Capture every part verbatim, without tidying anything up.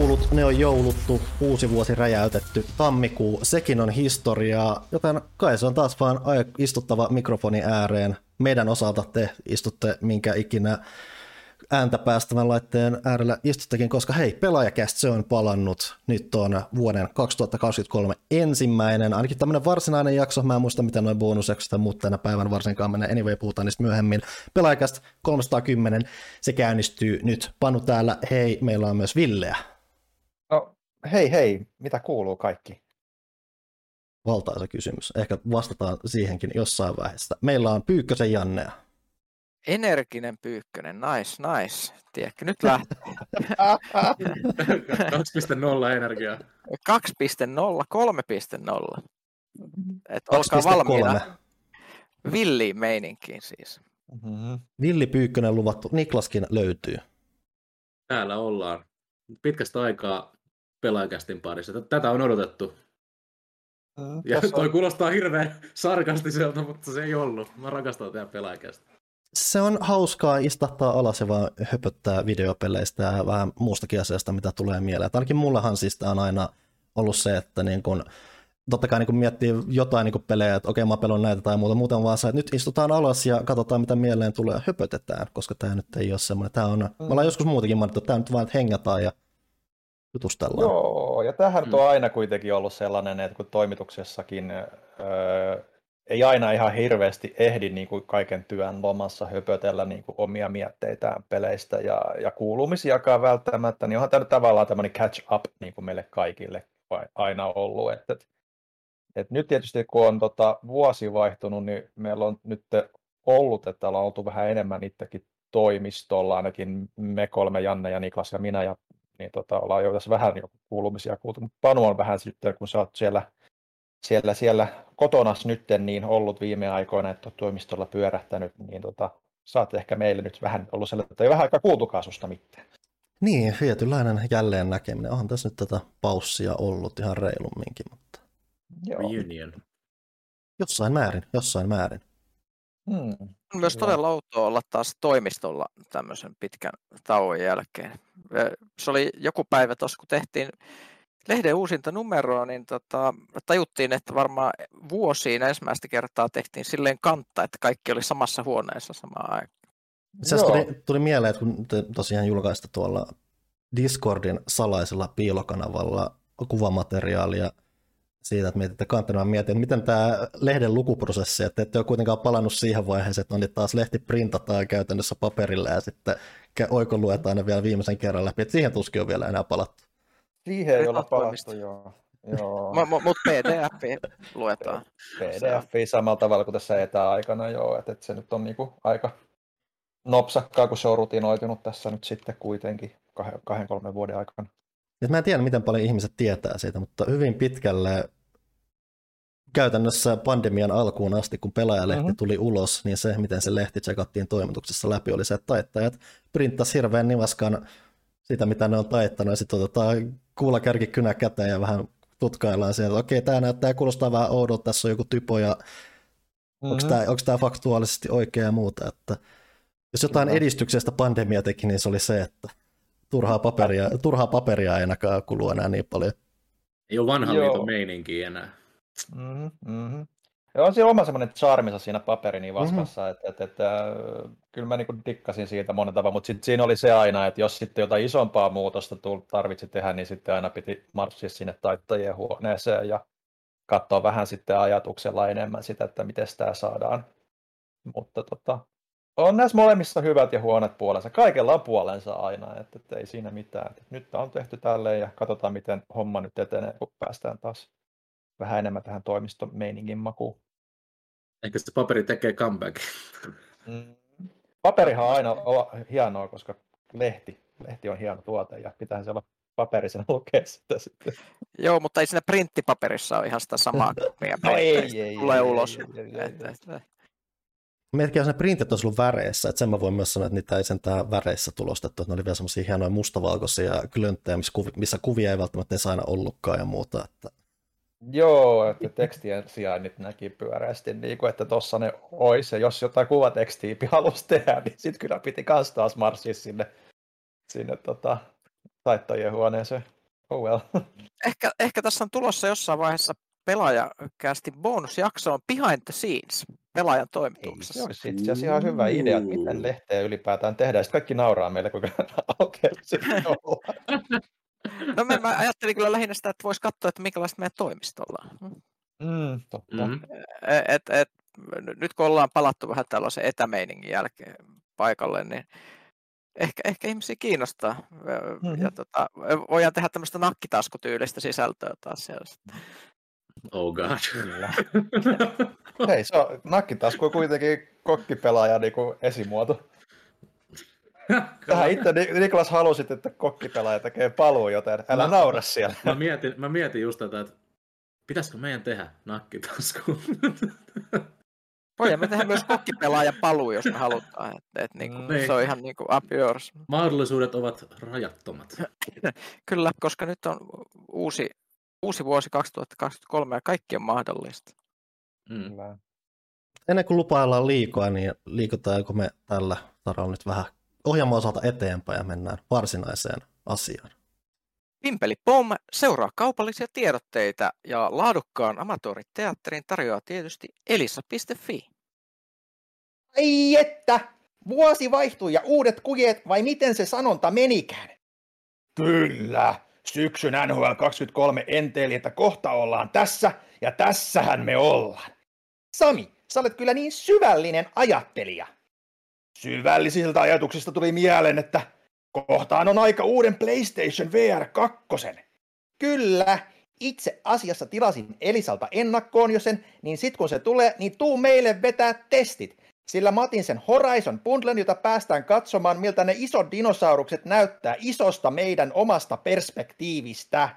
joulut, ne on jouluttu, uusi vuosi räjäytetty, tammikuu, sekin on historiaa, joten kai se on taas vaan istuttava mikrofonin ääreen. Meidän osalta te istutte minkä ikinä ääntä päästävän laitteen äärellä istuttekin, koska hei, Pelaajakäst se on palannut. Nyt on vuoden kaksituhattakaksikymmentäkolme ensimmäinen, ainakin tämmöinen varsinainen jakso. Mä en muista, miten noin bonusjaksot ja muut tänä päivänä varsinkaan menee. Anyway, puhutaan niistä myöhemmin. Pelaajakäst kolmesataakymmenen, se käynnistyy nyt. Panu täällä, hei, meillä on myös Villeä. No, hei hei, mitä kuuluu kaikki? Valtaisa kysymys. Ehkä vastataan siihenkin jossain vaiheessa. Meillä on Pyykkösen Jannea. Energinen Pyykkönen, nice, nice. Tiedätkö, nyt lähtee. kaksi piste nolla energiaa. kaksi piste nolla, kolme piste nolla. Et olkaa valmiina villiin meininkiin siis. Mm-hmm. Villi Pyykkönen luvattu. Niklaskin löytyy. Täällä ollaan. Pitkästä aikaa Pelaajakästin parissa. Tätä on odotettu. Mm, ja on... toi kuulostaa hirveän sarkastiselta, mutta se ei ollut. Mä rakastan tehdä Pelaajakästä. Se on hauskaa istahtaa alas ja vaan höpöttää videopeleistä ja vähän muustakin asiasta, mitä tulee mieleen. Ainakin mullehan siis on aina ollut se, että niin kun, totta kai niin kun miettii jotain niin kun pelejä, että okei mä pelon näitä tai muuta, muuten vaan se, että nyt istutaan alas ja katsotaan mitä mieleen tulee ja höpötetään, koska tämä nyt ei ole semmoinen. Tämä on, mm. me ollaan joskus muutakin mainittu, että tämä nyt vaan, että hengataan ja jutustellaan. Joo, ja tämähän mm. on aina kuitenkin ollut sellainen, että kun toimituksessakin öö, ei aina ihan hirveästi ehdi niin kuin kaiken työn lomassa höpötellä niin kuin omia mietteitään peleistä ja, ja kuulumisiakaan välttämättä, niin onhan tämä tavallaan tämmöinen catch up niin kuin meille kaikille aina ollut. Et, et, et nyt tietysti kun on tota, vuosi vaihtunut, niin meillä on nyt ollut, että ollaan oltu vähän enemmän itsekin toimistolla, ainakin me kolme, Janne ja Niklas ja minä, ja niin tota, ollaan jo tässä vähän jo kuulumisia kuultu, mutta Panu on vähän sitten, kun sä oot siellä Siellä, siellä kotonas nytten niin ollut viime aikoina, että toimistolla pyörähtänyt, niin tota, sä oot ehkä meille nyt vähän ollut sellainen, että ei vähän aikaa kuultukaan susta mitään. Niin, tietynlainen jälleen näkeminen. Onhan tässä nyt tätä paussia ollut ihan reilumminkin, mutta Reunion. Jossain määrin, jossain määrin. Hmm. On myös todella outoa olla taas toimistolla tämmöisen pitkän tauon jälkeen. Se oli joku päivä tuossa, kun tehtiin lehden uusinta numeroa, niin tota, tajuttiin, että varmaan vuosiin ensimmäistä kertaa tehtiin silleen kantta, että kaikki oli samassa huoneessa samaan aikaan. Itse asiassa tuli, tuli mieleen, että kun te tosiaan julkaista tuolla Discordin salaisella piilokanavalla kuvamateriaalia siitä, että mietitte kanttana, mietin, että miten tämä lehden lukuprosessi, että ette ole kuitenkaan palannut siihen vaiheeseen, että no niin taas lehti printataan käytännössä paperilla ja sitten oikoluetaan ne vielä viimeisen kerran läpi, että siihen tuskin on vielä enää palattu. Siihen ei olla palattu, joo. joo. Mutta P D F luetaan. P D F samalla tavalla kuin tässä etäaikana, joo, että et se nyt on niinku aika nopsakkaa, kun se on rutinoitunut tässä nyt sitten kuitenkin kahden, kahden kolmen vuoden aikana. Et mä en tiedä, miten paljon ihmiset tietää siitä, mutta hyvin pitkälle käytännössä pandemian alkuun asti, kun Pelaajalehti mm-hmm. tuli ulos, niin se, miten se lehti tsekattiin toimituksessa läpi, oli se, että taittajat printtasi hirveän nivaskan sitä, mitä ne on taittanut, ja sitten otetaan kuulakärki kynä käteen ja vähän tutkaillaan sieltä, että okei, tämä näyttää, kuulostaa vähän oudolta, tässä on joku typo, ja mm-hmm. onko tämä faktuaalisesti oikea ja muuta, että jos jotain mm-hmm. edistyksestä pandemia teki, niin se oli se, että turhaa paperia, turhaa paperia ei enää kulu enää niin paljon. Ei ole vanhan liiton meininkiä enää. Mm-hmm, mm-hmm. Ja on siinä oma semmoinen charmissa siinä paperinivaskassa, mm-hmm. että, että, että kyllä mä niinku dikkasin siitä monen tavalla, mutta sitten siinä oli se aina, että jos sitten jotain isompaa muutosta tarvitsi tehdä, niin sitten aina piti marssia sinne taittajien huoneeseen ja katsoa vähän sitten ajatuksella enemmän sitä, että miten tämä saadaan. Mutta tota, on näissä molemmissa hyvät ja huonot puolensa. Kaikella on puolensa aina, että, että ei siinä mitään. Että nyt on tehty tälleen ja katsotaan, miten homma nyt etenee, kun päästään taas vähän enemmän tähän toimistomeiningin makuun. Ehkä se paperi tekee comeback. Mm. Paperihan on aina hienoa, koska lehti, lehti on hieno tuote ja pitäähän se olla paperisena lukea sitä sitten. Joo, mutta ei siinä printtipaperissa ole ihan sitä samaa kopia. No ei, ei, ei. Tulee ei, ulos. Ei, ei, ei, ei, ei. Miettikää, jos ne printit olisi ollut väreissä, että sen mä voin myös sanoa, että niitä ei sentään väreissä tulostettu, että ne oli vielä semmoisia hienoja mustavalkoisia klönttejä, missä kuvia ei välttämättä edes aina ollutkaan ja muuta. Että Joo, että tekstien sijainnit näki pyöreästi, niin kuin, että tuossa ne olisi, ja jos jotain kuvatekstiä halusi tehdä, niin sitten kyllä piti kans taas marssia sinne, sinne tota, taittajien huoneeseen. Oh well. Ehkä, ehkä tässä on tulossa jossain vaiheessa pelaajakästi bonusjakso on behind the scenes pelaajan Ei, se toimituksessa. olisi itse asiassa ihan hyvä idea, että miten lehteä ylipäätään tehdään. Sitten kaikki nauraa meille, kuinka alkeellisesti ollaan. No me, mä ajattelin kyllä lähinnä sitä, että voisi katsoa, että minkälaista meidän toimistolla on. Mm, totta. Mm. Et, et, nyt kun ollaan palattu vähän tällaisen etämeiningin jälkeen paikalle, niin ehkä, ehkä ihmisiä kiinnostaa. Mm-hmm. Ja tota, voidaan tehdä tämmöistä nakkitaskotyylistä sisältöä taas siellä. Oh god. Kyllä. Hei, se on, nakkitasku on kuitenkin kokkipelaaja niin kuin esimuoto. Tähän itse Niklas halusit, että kokkipelaaja tekee paluu, joten älä Mä- naura siellä. Mä mietin, mä mietin just tätä, että pitäisikö meidän tehdä nakkitasku? Voidaan me tehdä myös kokkipelaaja paluu, jos me halutaan. Et, et, niinku, Mm. se on ihan niinku up yours. Mahdollisuudet ovat rajattomat. Kyllä, koska nyt on uusi, uusi vuosi kaksituhattakaksikymmentäkolme ja kaikki on mahdollista. Mm. Kyllä. Ennen kuin lupaillaan liikoa, niin liikutaanko me tällä saralla nyt vähän ohjelman osalta eteenpäin ja mennään varsinaiseen asiaan. Pimpeli Pom seuraa kaupallisia tiedotteita ja laadukkaan amatööriteatterin tarjoaa tietysti elisa piste fi. Ai että! Vuosi vaihtui ja uudet kujet, vai miten se sanonta menikään? Kyllä! Syksyn N H L kaksikymmentäkolme enteeli, että kohta ollaan tässä, ja tässähän me ollaan. Sami, sä olet kyllä niin syvällinen ajattelija. Syvällisiltä ajatuksista tuli mieleen, että kohtaan on aika uuden PlayStation V R kaksi. Kyllä, itse asiassa tilasin Elisalta ennakkoon jo sen, niin sit kun se tulee, niin tuu meille vetää testit. Sillä mä otin sen Horizon Bundlen, jota päästään katsomaan, miltä ne isot dinosaurukset näyttää isosta meidän omasta perspektiivistä.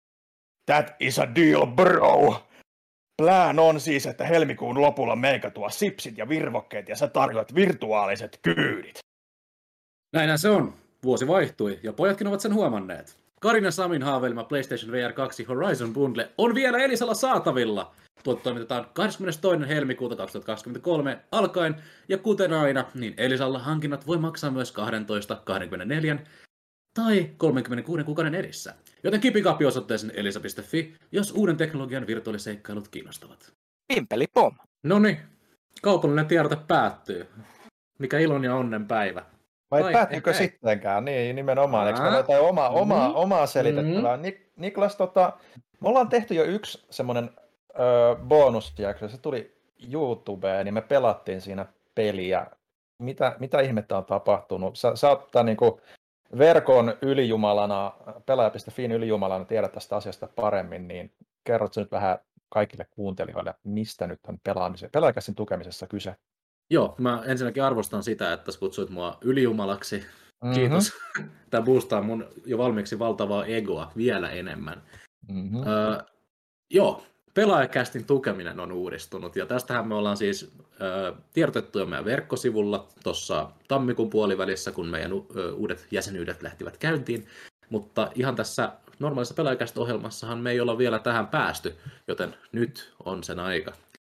That is a deal, bro! Plan on siis, että helmikuun lopulla meikä tuo sipsit ja virvokkeet ja sä tarjoat virtuaaliset kyydit. Näinhän se on. Vuosi vaihtui ja pojatkin ovat sen huomanneet. Karin ja Samin haaveilema PlayStation V R kaksi Horizon Bundle on vielä Elisalla saatavilla. Tuot toimitetaan kahdeskymmenestoinen helmikuuta kaksituhattakaksikymmentäkolme alkaen, ja kuten aina, niin Elisalla hankinnat voi maksaa myös kaksitoista, kaksikymmentäneljä tai kolmekymmentäkuuden kuukauden erissä. Joten kipikapi osoitteeseen elisa piste fi, jos uuden teknologian virtuaaliseikkailut kiinnostavat. Pimpeli Pom. Noniin, kaupallinen tiedote päättyy. Mikä ilon ja onnen päivä. Vai Vai, päättyykö ehkä ei. sittenkään? Niin, nimenomaan. Eikö meillä Aa. ole jotain oma, omaa, Mhm. omaa selitettävää? Nik, Niklas, tota, me ollaan tehty jo yksi semmoinen öö, bonusjakso. Se tuli YouTubeen, niin me pelattiin siinä peliä. Mitä, mitä ihmettä on tapahtunut? Sä, sä oot tää niinku verkon ylijumalana, pelaaja piste fin ylijumalana, tiedät tästä asiasta paremmin, niin kerrotko nyt vähän kaikille kuuntelijoille, mistä nyt on pelaamisen, pelaajakäsin tukemisessa kyse? Joo, mä ensinnäkin arvostan sitä, että sä kutsuit mua ylijumalaksi. Mhm. Kiitos. Tämä boostaa mun jo valmiiksi valtavaa egoa vielä enemmän. Mm-hmm. Öö, joo, pelaajakästin tukeminen on uudistunut, ja tästähän me ollaan siis öö, tiedotettu jo meidän verkkosivulla tuossa tammikuun puolivälissä, kun meidän u- ö, uudet jäsenyydet lähtivät käyntiin, mutta ihan tässä normaalissa pelaajakäst-ohjelmassahan me ei olla vielä tähän päästy, joten nyt on sen aika.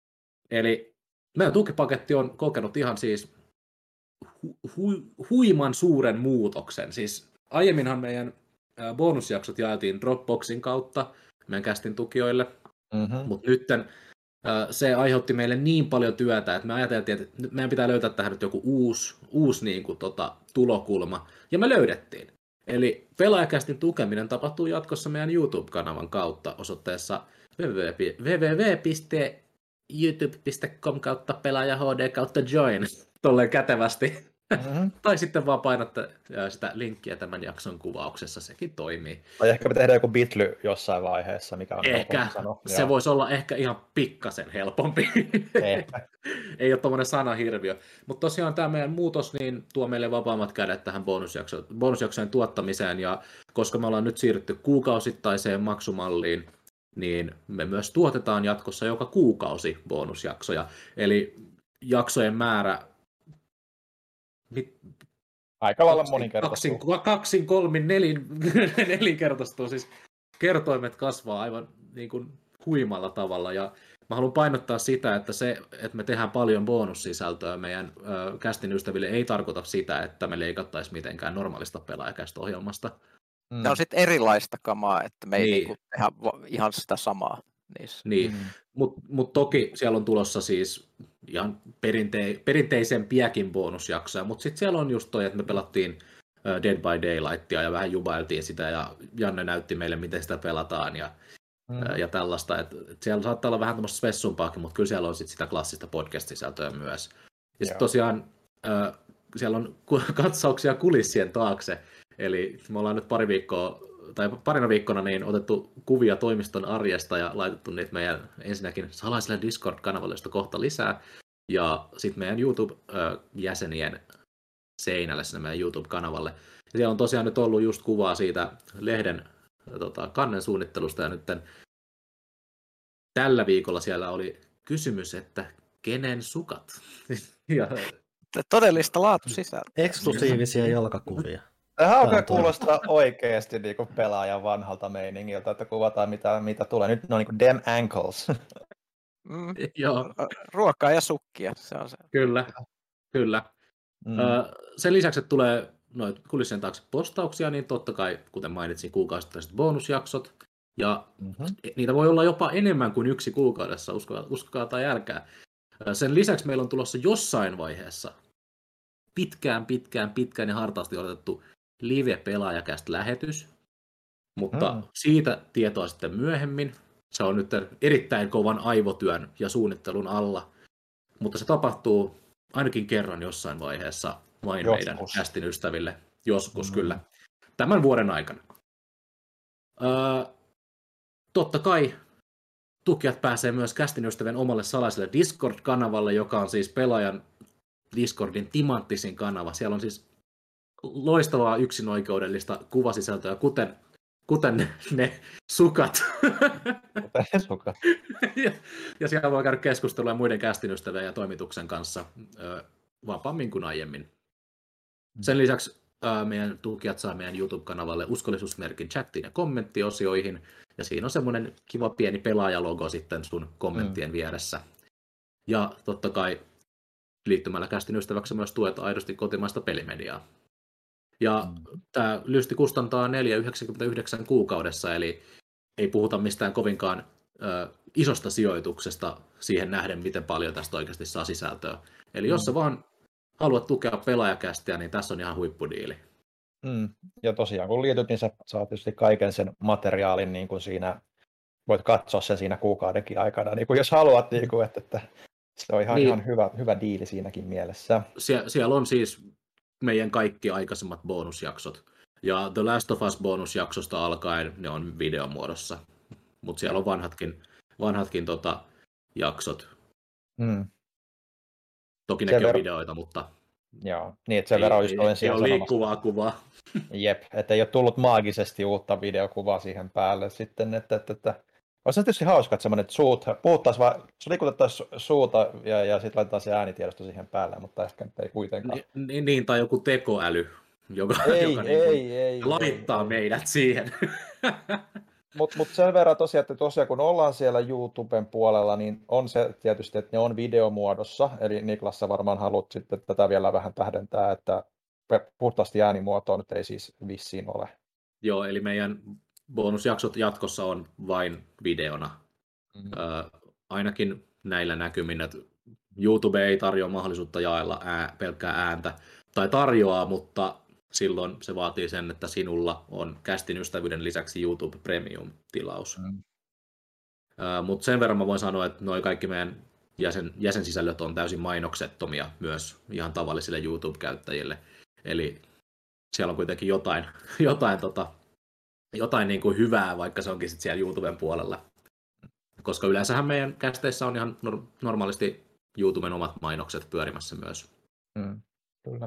Eli meidän tukipaketti on kokenut ihan siis hu- hu- huiman suuren muutoksen. Siis aiemminhan meidän ää, bonusjaksot jaettiin Dropboxin kautta meidän kästin tukijoille, Mm-hmm. mutta nytten ää, se aiheutti meille niin paljon työtä, että me ajateltiin, että nyt meidän pitää löytää tähän nyt joku uusi, uusi niin kuin, tota, tulokulma, ja me löydettiin. Eli pelaajakästin tukeminen tapahtuu jatkossa meidän YouTube-kanavan kautta osoitteessa www piste youtube piste com kautta pelaaja H D kautta join, tolleen kätevästi. Mm-hmm. Tai sitten vaan painatte ää, sitä linkkiä tämän jakson kuvauksessa, sekin toimii. Tai ehkä me tehdään joku bitly jossain vaiheessa, mikä on Ehkä, helpompi sanoa. se Joo. voisi olla ehkä ihan pikkasen helpompi. Ehkä. Ei ole tommonen sanahirviö. Mutta tosiaan tämä meidän muutos niin tuo meille vapaammat kädet tähän bonusjakso, bonusjaksojen tuottamiseen, ja koska me ollaan nyt siirrytty kuukausittaiseen maksumalliin, niin me myös tuotetaan jatkossa joka kuukausi bonusjaksoja. Eli jaksojen määrä mit, Aika lailla kaksin, moninkertaistuu. kaksin, kaksin kolmin, nelin, nelinkertaistuu. Siis kertoimet kasvaa aivan niin kuin huimalla tavalla. Ja mä haluan painottaa sitä, että se, että me tehdään paljon bonussisältöä meidän ö, kästin ystäville, ei tarkoita sitä, että me leikattaisiin mitenkään normaalista pelaajakästä-ohjelmasta. Mm. Ne on sitten erilaista kamaa, että me ei Niin. niinku tehdä ihan sitä samaa niissä. Niin, mm. mutta mut toki siellä on tulossa siis ihan perinte- perinteisempiäkin bonusjaksoja, mutta sitten siellä on just toi, että me pelattiin uh, Dead by Daylightia ja vähän jubailtiin sitä ja Janne näytti meille, miten sitä pelataan ja, mm. uh, ja tällaista. Et, et siellä saattaa olla vähän tämmöistä spessumpaakin, mutta kyllä siellä on sit sitä klassista podcast-sisältöä myös. Ja sitten tosiaan uh, siellä on katsauksia kulissien taakse, eli me ollaan nyt pari viikkoa tai parina viikkona niin otettu kuvia toimiston arjesta ja laitettu niitä meidän ensinnäkin salaiselle Discord-kanavalle, josta kohta lisää, ja sitten meidän YouTube-jäsenien seinälle sinne meidän YouTube-kanavalle. Ja siellä on tosiaan nyt ollut just kuvaa siitä lehden tota, kannen suunnittelusta, ja nyt tällä viikolla siellä oli kysymys, että kenen sukat? ja... Todellista laatusisältöä. Eksklusiivisia jalkakuvia. Tämä alkaa kuulostaa oikeasti niin kuin pelaajan vanhalta meiningiltä, että kuvataan mitä, mitä tulee. Nyt ne on niin kuin dem ankles. Mm. Joo. Ruokaa ja sukkia, se on se. Kyllä, kyllä. Mm. Ö, sen lisäksi, että tulee noin kulissien taakse postauksia, niin totta kai, kuten mainitsin, kuukausittaiset bonusjaksot. Ja mm-hmm. niitä voi olla jopa enemmän kuin yksi kuukaudessa, uskokaa, uskokaa tai älkää. Sen lisäksi meillä on tulossa jossain vaiheessa pitkään, pitkään, pitkään ja hartaasti odotettu live-pelaajakäst-lähetys, mutta mm. siitä tietoa sitten myöhemmin. Se on nyt erittäin kovan aivotyön ja suunnittelun alla, mutta se tapahtuu ainakin kerran jossain vaiheessa vain joskus. Meidän kästin ystäville. Joskus mm. kyllä. Tämän vuoden aikana. Öö, totta kai tukijat pääsee myös kästin ystävien omalle salaiselle Discord-kanavalle, joka on siis pelaajan Discordin timanttisin kanava. Siellä on siis loistavaa yksinoikeudellista kuvasisältöä, kuten, kuten ne sukat. Kuten ne sukat. ja, ja siellä voi käydä keskustelua muiden kästin ystävien ja toimituksen kanssa ö, vapaammin kuin aiemmin. Sen lisäksi ö, meidän tukijat saa meidän YouTube-kanavalle uskollisuusmerkin chattiin ja kommenttiosioihin. Ja siinä on semmoinen kiva pieni pelaajalogo sitten sun kommenttien mm. vieressä. Ja totta kai liittymällä kästin ystäväksi myös tuet aidosti kotimaista pelimediaa. Ja mm. tämä lysti kustantaa neljä pilkku yhdeksänkymmentäyhdeksän kuukaudessa, eli ei puhuta mistään kovinkaan ö, isosta sijoituksesta siihen nähden, miten paljon tästä oikeasti saa sisältöä. Eli mm. jos sä vaan haluat tukea pelaajakästiä, niin tässä on ihan huippudiili. Mm. Ja tosiaan kun liityt, niin sä saat tietysti kaiken sen materiaalin niin kuin siinä, voit katsoa sen siinä kuukaudenkin aikana, niin kuin jos haluat, niin kuin, että, että se on ihan, niin. ihan hyvä, hyvä diili siinäkin mielessä. Sie- siellä on siis meidän kaikki aikaisemmat bonusjaksot. Ja The Last of Us-bonusjaksosta alkaen ne on videomuodossa. Mutta siellä on vanhatkin, vanhatkin tota, jaksot. Mm. Toki nekin ver- on videoita, mutta... Joo, niin että sen verran just olen siihen sanomassa. liikkuvaa kuvaa. Jep, että ei ole tullut maagisesti uutta videokuvaa siihen päälle sitten, että... että, että... Olisi tietysti hauska, että semmoinen, että suut, puhuttaisiin vaan, se liikutettaisiin suuta ja, ja sitten laitetaan se äänitiedosto siihen päälle, mutta ehkä nyt ei kuitenkaan. Ni, niin, tai joku tekoäly, joka, ei, joka ei, niin ei, ei, laittaa ei, meidät ei. siihen. Mutta mut sen verran tosiaan, että tosiaan kun ollaan siellä YouTuben puolella, niin on se tietysti, että ne on videomuodossa, eli Niklas, sä varmaan haluat sitten tätä vielä vähän tähdentää, että puhtaasti äänimuotoa nyt ei siis vissiin ole. Joo, eli meidän bonusjaksot jatkossa on vain videona. Mm-hmm. Ö, ainakin näillä näkymin, että YouTube ei tarjoa mahdollisuutta jaella ää, pelkkää ääntä, tai tarjoaa, mutta silloin se vaatii sen, että sinulla on kästin ystävyyden lisäksi YouTube Premium-tilaus. Mm. Mutta sen verran mä voin sanoa, että noi kaikki meidän jäsen, jäsensisällöt on täysin mainoksettomia myös ihan tavallisille YouTube-käyttäjille. Eli siellä on kuitenkin jotain, jotain, tota, jotain niin kuin hyvää, vaikka se onkin sit siellä YouTuben puolella. Koska yleensähän meidän kästeissä on ihan normaalisti YouTuben omat mainokset pyörimässä myös. Mm, kyllä.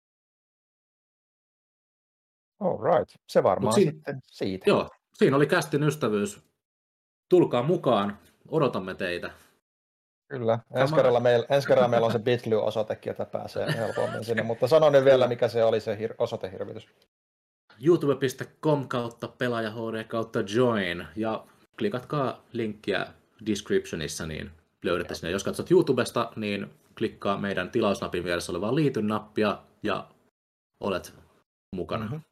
All right. Se varmaan siinä, sitten siitä. Joo, siinä oli kästin ystävyys. Tulkaa mukaan, odotamme teitä. Kyllä, ensi kerralla, meillä, ensi kerralla meillä on se Bitly-osoitekin, että pääsee helpommin sinne, mutta sano nyt vielä, mikä se oli se hir- osoitehirvitys. youtube piste com kautta pelaaja H D kautta join ja klikatkaa linkkiä descriptionissa, niin löydätte sinne. Jos katsot YouTubesta, niin klikkaa meidän tilausnapin vieressä olevaa liityn nappia ja olet mukana. Mm-hmm.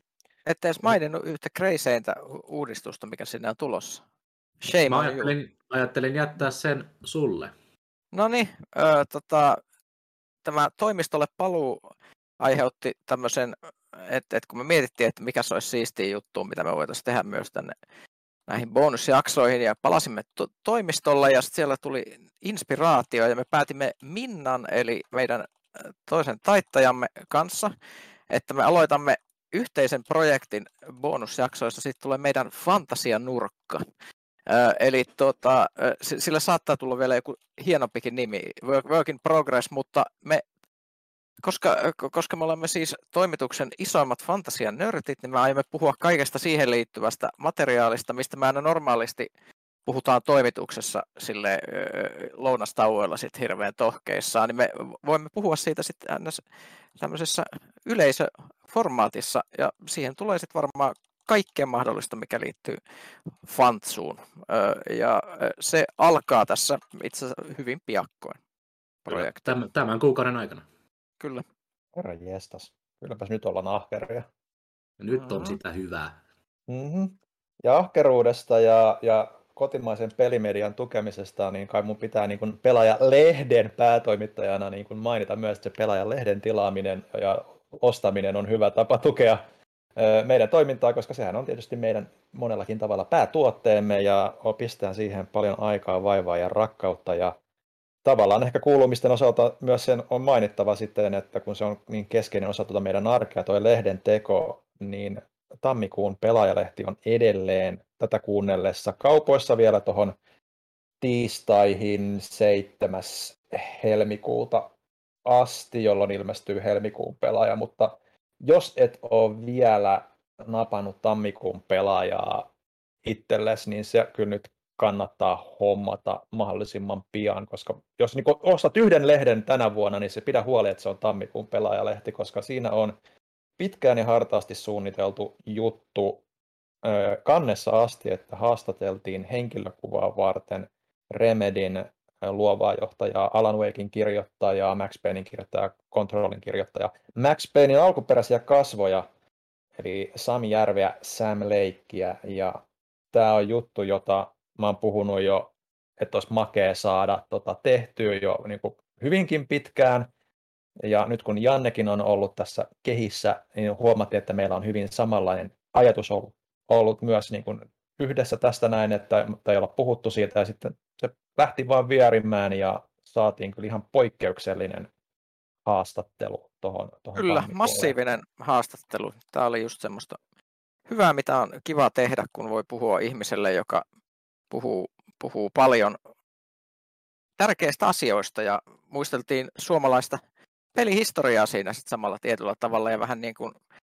ette edes maininnut yhtä kreiseintä uudistusta, mikä sinne on tulossa. Shame Mä on you. ajattelin, ajattelin jättää sen sulle. No niin, öö, tota, tämä toimistolle paluu aiheutti tämmöisen, että, että kun me mietittiin, että mikä se olisi siistiä juttu, mitä me voitaisiin tehdä myös tänne näihin bonusjaksoihin, ja palasimme to- toimistolle, ja sitten siellä tuli inspiraatio, ja me päätimme Minnan, eli meidän toisen taittajamme kanssa, että me aloitamme yhteisen projektin bonusjaksoissa, siitä tulee meidän fantasianurkka. Ö, eli tota, sillä saattaa tulla vielä joku hienompikin nimi, Work in Progress, mutta me, koska, koska me olemme siis toimituksen isoimmat fantasian nörtit, niin me aiomme puhua kaikesta siihen liittyvästä materiaalista, mistä me aina normaalisti puhutaan toimituksessa sille lounastauoilla sit hirveän tohkeissaan, niin me voimme puhua siitä sitten tämmöisessä yleisöformaatissa, ja siihen tulee sitten varmaan kaikkea mahdollista, mikä liittyy Fantsuun. Ja se alkaa tässä itse asiassa hyvin piakkoin. Projekti. Tämän, tämän kuukauden aikana. Kyllä. Herra jestas. Kylläpäs nyt ollaan ahkeria. Nyt on Mm-hmm. sitä hyvää. Mm-hmm. Ja ahkeruudesta ja, ja kotimaisen pelimedian tukemisesta, niin kai mun pitää niin kuin Pelaajalehden päätoimittajana niin kuin mainita myös, että se Pelaajalehden tilaaminen ja ostaminen on hyvä tapa tukea meidän toimintaa, koska sehän on tietysti meidän monellakin tavalla päätuotteemme ja pistää siihen paljon aikaa, vaivaa ja rakkautta, ja tavallaan ehkä kuulumisten osalta myös sen on mainittava sitten, että kun se on niin keskeinen osa tuota meidän arkea, tuo lehden teko, niin tammikuun Pelaajalehti on edelleen tätä kuunnellessa kaupoissa vielä tuohon tiistaihin seitsemäs helmikuuta asti, jolloin ilmestyy helmikuun Pelaaja, mutta jos et ole vielä napannut tammikuun Pelaajaa itsellesi, niin se kyllä nyt kannattaa hommata mahdollisimman pian, koska jos niin ostat yhden lehden tänä vuonna, niin se pidä huoli, että se on tammikuun Pelaajalehti, koska siinä on pitkään ja hartaasti suunniteltu juttu ö, kannessa asti, että haastateltiin henkilökuvaa varten Remedin luovaa johtajaa, Alan Waken kirjoittajaa, Max Paynein kirjoittajaa, Controlin kirjoittajaa, Max Paynein alkuperäisiä kasvoja, eli Sami Järveä, Sam Lakea, ja tämä on juttu, jota mä oon puhunut jo, että olisi makea saada tota, tehtyä jo niin kuin hyvinkin pitkään, ja nyt kun Jannekin on ollut tässä kehissä, niin huomattiin, että meillä on hyvin samanlainen ajatus ollut, ollut myös niin kuin yhdessä tästä näin, että ei olla puhuttu siitä, ja sitten se lähti vaan vierimään, ja saatiin kyllä ihan poikkeuksellinen haastattelu tuohon. Kyllä, massiivinen haastattelu. Tämä oli just semmoista hyvää, mitä on kiva tehdä, kun voi puhua ihmiselle, joka puhuu, puhuu paljon tärkeistä asioista, ja muisteltiin suomalaista pelihistoriaa siinä sit samalla tietyllä tavalla, ja vähän niin kuin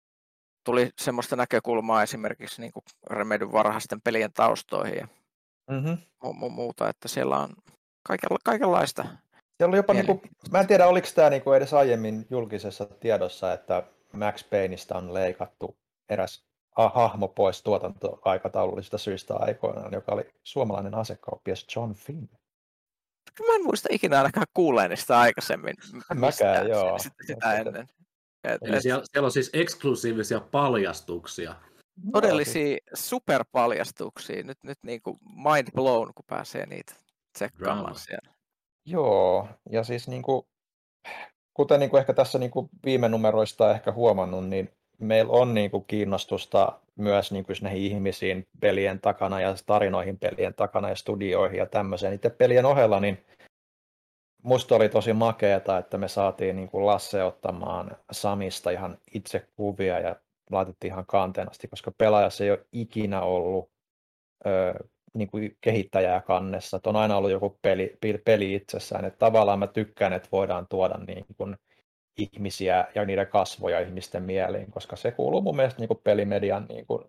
tuli semmoista näkökulmaa esimerkiksi niin kuin Remedyn varhaisten pelien taustoihin ja mm-hmm. mu- muuta, että siellä on kaikenla- kaikenlaista. Siellä oli jopa, niin kuin, mä en tiedä oliko tämä niin kuin edes aiemmin julkisessa tiedossa, että Max Payneista on leikattu eräs hahmo pois tuotantoaikataulullisista syistä aikoinaan, joka oli suomalainen asekauppias John Finn. Mä en muista ikinä ainakaan kuulleeni sitä aikaisemmin. Mäkään, joo. Sitä, sitä ennen. Et, Eli et, siellä, siellä on siis eksklusiivisia paljastuksia. todellisia superpaljastuksia. Nyt, nyt niin kuin mind blown, kun pääsee niitä tsekkaamaan Drama. siellä. Joo, ja siis niin kuin, kuten niin kuin ehkä tässä niin kuin viime numeroista ehkä huomannut, niin meillä on niin kuin kiinnostusta myös niin kuin näihin ihmisiin pelien takana ja tarinoihin pelien takana ja studioihin ja tämmöiseen. Itse pelien ohella, niin musta oli tosi makeata, että me saatiin niin kuin Lasse ottamaan Samista ihan itse kuvia ja laitettiin ihan kanteen asti, koska pelaajassa ei ole ikinä ollut ö, niin kuin kehittäjää kannessa. Että on aina ollut joku peli, peli itsessään. Että tavallaan mä tykkään, että voidaan tuoda niin kuin ihmisiä ja niiden kasvoja ihmisten mieliin, koska se kuuluu mun mielestä niin kuin pelimedian niin kuin,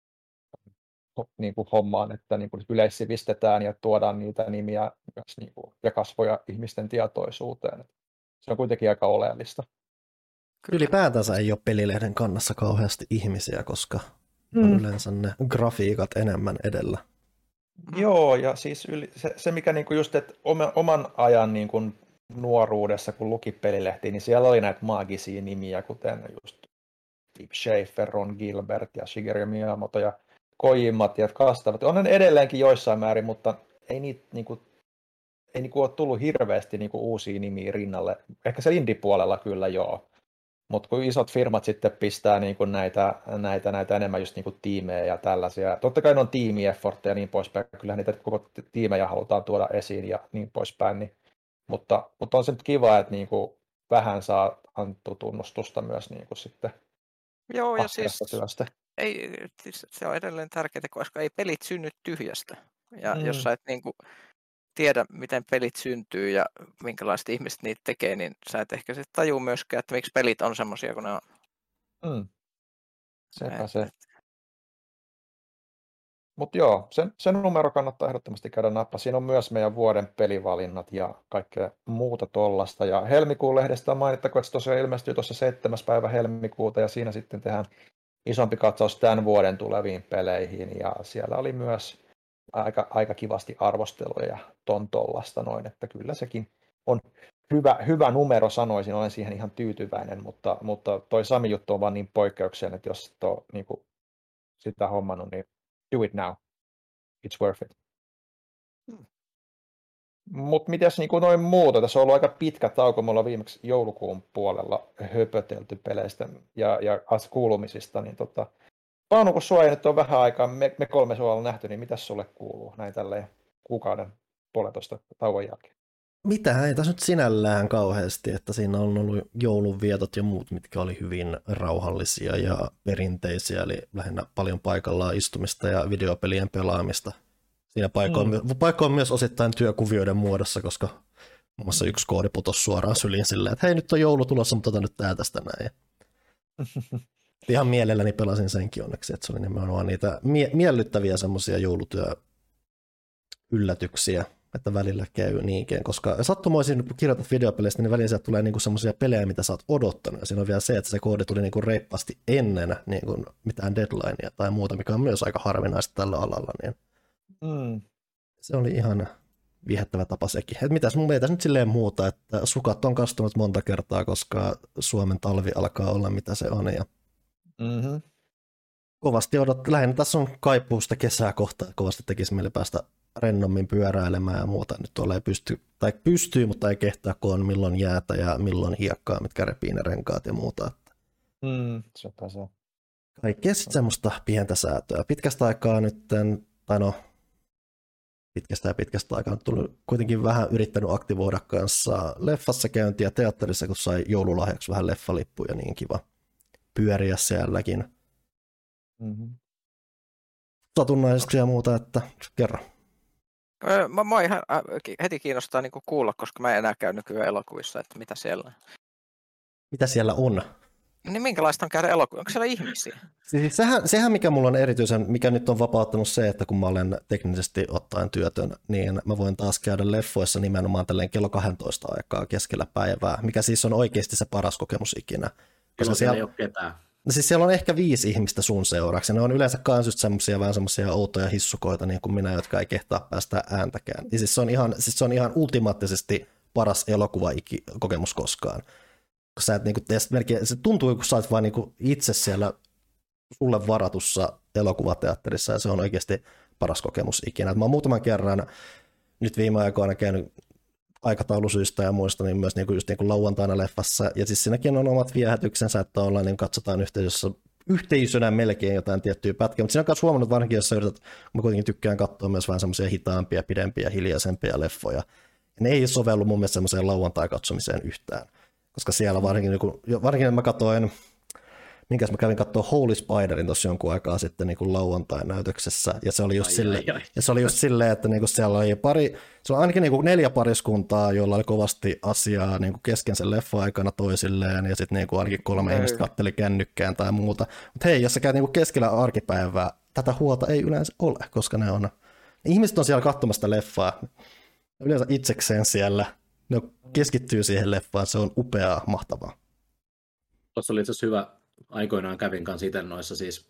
niin kuin hommaan, että niin kuin yleissivistetään ja tuodaan niitä nimiä myös, niin kuin, ja kasvoja ihmisten tietoisuuteen. Se on kuitenkin aika oleellista. Ylipäätänsä ei ole pelilehden kannassa kauheasti ihmisiä, koska mm. on yleensä ne grafiikat enemmän edellä. Joo, ja siis yli, se, se mikä niinku just, että oman ajan niinku nuoruudessa, kun luki pelilehtiä, niin siellä oli näitä maagisia nimiä, kuten just Steve Schafer, Ron Gilbert ja Shigeru Miyamoto ja Kojimat ja vastaavat. On ne edelleenkin joissain määrin, mutta ei niitä niinku, ei niinku ole tullut hirveästi niinku uusia nimiä rinnalle. Ehkä se indie-puolella kyllä joo. Mutta kun isot firmat sitten pistää niinku näitä, näitä, näitä enemmän just niinku tiimejä ja tällaisia. Totta kai ne on tiimieffortteja ja niin poispäin. Kyllähän niitä koko tiimejä halutaan tuoda esiin ja niin poispäin. Niin. Mutta, mutta on se nyt kiva, että niinku vähän saa anttu tunnustusta myös niinku sitten Joo, ja siis työstä. ei, siis se on edelleen tärkeää, koska ei pelit synny tyhjästä. Ja Mm. jos sä et niinku tiedä, miten pelit syntyy ja minkälaiset ihmiset niitä tekee, niin sä et ehkä sitten tajua myöskään, että miksi pelit on semmoisia kuin ne on. Mm. Sepä Et- se. et- Mutta joo, sen, sen numero kannattaa ehdottomasti käydä nappa. Siinä on myös meidän vuoden pelivalinnat ja kaikkea muuta tollasta. Ja helmikuun lehdestä mainittakoon, että se tosiaan ilmestyy tuossa seitsemäs päivä helmikuuta ja siinä sitten tehdään isompi katsaus tämän vuoden tuleviin peleihin. Ja siellä oli myös aika, aika kivasti arvosteluja ton tollasta noin, että kyllä sekin on hyvä, hyvä numero sanoisin, olen siihen ihan tyytyväinen, mutta, mutta toi Sami juttu on vaan niin poikkeuksellinen, että jos et ole niin kuin sitä hommannut, niin do it now. It's worth it. Hmm. Mutta mitäs niin kuin noin muuta? Tässä on ollut aika pitkä tauko. Me ollaan viimeksi joulukuun puolella höpötelty peleistä ja, ja kuulumisista. Niin tota, Paunu, kun sua ei nyt ole vähän aikaa, me, me kolme sua on nähty, niin mitäs sulle kuuluu näin tälleen kuukauden puolitoista tauon jälkeen? Mitä ei tässä nyt sinällään kauheasti, että siinä on ollut joulunvietot ja muut, mitkä oli hyvin rauhallisia ja perinteisiä, eli lähinnä paljon paikallaan istumista ja videopelien pelaamista. Siinä paikoin, mm. paikoin myös osittain työkuvioiden muodossa, koska muun muassa yksi koodi putosi suoraan syliin silleen, että hei, nyt on joulu tulossa, mutta ota nyt tää tästä näin. Ihan mielelläni pelasin senkin onneksi, että se oli nimenomaan niitä mie- miellyttäviä semmoisia joulutyö-yllätyksiä, että välillä käy niinkään, koska sattumoisin, kun kirjoitat videopeleistä, niin välillä sieltä tulee niinku semmoisia pelejä, mitä sä oot odottanut, ja siinä on vielä se, että se koodi tuli niinku reippaasti ennen niinku mitään deadlinea tai muuta, mikä on myös aika harvinaista tällä alalla, niin Mm. se oli ihan viehättävä tapa sekin. Et mitäs mun mielestä nyt silleen muuta, että sukat on kastunut monta kertaa, koska Suomen talvi alkaa olla mitä se on, ja Mm-hmm. kovasti odot, lähinnä tässä on kaipuusta kesää kohtaa, kovasti tekisi meille päästä rennommin pyöräilemään ja muuta. Nyt tuolla ei pysty, tai pystyy, mutta ei kehtaa, kun on milloin jäätä ja milloin hiekkaa, mitkä repii ne renkaat ja muuta. Mm, sepä se. Kaikkea sitten semmoista pientä säätöä. Pitkästä aikaa nyt, tai no, pitkästä ja pitkästä aikaa on tullut kuitenkin vähän yrittänyt aktivoida kanssa leffassa käyntiä teatterissa, kun sai joululahjaksi vähän leffalippuja, niin kiva pyöriä sielläkin. Mm-hmm. Satunnaisesti ja muuta, että kerro. Öö, Mä, mä ihan äh, ki- heti kiinnostaa niinku kuulla, koska mä en enää käy nykyään elokuvissa, että mitä siellä on. Mitä siellä on? Niin minkälaista on käydä elokuvissa? Onko siellä ihmisiä? Siis sehän, sehän, mikä mulla on erityisen, mikä nyt on vapauttanut se, että kun mä olen teknisesti ottaen työtön, niin mä voin taas käydä leffoissa nimenomaan tälleen kello kaksitoista aikaa keskellä päivää, mikä siis on oikeasti se paras kokemus ikinä. Koska siellä ei ole ketään. No siis siellä on ehkä viisi ihmistä sun seuraksi, ne on yleensä kans just semmosia vähän semmosia outoja hissukoita, niin kuin minä, jotka ei kehtaa päästä ääntäkään. Ja siis se on ihan, siis se on ihan ultimaattisesti paras elokuva-kokemus koskaan. Kun sä et niinku teet melkein, se tuntuu, kun sä oot vaan niinku itse siellä sulle varatussa elokuvateatterissa, ja se on oikeasti paras kokemus ikinä. Mä oon muutaman kerran nyt viime aikoina käynyt aikataulusyistä ja muista, niin myös niinku just niinku lauantaina leffassa, ja siis siinäkin on omat viehätyksensä, että ollaan, niin katsotaan yhteisössä, yhteisönä melkein jotain tiettyä pätkiä, mutta siinä on myös huomannut varsinkin, jos sä yrität, mä kuitenkin tykkään katsoa myös vähän semmoisia hitaampia, pidempiä, hiljaisempia leffoja, ja ne ei sovellu mun mielestä semmoiseen lauantai-katsomiseen yhtään, koska siellä varsinkin, varsinkin mä katsoin, minkäs mä kävin katsoa Holy Spiderin tuossa jonkun aikaa sitten niin kuin lauantai-näytöksessä, ja se oli just, ai, sille, ai, ai. Ja se oli just silleen, että niin kuin siellä oli pari, se on ainakin niin kuin neljä pariskuntaa, joilla oli kovasti asiaa niin kuin kesken sen leffa-aikana toisilleen, ja sitten niin kuin ainakin kolme ei. ihmistä katteli kännykkään tai muuta. Mutta hei, jos sä käyt niin kuin keskellä arkipäivää, tätä huolta ei yleensä ole, koska ne on, ne ihmiset on siellä katsomassa leffaa, yleensä itsekseen siellä, ne keskittyy siihen leffaan, se on upeaa, mahtavaa. Tuossa oli itse asiassa hyvä, aikoinaan kävin kanssa itse noissa siis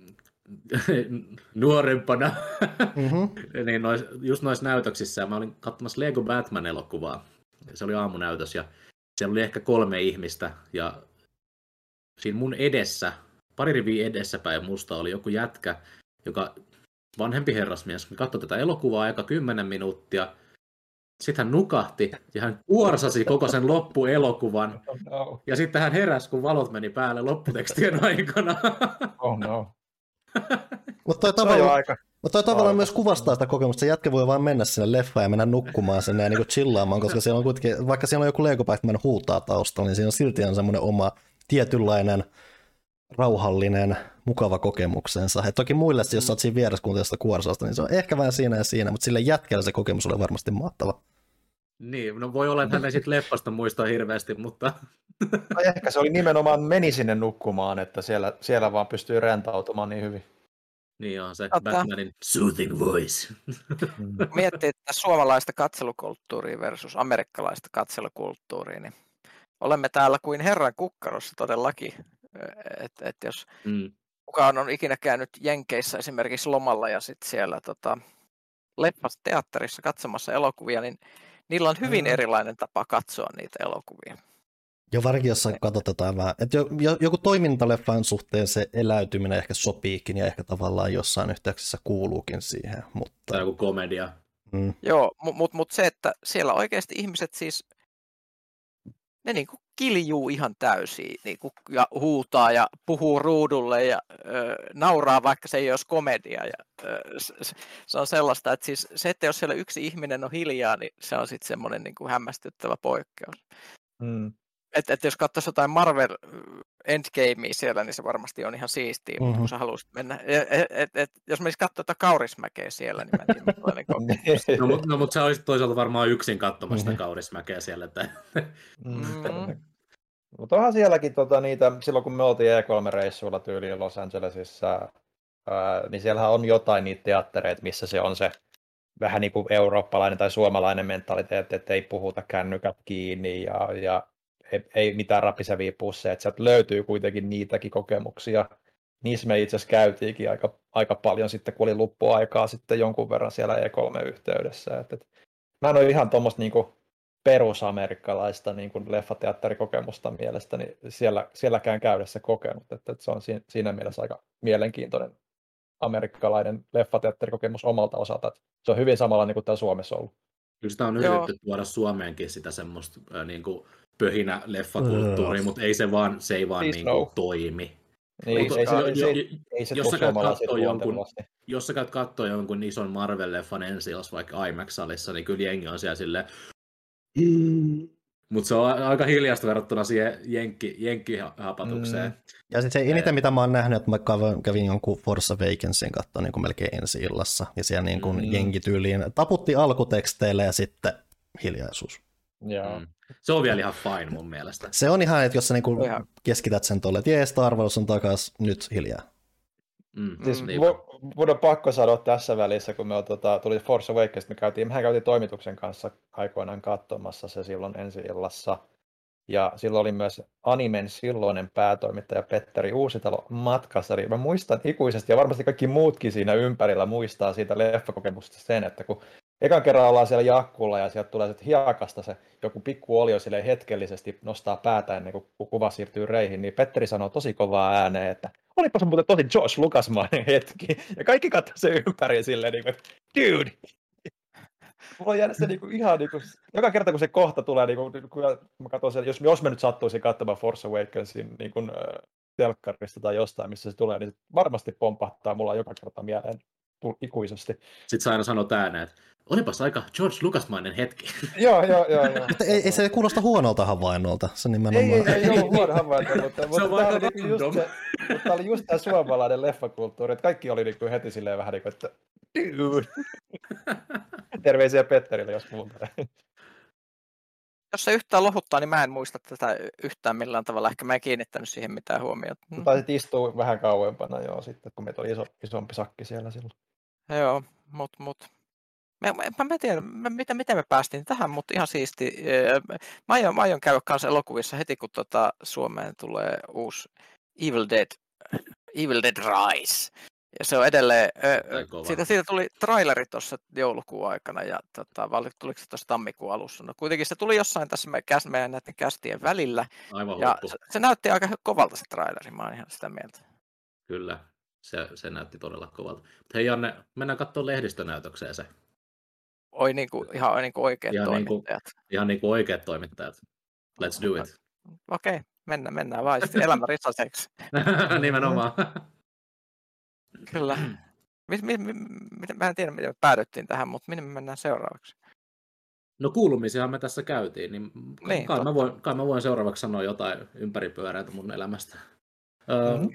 nuorempana, mm-hmm. niin nois, just noissa näytöksissä, mä olin katsomassa Lego Batman-elokuvaa, se oli aamunäytös, ja siellä oli ehkä kolme ihmistä, ja siinä mun edessä pari riviä edessäpäin musta oli joku jätkä, joka vanhempi herrasmies, katsoi tätä elokuvaa aika kymmenen minuuttia, sitten hän nukahti ja hän kuorsasi koko sen loppuelokuvan. Oh no. Ja sitten hän heräsi, kun valot meni päälle lopputekstien aikana. Oh no. Mutta toi, Se on jo tavallaan, aika. mut toi tavallaan Aivan. myös kuvastaa sitä kokemusta. Se jätkä voi vaan mennä sinne leffaan ja mennä nukkumaan sinne ja niinku chillaamaan, koska siellä on kuitenkin, vaikka siellä on joku Lego Batman huutaa taustalla, niin siinä on silti on semmoinen oma tietynlainen rauhallinen, mukava kokemuksensa. Et toki muille, jos sä oot siinä vieressä kuuntelusta kuorsausta, niin se on ehkä vähän siinä ja siinä, mutta sille jätkellä se kokemus oli varmasti mahtava. Niin, no voi olla, että hän ei sitten leffasta muistaa hirveästi, mutta... Tai ehkä se oli nimenomaan meni sinne nukkumaan, että siellä, siellä vaan pystyy rentautumaan niin hyvin. Niin on se Tota- Batmanin soothing voice. Miettii, että suomalaista katselukulttuuria versus amerikkalaista katselukulttuuria, niin olemme täällä kuin herran kukkarossa todellakin. Että et jos Mm. kukaan on ikinä käynyt Jenkeissä esimerkiksi lomalla ja sitten siellä tota, leffassa teatterissa katsomassa elokuvia, niin niillä on hyvin Mm. erilainen tapa katsoa niitä elokuvia. Jo varsinkin, jos katsotaan vähän, että jo, jo, joku toimintaleffan suhteen se eläytyminen ehkä sopiikin ja ehkä tavallaan jossain yhteyksissä kuuluukin siihen, mutta... Tai joku komedia. Mm. Joo, mutta mut, mut se, että siellä oikeasti ihmiset siis, ne niinku kiljuu ihan täysin niinku, ja huutaa ja puhuu ruudulle ja ö, nauraa, vaikka se ei olisi komedia. Ja, ö, se, se on sellaista, että siis se, että jos siellä yksi ihminen on hiljaa, niin se on sitten semmoinen niinku hämmästyttävä poikkeus. Mm. Että et jos katsoisi jotain Marvel Endgamea siellä, niin se varmasti on ihan siistiä, mm-hmm. mutta kun sä haluaisit mennä, et, et, et, jos menisi katsoa jotain Kaurismäkeä siellä, niin mä en tiedä, millainen kokemus. No, mutta no, mut sä olisit toisaalta varmaan yksin katsomassa sitä Mhm. Kaurismäkeä siellä. Että... Mm. Mutta onhan sielläkin tota, niitä, silloin kun me oltiin E kolme-reissuilla tyyliin Los Angelesissa, ää, niin siellähän on jotain niitä teattereita, missä se on se vähän niin kuin eurooppalainen tai suomalainen mentaliteetti, että ei puhuta kännykät kiinni ja, ja ei, ei mitään rapisevia pusseja, että sieltä löytyy kuitenkin niitäkin kokemuksia. Niissä me itse asiassa käytiinkin aika, aika paljon sitten, kun oli luppuaikaa sitten jonkun verran siellä E kolme-yhteydessä. Et, et, mä en ole ihan tuommoista niinku perusamerikkalaista niinku leffateatterikokemusta mielestäni siellä, sielläkään käydessä kokenut. Et, et se on siinä, siinä mielessä aika mielenkiintoinen amerikkalainen leffateatterikokemus omalta osalta. Et se on hyvin samalla kuin täällä Suomessa ollut. Kyllä sitä on Joo. yritetty tuoda Suomeenkin sitä semmoista äh, niin kuin pöhinä leffakulttuuria, mutta ei se vaan, se ei vaan Please niin kuin, no. toimi. Niin, Mutta ei, se, jo- ei, jo- se, jo- ei se jos tule sä käyt suomalaisille kattoo jonkun, luontevasti. jos sä käyt kattoo jonkun ison Marvel-leffan ensi illas vaikka IMAX-salissa, niin kyllä jengi on siellä silleen... Mutta se on a- aika hiljaista verrattuna siihen jenkki, jenkkihapatukseen. Mm. Ja sitten se eniten, mitä mä oon nähnyt, että mä kävin, kävin jonkun Force Awakensin katsoa niin kuin melkein ensi illassa, ja siellä niin kuin Mm. jenkityyliin taputti alkuteksteille ja sitten hiljaisuus. Joo. Mm. Se on vielä ihan fine mun mielestä. Se on ihan, että jos sä niin kuin Ihan. keskität sen tuolle, että jee, Star Wars on takas, nyt hiljaa. Mm. Siis Niin. mu- mun on pakko sanoa tässä välissä, kun me on, tota, tuli Force Awakens, me käytiin, mehän käytiin toimituksen kanssa aikoinaan katsomassa se silloin ensi illassa. Ja silloin oli myös Animen silloinen päätoimittaja Petteri Uusitalo matkassa. Eli mä muistan ikuisesti, ja varmasti kaikki muutkin siinä ympärillä muistaa siitä leffakokemusta sen, että kun ekan kerran ollaan siellä jakkulla ja sieltä tulee hiekasta se joku pikku olio silleen hetkellisesti nostaa päätä ennen kuin kuva siirtyy reihin, niin Petteri sanoo tosi kovaa ääneen, että olipa se muuten tosi George Lucasmainen hetki. Ja kaikki katsoo sen ympäri silleen, niin kuin, että dude! Mulla on jäänyt se niinku ihan niinku, joka kerta kun se kohta tulee, niinku, kun mä katson sen, jos, jos mä nyt sattuisin katsomaan Force Awakensin niinku, äh, telkkarista tai jostain, missä se tulee, niin se varmasti pompahtaa mulla joka kerta mieleen ikuisesti. Sitten sä aina sanot ääneen, että olipas aika George Lucasmainen hetki. Joo, joo, joo. joo. Mutta ei, ei se kuulosta huonolta havainolta, se Ei, nimenomaan. ei, ei ollut huono havainto, mutta, mutta on tämä vaan oli aika niinku just random. se, mutta tämä oli just tämä suomalainen leffakulttuuri, että kaikki oli niinku heti silleen vähän niin kuin, että dude. Terveisiä Petterille, jos kuuntelee. Jos se yhtään lohuttaa, niin mä en muista tätä yhtään millään tavalla. Ehkä mä en kiinnittänyt siihen mitään huomiota. Mm. Taisit istua vähän kauempana joo sitten, kun meitä oli iso, isompi sakki siellä silloin. Joo, mut, mut. Mä, mä, mä en tiedä, mä, miten, miten me päästiin tähän, mutta ihan siisti. Ee, Mä aion, mä aion käydä kanssa elokuvissa heti, kun tota Suomeen tulee uusi Evil Dead, Evil Dead Rise. Ja se on edelleen, Ai kova. siitä, siitä tuli traileri tuossa joulukuun aikana ja tota, vai tuliko se tuossa tammikuun alussa. No kuitenkin se tuli jossain tässä me, käs, meidän näiden kästien välillä Aivan ja loppu. se, se näytti aika kovalta se traileri, mä oon ihan sitä mieltä. Kyllä, se, se näytti todella kovalta. Mutta hei Janne, mennään katsomaan lehdistönäytökseen se. Oi niinku, ihan niinku oikeat Ihan niinku, toimittajat. ihan niinku oikeat toimittajat. Let's do it. Okei, okay, mennään, mennään vaan. Sitten elämä risaseksi. Nimenomaan. Kyllä. Mi, mi, mi, mä en tiedä, miten me päädyttiin tähän, mutta minne me mennään seuraavaksi? No kuulumisiahan me tässä käytiin, niin, Niin, kai, mä voin, kai mä voin seuraavaksi sanoa jotain ympäripyöreitä mun elämästä. Öö, Mm.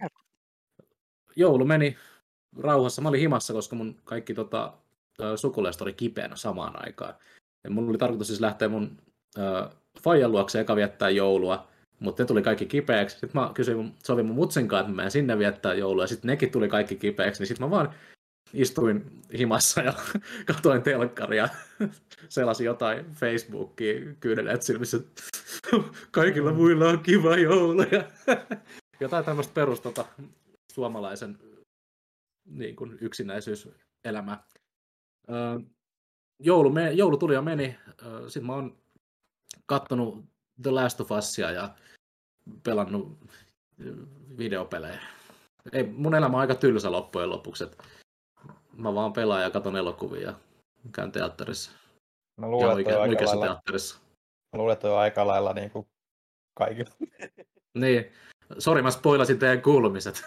joulu meni rauhassa. Mä olin himassa, koska mun kaikki tota, sukulaiset oli kipeänä samaan aikaan. Ja mun oli tarkoitus siis lähteä mun äh, faijan luokse eka viettää joulua, mutta ne tuli kaikki kipeäksi. Sitten mä kysyin, mun, sovin mun mutsin kanssa, että mä menen sinne viettää joulua, ja sitten nekin tuli kaikki kipeäksi, niin sitten mä vaan istuin himassa ja katsoin telkkaria, selasin jotain Facebookia kyyneleet silmissä, kaikilla muilla on kiva joulu, ja jotain tämmöistä perustota suomalaisen niin kuin yksinäisyyselämää. Öö, joulu, me, joulu tuli ja meni. Öö, Sitten mä oon kattonut The Last of Usia ja pelannut videopelejä. Ei, mun elämä on aika tylsä loppujen lopuksi. Mä vaan pelaan ja katon elokuvia ja käyn teatterissa. Mä Ja luulen, että oikea, on aika oikeassa lailla, teatterissa. mä luulen, että on aika lailla niin kuin kaikilla. Niin. Sori, mä spoilasin teidän kuulumiset.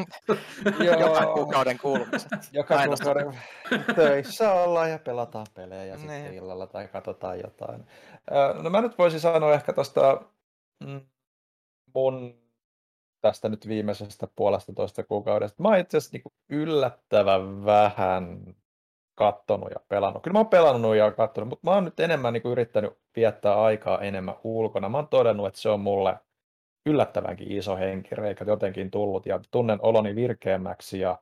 Joka kuukauden kuulumiset. Joka Aina kuukauden töissä ollaan ja pelataan pelejä ja sitten Niin. illalla tai katsotaan jotain. Ö, No mä nyt voisin sanoa ehkä tuosta mm, mun tästä nyt viimeisestä puolesta toista kuukaudesta. Mä oon itse asiassa niinku yllättävän vähän kattonut ja pelannut. Kyllä mä oon pelannut ja kattonut, mutta mä oon nyt enemmän niinku yrittänyt viettää aikaa enemmän ulkona. Mä oon todennut, että se on mulle yllättävänkin iso henkireikä jotenkin tullut ja tunnen oloni virkeämmäksi ja,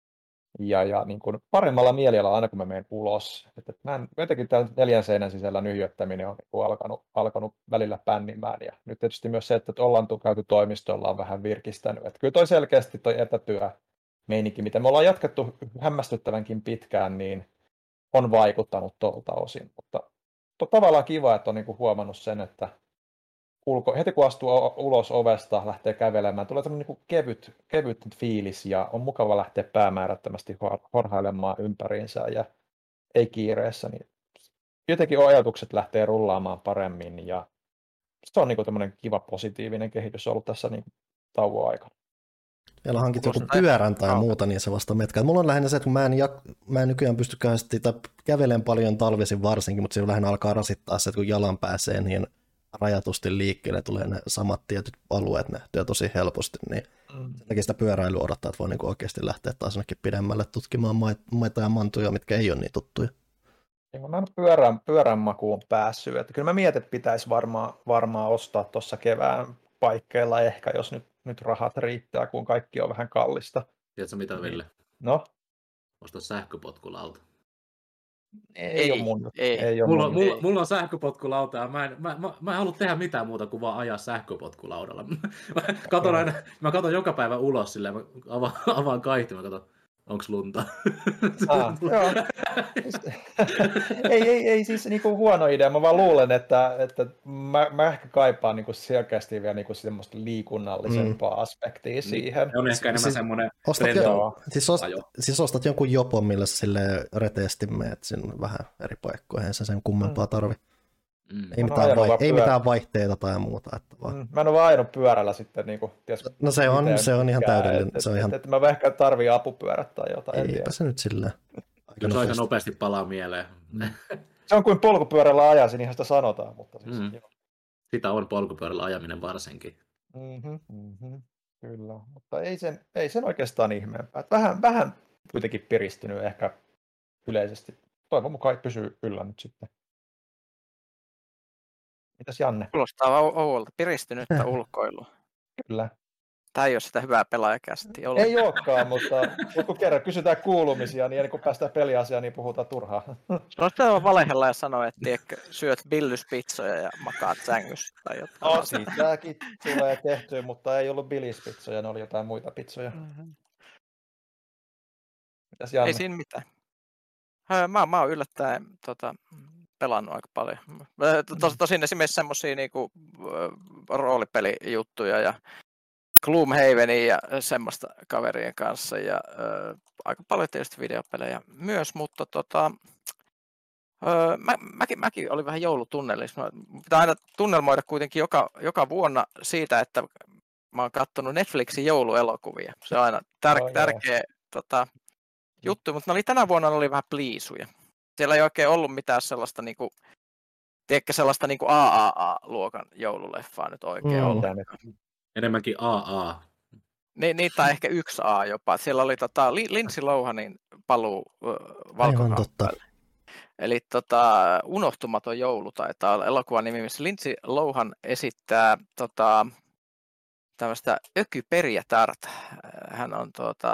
ja, ja niin kuin paremmalla mielialalla aina kun mä menen ulos. Että mä en, jotenkin tämä neljän seinän sisällä nyhjöttäminen on niin kuin alkanut, alkanut välillä pännimään ja nyt tietysti myös se, että ollaan käyty toimistolla on vähän virkistänyt. Että kyllä toi selkeästi toi etätyömeininki, mitä me ollaan jatkettu hämmästyttävänkin pitkään, niin on vaikuttanut tuolta osin, mutta to, tavallaan kiva, että on niin kuin huomannut sen, että ulko, heti kun astuu ulos ovesta, lähtee kävelemään, tulee tämmöinen niin kevyt, kevyt fiilis ja on mukava lähteä päämäärättömästi horhailemaan ympäriinsä ja ei kiireessä, niin jotenkin ajatukset lähtee rullaamaan paremmin ja se on niin tämmöinen kiva positiivinen kehitys ollut tässä niin tauon aikana. Vielä hankit joku pyörän tai muuta, niin se vasta metkä. Mulla on lähinnä se, että kun mä en, jak- mä en nykyään pysty käydä, tai kävelen paljon talvisin varsinkin, mutta se lähinnä alkaa rasittaa se, että kun jalan pääsee, niin rajatusti liikkeelle tulee ne samat tietyt alueet, ne työ tosi helposti, niin mm. sen takia sitä pyöräilyä odottaa, että voi niinku oikeasti lähteä taas jonnekin pidemmälle tutkimaan maita ja mantuja, mitkä ei ole niin tuttuja. Mä en pyörän, pyörän makuun päässyt, että kyllä mä mietin, että pitäisi varmaan, varmaan ostaa tuossa kevään paikkeilla ehkä, jos nyt, nyt rahat riittää, kun kaikki on vähän kallista. Tiedätkö mitä, Ville? No? Osta sähköpotkulauta. Ei, Ei, ole mun. ei. ei ole Mulla, mun. mulla, mulla on sähköpotkulauta ja mä en, mä, mä, mä en halua tehdä mitään muuta kuin vaan ajaa sähköpotkulaudalla. Mä katon, aina, mä katon joka päivä ulos silleen, mä avaan, avaan kaihtimen, mä katon, onks lunta? Ah, joo. ei, ei, ei siis niinku huono idea, mä vaan luulen, että, että mä, mä ehkä kaipaan niinku selkeästi vielä niinku semmoista liikunnallisempaa mm. aspektia siihen. Se on ehkä enemmän siis, semmoinen ostat, rento siis, ost, siis ostat jonkun jopon, millä sä silleen reteesti meet sinne vähän eri paikkoihin, ei se sen kummempaa tarvi. Mm. Ei, mitään, vai, ei mitään vaihteita tai muuta. Että vaan. Mm. Mä en ole vaan ajanut pyörällä sitten. Niin kuin, ties, no se on, se on ihan täydellinen. Että, se on ihan... että, että mä ehkä tarvii apupyörät tai jotain. Eipä se nyt silleen. Aika se aika nopeasti palaa mieleen. Mm. Se on kuin polkupyörällä ajasin, niin sitä sanotaan. Mutta siis, mm. Sitä on polkupyörällä ajaminen varsinkin. Mm-hmm, mm-hmm, kyllä, mutta ei sen, ei sen oikeastaan ihmeempää. Vähän, vähän kuitenkin piristynyt ehkä yleisesti. Toivon mukaan pysyy yllä nyt sitten. Mitäs Janne? Kuulostaa ouolta. Piristynyttä ulkoilua. Kyllä. Tämä ei ole sitä hyvää pelaajakästi. Ei olekaan, mutta, mutta kun kerran kysytään kuulumisia, niin ennen kuin päästään peliasiaan, niin puhutaan turhaa. No se on valehella ja sanoa, että tiedätkö, syöt billyspitsoja ja makaat sängyssä tai jotain. No, sitäkin tulee tehtyä, mutta ei ollut bilispitsoja, ne oli jotain muita pitsoja. Mm-hmm. Mitäs Janne? Ei siinä mitään. Mä, mä oon yllättäen tota, pelannut aika paljon. Tos, tosin esimerkiksi semmosia niinku roolipelijuttuja ja Gloomhavenin ja semmoista kaverien kanssa ja ö, aika paljon tietysti videopelejä myös, mutta tota, ö, mä, mäkin, mäkin olin vähän joulutunnelissa. Pitää aina tunnelmoida kuitenkin joka, joka vuonna siitä, että mä oon katsonut Netflixin jouluelokuvia. Se on aina tär- Oh, tärkeä tota, juttu, mutta ne oli, tänä vuonna ne oli vähän pliisuja. Siellä ei oikein ollut mitään sellaista niinku, tiedätkö, sellaista niinku A A A-luokan joululeffaa nyt oikein Mm. ollut. Enemmänkin A A. Niin, niitä ehkä yksi A jopa. Siellä oli tota, Lindsay Lohanin paluu Aivan valkokampaalle. totta. Eli tota, Unohtumaton joulu taitaa olla elokuvan nimi, missä Lindsay Lohan esittää tota, tämmöistä ökyperiätärtä. Hän on tota,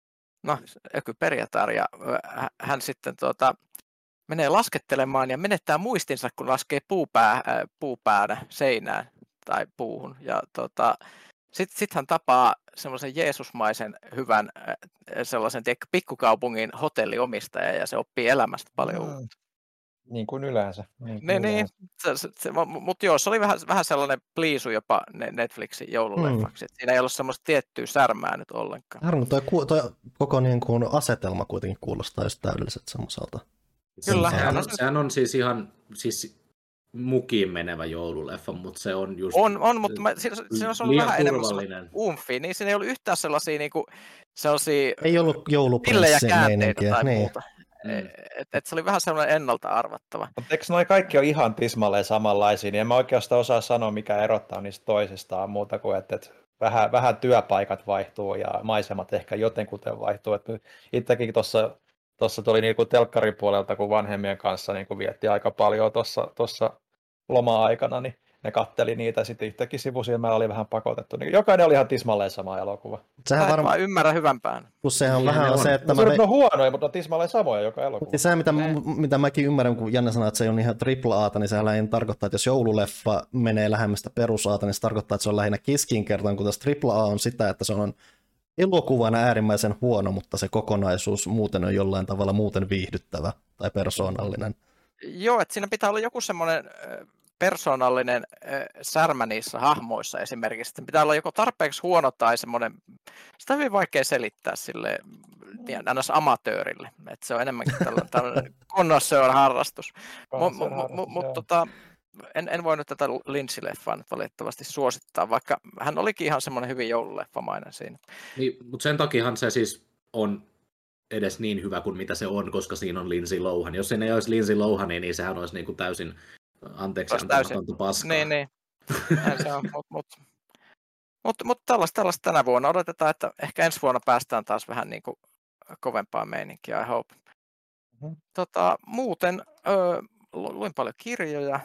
no, ökyperiätär ja hän sitten tota, menee laskettelemaan ja menettää muistinsa, kun laskee puupää, äh, puupäänä seinään tai puuhun. Ja tota, sitten sit hän tapaa semmoisen jeesusmaisen hyvän äh, sellaisen tiedätkö, pikkukaupungin hotelliomistajan ja se oppii elämästä paljon uutta. Mm. Niin kuin yleensä. Niin, Ne, niin, se, se, se, mutta joo, se oli vähän, vähän sellainen pliisu jopa Netflixin joululeffaksi. Mm. Siinä ei ollut semmoista tiettyä särmää nyt ollenkaan. Harmi, toi, toi koko niin kuin asetelma kuitenkin kuulostaa just täydelliset semmoiselta. Kyllä. Sehän on, sehän on siis ihan siis mukiin menevä joululeffa, mutta se on just On, on mutta mä, siinä, siinä on ollut vähän enemmän umfia, niin siinä ei ollut yhtään sellaisia, niinku, sellaisia ei ollut joulupressin meininkiä. tai niin. muuta. Mm. Et, et se oli vähän sellainen ennalta arvattava. Mutta eikö noi kaikki ole ihan tismalleen samanlaisia, niin en mä oikeastaan osaa sanoa, mikä erottaa niistä toisistaan muuta kuin, että, että vähän, vähän työpaikat vaihtuu ja maisemat ehkä jotenkuten vaihtuu. Itsekin tuossa Tuossa tuli niinku telkkarin puolelta, kun vanhemmien kanssa niinku vietti aika paljon tuossa loma-aikana, niin ne katteli niitä, sitten itsekin sivusilmällä oli vähän pakotettu. Niin jokainen oli ihan tismalleen sama elokuva. Sehän varma... Mä ymmärrän hyvän pään. Plus sehän on vähän on. se, että... No, mä... se on huonoja, mutta on tismalleen samoja joka elokuva. Sehän, mitä, mitä mäkin ymmärrän, kun Janne sanoi, että se on ihan triple A:ta, niin sehän ei tarkoittaa, että jos joululeffa menee lähemmästä perus A:ta, niin se tarkoittaa, että se on lähinnä keskinkertainen, kun tässä triple A on sitä, että se on elokuvana äärimmäisen huono, mutta se kokonaisuus muuten on jollain tavalla muuten viihdyttävä tai persoonallinen. Joo, että siinä pitää olla joku semmoinen persoonallinen särmä niissä hahmoissa esimerkiksi. Sitten pitää olla joko tarpeeksi huono tai semmoinen, sitä on hyvin vaikea selittää sille ns. Amatöörille. Että se on enemmänkin tällainen, tällainen connoisseur-harrastus. Mutta tota, en, en voi nyt tätä Lindsay-leffaa nyt valitettavasti suosittaa, vaikka hän olikin ihan semmoinen hyvin joululeffamainen siinä. Niin, mutta sen takiahan se siis on edes niin hyvä kuin mitä se on, koska siinä on Lindsay Lohan. Jos siinä ei olisi Lindsay Lohania, niin sehän olisi niin kuin täysin anteeksi antamatonta paskaa. Niin, niin. Se on, mutta mut, mut, mut tällaista, tällaista tänä vuonna odotetaan, että ehkä ensi vuonna päästään taas vähän niin kuin kovempaa meininkiä, I hope. Mm-hmm. Tota, muuten ö, luin paljon kirjoja.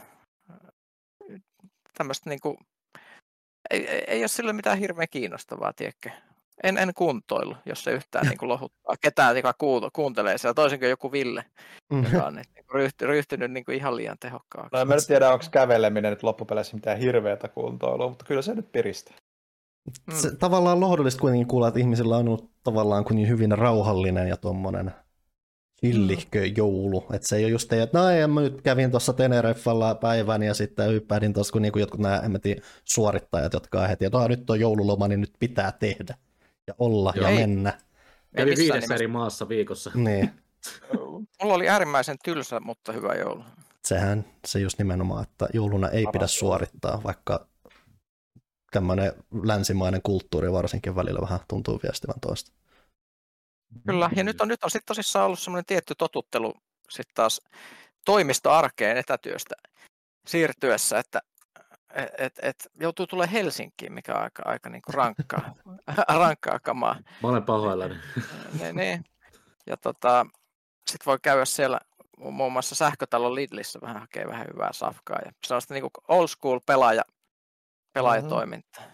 Tämmöistä niinku, ei, ei, ei ole sille mitään hirveän kiinnostavaa, tiedätkö? En, en kuntoilu, jos se yhtään niin kuin lohuttaa ketään, joka kuuntelee siellä, toisin kuin joku Ville, joka on niin ryhty, ryhtynyt niin kuin ihan liian tehokkaaksi. No en mä nyt tiedä, onko käveleminen nyt loppupeleissä mitään hirveätä kuntoilua, mutta kyllä se nyt piristää. Se mm. tavallaan lohdullista kuitenkin kuulla, että ihmisillä on ollut tavallaan kuin hyvin rauhallinen ja tuommoinen chillikö joulu. Että se ei ole just teidän, että no ei, mä nyt kävin tuossa Tenereffalla päivän ja sitten hyppähdin tuossa, kun niinku jotkut nämä en mä tiedä, suorittajat, jotka on heti, että nyt on joululoma, niin nyt pitää tehdä ja olla Joo, ja ei, mennä. Kävi viidessä nimessä eri maassa viikossa. Niin. Mulla oli äärimmäisen tylsä, mutta hyvä joulu. Sehän se just nimenomaan, että jouluna ei pidä suorittaa, vaikka tämmöinen länsimainen kulttuuri varsinkin välillä vähän tuntuu viestivän toista. Kyllä, ja nyt on, nyt on sitten tosissaan ollut semmoinen tietty totuttelu sitten taas toimistoarkeen etätyöstä siirtyessä, että et, et joutuu tulemaan Helsinkiin, mikä on aika, aika niinku rankkaa, rankkaa kamaa. Mä olen pahoillani. Ne, ne. Ja tota, sitten voi käydä siellä muun muassa Sähkötalon Lidlissä vähän hakee vähän hyvää safkaa ja sellaista niinku old school pelaaja, pelaajatoimintaa.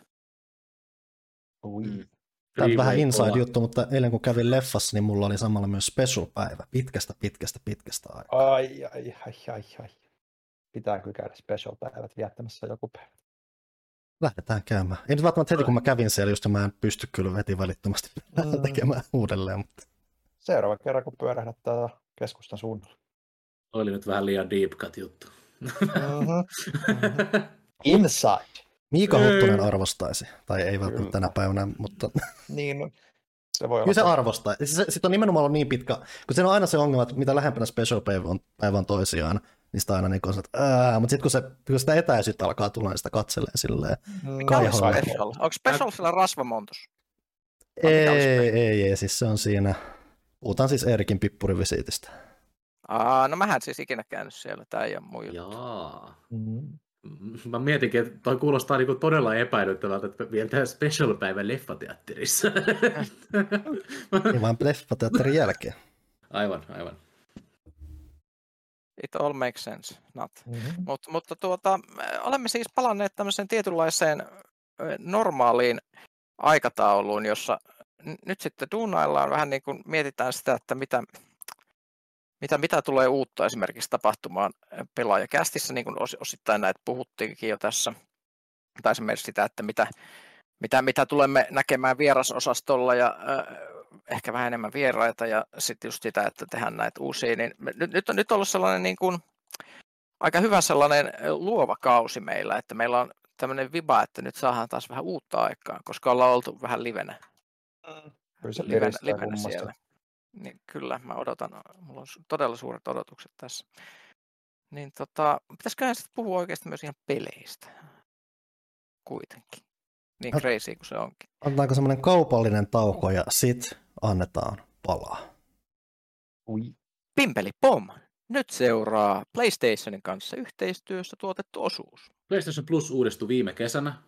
Mm-hmm. Tämä on vähän inside-juttu, mutta eilen kun kävin leffassa, niin mulla oli samalla myös special-päivä. Pitkästä, pitkästä, pitkästä aikaa. Ai, ai, ai, ai, ai. Pitää kyllä käydä special-päivät viettämässä joku päivä. Lähdetään käymään. Ei nyt välttämättä heti, kun mä kävin siellä, just mä en pysty kyllä heti välittömästi mm. tekemään uudelleen. Mutta... Seuraava kerran, kun pyörähdät täällä keskustan suunnalla. Oli nyt vähän liian deep cut juttu. Mm-hmm. Mm-hmm. Inside. Miika Huttunen arvostaisi, tai ei välttämättä tänä päivänä, mutta Niin, no, se voi olla. kyllä se arvostaa. Sitten on nimenomaan ollut niin pitkä, kun se on aina se ongelma, että mitä lähempänä special päivä on, päivä on toisiaan, niin sitä aina niin kuin, että ää, mutta sitten kun, se, kun sitä etäisyyttä alkaa tulla, niin sitä katselee silleen Mm, kaiholla. Special. Onko Special sillä rasvamontus? Ei, ei, ei, ei, siis se on siinä. Puhutaan siis Eerikin pippurivisiitistä. Aa, no mähän siis ikinä käynyt siellä, tää ei ole mun juttu. Jaa. Mm. Mä mietinkin, että toi kuulostaa niinku todella epäilyttävältä, että vielä tämä special-päivä leffateatterissa. Niin vaan leffateatterin jälkeen. Aivan, aivan. It all makes sense, not. Mm-hmm. Mut, mutta tuota, olemme siis palanneet tämmöiseen tietynlaiseen normaaliin aikatauluun, jossa n- nyt sitten duunaillaan vähän niin kuin mietitään sitä, että mitä, mitä, mitä tulee uutta esimerkiksi tapahtumaan pelaajakästissä, niin kuin os, osittain näitä puhuttiinkin jo tässä, tai esimerkiksi sitä, että mitä, mitä, mitä tulemme näkemään vierasosastolla ja äh, ehkä vähän enemmän vieraita ja sitten just sitä, että tehdään näitä uusia, niin nyt, nyt on nyt ollut sellainen niin kuin aika hyvä sellainen luova kausi meillä, että meillä on tämmöinen viba, että nyt saadaan taas vähän uutta aikaa, koska ollaan oltu vähän livenä, Kyllä se livenä, piristää livenä kummasti. siellä. Niin kyllä, mä odotan, mulla on todella suuret odotukset tässä. Niin tota, pitäisiköhän sitten puhua oikeasti myös ihan peleistä kuitenkin, niin No. crazy kuin se onkin. Annetaanko semmoinen kaupallinen tauko ja sit annetaan palaa. Ui. Pimpeli pom! Nyt seuraa PlayStationin kanssa yhteistyössä tuotettu osuus. PlayStation Plus uudistui viime kesänä.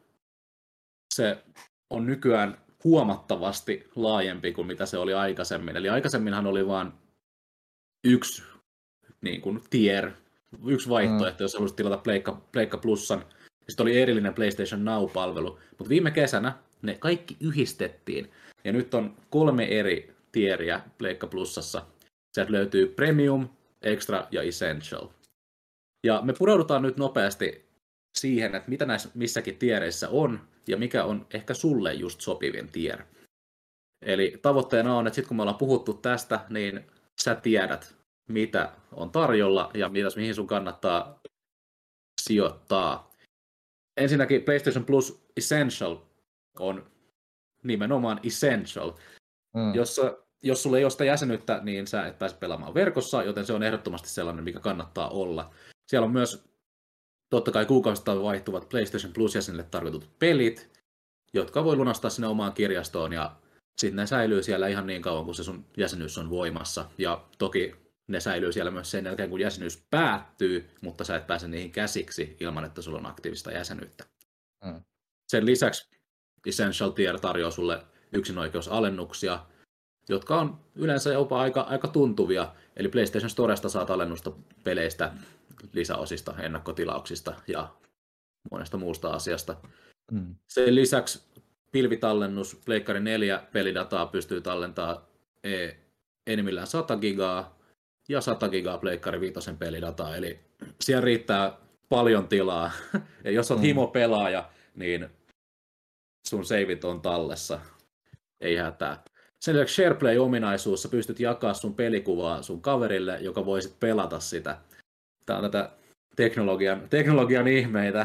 Se on nykyään huomattavasti laajempi kuin mitä se oli aikaisemmin. Eli aikaisemminhan oli vain yksi niin kuin tier, yksi vaihtoehto, mm. jos haluaisit tilata Pleikka, Pleikka Plusan. Sitten oli erillinen PlayStation Now-palvelu. Mutta viime kesänä ne kaikki yhdistettiin. Ja nyt on kolme eri tieriä Pleikka Plusassa. Sieltä löytyy Premium, Extra ja Essential. Ja me pureudutaan nyt nopeasti siihen, että mitä näissä missäkin tiereissä on, ja mikä on ehkä sulle just sopivin tier. Eli tavoitteena on, että sitten kun me ollaan puhuttu tästä, niin sä tiedät, mitä on tarjolla, ja mitäs, mihin sun kannattaa sijoittaa. Ensinnäkin PlayStation Plus Essential on nimenomaan Essential. Mm. Jos, jos sulla ei ole sitä jäsenyyttä, niin sä et pääse pelaamaan verkossa, joten se on ehdottomasti sellainen, mikä kannattaa olla. Siellä on myös totta kai kuukausittain vaihtuvat PlayStation Plus-jäsenille tarkoitut pelit, jotka voi lunastaa sinne omaan kirjastoon, ja sitten ne säilyy siellä ihan niin kauan, kun se sun jäsenyys on voimassa. Ja toki ne säilyy siellä myös sen jälkeen, kun jäsenyys päättyy, mutta sä et pääse niihin käsiksi ilman, että sulla on aktiivista jäsenyyttä. Mm. Sen lisäksi Essential Tier tarjoaa sulle yksinoikeusalennuksia, jotka on yleensä jopa aika, aika tuntuvia. Eli PlayStation Storesta saat alennusta peleistä, lisäosista, ennakkotilauksista ja monesta muusta asiasta. Mm. Sen lisäksi pilvitallennus, Pleikkari neljä pelidataa pystyy tallentamaan e, enimmillään sata gigaa ja sata gigaa Pleikkari viitosen pelidataa, eli siellä riittää paljon tilaa. Ja jos olet Mm. himo-pelaaja, niin sun saveit on tallessa, ei hätää. Sen lisäksi SharePlay-ominaisuus, sä pystyt jakaa sun pelikuvaa sun kaverille, joka voi sit pelata sitä. Tää on tätä teknologian, teknologian ihmeitä.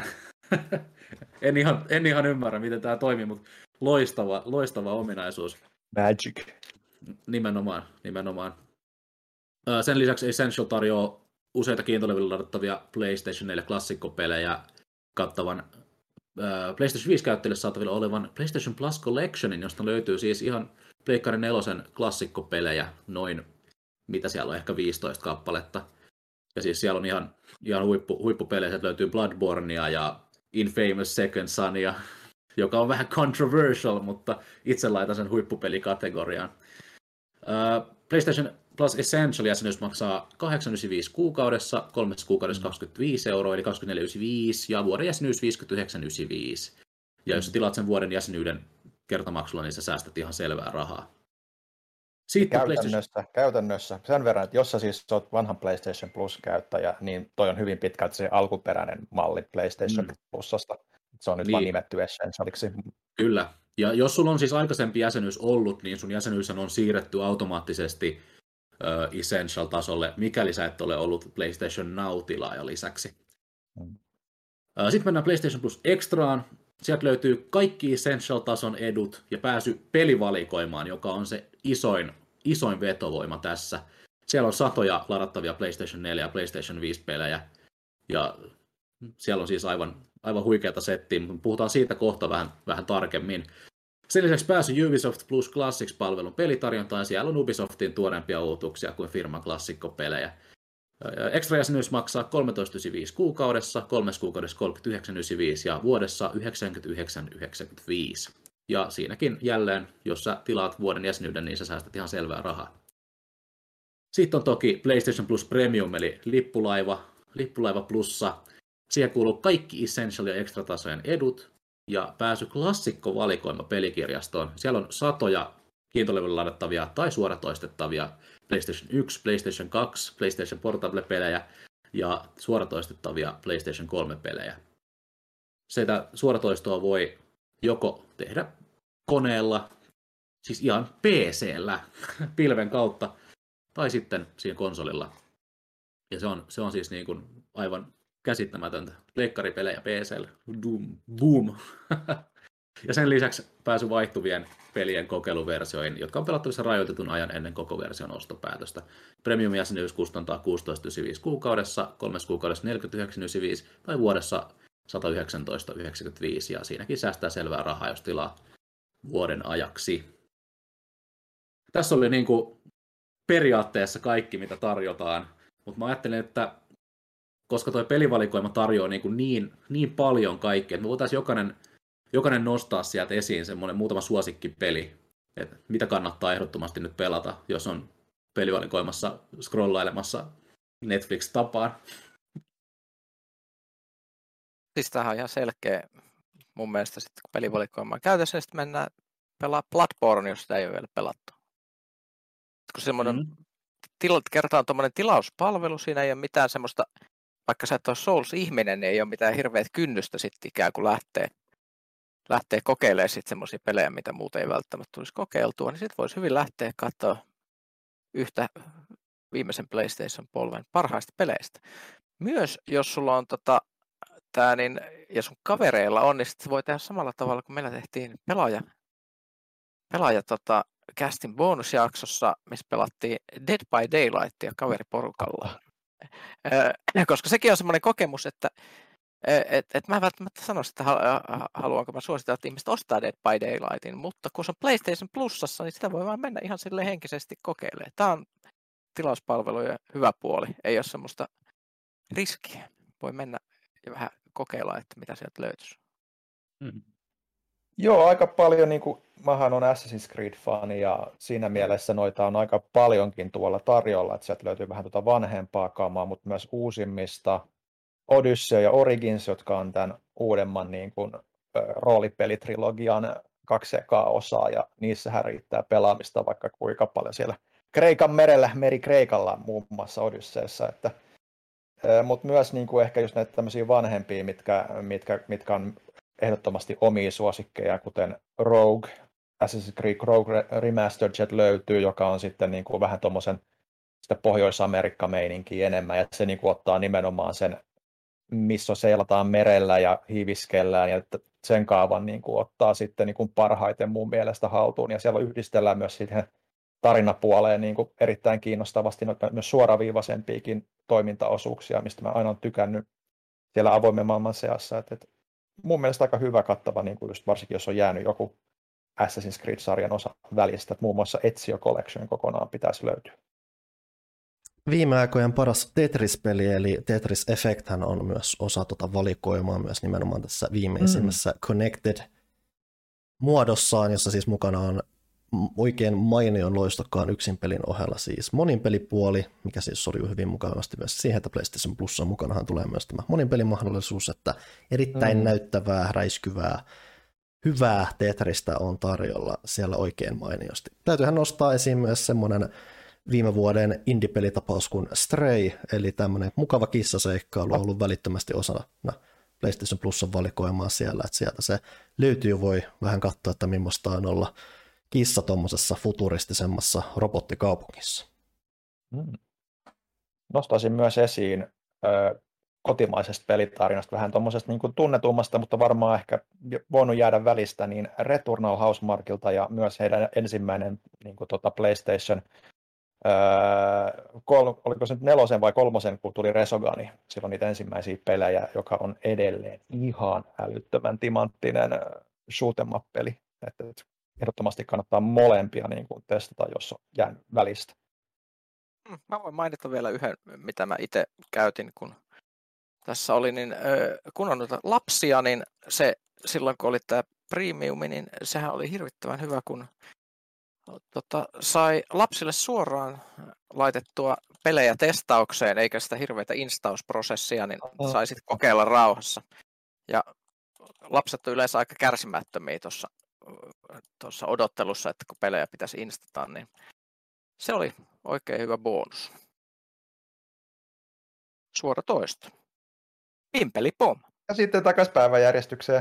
en, ihan, en ihan ymmärrä, miten tää toimii, mutta loistava, loistava ominaisuus. Magic. Nimenomaan, nimenomaan. Sen lisäksi Essential tarjoaa useita kiintolevillä ladattavia PlayStation neljä klassikkopelejä kattavan PlayStation viisi-käyttäjille saatavilla olevan PlayStation Plus Collectionin, josta löytyy siis ihan Pleikkari nelosen klassikkopelejä, noin, mitä siellä on, ehkä viisitoista kappaletta. Ja siis siellä on ihan, ihan huippu, huippupelejä, sieltä löytyy Bloodbornea ja Infamous Second Sonia, joka on vähän controversial, mutta itse laitan sen huippupelikategoriaan. Uh, PlayStation Plus Essential-jäsenyys maksaa kahdeksan pilkku yhdeksänkymmentäviisi kuukaudessa, kolmessa kuukaudessa kaksikymmentäviisi euroa, eli kaksikymmentäneljä pilkku yhdeksänkymmentäviisi, ja vuoden jäsenyys viisikymmentäyhdeksän pilkku yhdeksänkymmentäviisi. Ja jos sä tilaat sen vuoden jäsenyyden kertamaksulla, niin sä säästät ihan selvää rahaa. Sitten Käytännössä, PlayStation... käytännössä sen verran, että jos sä siis oot vanhan PlayStation Plus-käyttäjä, niin toi on hyvin pitkälti se alkuperäinen malli PlayStation mm. Plusasta. Se on nyt niin. vaan nimetty Essentialiksi. Kyllä. Ja jos sulla on siis aikaisempi jäsenyys ollut, niin sun jäsenyys on siirretty automaattisesti uh, Essential-tasolle, mikäli sä et ole ollut PlayStation Now-tilaaja lisäksi. Mm. Uh, Sitten mennään PlayStation Plus Extraan. Sieltä löytyy kaikki Essential-tason edut ja pääsy pelivalikoimaan, joka on se isoin, isoin vetovoima tässä. Siellä on satoja ladattavia PlayStation neljä ja PlayStation viisi pelejä, ja siellä on siis aivan, aivan huikeata settiä, mutta puhutaan siitä kohta vähän, vähän tarkemmin. Sen lisäksi pääsy Ubisoft Plus Classics-palvelun pelitarjontaan, ja siellä on Ubisoftin tuorempia uutuuksia kuin firman klassikkopelejä. Extra-jäsenyys maksaa kolmetoista pilkku yhdeksänkymmentäviisi kuukaudessa, kolmes kuukaudessa kolmekymmentäyhdeksän pilkku yhdeksänkymmentäviisi ja vuodessa yhdeksänkymmentäyhdeksän pilkku yhdeksänkymmentäviisi. Ja siinäkin jälleen, jos sä tilaat vuoden jäsenyyden, niin sä säästät ihan selvää rahaa. Sitten on toki PlayStation Plus Premium, eli lippulaiva, lippulaiva plussa. Siihen kuuluu kaikki Essential- ja Extra-tasojen edut ja pääsy klassikkovalikoima pelikirjastoon. Siellä on satoja kiintolevyllä ladattavia tai suoratoistettavia PlayStation yksi, PlayStation kaksi, PlayStation Portable-pelejä ja suoratoistettavia PlayStation kolme-pelejä. Sitä suoratoistoa voi joko tehdä koneella, siis ihan P C:llä pilven kautta, tai sitten siinä konsolilla. Ja se on, se on siis niin kuin aivan käsittämätöntä. Pleikkaripelejä P C:llä. Boom. Boom. Ja sen lisäksi pääsy vaihtuvien pelien kokeiluversioihin, jotka on pelattavissa rajoitetun ajan ennen koko version ostopäätöstä. Premium-jäsenyys kustantaa kuusitoista pilkku yhdeksänkymmentäviisi kuukaudessa, kolmes kuukaudessa neljäkymmentäyhdeksän pilkku yhdeksänkymmentäviisi tai vuodessa sata yhdeksäntoista pilkku yhdeksänkymmentäviisi, ja siinäkin säästää selvää rahaa, jos tilaa vuoden ajaksi. Tässä oli niin kuin periaatteessa kaikki, mitä tarjotaan, mutta mä ajattelin, että koska tuo pelivalikoima tarjoaa niin, kuin niin, niin paljon kaikkea, että me voitaisiin jokainen, jokainen nostaa sieltä esiin semmoinen muutama suosikkipeli, että mitä kannattaa ehdottomasti nyt pelata, jos on pelivalikoimassa scrollailemassa Netflix-tapaan. Siis tämähän on ihan selkeä mun mielestä sitten, kun pelivalikoima on käytössä, sitten mennään pelaa Bloodborne, jos sitä ei ole vielä pelattu. Kun semmoinen mm. til, kertaa on tuommoinen tilauspalvelu, siinä ei ole mitään semmoista, vaikka sä et ole Souls-ihminen, niin ei ole mitään hirveät kynnystä sitten ikään kuin lähtee, lähtee kokeilemaan sitten semmoisia pelejä, mitä muuten ei välttämättä tulisi kokeiltua, niin sitten voisi hyvin lähteä katsoa yhtä viimeisen PlayStation-polven parhaista peleistä. Myös jos sulla on tota, tää, niin, ja sun kavereilla on, niin sitten voi tehdä samalla tavalla, kun meillä tehtiin pelaaja, pelaaja tota, castin bonusjaksossa, missä pelattiin Dead by Daylightia kaveriporukalla. Äh, koska sekin on semmoinen kokemus, että et, et mä en välttämättä sanoisi, että haluanko mä suositella, että ihmiset ostaa Dead by Daylightin, mutta kun se on PlayStation Plusassa, niin sitä voi vaan mennä ihan sille henkisesti kokeilemaan. Tämä on tilauspalvelujen hyvä puoli, ei ole semmoista riskiä. Voi mennä ja vähän kokeilla, että mitä sieltä löytyisi. Mm. Joo, aika paljon, niin kuin, mähän on Assassin's Creed-fani ja siinä mielessä noita on aika paljonkin tuolla tarjolla, että sieltä löytyy vähän tuota vanhempaa kamaa, mutta myös uusimmista Odyssey ja Origins, jotka on tämän uudemman niin kuin, roolipelitrilogian kaksi ekaa osaa ja niissähän riittää pelaamista vaikka kuinka paljon siellä Kreikan merellä, meri Kreikalla muun muassa Odysseyssä, että mutta myös niin kuin ehkä just näitä tämmöisiä vanhempia, mitkä, mitkä, mitkä on ehdottomasti omia suosikkeja, kuten Rogue, Assassin's Creed Rogue Remastered löytyy, joka on sitten niin kuin vähän tuommoisen sitä Pohjois-Amerikka-meininkiä enemmän, ja se niin kuin ottaa nimenomaan sen, missä seilataan merellä ja hiiviskellään, ja sen kaavan niin kuin ottaa sitten niin kuin parhaiten mun mielestä haltuun, ja siellä yhdistellään myös siihen tarinapuoleen niin kuin erittäin kiinnostavasti noita myös suoraviivaisempiakin toimintaosuuksia, mistä mä aina olen tykännyt siellä avoimen maailman seassa. Et, et mun mielestä aika hyvä kattava, niin kuin just varsinkin jos on jäänyt joku Assassin's Creed-sarjan osa välistä, että muun muassa Ezio Collection kokonaan pitäisi löytyä. Viime aikojen paras Tetris-peli, eli Tetris Effect on myös osa tuota valikoimaa myös nimenomaan tässä viimeisimmässä mm. Connected muodossaan, jossa siis mukana on oikein mainion loistokkaan yksin pelin ohella siis moninpelipuoli, mikä siis soriu hyvin mukavasti myös siihen, että PlayStation Plusan mukanahan tulee myös tämä moninpelimahdollisuus, että erittäin mm. näyttävää, räiskyvää, hyvää Tetristä on tarjolla siellä oikein mainiosti. Täytyyhän nostaa esiin myös semmoinen viime vuoden indie-pelitapaus kuin Stray, eli tämmöinen mukava kissaseikkailu on ollut välittömästi osana PlayStation Plusan valikoimaa siellä, että sieltä se löytyy, voi vähän katsoa, että millaista on olla kissa tuommoisessa futuristisemmassa robottikaupungissa. Hmm. Nostaisin myös esiin äh, kotimaisesta pelitarinasta, vähän tuommoisesta niin kuin tunnetummasta, mutta varmaan ehkä voinut jäädä välistä, niin Returnal Housemarquelta ja myös heidän ensimmäinen niin kuin tota PlayStation, öö, kol, oliko se nyt nelosen vai kolmosen, kun tuli Resogani, silloin niitä ensimmäisiä pelejä, joka on edelleen ihan älyttömän timanttinen shoot 'em up-peli, että ehdottomasti kannattaa molempia niin kuin testata, jos on jäänyt välistä. Mä voin mainita vielä yhden, mitä mä itse käytin, kun tässä oli, niin kun on noita lapsia, niin se silloin kun oli tämä premiumi, niin sehän oli hirvittävän hyvä, kun tota, sai lapsille suoraan laitettua pelejä testaukseen, eikä sitä hirveätä instausprosessia, niin sai sitten kokeilla rauhassa. Ja lapset on yleensä aika kärsimättömiä tuossa tuossa odottelussa, että kun pelejä pitäisi instata, niin se oli oikein hyvä bonus. Suora toisto. Pimpeli pom. Ja sitten takaisin päiväjärjestykseen.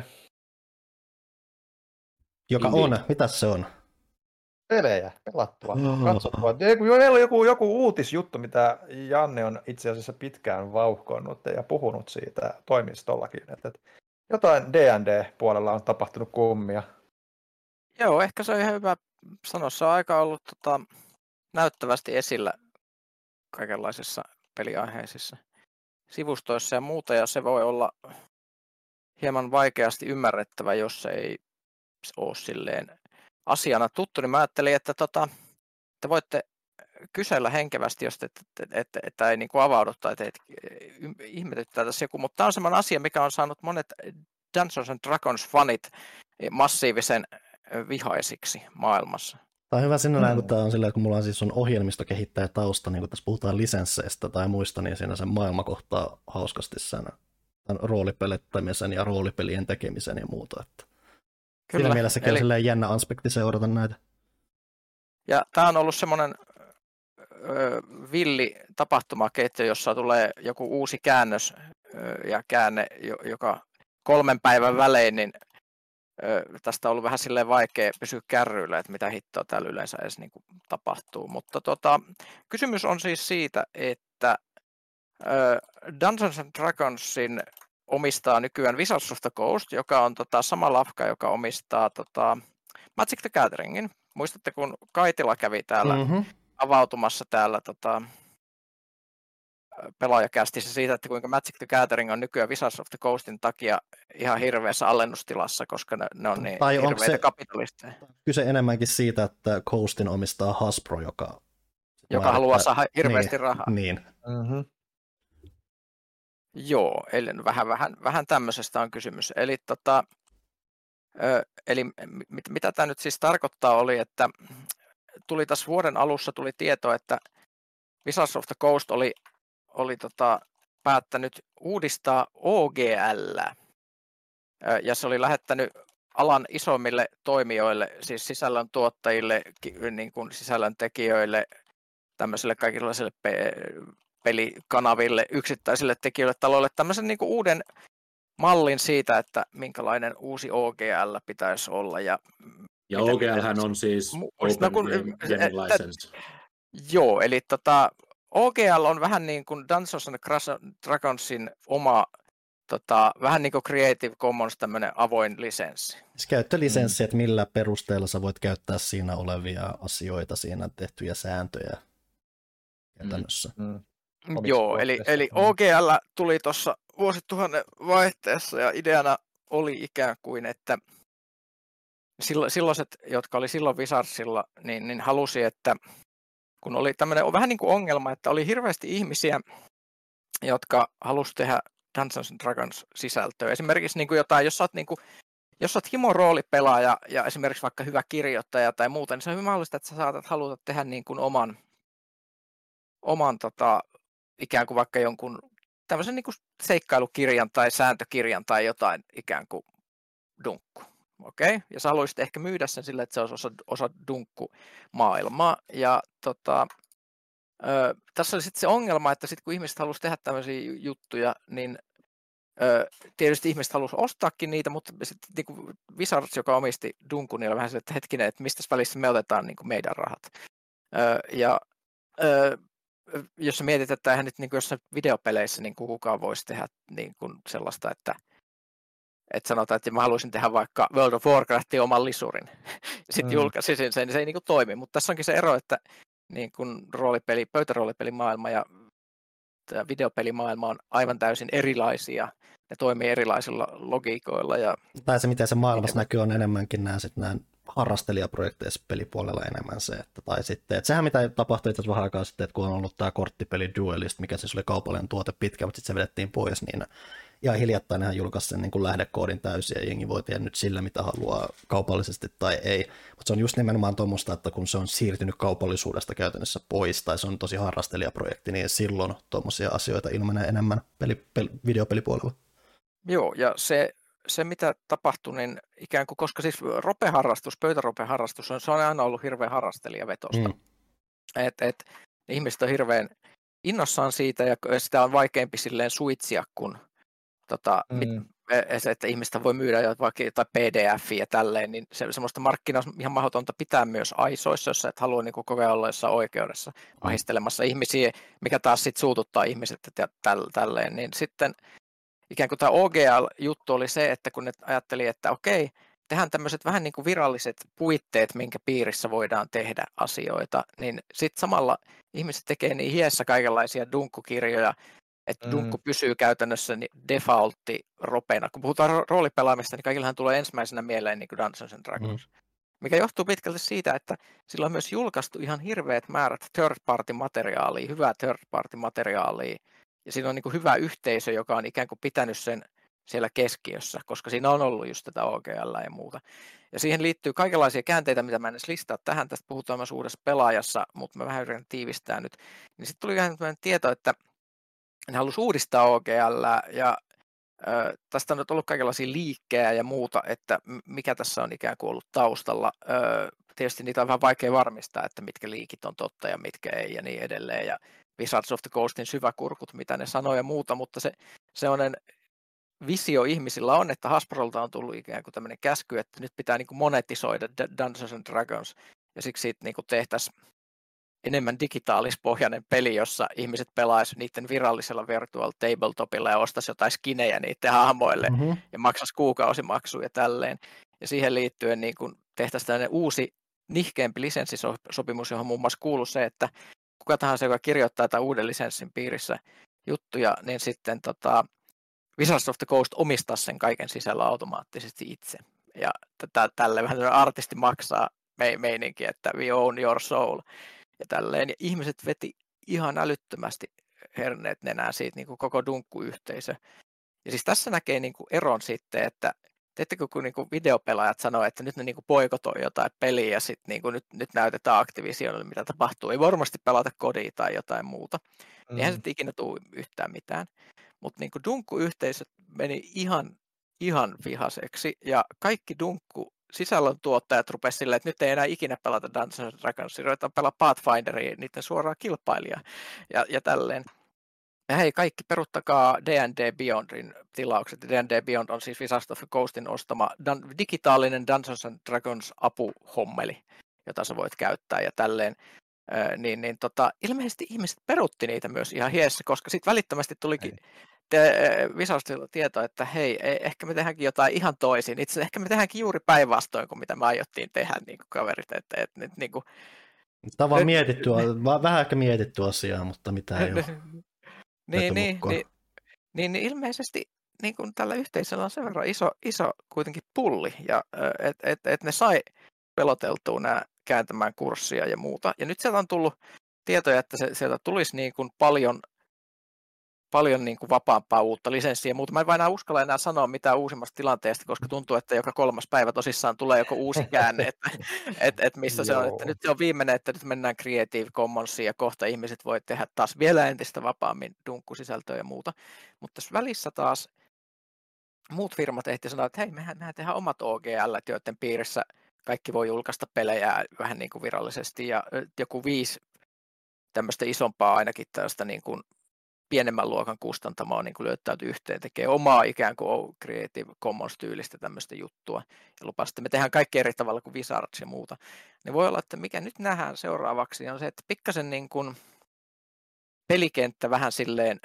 Joka Niin. on, mitäs se on? Pelejä, pelattua, Joo. katsottua. Joku, meillä on joku, joku uutisjuttu, mitä Janne on itse asiassa pitkään vauhkonnut ja puhunut siitä toimistollakin. Että jotain D and D-puolella on tapahtunut kummia. Joo, ehkä se on ihan hyvä sanoa. Se on aika ollut tota, näyttävästi esillä kaikenlaisissa peliaiheisissa sivustoissa ja muuta, ja se voi olla hieman vaikeasti ymmärrettävä, jos se ei ole silleen asiana tuttu, niin mä ajattelin, että tota, te voitte kysellä henkevästi, jos te, että, että, että ei niin kuin avaudu tai teitä ihmetyttää tässä joku, mutta tämä on sellainen asia, mikä on saanut monet Dungeons and Dragons-fanit massiivisen vihaisiksi maailmassa. Tämä on hyvä sinne Mm. näin, kun tämä on silleen, kun mulla on siis on ohjelmistokehittäjä tausta, niin kun tässä puhutaan lisensseistä tai muista, niin siinä se maailma kohtaa hauskasti sen roolipelettamisen ja roolipelien tekemisen ja muuta. Että siinä mielessäkin on silleen jännä aspekti seurata näitä. Ja tämä on ollut semmoinen ö, villi tapahtumaketju, jossa tulee joku uusi käännös ö, ja käänne, joka kolmen päivän välein, niin ö, tästä on ollut vähän silleen vaikea pysyä kärryillä, että mitä hittoa täällä yleensä edes niin kuin tapahtuu. Mutta tota, kysymys on siis siitä, että ö, Dungeons and Dragonsin omistaa nykyään Wizards of the Coast, joka on tota, sama lafka, joka omistaa tota, Magic the Gatheringin. Muistatte, kun Kaitila kävi täällä Mm-hmm. avautumassa täällä tota, pelaajakästissä siitä, että kuinka Magic the Gathering on nykyään Wizards of the Coastin takia ihan hirveässä alennustilassa, koska ne, ne on niin Tai onko hirveitä se kapitalisteja. kyse enemmänkin siitä, että Coastin omistaa Hasbro, joka, Joka haluaa saada hirveästi niin, rahaa. Niin. Mm-hmm. Joo, eli vähän, vähän, vähän tämmöisestä on kysymys. Eli, tota, ö, eli mit, mitä tämä nyt siis tarkoittaa oli, että tuli tässä vuoden alussa tuli tieto, että Wizards of the Coast oli, oli tota, päättänyt uudistaa O G L, ja se oli lähettänyt alan isommille toimijoille, siis sisällön tuottajille, niin kuin sisällön tekijöille, tämmöisille kaikenlaisille pe- pelikanaville, yksittäisille tekijöille, taloille, tämmöisen niin kuin uuden mallin siitä, että minkälainen uusi O G L pitäisi olla. Ja, ja O G L on siis Open no, kun, Game License. Joo, eli tota, O G L on vähän niin kuin Dungeons and Dragonsin oma, tota, vähän niin kuin Creative Commons tämmöinen avoin lisenssi. Siis käyttölisenssi, mm. että millä perusteella sä voit käyttää siinä olevia asioita, siinä tehtyjä sääntöjä käytännössä. Mm. Mm. Joo, eli, eli O G L tuli tuossa vuosituhannen vaihteessa ja ideana oli ikään kuin, että silloiset, jotka oli silloin Wizardsilla, niin, niin halusi, että kun oli tämmöinen vähän niin kuin ongelma, että oli hirveästi ihmisiä, jotka halusi tehdä Dungeons and Dragons sisältöä. Esimerkiksi niin kuin jotain, jos sä oot, niin kuin, jos sä oot himo-roolipelaaja ja esimerkiksi vaikka hyvä kirjoittaja tai muuta, niin se on hyvin mahdollista, että sä saatat haluta tehdä niin kuin oman, oman tota, ikään kuin vaikka jonkun tämmöisen niin kuin seikkailukirjan tai sääntökirjan tai jotain ikään kuin dunkku. Okei, ja sä haluaisit ehkä myydä sen sille, että se olisi osa, osa dunkkumaailmaa. Ja tota, ö, tässä oli sitten se ongelma, että sit kun ihmiset halusi tehdä tämmöisiä juttuja, niin ö, tietysti ihmiset halusi ostaakin niitä, mutta sitten niin Wizards, joka omisti dunkun, niin oli vähän sille, että hetkinen, että mistä välissä me otetaan niin kuin meidän rahat. Ö, ja ö, jos sä mietit, että eihän nyt niin kuin jossain videopeleissä niin kuin kukaan voisi tehdä niin kuin sellaista, että että sanotaan, että mä haluaisin tehdä vaikka World of Warcraftin oman lisurin, sitten Mm. julkaisisin sen, niin se ei niin kuin toimi. Mutta tässä onkin se ero, että niin kuin roolipeli, pöytäroolipelimaailma ja tämä videopelimaailma on aivan täysin erilaisia. Ne toimii erilaisilla logiikoilla. Ja Tai se, miten se maailmassa Miten- näkyy, on enemmänkin nämä, sit nämä harrastelijaprojekteissa pelipuolella enemmän se, että, tai sitten, että sehän mitä tapahtui itse asiassa vähän aikaa sitten, että kun on ollut tämä korttipeli Duelist, mikä siis oli kaupallinen tuote pitkä, mutta sitten se vedettiin pois, niin ihan hiljattain hän julkaisi sen niin kuin lähdekoodin täysin, ja jengi voi tehdä nyt sillä, mitä haluaa kaupallisesti tai ei, mutta se on just nimenomaan tuommoista, että kun se on siirtynyt kaupallisuudesta käytännössä pois, tai se on tosi harrastelijaprojekti, niin silloin tuommoisia asioita ilmenee enemmän peli, peli, videopelipuolella. Joo, ja se, se mitä tapahtui, niin ikään kuin, koska siis ropeharrastus, pöytäropeharrastus, on, se on aina ollut hirveän harrastelijavetosta. Mm. Et, et, ihmiset on hirveän innossaan siitä, ja sitä on vaikeampi silleen suitsia, kun tota, Mm. mit, se, että ihmistä voi myydä jo vaikka jotain P D F ja tälleen, niin se, semmoista markkinaa on ihan mahdotonta pitää myös aisoissa, jos et halua niin koko ajan olla jossain oikeudessa ahistelemassa ihmisiä, mikä taas sitten suututtaa ihmiset ja täl, tälleen, niin sitten ikään kuin tämä O G L-juttu oli se, että kun ne ajatteli, että okei, tehdään tämmöiset vähän niin kuin viralliset puitteet, minkä piirissä voidaan tehdä asioita, niin sitten samalla ihmiset tekee niin hiessä kaikenlaisia dunkkukirjoja, että Mm. dunkku pysyy käytännössä niin defaultti ropeena. Kun puhutaan ro- roolipelaamista, niin kaikillahan tulee ensimmäisenä mieleen niin kuin Dungeons and Dragons. Mm. Mikä johtuu pitkälti siitä, että sillä on myös julkaistu ihan hirveät määrät third-party-materiaalia, hyvää third-party-materiaalia, ja siinä on niin kuin hyvä yhteisö, joka on ikään kuin pitänyt sen siellä keskiössä, koska siinä on ollut just tätä O G L ja muuta. Ja siihen liittyy kaikenlaisia käänteitä, mitä mä en edes listaa tähän. Tästä puhutaan myös uudessa pelaajassa, mutta mä vähän yritän tiivistää nyt. Niin sitten tuli ihan tieto, että ne halusi uudistaa O G L ja ö, tästä on nyt ollut kaikenlaisia liikkejä ja muuta, että mikä tässä on ikään kuin ollut taustalla. Ö, tietysti niitä on vähän vaikea varmistaa, että mitkä liikit on totta ja mitkä ei ja niin edelleen. Ja Wizards of the Coastin syväkurkut, mitä ne sanoo ja muuta, mutta se sellainen visio ihmisillä on, että Hasbrolta on tullut ikään kuin tämmöinen käsky, että nyt pitää niin kuin monetisoida Dungeons and Dragons, ja siksi siitä niin kuin tehtäisiin enemmän digitaalispohjainen peli, jossa ihmiset pelaisivat niiden virallisella virtual tabletopilla ja ostaisi jotain skinejä niiden hahmoille Mm-hmm. ja maksaisi kuukausimaksuja ja tälleen. Ja siihen liittyen niin kuin tehtäisiin tämmöinen uusi nihkeämpi lisenssisopimus, johon muun muassa kuuluu se, että kuka tahansa, joka kirjoittaa tämän uuden lisenssin piirissä juttuja, niin sitten tota, Wizards of the Coast omistaa sen kaiken sisällä automaattisesti itse. Ja tätä, tälle vähän artisti maksaa me, meininki, että we own your soul. Ja tälleen. Ja ihmiset veti ihan älyttömästi herneet nenää siitä niin kuin koko dunkkuyhteisö. Ja siis tässä näkee niin kuin eron sitten, että teettekö kun niin kuin videopelaajat sanoo, että nyt ne niin kuin boikotoi jotain peliä ja sitten niin kuin nyt, nyt näytetään Activisionille, mitä tapahtuu. Ei varmasti pelata kodia tai jotain muuta. Mm. Eihän sitten ikinä tule yhtään mitään. Mutta niin dunkkuyhteisöt meni ihan, ihan vihaseksi ja kaikki dunkku sisällön tuottajat rupesivat silleen, että nyt ei enää ikinä pelata Dungeons and Dragons, ruvetaan pelaa Pathfinderia, niiden suoraan kilpailijaa ja, ja tälleen. Ja hei, kaikki peruttakaa D and D Beyondin tilaukset. D and D Beyond on siis Wizards of the Coastin ostama dan- digitaalinen Dungeons and Dragons apuhommeli, jota sä voit käyttää ja tälleen. Äh, niin, niin tota, ilmeisesti ihmiset perutti niitä myös ihan hiessä, koska sitten välittömästi tulikin Wizardsilta tieto, että hei, ehkä me tehdäänkin jotain ihan toisin. Itse ehkä me tehdäänkin juuri päinvastoin kuin mitä me aiottiin tehdä, niin kuin kaverit. Että, että, että, niin kuin... Tämä on vaan mietitty, vähän ehkä mietitty asiaa, mutta mitä ei ole. niin, niin, niin, niin, niin ilmeisesti niin kuin tällä yhteisöllä on sen verran iso, iso kuitenkin pulli, ja että et, et ne sai peloteltua nämä kääntämään kurssia ja muuta. Ja nyt sieltä on tullut tietoja, että se, sieltä tulisi niin kuin paljon paljon niin kuin vapaampaa uutta lisenssiä ja muuta. Mä en vain enää uskalla enää sanoa mitään uusimmasta tilanteesta, koska tuntuu, että joka kolmas päivä tosissaan tulee joku uusi käänne, että et, et missä se on. Että nyt se on viimeinen, että nyt mennään Creative Commonsiin ja kohta ihmiset voi tehdä taas vielä entistä vapaammin dunkkusisältöä ja muuta. Mutta tässä välissä taas muut firmat ehti sanoa, että hei, mehän, mehän tehdään omat O G L, joiden piirissä kaikki voi julkaista pelejä vähän niin kuin virallisesti ja joku viisi tämmöistä isompaa ainakin tällaista niin kuin pienemmän luokan kustantamoa niin kuin löytäytyy yhteen, tekee omaa ikään kuin Creative Commons-tyylistä tämmöistä juttua ja lupaa sitten me tehdään kaikki eri tavalla kuin Wizards ja muuta. Niin voi olla, että mikä nyt nähdään seuraavaksi on se, että pikkasen niin kuin pelikenttä vähän silleen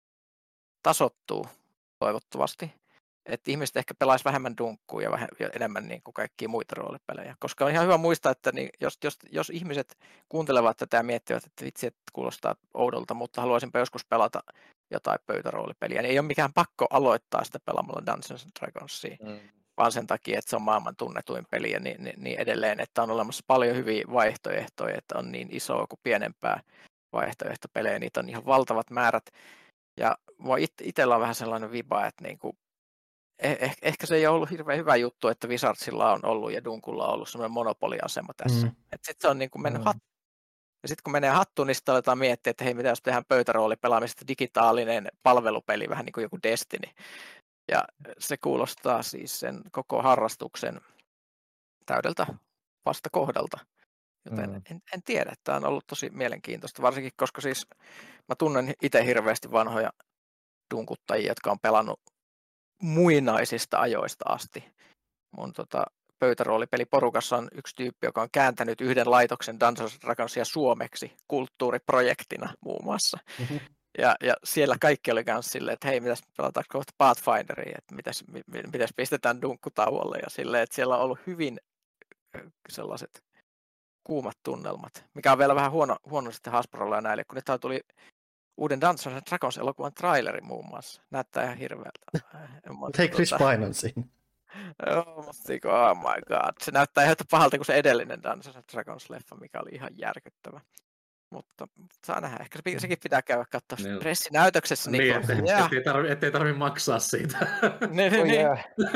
tasottuu toivottavasti. Että ihmiset ehkä pelaisi vähemmän dunkkua ja, vähemmän, ja enemmän niin kuin kaikkia muita roolipelejä. Koska on ihan hyvä muistaa, että niin, jos, jos, jos ihmiset kuuntelevat tätä ja miettivät, että vitsi, että kuulostaa oudolta, mutta haluaisinpa joskus pelata jotain pöytäroolipeliä, niin ei ole mikään pakko aloittaa sitä pelaamalla Dungeons and Dragonsia, mm. vaan sen takia, että se on maailman tunnetuin peli ja niin, niin, niin edelleen, että on olemassa paljon hyviä vaihtoehtoja, että on niin isoa kuin pienempää vaihtoehtopelejä, niitä on ihan valtavat määrät. Ja it, itsellä on vähän sellainen viba, että niinku, eh, ehkä se ei ole ollut hirveän hyvä juttu, että Wizardsilla on ollut ja Dunkulla on ollut semmoinen monopoliasema tässä. Mm. Että sitten se on niinku mennyt mm. hattuun. Ja sitten kun menee hattuun, niin sitten aletaan miettiä, että hei, mitä jos tehdään pöytäroolipelaamista digitaalinen palvelupeli, vähän niin kuin joku Destiny. Ja se kuulostaa siis sen koko harrastuksen täydeltä vastakohdalta. Joten mm. en, en tiedä, että tämä on ollut tosi mielenkiintoista, varsinkin koska siis mä tunnen itse hirveästi vanhoja dunkuttajia, jotka on pelannut muinaisista ajoista asti. Mun tota, pöytäroolipeliporukassa on yksi tyyppi, joka on kääntänyt yhden laitoksen Dungeons and Dragonsia suomeksi kulttuuriprojektina muun muassa. Mm-hmm. Ja, ja siellä kaikki oli myös silleen, että hei, mitäs pelataan kohta Pathfinderia, että mitäs, mitäs pistetään dunkkutauolle ja silleen, että siellä on ollut hyvin sellaiset kuumat tunnelmat, mikä on vielä vähän huono, huono sitten Hasbrolla ja näille, kun nyt tuli uuden Dungeons and Dragons elokuvan traileri muun muassa. Näyttää ihan hirveältä. Hei, Chris Pine on siinä. Joo, mutta oh my god. Se näyttää ihan pahalta kuin se edellinen Dungeons and Dragons-leffa, mikä oli ihan järkyttävä. Mutta saa nähdä. Ehkä se, sekin pitää käydä katsoa niin. Pressinäytöksessä. Niin, niin ettei, yeah. ettei, tarvi, ettei tarvi maksaa siitä. niin, niin, niin.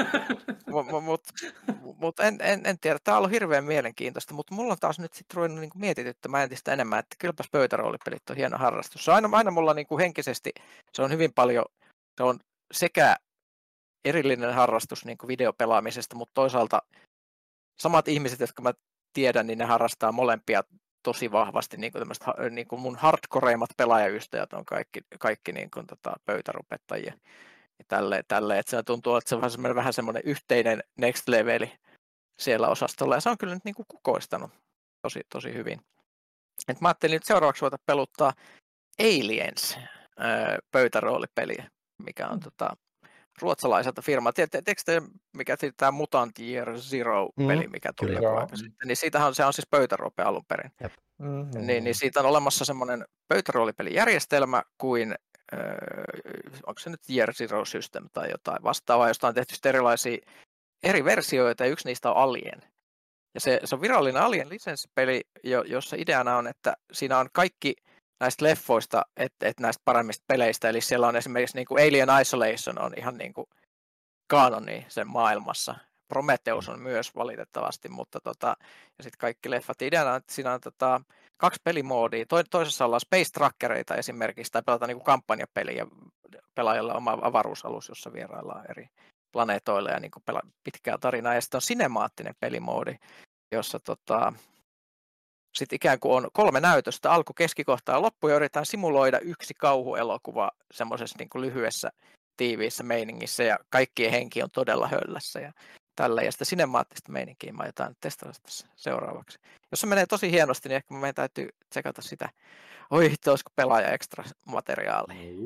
Mutta mut, mut en, en, en tiedä. Tämä on ollut hirveän mielenkiintoista, mutta mulla on taas nyt sitten ruvennut niinku mietityttämään entistä enemmän, että kylläpäs pöytäroolipelit on hieno harrastus. Se on aina, aina mulla niinku henkisesti, se on hyvin paljon, se on sekä erillinen harrastus niinku videopelaamisesta, mutta toisaalta samat ihmiset, jotka mä tiedän, niin ne harrastaa molempia tosi vahvasti, niin kuin niin kuin mun hardcoreimmat pelaajaystäjät on kaikki, kaikki niin kuin, tota, pöytärupettajia. Ja tälleen, tälleen, että se tuntuu, että se on semmoinen, vähän semmoinen yhteinen next leveli siellä osastolla, ja se on kyllä nyt niin kuin kukoistanut tosi, tosi hyvin. Et mä ajattelin nyt seuraavaksi voida peluttaa Aliens ää, pöytäroolipeliä, mikä on tota, ruotsalaiselta firmaa. Tiedättekö te, mikä tämä Mutant Year Zero-peli, mikä tuli joku aika sitten? Niin siitähän se on siis pöytärope alun perin. Mm-hmm. Niin, niin siitä on olemassa semmoinen pöytäroolipelijärjestelmä kuin, äh, onko se nyt Year Zero System tai jotain vastaavaa, josta on tehty erilaisia eri versioita, ja yksi niistä on Alien. Ja se, se on virallinen Alien-lisenssipeli, jossa ideana on, että siinä on kaikki näistä leffoista, että et näistä paremmista peleistä, eli siellä on esimerkiksi niin kuin Alien Isolation on ihan niin kuin kanoni sen maailmassa. Prometheus on myös valitettavasti, mutta tota, ja sitten kaikki leffat. Ideana on, että siinä on tota, kaksi pelimoodia. Toisessa ollaan Space Trackereita esimerkiksi, tai pelataan niin kuin kampanjapeliä, pelaajalla on oma avaruusalus, jossa vieraillaan eri planeetoilla ja niin kuin pela- pitkää tarinaa. Ja sitten on sinemaattinen pelimoodi, jossa tota, sitten ikään kuin on kolme näytöstä, alku, keskikohta ja loppu, ja yritetään simuloida yksi kauhuelokuva semmoisessa niin kuin lyhyessä, tiiviissä meiningissä, ja kaikkien henki on todella höllässä, ja tällä, ja sitä sinemaattista meininkiä mä jotain testata tässä seuraavaksi. Jos se menee tosi hienosti, niin ehkä meidän täytyy tsekata sitä, oi hitto, olisiko pelaaja ekstra materiaalia.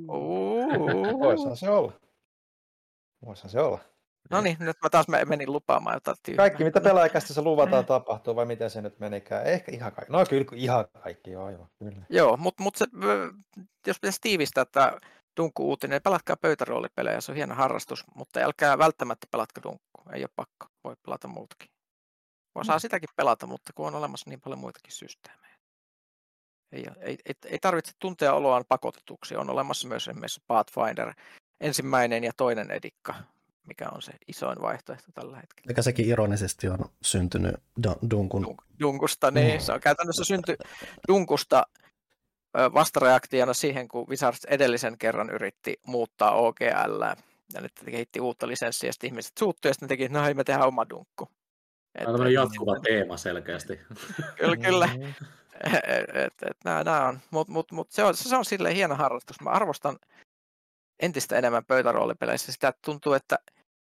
Voisihan se olla. Voisihan se olla. No niin, nyt mä taas menin lupaamaan jotain tyhmää. Kaikki, mitä pelaajakästissä luvataan tapahtuu, vai miten se nyt menikään? Ehkä ihan kaikki. No kyllä, ihan kaikki, joo, joo, kyllä. Joo, mutta mut se, jos pitäisi tiivistää tämä Dunkku-uutinen, niin pelatkaa pöytäroolipelejä, se on hieno harrastus, mutta älkää välttämättä pelatko Dunkku, ei ole pakko, voi pelata muutakin. Voi saa sitäkin pelata, mutta kun on olemassa niin paljon muitakin systeemejä. Ei, ei, ei, ei tarvitse tuntea oloaan pakotetuksi, on olemassa myös esimerkiksi Pathfinder, ensimmäinen ja toinen edikka, mikä on se isoin vaihtoehto tällä hetkellä. Eikä sekin ironisesti on syntynyt Dunkun. Dunk, Dunkusta, niin mm. se on käytännössä synty Dunkusta vastareaktiona siihen, kun Wizards edellisen kerran yritti muuttaa O G L, ja nyt kehitti uutta lisenssiä, ja sitten ihmiset suuttuivat, ja sitten ne teki, että no hei, me tehdään oma Dunkku. Tämä on jatkuva et, teema selkeästi. Kyllä, kyllä. et, et, nämä on, mutta mut, mut se on, se on silleen hieno harrastus. Mä arvostan entistä enemmän pöytäroolipeleissä sitä, että tuntuu, että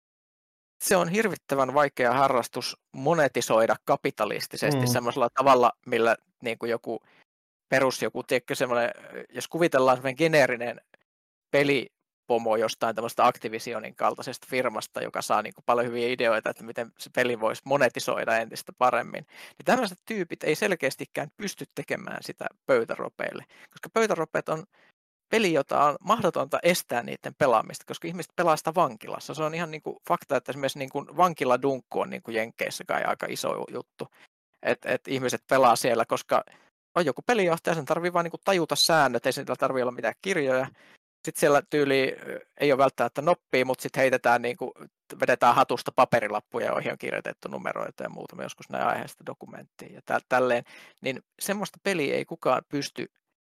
se on hirvittävän vaikea harrastus monetisoida kapitalistisesti mm. semmoisella tavalla, millä niin kuin joku perus joku, tiedätkö, semmoinen, jos kuvitellaan semmoinen geneerinen pelipomo jostain tämmöistä Activisionin kaltaisesta firmasta, joka saa niin kuin paljon hyviä ideoita, että miten se peli voisi monetisoida entistä paremmin, niin tämmöiset tyypit ei selkeästikään pysty tekemään sitä pöytäropeille, koska pöytäropeet on peli, jota on mahdotonta estää niiden pelaamista, koska ihmiset pelaa sitä vankilassa. Se on ihan niin kuin fakta, että esimerkiksi niin kuin vankiladunkku on niin kuin Jenkeissä kai aika iso juttu, että et ihmiset pelaa siellä, koska on joku pelijohtaja, sen tarvii vaan niin kuin tajuta säännöt, ei sillä tarvitse olla mitään kirjoja. Sitten siellä tyyli ei ole välttämättä noppia, mutta sitten heitetään, niin kuin, vedetään hatusta paperilappuja, joihin on kirjoitettu numeroita ja muuta. Me joskus näin aiheesta dokumenttia ja tä- tälleen. Niin semmoista peliä ei kukaan pysty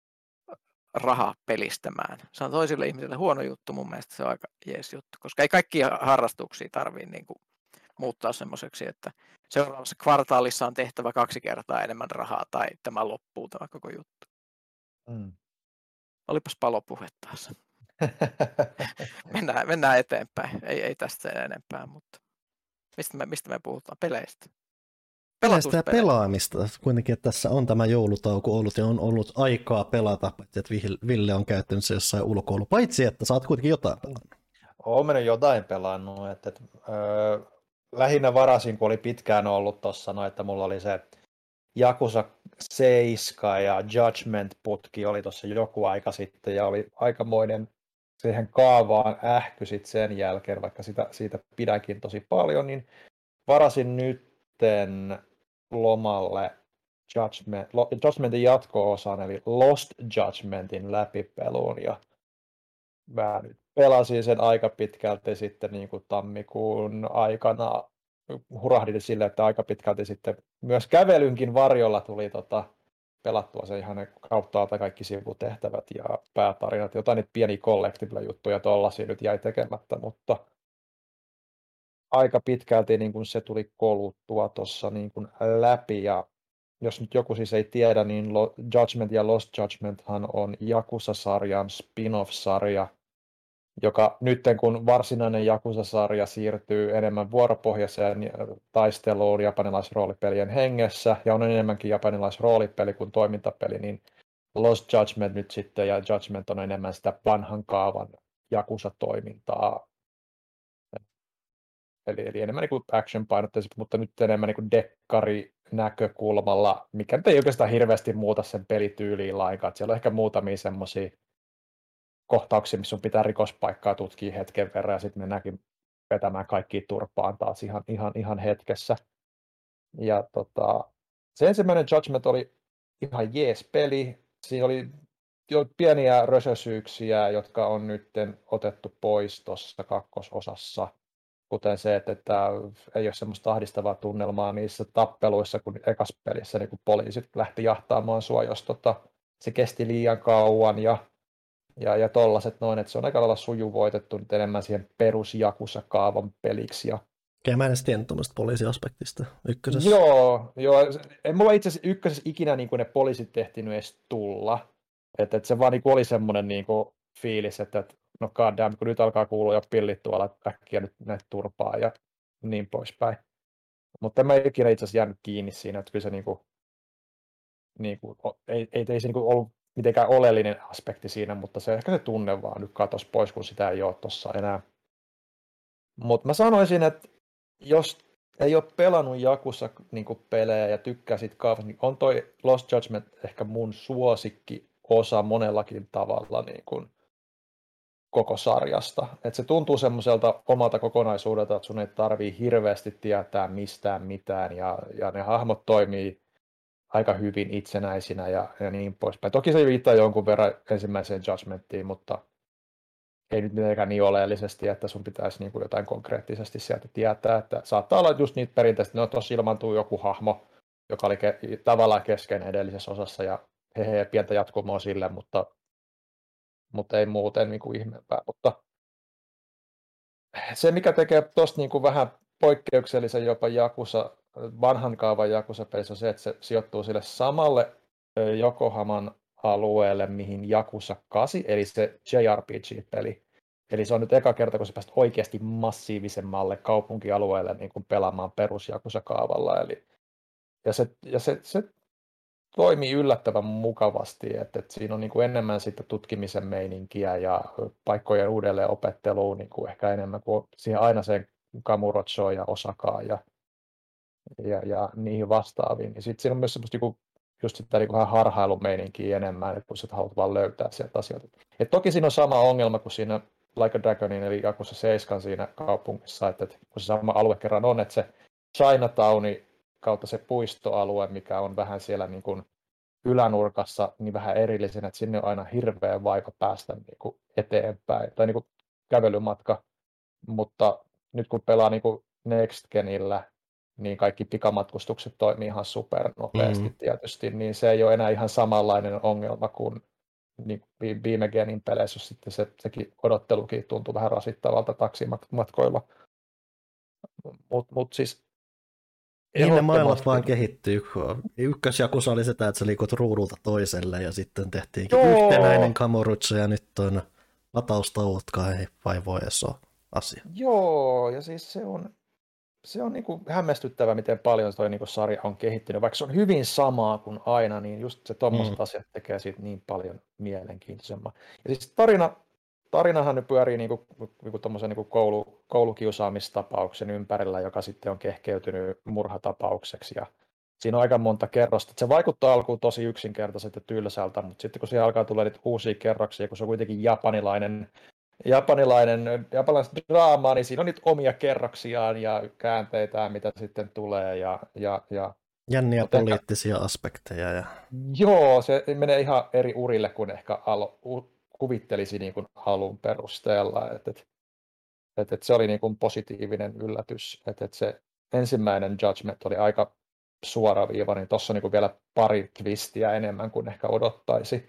raha pelistämään. Se on toisille ihmisille huono juttu, mun mielestä se on aika jees juttu, koska ei kaikkia harrastuksia tarvitse niin kuin muuttaa semmoiseksi, että seuraavassa kvartaalissa on tehtävä kaksi kertaa enemmän rahaa tai tämä loppuu tämä koko juttu. Mm. Olipas palopuhe taas. mennään, mennään eteenpäin. Ei, ei tästä sen enempää, mutta mistä me, mistä me puhutaan? Peleistä. Peleistä ja pelaamista. Kuitenkin, että tässä on tämä joulutauko ollut ja on ollut aikaa pelata, paitsi että Ville on käyttänyt se jossain ulkoilu, paitsi että sä oot kuitenkin jotain pelannut. Olen mennyt jotain pelannut. Että, että, öö, lähinnä varasin, kun oli pitkään ollut tuossa, no, että mulla oli se Yakuza seitsemän ja Judgment-putki oli tuossa joku aika sitten ja oli aikamoinen siihen kaavaan ähky sit sen jälkeen, vaikka sitä, siitä pidänkin tosi paljon, niin varasin nytten lomalle Judgment, Judgmentin jatko-osan, eli Lost Judgmentin läpipeluun, ja mä nyt pelasin sen aika pitkälti sitten niin kuin tammikuun aikana, hurahdin sille, että aika pitkälti sitten myös kävelynkin varjolla tuli tota, pelattua se ihan kauttaalta kaikki sivutehtävät ja päätarinat, jotain niitä pieniä collectible-juttuja tollaisia nyt jäi tekemättä, mutta aika pitkälti niin kuin se tuli koluttua tuossa niin kuin läpi, ja jos nyt joku siis ei tiedä, niin Judgment ja Lost Judgmenthan on Yakuza-sarjan spin-off-sarja, joka nyt kun varsinainen Yakuza-sarja siirtyy enemmän vuoropohjaiseen taisteluun japanilaisroolipelien hengessä, ja on enemmänkin japanilaisroolipeli kuin toimintapeli, niin Lost Judgment nyt sitten, ja Judgment on enemmän sitä vanhan kaavan Yakuza-toimintaa. Eli, eli enemmän niin kuin action-painotteisesti, mutta nyt enemmän niin kuin dekkari-näkökulmalla, mikä nyt ei oikeastaan hirveästi muuta sen pelityyliin lainkaan. Että siellä on ehkä muutamia semmoisia kohtauksia, missä sun pitää rikospaikkaa tutkia hetken verran, ja sitten mennäänkin vetämään kaikkia turpaan taas ihan, ihan, ihan hetkessä. Ja tota, se ensimmäinen Judgment oli ihan jees peli. Siinä oli jo pieniä rösösyyksiä, jotka on nyt otettu pois tuossa kakkososassa. Kuten se, että, että ei ole semmoista ahdistavaa tunnelmaa niissä tappeluissa, kun ekas pelissä niin kun poliisit lähti jahtaamaan sua, jos tota, se kesti liian kauan ja, ja, ja tollaset noin, että se on aika lailla sujuvoitettu nyt enemmän siihen perusjakussa-kaavan peliksi. Ja Okei, mä en edes tiennyt tuommoista poliisiaspektista ykkösessä. Joo, joo, en mulla itse asiassa ykkösessä ikinä niin kuin ne poliisit tehtinyt edes tulla, että, että se vaan niin kuin oli semmoinen niin kuin fiilis, että, että no god damn, kun nyt alkaa kuulua jo pillit tuolla äkkiä nyt näitä turpaa ja niin poispäin. Mutta mä ikinä itse asiassa jäänyt kiinni siinä, että kyllä se niinku, niinku, ei, ei, ei se niinku ollut mitenkään oleellinen aspekti siinä, mutta se ehkä se tunne vaan nyt katosi pois, kun sitä ei ole tuossa enää. Mutta mä sanoisin, että jos ei ole pelannut Yakuza niinku pelejä ja tykkää siitä kaavasta, niin on toi Lost Judgment ehkä mun suosikki osa monellakin tavalla niin kuin koko sarjasta. Et se tuntuu semmoiselta omalta kokonaisuudelta, että sun ei tarvii hirveästi tietää mistään mitään, ja, ja ne hahmot toimii aika hyvin itsenäisinä ja, ja niin poispäin. Toki se viittaa jonkun verran ensimmäiseen Judgmentiin, mutta ei nyt mitenkään niin oleellisesti, että sun pitäisi niin kuin jotain konkreettisesti sieltä tietää. Että saattaa olla just niitä perinteisesti, no tuossa ilmaantuu joku hahmo, joka oli ke- tavallaan kesken edellisessä osassa, ja hehe, pientä jatkumoa sille, mutta mutta ei muuten niin kuin ihmeempää. Mutta se, mikä tekee tuosta niin kuin vähän poikkeuksellisen jopa Yakuza, vanhan kaavan Yakuza-pelissä, on se, että se sijoittuu sille samalle Yokohaman alueelle, mihin Yakuza kahdeksan, eli se J R P G-peli. Eli se on nyt eka kerta, kun se päästä oikeasti massiivisemmalle kaupunkialueelle niin kuin pelaamaan perus Yakuza-kaavalla. Eli, ja se, ja se, se toimii yllättävän mukavasti, että, että siinä on niin kuin enemmän sitten tutkimisen meininkiä ja paikkojen uudelleen opetteluun niin kuin ehkä enemmän kuin siihen aina sen Kamurochoon ja Osakaan ja, ja, ja niihin vastaaviin. Niin sitten siinä on myös semmoista niin kuin, just sitä niin kuin harhailumeininkiä enemmän, että kun sä haluat vaan löytää sieltä asioita. Et toki siinä on sama ongelma kuin siinä Like a Dragonin eli Yakuza seitsemän siinä kaupungissa, että, että kun se sama alue kerran on, että se Chinatowni kautta se puistoalue, mikä on vähän siellä niin kuin ylänurkassa, niin vähän erillisenä, että sinne on aina hirveä vaiva päästä niin kuin eteenpäin, tai niin kuin kävelymatka, mutta nyt kun pelaa niin kuin Next Genillä, niin kaikki pikamatkustukset toimii ihan supernopeasti mm. tietysti, niin se ei ole enää ihan samanlainen ongelma kuin niin viime Genin peleissä, jos sitten se, sekin odottelukin tuntuu vähän rasittavalta taksimatkoilla. Mutta mut siis niin ne maailmat vaan kehittyy. Ykkösjakussa oli sitä, että sä liikut ruudulta toiselle ja sitten tehtiinkin Joo. yhtenäinen Kamurocho ja nyt on lataustauotkaan ei vai voi edes ole asia. Joo, ja siis se on, se on niinku hämmästyttävä, miten paljon toi niinku sarja on kehittynyt. Vaikka se on hyvin samaa kuin aina, niin just se tommoset mm. asiat tekee siitä niin paljon mielenkiintoisemman. Ja siis tarina, tarinahan nyt pyörii niinku, niinku tommosen niinku koulu, koulukiusaamistapauksen ympärillä, joka sitten on kehkeytynyt murhatapaukseksi. Ja siinä on aika monta kerrosta. Se vaikuttaa alkuun tosi yksinkertaiselta ja tylsältä, mutta sitten kun siihen alkaa tulla niitä uusia kerroksia, kun se on kuitenkin japanilainen, japanilainen, japanilainen draama, niin siinä on niitä omia kerroksiaan ja käänteitään, mitä sitten tulee. Ja, ja, ja jänniä poliittisia ehkä aspekteja. Ja joo, se menee ihan eri urille kuin ehkä alo, kuvittelisi niin kuin alun perusteella. Et, et, et, et se oli niin kuin positiivinen yllätys. Et, et se ensimmäinen Judgment oli aika suoraviiva, niin tuossa on niin kuin vielä pari twistiä enemmän kuin ehkä odottaisi.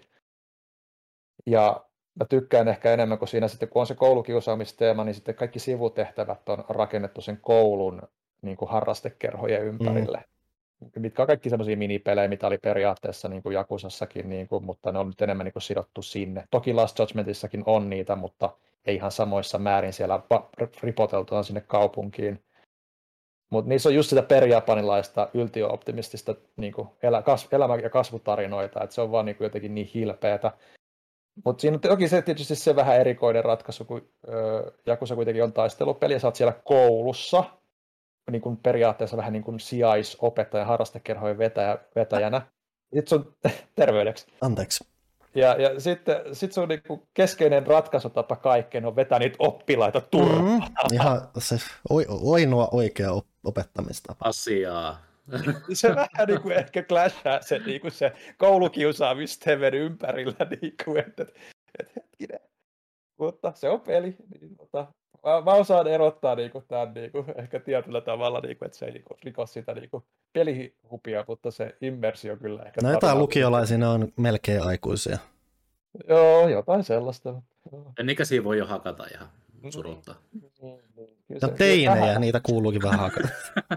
Ja mä tykkään ehkä enemmän, kun siinä sitten, kun on se koulukiusaamisteema, niin sitten kaikki sivutehtävät on rakennettu sen koulun niin kuin harrastekerhojen ympärille. Mm. Mitkä on kaikki semmoisia minipelejä, mitä oli periaatteessa niin kuin Jakuzassakin, niin kuin, mutta ne on nyt enemmän niin kuin sidottu sinne. Toki Last Judgmentissakin on niitä, mutta ei ihan samoissa määrin siellä ripoteltuaan sinne kaupunkiin. Mutta niissä on just sitä perjapanilaista yltiöoptimistista niin kuin elä, kas, elämä- ja kasvutarinoita, että se on vaan niin kuin jotenkin niin hilpeätä. Mutta siinä on toki se, tietysti se vähän erikoinen ratkaisu, kun öö, Yakuza kuitenkin on taistelupeli ja sä oot siellä koulussa, niin kuin periaatteessa vähän niin kuin sijaisopettaja, harrastekerhojen vetäjä, vetäjänä. Sitten sun terveydeksi. Anteeksi. Ja, ja sitten sit sun niin kuin keskeinen ratkaisutapa kaikkeen on vetää niitä oppilaita turpaan. Mm, ihan se oinoa oikea opettamistapa. Asiaa. Se vähän niin kuin ehkä clashaa se, niin kuin se koulukiusaamisteven ympärillä, niin kuin, että, että hetkinen. Mutta se on peli. Niin, mutta mä, mä osaan erottaa niin kuin, tämän niin kuin, ehkä tietyllä tavalla, niin kuin, että se ei niin kuin, riko sitä niin kuin, pelihupia, mutta se immersio kyllä ehkä. No jotain lukiolaisia, ne on melkein aikuisia. Joo, jotain sellaista. En ikäisiä voi jo hakata ihan suruttaa. No teinejä, niitä kuuluukin vähän hakata.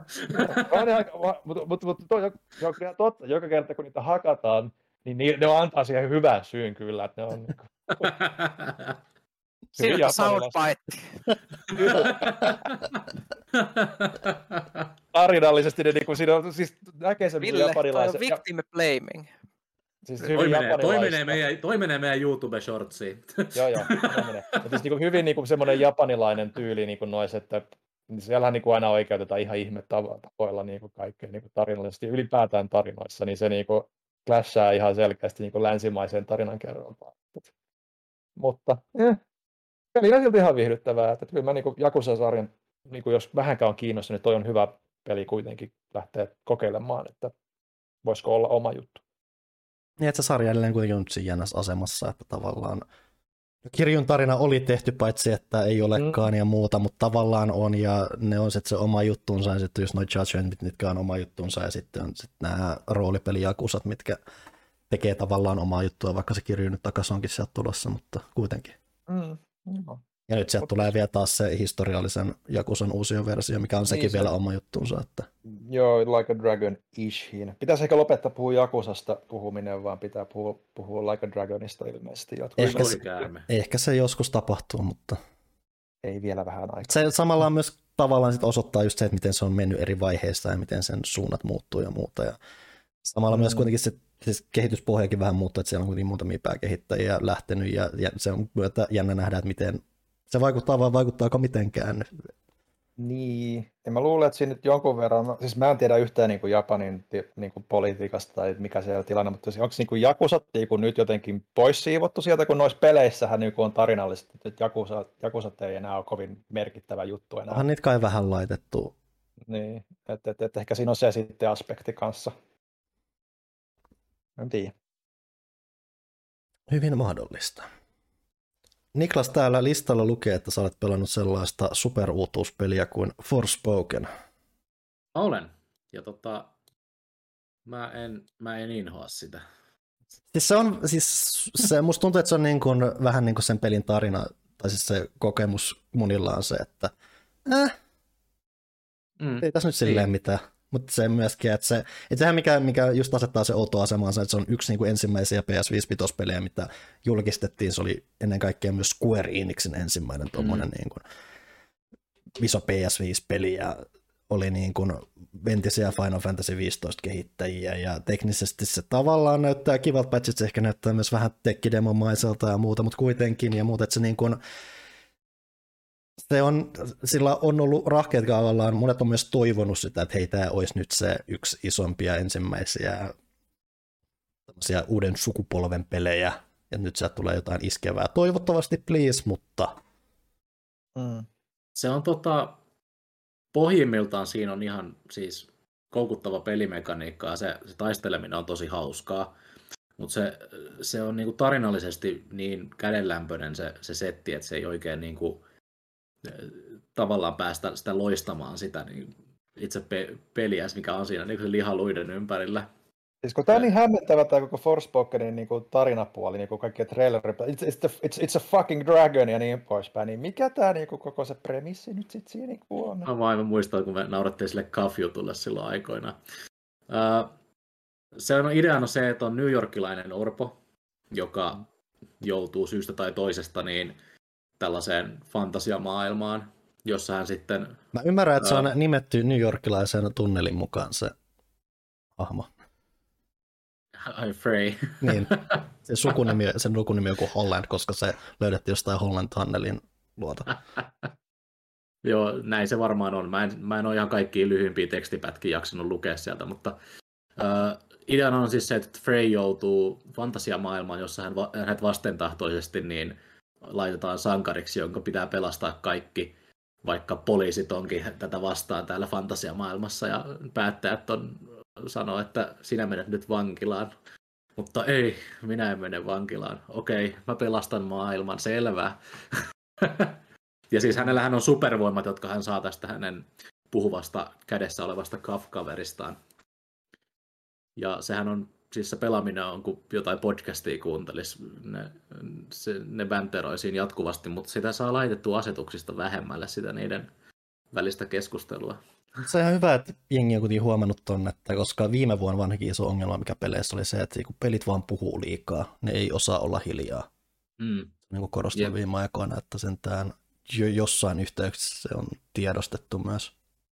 Mutta mut, mut, toi on kyllä totta, joka kerta kun niitä hakataan, niin ne antaa siihen hyvän syyn kyllä, että ne on niin kuin siltä soundbite. Tarinallisesti ne niinku siinä on, siis näkee sen Ville, japanilaisen. Ville, toi on victim blaming. Siis toi, menee, toi, menee meidän, toi menee meidän YouTube-shortsiin. Joo, joo, toi menee. Ja siis niinku hyvin niinku semmoinen japanilainen tyyli niinku nois, että siellähän niinku aina oikeutetaan ihan ihme tavoilla niinku kaikkea niinku tarinallisesti, ylipäätään tarinoissa, niin se niinku clashaa ihan selkeästi niinku länsimaiseen tarinankerrontaan. Mutta eh, peli on silti ihan viihdyttävää, että kyllä mä niinku Yakuza-sarjan, niinku jos vähänkään on kiinnostunut, niin toi on hyvä peli kuitenkin lähteä kokeilemaan, että voisiko olla oma juttu. Niin, että se sarja edelleen kuitenkin on siinä jännässä asemassa, että tavallaan kirjun tarina oli tehty paitsi, että ei olekaan mm. ja muuta, mutta tavallaan on ja ne on sitten se oma juttunsa ja sitten just noi Judgmentit, mitkä on oma juttunsa ja sitten on sit nämä roolipelijakusat, mitkä tekee tavallaan omaa juttua, vaikka se kirju nyt takaisin onkin sieltä tulossa, mutta kuitenkin. Mm. No. Ja nyt sieltä tulee vielä taas se historiallisen Jakusan uusi versio, mikä on sekin niin se vielä oma juttunsa. Että joo, Like a Dragon-ish. Pitäisi ehkä lopettaa puhua Jakusasta puhuminen, vaan pitää puhua, puhua Like a Dragonista ilmeisesti. Ehkä se, ehkä se joskus tapahtuu, mutta ei vielä vähän aikaa. Se samalla myös tavallaan sit osoittaa just se, että miten se on mennyt eri vaiheissa ja miten sen suunnat muuttuu ja muuta. Ja samalla mm. myös kuitenkin se siis kehityspohjakin vähän muuttuu, että siellä on kuitenkin muutamia pääkehittäjiä lähtenyt ja, ja se on myötä jännä nähdä, että miten se vaikuttaa vai vaikuttaako mitenkään. Niin, ja mä luulen, että siinä nyt jonkun verran, no, siis mä en tiedä yhtään niin kuin Japanin niin kuin politiikasta tai mikä siellä tilanne, mutta onko niin kuin Jakusat niin kuin nyt jotenkin pois siivottu sieltä, kun noissa peleissähän niin kuin on tarinallisesti, että Jakusat, Jakusat ei enää ole kovin merkittävä juttu enää. Onhan niitä kai vähän laitettu. Niin, että et, et ehkä siinä on se sitten aspekti kanssa. En tiedä. Hyvin mahdollista. Niklas, täällä listalla lukee, että sä olet pelannut sellaista superuutuuspeliä kuin Forspoken. Olen. Ja tota, mä en, mä en inhoa sitä. Siis se on, siis se, musta tuntuu, että se on niin kuin, vähän niin kuin sen pelin tarina, tai siis se kokemus monilla on se, että äh, Mm. ei tässä nyt silleen Niin. mitään. Mutta se myöskin, että se, että sehän mikä, mikä just asettaa se outo asemansa, että se on yksi niin kuin ensimmäisiä P S viisi-vitospelejä, mitä julkistettiin. Se oli ennen kaikkea myös Square Enixin ensimmäinen tuommoinen mm. niin kuin iso P S viisi-peli, ja oli niin kuin entisiä Final Fantasy viisitoista kehittäjiä, ja teknisesti se tavallaan näyttää kivalta, paitsi se ehkä näyttää myös vähän tekkidemomaiselta ja muuta, mutta kuitenkin, ja muuta, että se niin kuin se on, sillä on ollut rahkeet tavallaan, monet on myös toivonut sitä, että hei, tämä olisi nyt se yksi isompia ensimmäisiä uuden sukupolven pelejä, ja nyt sieltä tulee jotain iskevää. Toivottavasti, please, mutta... Mm. Se on tota, pohjimmiltaan siinä on ihan siis koukuttava pelimekaniikka, ja se, se taisteleminen on tosi hauskaa, mutta se, se on niinku tarinallisesti niin kädenlämpöinen se, se setti, että se ei oikein niinku tavallaan päästä sitä loistamaan sitä niin itse pe- peliä, mikä on siinä niin se lihaluiden ympärillä. Siis kun tämä on niin hämmentävä tämä koko Forspokenin niin kuin tarinapuoli, niin kuin kaikki trailerit, it's, it's, the, it's, it's a fucking dragon ja niin poispäin, niin mikä tämä niin kuin koko se premissi nyt sitten siinä niin kuin on? Mä aivan muistan, kun me naurattiin sille Kaf-jutulle silloin aikoina. Uh, se on ideana se, että on newyorkilainen orpo, joka joutuu syystä tai toisesta niin tällaiseen fantasiamaailmaan, jossa hän sitten... Mä ymmärrän, että se on nimetty newyorkilaisen tunnelin mukaan se hahmo. I'm Frey. Niin, se sukunimi, sen sukunimi on joku Holland, koska se löydettiin jostain Holland tunnelin luota. Joo, näin se varmaan on. Mä en, mä en ole ihan kaikkia lyhyimpiä tekstipätkiä jaksanut lukea sieltä, mutta äh, ideana on siis se, että Frey joutuu fantasiamaailmaan, jossa hän, va- hänet vastentahtoisesti niin laitetaan sankariksi, jonka pitää pelastaa kaikki, vaikka poliisit onkin tätä vastaan täällä fantasiamaailmassa, ja päättäjät on, sanoo, että sinä menet nyt vankilaan. Mutta ei, minä en mene vankilaan. Okei, mä pelastan maailman, selvä. Ja siis hänellähän on supervoimat, jotka hän saa tästä hänen puhuvasta kädessä olevasta Kaf-kaveristaan. Ja sehän on, siis se pelaaminen on, kun jotain podcastia kuuntelisi, ne, se, ne banteroi siinä jatkuvasti, mutta sitä saa laitettua asetuksista vähemmälle sitä niiden välistä keskustelua. Se on ihan hyvä, että jengi on kuitenkin huomannut ton, että koska viime vuonna vanhakin iso ongelma, mikä peleissä oli se, että kun pelit vaan puhuu liikaa, ne ei osaa olla hiljaa. Mm. Niin kuin korostin yep. viime aikoina, että sentään jo jossain yhteyksissä se on tiedostettu myös.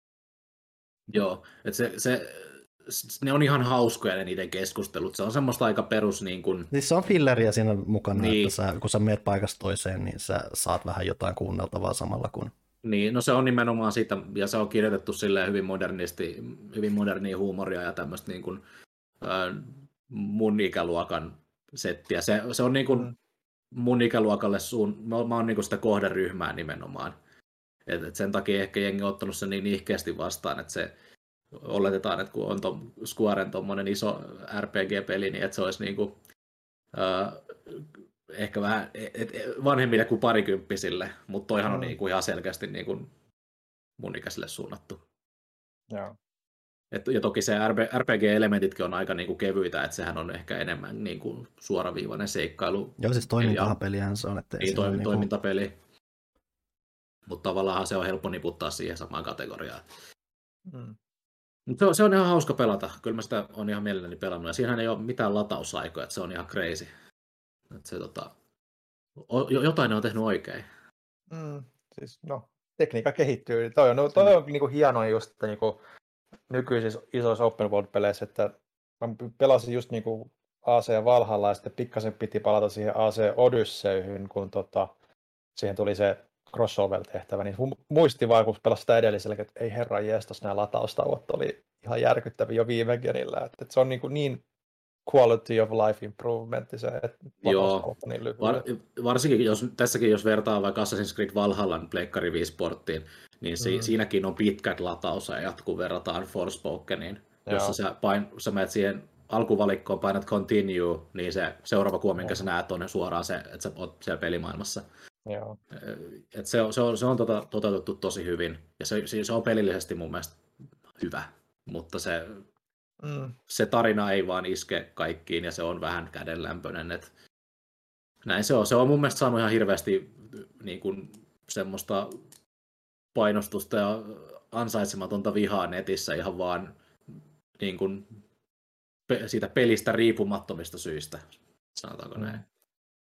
Joo, että se, se, ne on ihan hauskoja ne niiden keskustelut. Se on semmoista aika perus niin kuin... Siis se on filleriä siinä mukana, niin. Että sä, kun sä meet paikasta toiseen, niin sä saat vähän jotain kuunneltavaa samalla kuin... Niin, no se on nimenomaan sitä, ja se on kirjoitettu silleen hyvin modernisti, hyvin modernia huumoria ja tämmöistä niin kuin, äh, mun ikäluokan settiä. Se, se on niin kuin mm. mun ikäluokalle suun, mä, mä oon niin kuin sitä kohderyhmää nimenomaan. Et, et sen takia ehkä jengi on ottanut sen niin nihkeästi vastaan, että se oletetaan, että kun on to, Squaren tommonen iso R P G-peli, niin että se olisi niin kuin, äh, ehkä vähän et, et, vanhemmille kuin parikymppisille, mutta toihan mm. on niin kuin ihan selkeästi niin kuin mun ikäisille suunnattu. Joo. Et, ja toki se R P G-elementitkin on aika niin kuin kevyitä, että sehän on ehkä enemmän niin kuin suoraviivainen seikkailu. Joo, siis toimintapelihän se on. Että ei toimi, niin toimintapeli. Kuin... Mutta tavallaan se on helppo niputtaa siihen samaan kategoriaan. Mm. Se, on, se on ihan hauska pelata. Kyllä mä sitä on ihan mielelläni pelannut. Ja siinähän ei ole mitään latausaikoja, että se on ihan crazy. Että se, tota, jotain ne on tehnyt oikein. Mm, siis, no, tekniikka kehittyy. Toi on, toi on niinku hienoa just niinku nykyisissä isoissa open world-peleissä, että mä pelasin just niinku A C Valhalla ja sitten pikkasen piti palata siihen A C Odysseyhyn, kun tota, siihen tuli se crossover-tehtävä, niin muisti vaan, kun pelasin sitä edellisellä, että ei herran jestas, nämä lataustauot oli ihan järkyttäviä jo viime genillä, että, että se on niin, kuin niin quality of life improvement se, että Joo, niin Var, varsinkin jos, tässäkin jos vertaa vaikka Assassin's Creed Valhallan Pleikkari viisi porttiin, niin si, mm. siinäkin on pitkät latausajat, kun verrataan Forspokeniin, jossa sä, pain, sä menet siihen alkuvalikkoon, painat continue, niin se seuraava kuva, minkä sä näet, on suoraan se, että sä oot siellä pelimaailmassa. Joo. Et se, on, se on, se on tota, toteutettu tosi hyvin, ja se, se on pelillisesti mun mielestä hyvä, mutta se, mm. se tarina ei vaan iske kaikkiin, ja se on vähän kädenlämpöinen. Et näin se on. Se on mun mielestä saanut ihan hirveästi niin kuin, semmoista painostusta ja ansaitsematonta vihaa netissä ihan vaan niin kuin, pe- siitä pelistä riippumattomista syistä, sanotaanko mm. näin.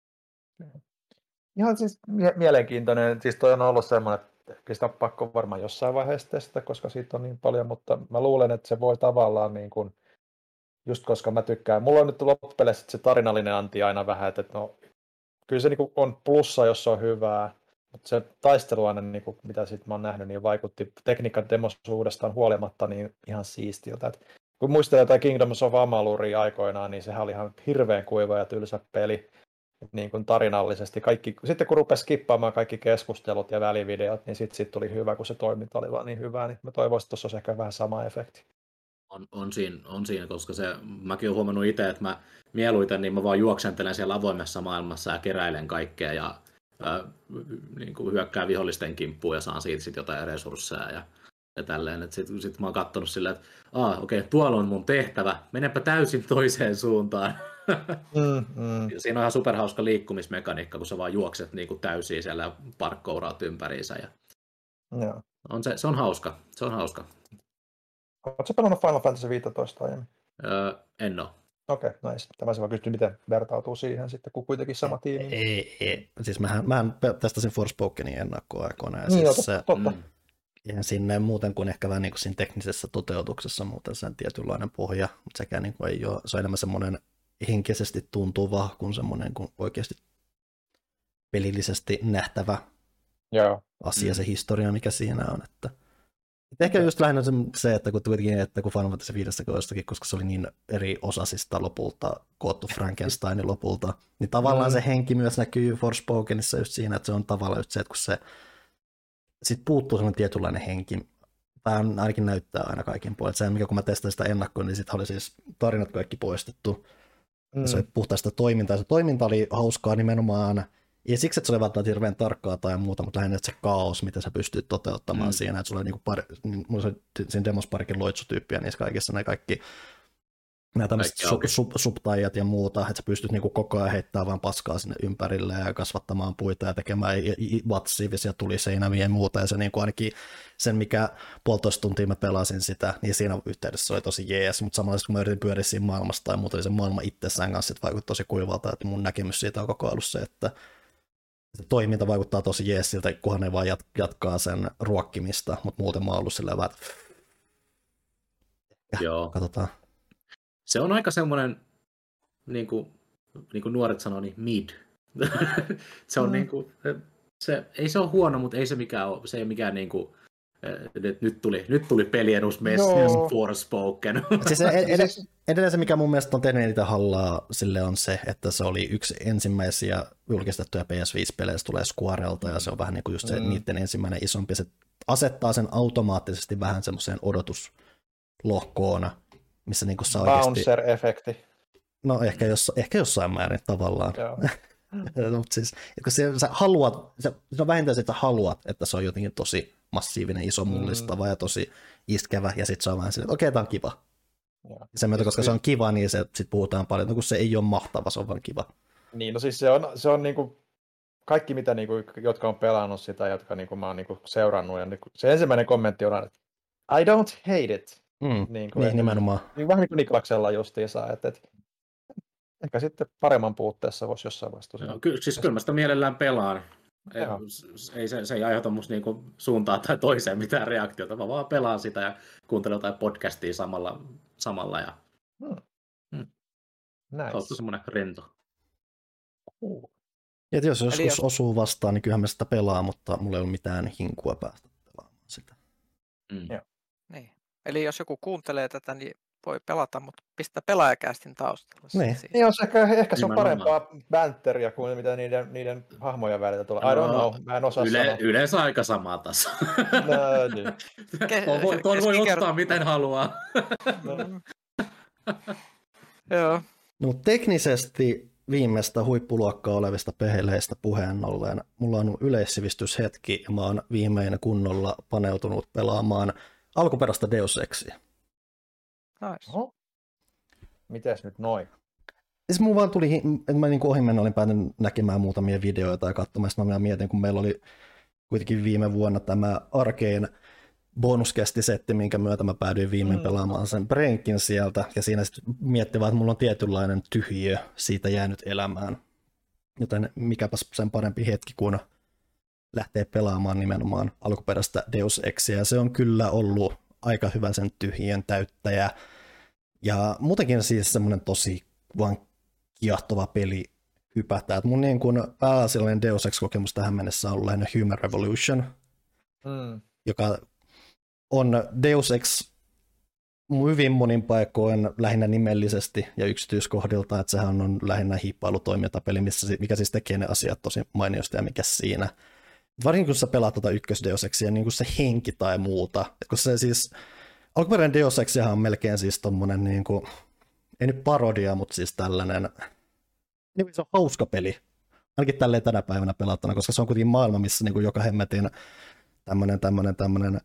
Ihan siis mielenkiintoinen, siis toi on ollut semmoinen, että ehkä sitä on pakko varmaan jossain vaiheessa testata, koska siitä on niin paljon, mutta mä luulen, että se voi tavallaan niin kuin, just koska mä tykkään, mulla on nyt loppupeleissä se tarinallinen anti aina vähän, että no, kyllä se niin kuin on plussa, jos se on hyvää, mutta se taistelu aina, niin kuin, mitä sitten mä oon nähnyt, niin vaikutti tekniikan demosuudestaan huolimatta niin ihan siistiltä. Et kun muistelee jotain Kingdoms of Amaluria aikoinaan, niin sehän oli ihan hirveän kuiva ja tylsä peli. Niin kuin tarinallisesti. Kaikki, sitten kun rupesi skippaamaan kaikki keskustelut ja välivideot, niin sitten sit tuli hyvä, kun se toiminta oli vaan niin hyvää, niin mä toivoisin, että tuossa olisi ehkä vähän sama efekti. On, on, siinä, on siinä, koska se, mäkin olen huomannut itse, että mä mieluiten niin mä vaan juoksentelen siellä avoimessa maailmassa ja keräilen kaikkea ja ää, niin kuin hyökkään vihollisten kimppuun ja saan siitä sitten jotain resursseja ja, ja tälleen. Sitten sit mä oon katsonut silleen, että aah, okei, okay, tuolla on mun tehtävä, menepä täysin toiseen suuntaan. Mm, mm. Siinä on ihan superhauska liikkumismekaniikka, kun sä vaan juokset niin kuin täysin siellä ja parkkouraat ympäriinsä. Ja... Joo. On se, se on hauska. Se on hauska. Oletko sä pelannut Final Fantasy viisitoista aiemmin? Öö, en ole. Okei, okay, nice. Tämä se vaan kysyä, miten vertautuu siihen sitten, kun kuitenkin sama tiimi. Ei, ei. Siis mähän, mähän testasin Forspokenin ennakkoaikoina. Ja niin, siis totta, se, totta. Mm, ihan sinne muuten kuin ehkä vähän niin kuin siinä teknisessä toteutuksessa muuten sen tietynlainen pohja, mutta sekään niin kuin ei ole, se on enemmän semmoinen henkisesti tuntuva kuin semmoinen kuin oikeasti pelillisesti nähtävä Joo. asia, mm. se historia, mikä siinä on. Että, että ehkä just lähinnä se, että kun kuitenkin, että kun Final Fantasy viisitoista, koska se oli niin eri osasista lopulta, koottu Frankensteinin lopulta, niin tavallaan mm. se henki myös näkyy Forspokenissa just siinä, että se on tavallaan just se, että kun se sit puuttuu semmoinen tietynlainen henki, tai ainakin näyttää aina kaikin puolin. Se, mikä kun mä testasin sitä ennakkoon, niin sitten oli siis tarinat kaikki poistettu. Mm. Se oli puhtaista toimintaa. Se toiminta oli hauskaa nimenomaan, ja siksi, että se oli välttämättä hirveän tarkkaa tai muuta, mutta lähinnä se kaos, miten sä pystyt toteuttamaan mm. siinä. Että sulla oli niinku pari, mulla oli siinä demos parikin loitsutyyppiä niissä kaikissa, ne kaikki nämä tämmöiset su, su, subtaijat ja muuta, että sä pystyt niinku koko ajan heittämään vaan paskaa sinne ympärille ja kasvattamaan puita ja tekemään massiivisia tuliseinämiä ja muuta. Ja se niinku ainakin sen, mikä puolitoista tuntia mä pelasin sitä, niin siinä yhteydessä se oli tosi jees, mutta samalla kun mä yritin pyöriä siinä maailmassa tai muuta, niin se maailma itsessään kanssa vaikutti tosi kuivalta, että mun näkemys siitä on koko ajan ollut se, että se toiminta vaikuttaa tosi jees siltä, kunhan ne vaan jatkaa sen ruokkimista, mutta muuten mä oon ollut silleen vähän, että Joo. katsotaan. Se on aika semmoinen, niin kuin, niin kuin nuoret sanoo, niin mid. se on mm. niin kuin, se, ei se ole huono, mutta ei se mikään ole, se ei mikään niin kuin, nyt, nyt tuli, nyt tuli pelien uusi Messias Forspoken. Siis edelleen, edelleen se, mikä mun mielestä on tehnyt eniten hallaa sille on se, että se oli yksi ensimmäisiä julkistettuja P S viisi-pelejä, se tulee Squarelta, ja se on vähän niin kuin just se mm. niiden ensimmäinen isompi. Se asettaa sen automaattisesti vähän semmoiseen odotuslohkoon, missä niin kuin saa oikeasti... Bouncer-efekti. No ehkä, jos, ehkä jossain määrin tavallaan. Mutta siis, kun se, sä haluat, se, se on vähintään se, että haluat, että se on jotenkin tosi massiivinen, iso, mullistava mm. ja tosi iskevä, ja sitten se on vähän silleen, että okei, okay, tämä on kiva. Ja sen myötä, koska se on kiva, niin se sit puhutaan paljon, no kun se ei ole mahtava, se on vaan kiva. Niin, no siis se on, se on niinku, kaikki, mitä niinku, jotka on pelannut sitä, jotka niinku, mä oon niinku seurannut, ja niinku, se ensimmäinen kommentti on, että I don't hate it. Mm, niin, kuin, niin nimenomaan. Niin, vähän niin kuin Niklaksella justiinsa, että, että ehkä sitten paremman puutteessa voisi jossain vaiheessa. No, ky- siis kyllä mä sitä mielellään pelaan. Ei, ei, se, se ei aiheuta musta niinku suuntaan tai toiseen mitään reaktiota, mä vaan pelaan sitä ja kuuntelen jotain podcastia samalla. samalla ja... hmm. Nice. Hauska semmoinen rento. Uh. Ja jos joskus jos... osuu vastaan, niin kyllähän mä sitä pelaa, mutta mulla ei ole mitään hinkua päästä pelaamaan sitä. Mm. Niin. Eli jos joku kuuntelee tätä, niin voi pelata, mutta pistää pelaajakästin taustalla. Niin. Niin on se ehkä, ehkä se on Nimenomaan. parempaa banteria kuin mitä niiden, niiden hahmojen välillä tulee. I don't know, mä en osaa Yle, sanoa. Yleensä aika sama taso. No, niin. Tuon voi, tuon voi Keskiker- ottaa miten haluaa. No. Joo. No, mutta teknisesti viimeistä huippuluokkaa olevista peheleistä puheen ollen, mulla on yleissivistyshetki ja mä oon viimein kunnolla paneutunut pelaamaan alkuperäistä Deus Exia. Nice. Oho. Mites nyt noin? Siis mun vaan tuli, että mä niin ohimennen olin päätynyt näkemään muutamia videoita ja katsomaan, sitten mä mietin, kun meillä oli kuitenkin viime vuonna tämä Arkane bonuskästisetti, minkä myötä mä päädyin viimein pelaamaan sen Brainkin sieltä, ja siinä sitten miettii vaan, että mulla on tietynlainen tyhjiö siitä jäänyt elämään. Joten mikäpäs sen parempi hetki, kun lähtee pelaamaan nimenomaan alkuperäistä Deus Exia, ja se on kyllä ollut aika hyvä sen tyhjön täyttäjä, ja muutenkin siis semmoinen tosi vaan kiehtova peli hypätä. Et mun niin kuin pääasiallinen Deus Ex-kokemus tähän mennessä on ollut lähinnä Human Revolution, Mm. joka on Deus Ex hyvin monin paikoin lähinnä nimellisesti ja yksityiskohdilta, että sehän on lähinnä hiippailutoimintatapeli, missä, mikä siis tekee ne asiat tosi mainiosti ja mikä siinä. Varsinkin kun sä pelaat tuota ykkös Deus Exia, niin kuin se henki tai muuta. Et kun se siis, alkuperäinen Deus Exihan on melkein siis tommonen, niin kuin, ei nyt parodia, mutta siis tällainen, niin se on hauska peli. Ainakin tälleen tänä päivänä pelattuna, koska se on kuitenkin maailma, missä niin kuin joka hemmetin tämmöinen, tämmöinen, tämmöinen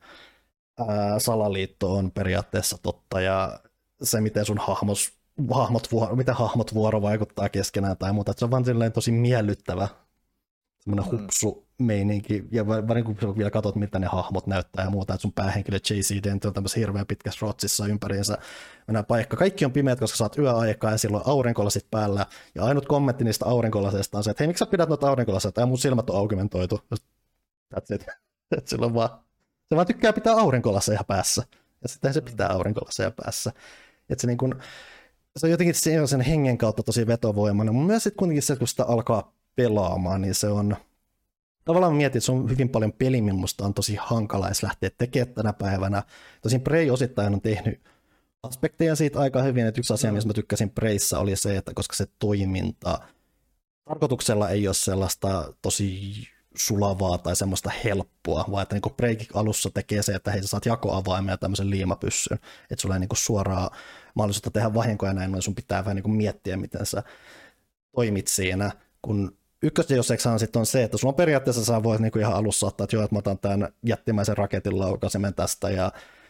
ää, salaliitto on periaatteessa totta, ja se, miten sun hahmos, hahmot, vuoro, miten hahmot vuoro vaikuttaa keskenään tai muuta, että se on vaan silleen tosi miellyttävä semmoinen Mm. hupsu meininki, ja varsinkin kun vielä katsot, mitä ne hahmot näyttää ja muuta, että sun päähenkilö J C Dent on tämmöisessä hirveän pitkässä rotsissa ympäriinsä mennään paikka. Kaikki on pimeät, koska sä oot yöaikaa ja silloin aurinkolasit päällä, ja ainut kommentti niistä aurinkolasista on se, että hei, miksi sä pidät noita aurinkolaseita, ja mun silmät on aukimentoitu. That's it. Et silloin vaan, se vaan tykkää pitää aurinkolaseja päässä, ja sitten se pitää aurinkolaseja päässä. Et se, niin kun, se on jotenkin se on sen hengen kautta tosi vetovoimainen, mutta myös sitten kuitenkin se, kun sitä alkaa pelaamaan, niin se on, tavallaan mietin, että se on hyvin paljon peli, minusta on tosi hankala edes lähteä tekemään tänä päivänä. Tosin Prey osittain on tehnyt aspekteja siitä aika hyvin, että yksi asia, mm. missä mä tykkäsin Preyssä, oli se, että koska se toiminta tarkoituksella ei ole sellaista tosi sulavaa tai semmoista helppoa, vaan että niin Preykin alussa tekee se, että hei, sä saat jakoavaimen ja tämmöisen liimapyssyn, että sulla ei niin suoraa mahdollisuutta tehdä vahinkoja näin, sun pitää vähän niin miettiä, miten sä toimit siinä, kun ykkös Deus Exhan sitten on se, että sulla on periaatteessa sä voit niinku ihan alussa ottaa, että joo, että mä otan tämän jättimäisen raketin laukaisemen tästä ja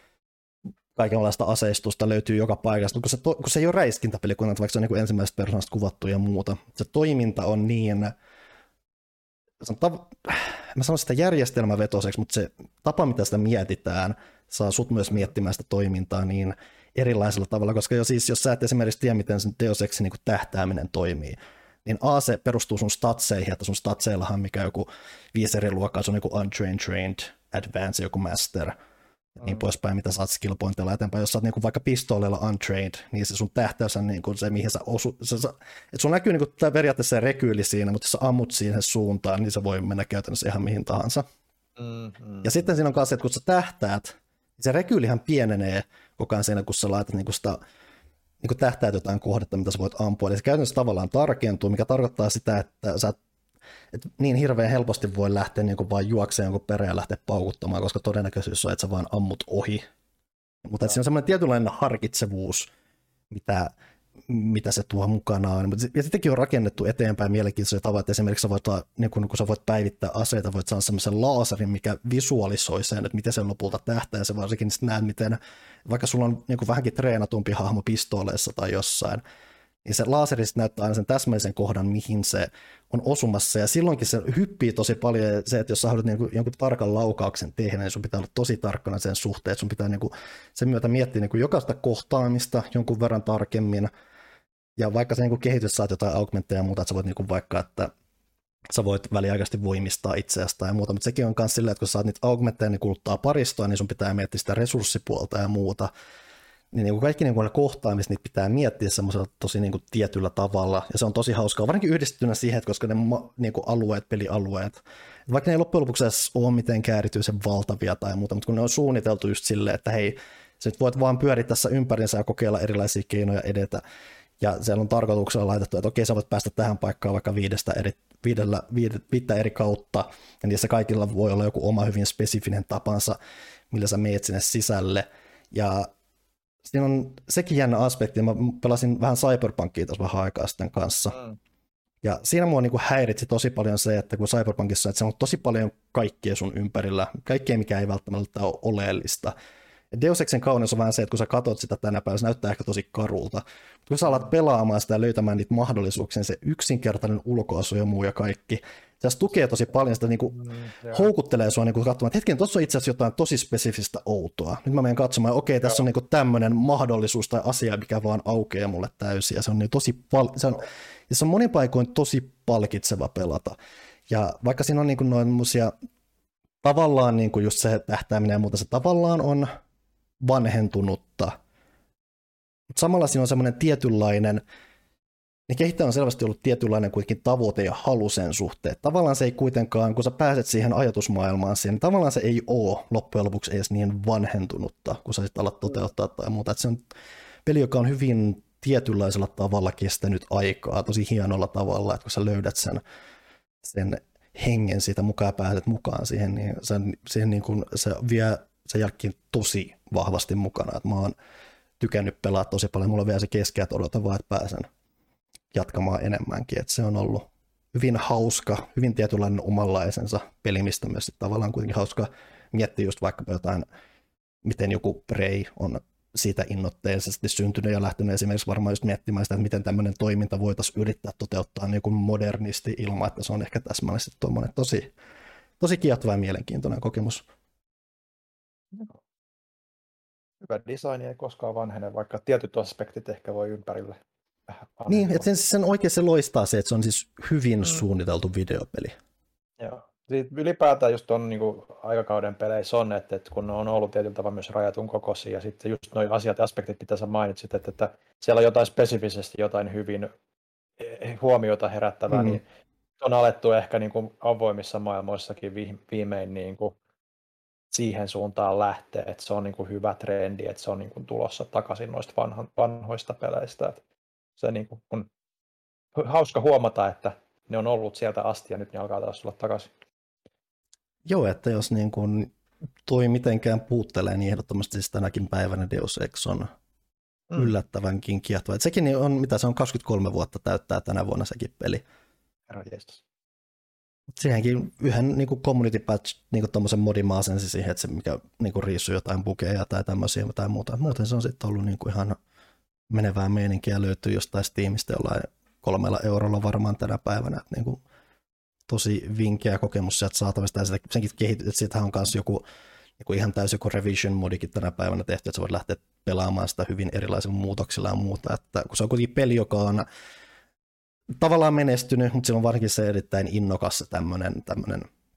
kaikenlaista aseistusta löytyy joka paikasta, kun se, to, kun se ei ole räiskintäpeli, kun vaikka se on niinku ensimmäisestä persoonasta kuvattu ja muuta. Se toiminta on niin, sanotaan, mä sanon sitä järjestelmävetoiseksi, mutta se tapa, mitä sitä mietitään, saa sut myös miettimään sitä toimintaa niin erilaisella tavalla, koska jo siis, jos sä et esimerkiksi tiedä, miten sen Deus Exin niinku tähtääminen toimii, niin A, se perustuu sun statseihin, että sun statseillahan mikä joku viisi eri luokkaa, se on joku untrained, trained, advanced, joku master, ja mm. niin poispäin, mitä saat skill pointilla eteenpäin. Jos sä oot niinku vaikka pistooleilla untrained, niin se sun tähtäys on niinku se, mihin sä osu, se, se, että sun näkyy niinku periaatteessa se rekyyli siinä, mutta jos sä ammut siihen suuntaan, niin se voi mennä käytännössä ihan mihin tahansa. Mm, mm. Ja sitten siinä on kanssa, että kun sä tähtäät, niin se rekyylihän pienenee koko ajan siinä, kun sä laitat niinku sitä niin tähtäät jotain kohdetta, mitä sä voit ampua. Eli se käytännössä tavallaan tarkentuu, mikä tarkoittaa sitä, että sä et niin hirveän helposti voi lähteä niin vaan juokseen jonkun perään ja lähteä paukuttamaan, koska todennäköisyys on, että sä vaan ammut ohi. Mutta siinä on semmoinen tietynlainen harkitsevuus, mitä, mitä se tuo mukanaan. Ja sittenkin on rakennettu eteenpäin mielenkiintoisia tavoin, että esimerkiksi sä voit, niin kun, kun sä voit päivittää aseita, voit saada semmoisen laaserin, mikä visualisoi sen, että miten se lopulta tähtää, ja se varsinkin sitten näet, miten vaikka sulla on niin kuin vähänkin treenatumpi hahmo pistooleissa tai jossain, niin se laaseri näyttää aina sen täsmällisen kohdan, mihin se on osumassa, ja silloinkin se hyppii tosi paljon, ja se, että jos sä haluat niin kuin jonkun tarkan laukauksen tehdä, niin sun pitää olla tosi tarkkana sen suhteen, että sun pitää niin kuin sen myötä miettiä niin kuin jokaista kohtaamista jonkun verran tarkemmin, ja vaikka se niin kuin kehitys saat jotain augmentteja ja muuta, että sä voit niin kuin vaikka, että sä voit väliaikaisesti voimistaa itseäsi ja muuta, mutta sekin on myös silleen, että kun sä saat niitä augmentteja, niin kuluttaa paristoa, niin sun pitää miettiä sitä resurssipuolta ja muuta. niin, niin kuin kaikki niin kuin ne kohtaamiset niitä pitää miettiä semmoisella tosi niin kuin tietyllä tavalla, ja se on tosi hauskaa, varsinkin yhdistettynä siihen, että koska ne niin kuin alueet, pelialueet, vaikka ne ei loppujen lopuksi edes ole mitenkään erityisen valtavia tai muuta, mutta kun ne on suunniteltu just silleen, että hei, sä nyt voit vaan pyöriä tässä ympärinsä ja kokeilla erilaisia keinoja edetä, ja siellä on tarkoituksella laitettu, että okei, sä voit päästä tähän paikkaan vaikka viidestä eri, viidellä, viidettä eri kautta, ja niissä kaikilla voi olla joku oma hyvin spesifinen tapansa, millä sä meet sinne sisälle, ja siinä on sekin jännä aspekti, mä pelasin vähän Cyberpunkia tuossa vähän aikaa sitten kanssa, mm. ja siinä mua niinku häiritsi tosi paljon se, että kun Cyberpunkissa, että se on tosi paljon kaikkea sun ympärillä, kaikkea mikä ei välttämättä ole oleellista. Deus Exin kauneus on vähän se, että kun sä katot sitä tänä päivänä, se näyttää ehkä tosi karulta. Mutta kun sä alat pelaamaan sitä ja löytämään niitä mahdollisuuksia, niin se yksinkertainen ulkoasu ja muu ja kaikki, se tukee tosi paljon sitä, niinku, mm, houkuttelee sua niinku katsomaan, että hetken, tuossa on itse asiassa jotain tosi spesifistä outoa. Nyt mä menen katsomaan, että okei, tässä on niinku tämmöinen mahdollisuus tai asia, mikä vaan aukeaa mulle täysin. Ja se on, niin tosi pal- se on, ja se on monin paikoin tosi palkitseva pelata. Ja vaikka siinä on niinku noin musia, tavallaan niinku just se tähtääminen ja muuta, se tavallaan on vanhentunutta. Mutta samalla siinä on semmoinen tietynlainen, niin kehittäjä on selvästi ollut tietynlainen kuitenkin tavoite ja halu sen suhteen. Tavallaan se ei kuitenkaan, kun sä pääset siihen ajatusmaailmaan siihen, niin tavallaan se ei ole loppujen lopuksi edes niin vanhentunutta, kun sä sitten alat toteuttaa tai muuta. Et se on peli, joka on hyvin tietynlaisella tavalla kestänyt aikaa, tosi hienolla tavalla, että kun sä löydät sen, sen hengen siitä mukaan ja pääset mukaan siihen, niin, sen, siihen niin kun se vie sen jälkeen tosi vahvasti mukana. Et mä oon tykännyt pelaa tosi paljon. Mulla on vielä se keskiä, että odotan vaan, että pääsen jatkamaan enemmänkin. Et se on ollut hyvin hauska, hyvin tietynlainen omanlaisensa peli, mistä myös tavallaan kuitenkin hauska miettiä just vaikka jotain, miten joku Prey on siitä innoitteisesti syntynyt ja lähtenyt esimerkiksi varmaan just miettimään sitä, että miten tämmöinen toiminta voitaisiin yrittää toteuttaa niin kuin modernisti ilman, että se on ehkä täsmällisesti tuommoinen tosi, tosi kiehtova ja mielenkiintoinen kokemus. Hyvä design ei koskaan vanhene, vaikka tietyt aspektit ehkä voi ympärille vähän vanhentua. Niin, että sen, sen oikein se loistaa se, että se on siis hyvin mm. suunniteltu videopeli. Joo. Sitten ylipäätään just on niin kuin aikakauden peleissä on, että, että kun ne on ollut tietyllä tavalla myös rajatun kokoisia, ja sitten just nuo asiat ja aspektit, mitä sä mainitsit, että, että siellä on jotain spesifisesti, jotain hyvin huomiota herättävää, mm. niin on alettu ehkä niin kuin avoimissa maailmoissakin viimein niin kuin siihen suuntaan lähtee, että se on niin kuin hyvä trendi, että se on niin kuin tulossa takaisin noista vanho, vanhoista peleistä. Että se niin kuin on hauska huomata, että ne on ollut sieltä asti ja nyt ne alkaa taas tulla takaisin. Joo, että jos niin kuin toi mitenkään puuttelee, niin ehdottomasti siis tänäkin päivänä Deus Ex on mm. yllättävänkin kiehtova. Että sekin on, mitä se on, kaksikymmentäkolme vuotta täyttää tänä vuonna sekin peli. Herra jestas. Siihenkin yhden niin kuin community patch, niin tuommoisen modimaa sen siihen, että se mikä niin kuin riissuu jotain bugeja tai tämmöisiä tai muuta. Muuten se on sitten ollut niin kuin ihan menevää meininkiä, löytyy jostain Steamista jollain kolmella eurolla varmaan tänä päivänä. Että niin kuin tosi vinkeä kokemus sieltä saatavista. Ja senkin kehitys, että siitähän on myös joku, joku ihan täysin joku revision modikin tänä päivänä tehty, että sä voit lähteä pelaamaan sitä hyvin erilaisilla muutoksilla ja muuta. Että kun se on kuitenkin peli, joka on tavallaan menestynyt, mutta sillä on varsinkin se erittäin innokas tämmöinen, tämmöinen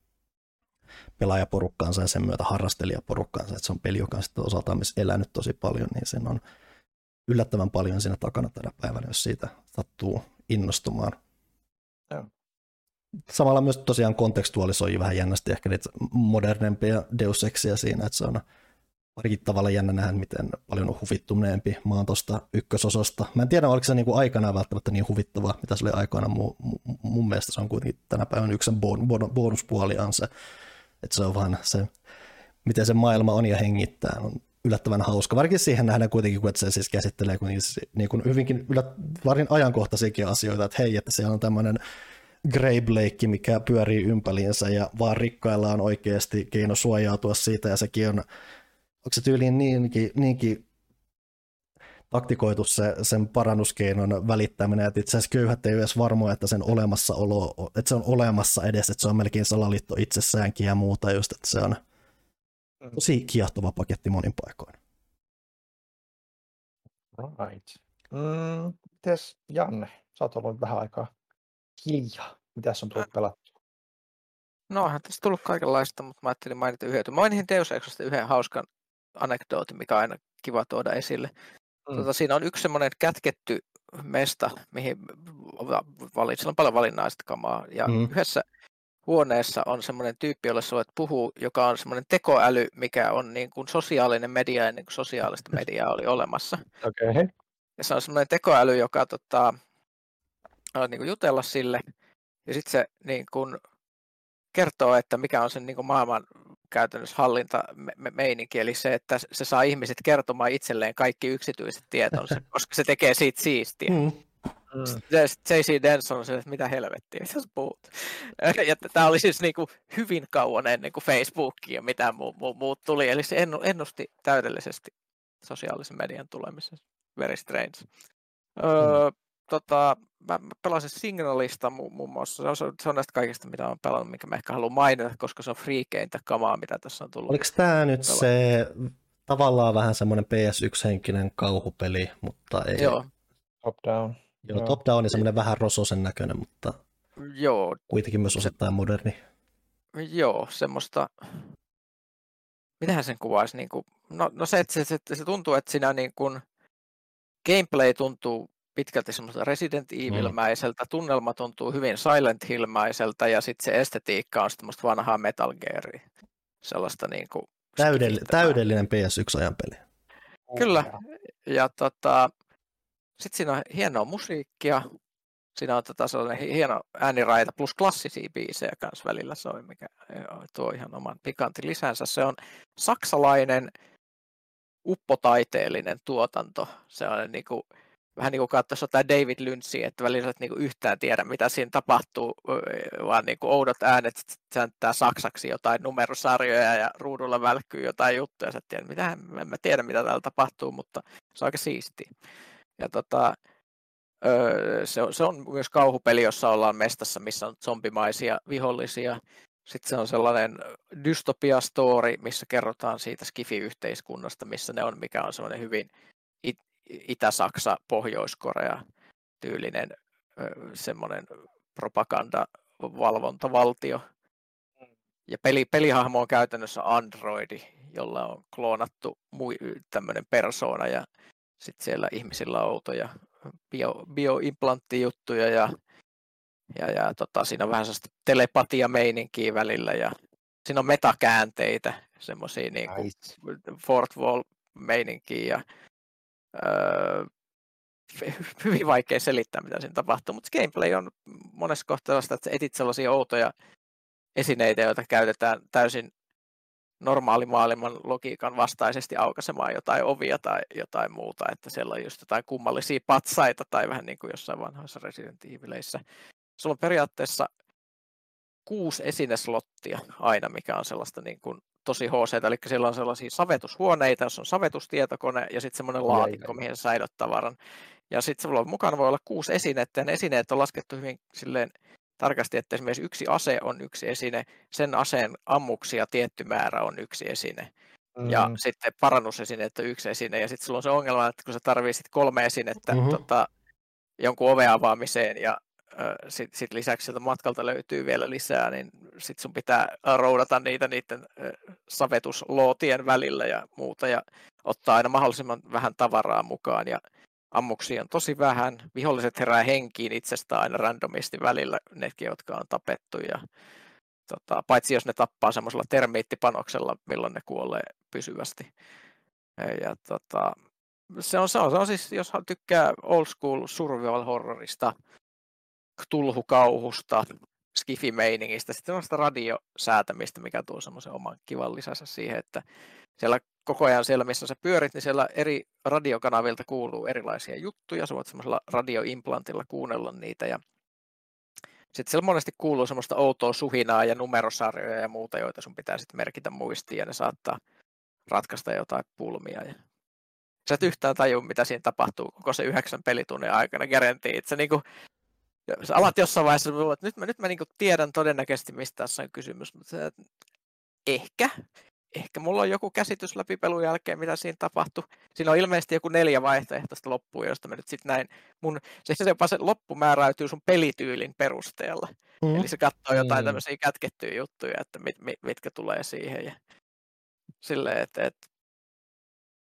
pelaajaporukkaansa ja sen myötä harrastelijaporukkaansa, että se on peli, joka on sitten osaltaan myös elänyt tosi paljon, niin sen on yllättävän paljon siinä takana tänä päivänä, jos siitä sattuu innostumaan. Joo. Samalla myös tosiaan kontekstualisoi vähän jännästi ehkä niitä modernempia Deus Exia siinä, että se on parikin tavalla jännä nähdä, miten paljon on huvittuneempi mä oon tuosta ykkösosasta. Mä en tiedä, oliko se niinku aikanaan välttämättä niin huvittavaa, mitä se oli aikana. Mun, mun mielestä se on kuitenkin tänä päivänä yksi bon, bon, bonuspuoliaan se, että se on vaan se, miten se maailma on ja hengittää, on yllättävän hauska. Varsinkin siihen nähdään kuitenkin, kun se siis käsittelee niin kuin hyvinkin yllät, varin ajankohtaisiakin asioita, että hei, että siellä on tämmöinen Grey Blake, mikä pyörii ympäliinsä ja vaan rikkailla on oikeasti keino suojautua siitä ja sekin on onko se tyyliin niinkin, niinkin taktikoitu se, sen parannuskeinon välittäminen, että itse asiassa köyhät ei ole edes varmoja, että sen olemassaolo, että se on olemassa edes, että se on melkein salaliitto itsessäänkin ja muuta just, että se on tosi kiehtova paketti monin paikoin. Right. Mm, mites Janne, sä oot ollut vähän aikaa hiljaa. Mitäs on tullut pelattu? No onhan tässä tullut kaikenlaista, mutta mä ajattelin mainita yhden. Mä mainitin Deus Exista yhden hauskan anekdootin, mikä aina kiva tuoda esille. Mm. Tota, siinä on yksi semmoinen kätketty mesta, mihin valit, siellä on paljon valinnaista kamaa. Ja Mm. yhdessä huoneessa on semmoinen tyyppi, jolle sä voit puhua, joka on semmoinen tekoäly, mikä on niin kuin sosiaalinen media ennen kuin sosiaalista mediaa oli olemassa. Okei. Okay. Ja se on semmoinen tekoäly, joka tota, on niin kuin jutella sille. Ja sitten se niin kuin kertoo, että mikä on sen niin kuin maailman käytännössä hallintameininki, eli se, että se saa ihmiset kertomaan itselleen kaikki yksityiset tietonsa, koska se tekee siitä siistiä. Mm. Mm. J C Denson on se, että mitä helvettiä, mitä sä puhut. Ja tämä oli siis niin kuin hyvin kauan ennen kuin Facebookia ja mitä muut muu, muu tuli, eli se ennusti täydellisesti sosiaalisen median tulemisen. Very strange. Öö, tota, mä pelasin Signalista mu- muun muassa. Se on, se on näistä kaikista, mitä olen pelannut, minkä mä ehkä haluan mainita, koska se on friikeintä kamaa, mitä tässä on tullut. Oliko tämä nyt se tavallaan vähän semmoinen P S yksi-henkinen kauhupeli, mutta ei... Joo. Top down. Joo, Top Down on semmoinen vähän rososen näköinen, mutta Joo. kuitenkin myös osittain moderni. Joo, semmoista... Mitähän sen kuvaisi? Niin kuin... No, no se, että se, se, se tuntuu, että siinä niin kuin... gameplay tuntuu pitkälti semmoista Resident Evil-mäiseltä, tunnelma tuntuu hyvin Silent Hill-mäiseltä ja sitten se estetiikka on semmoista vanhaa Metal Gearia. Sellaista niin kuin... Täydell- täydellinen P S yksi-ajan peli. Kyllä. Ja tota... Sitten siinä on hienoa musiikkia, siinä on tota sellainen hieno ääniraita plus klassisia biisejä kanssa välillä soi, mikä tuo ihan oman pikantin lisänsä. Se on saksalainen uppotaiteellinen tuotanto. Se on niin kuin, vähän niin kuin katsoisi jotain David Lynchia, että välillä et niin kuin yhtään tiedä, mitä siinä tapahtuu, vaan niin kuin oudot äänet säänttää saksaksi jotain numerosarjoja ja ruudulla välkkyy jotain juttuja. Sä et tiedä, mitä, en mä tiedä, mitä täällä tapahtuu, mutta se on aika siistiä. Ja tota, öö, se, on, se on myös kauhupeli, jossa ollaan mestassa, missä on zombimaisia vihollisia. Sitten se on sellainen dystopia-story, missä kerrotaan siitä skifi-yhteiskunnasta, missä ne on, mikä on sellainen hyvin it- Itä-Saksa, Pohjois-Korea tyylinen öö, semmoinen propagandavalvontavaltio. Ja peli, pelihahmo on käytännössä androidi, jolla on kloonattu mui- tämmöinen persoona ja sitten siellä ihmisillä on outoja bio, bioimplantijuttuja ja, ja, ja tota, siinä on vähän sellaista telepatia-meininkiä välillä ja siinä on metakäänteitä, semmoisia niin kuin nice. Fourth Wall-meininkiä ja öö, hyvin vaikea selittää, mitä siinä tapahtuu, mutta gameplay on monessa kohtaa sellaista, että etit sellaisia outoja esineitä, joita käytetään täysin normaalimaailman logiikan vastaisesti aukaisemaan jotain ovia tai jotain muuta, että siellä on just jotain kummallisia patsaita tai vähän niin kuin jossain vanhoissa Resident Evileissä. Sulla on periaatteessa kuusi esineslottia aina, mikä on sellaista niin kuin tosi H C, eli siellä on sellaisia savetushuoneita, jossa on savetustietokone ja sitten semmoinen laatikko, mihin sä säilöt tavaran. Ja sitten sulla on mukana voi olla kuusi esinettä, ja ne esineet on laskettu hyvin silleen tarkasti, että esimerkiksi yksi ase on yksi esine, sen aseen ammuksia tietty määrä on yksi esine. Mm. Ja sitten parannusesineet on yksi esine, ja sitten sulla on se ongelma, että kun sä tarvitset kolme esinettä mm-hmm. tota, jonkun oven avaamiseen, ja äh, sitten sit lisäksi sieltä matkalta löytyy vielä lisää, niin sitten sun pitää roudata niitä niiden äh, savetuslootien välillä ja muuta, ja ottaa aina mahdollisimman vähän tavaraa mukaan, ja ammuksia on tosi vähän. Viholliset herää henkiin itsestään aina randomisti välillä, nekin, jotka on tapettu. Ja, tota, paitsi jos ne tappaa semmoisella termiittipanoksella, milloin ne kuolee pysyvästi. Ja, tota, se, on, se, on, se on siis, jos tykkää old school survival horrorista, tulhukauhusta, skifi-meiningistä, sitten on sitä radiosäätämistä, mikä tuo semmoisen oman kivan lisänsä siihen, että siellä koko ajan siellä, missä sä pyörit, niin siellä eri radiokanavilta kuuluu erilaisia juttuja. Sä voit semmoisella radioimplantilla kuunnella niitä. Ja sitten siellä monesti kuuluu semmoista outoa suhinaa ja numerosarjoja ja muuta, joita sun pitää sitten merkitä muistiin. Ja ne saattaa ratkaista jotain pulmia. Ja sä et yhtään tajua, mitä siinä tapahtuu koko se yhdeksän pelitunnin aikana. Guaranteed. Sä, niinku, sä alat jossain vaiheessa, että nyt mä, nyt mä niinku tiedän todennäköisesti, mistä tässä on kysymys. Mutta sä, ehkä... Ehkä mulla on joku käsitys läpi pelun jälkeen, mitä siinä tapahtui. Siinä on ilmeisesti joku neljä vaihtoehtoista loppua, josta mä nyt sitten näin. Mun, se jopa se loppu määräytyy sun pelityylin perusteella. Mm. Eli se katsoo jotain mm. tämmöisiä kätkettyjä juttuja, että mit, mit, mitkä tulee siihen. Ja silleen, että, että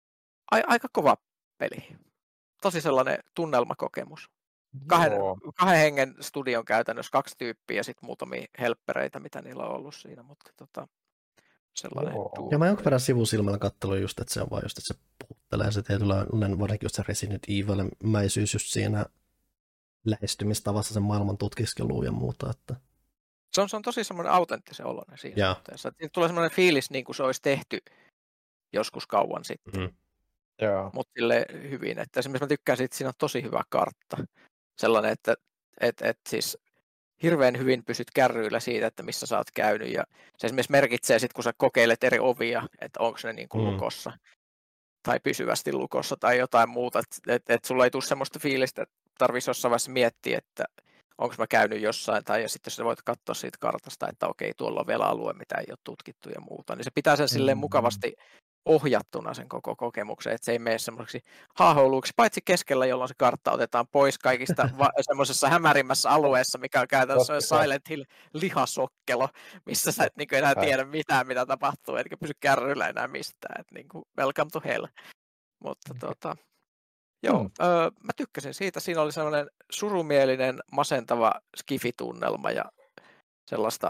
a, aika kova peli. Tosi sellainen tunnelmakokemus. Kahden, kahden hengen studion käytännössä kaksi tyyppiä ja sitten muutamia helppereitä, mitä niillä on ollut siinä, mutta tota, sellainen duo. Ja mä jonkun verran sivusilmällä kattelin just, että se on vaan just, että se puhuttelee se tietynlainen, varsinkin just se Resident Evil-mäisyys just siinä lähestymistavassa sen maailman tutkiskeluun ja muuta. Että... Se, on, se on tosi semmoinen autenttisen oloinen siinä suhteessa. Siitä tulee semmoinen fiilis, niin kuin se olisi tehty joskus kauan sitten. Mm. Mutta sille hyvin, että esimerkiksi mä tykkään siitä, että siinä on tosi hyvä kartta. Sellainen, että et, et siis hirveän hyvin pysyt kärryillä siitä, että missä sä oot käynyt. Ja se esimerkiksi merkitsee sitten, kun sä kokeilet eri ovia, että onko ne niin kuin mm. lukossa tai pysyvästi lukossa tai jotain muuta. Että et, et sulla ei tule semmoista fiilistä, että tarvitsisi jossain vaiheessa miettiä, että onko mä käynyt jossain. Tai ja sitten jos sä voit katsoa siitä kartasta, että okei, tuolla on vielä alue, mitä ei ole tutkittu ja muuta. Niin se pitää sen silleen mukavasti ohjattuna sen koko kokemuksen, että se ei mene semmoiseksi haahoiluuksi, paitsi keskellä, jolloin se kartta otetaan pois kaikista va- semmoisessa hämärimmässä alueessa, mikä on käytännössä Silent Hill lihasokkelo, missä sä et niin kuin enää tiedä mitään, mitä tapahtuu, etkä pysy kärryillä enää mistään, että niin kuin welcome to hell. Mutta tota, joo, hmm. öö, mä tykkäsin siitä, siinä oli semmoinen surumielinen, masentava skifitunnelma ja sellaista,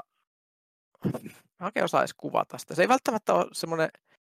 mä oikein osaa edes kuvata sitä. Se ei välttämättä ole semmoinen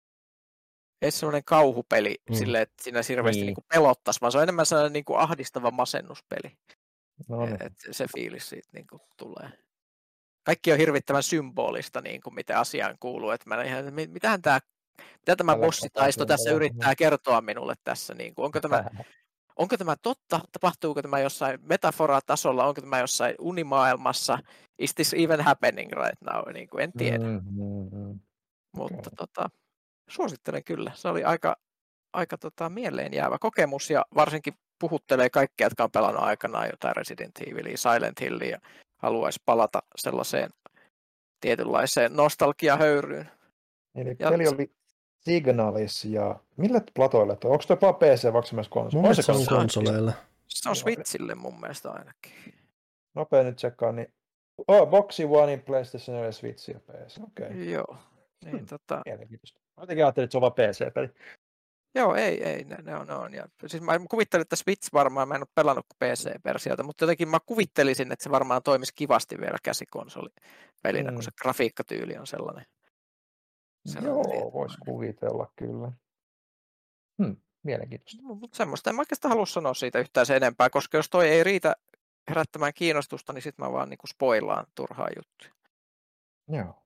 ei semmoinen kauhupeli mm. silleen, että siinä hirveästi niin. Niin pelottaisi, vaan se on enemmän sellainen niin kuin ahdistava masennuspeli. No niin. Et se fiilis siitä niin kuin tulee. Kaikki on hirvittävän symbolista, niin kuin miten asiaan kuuluu. Että mä ihan, mitähän tämä, mitä tämä bossitaisto tässä yrittää kertoa minulle tässä? Niin kuin, onko, tämä, onko tämä totta? Tapahtuuko tämä jossain metaforatasolla? Onko tämä jossain unimaailmassa? Is this even happening right now? Niin kuin, en tiedä. Mm, mm, mm. Mutta okay. tota... Suosittelen kyllä. Se oli aika, aika tota, mieleen jäävä kokemus ja varsinkin puhuttelee kaikkia, jotka on pelannut aikanaan jotain Resident Evilia, Silent Hillia ja haluaisi palata sellaiseen tietynlaiseen nostalgiahöyryyn. Eli ja peli oli Signalis ja millä platoilla? Onko tuo jopa P C vai myös konsoli? Se on konsoleilla. Se on Switchille mun mielestä ainakin. Nopea nyt tsekkaa. Niin... Oh, Boxy One, PlayStation neljä, Switch ja P C. Okay. Joo. Niin, hmm. tota... Mä jotenkin ajattelin, että se on vaan P C-peli. Joo, ei, ei, ne, ne on, ne on. Ja, siis mä kuvittelin, että Switch varmaan, mä en ole pelannut P C-versiota, mutta jotenkin mä kuvittelisin, että se varmaan toimisi kivasti vielä käsikonsolipelinä, mm. kun se grafiikkatyyli on sellainen. sellainen Joo, voisi kuvitella kyllä. Hmm, mielenkiintoista. No, mutta semmoista en mä oikeastaan halua sanoa siitä yhtään se enempää, koska jos toi ei riitä herättämään kiinnostusta, niin sitten mä vaan niin kuin spoilaan turhaa juttuja. Joo.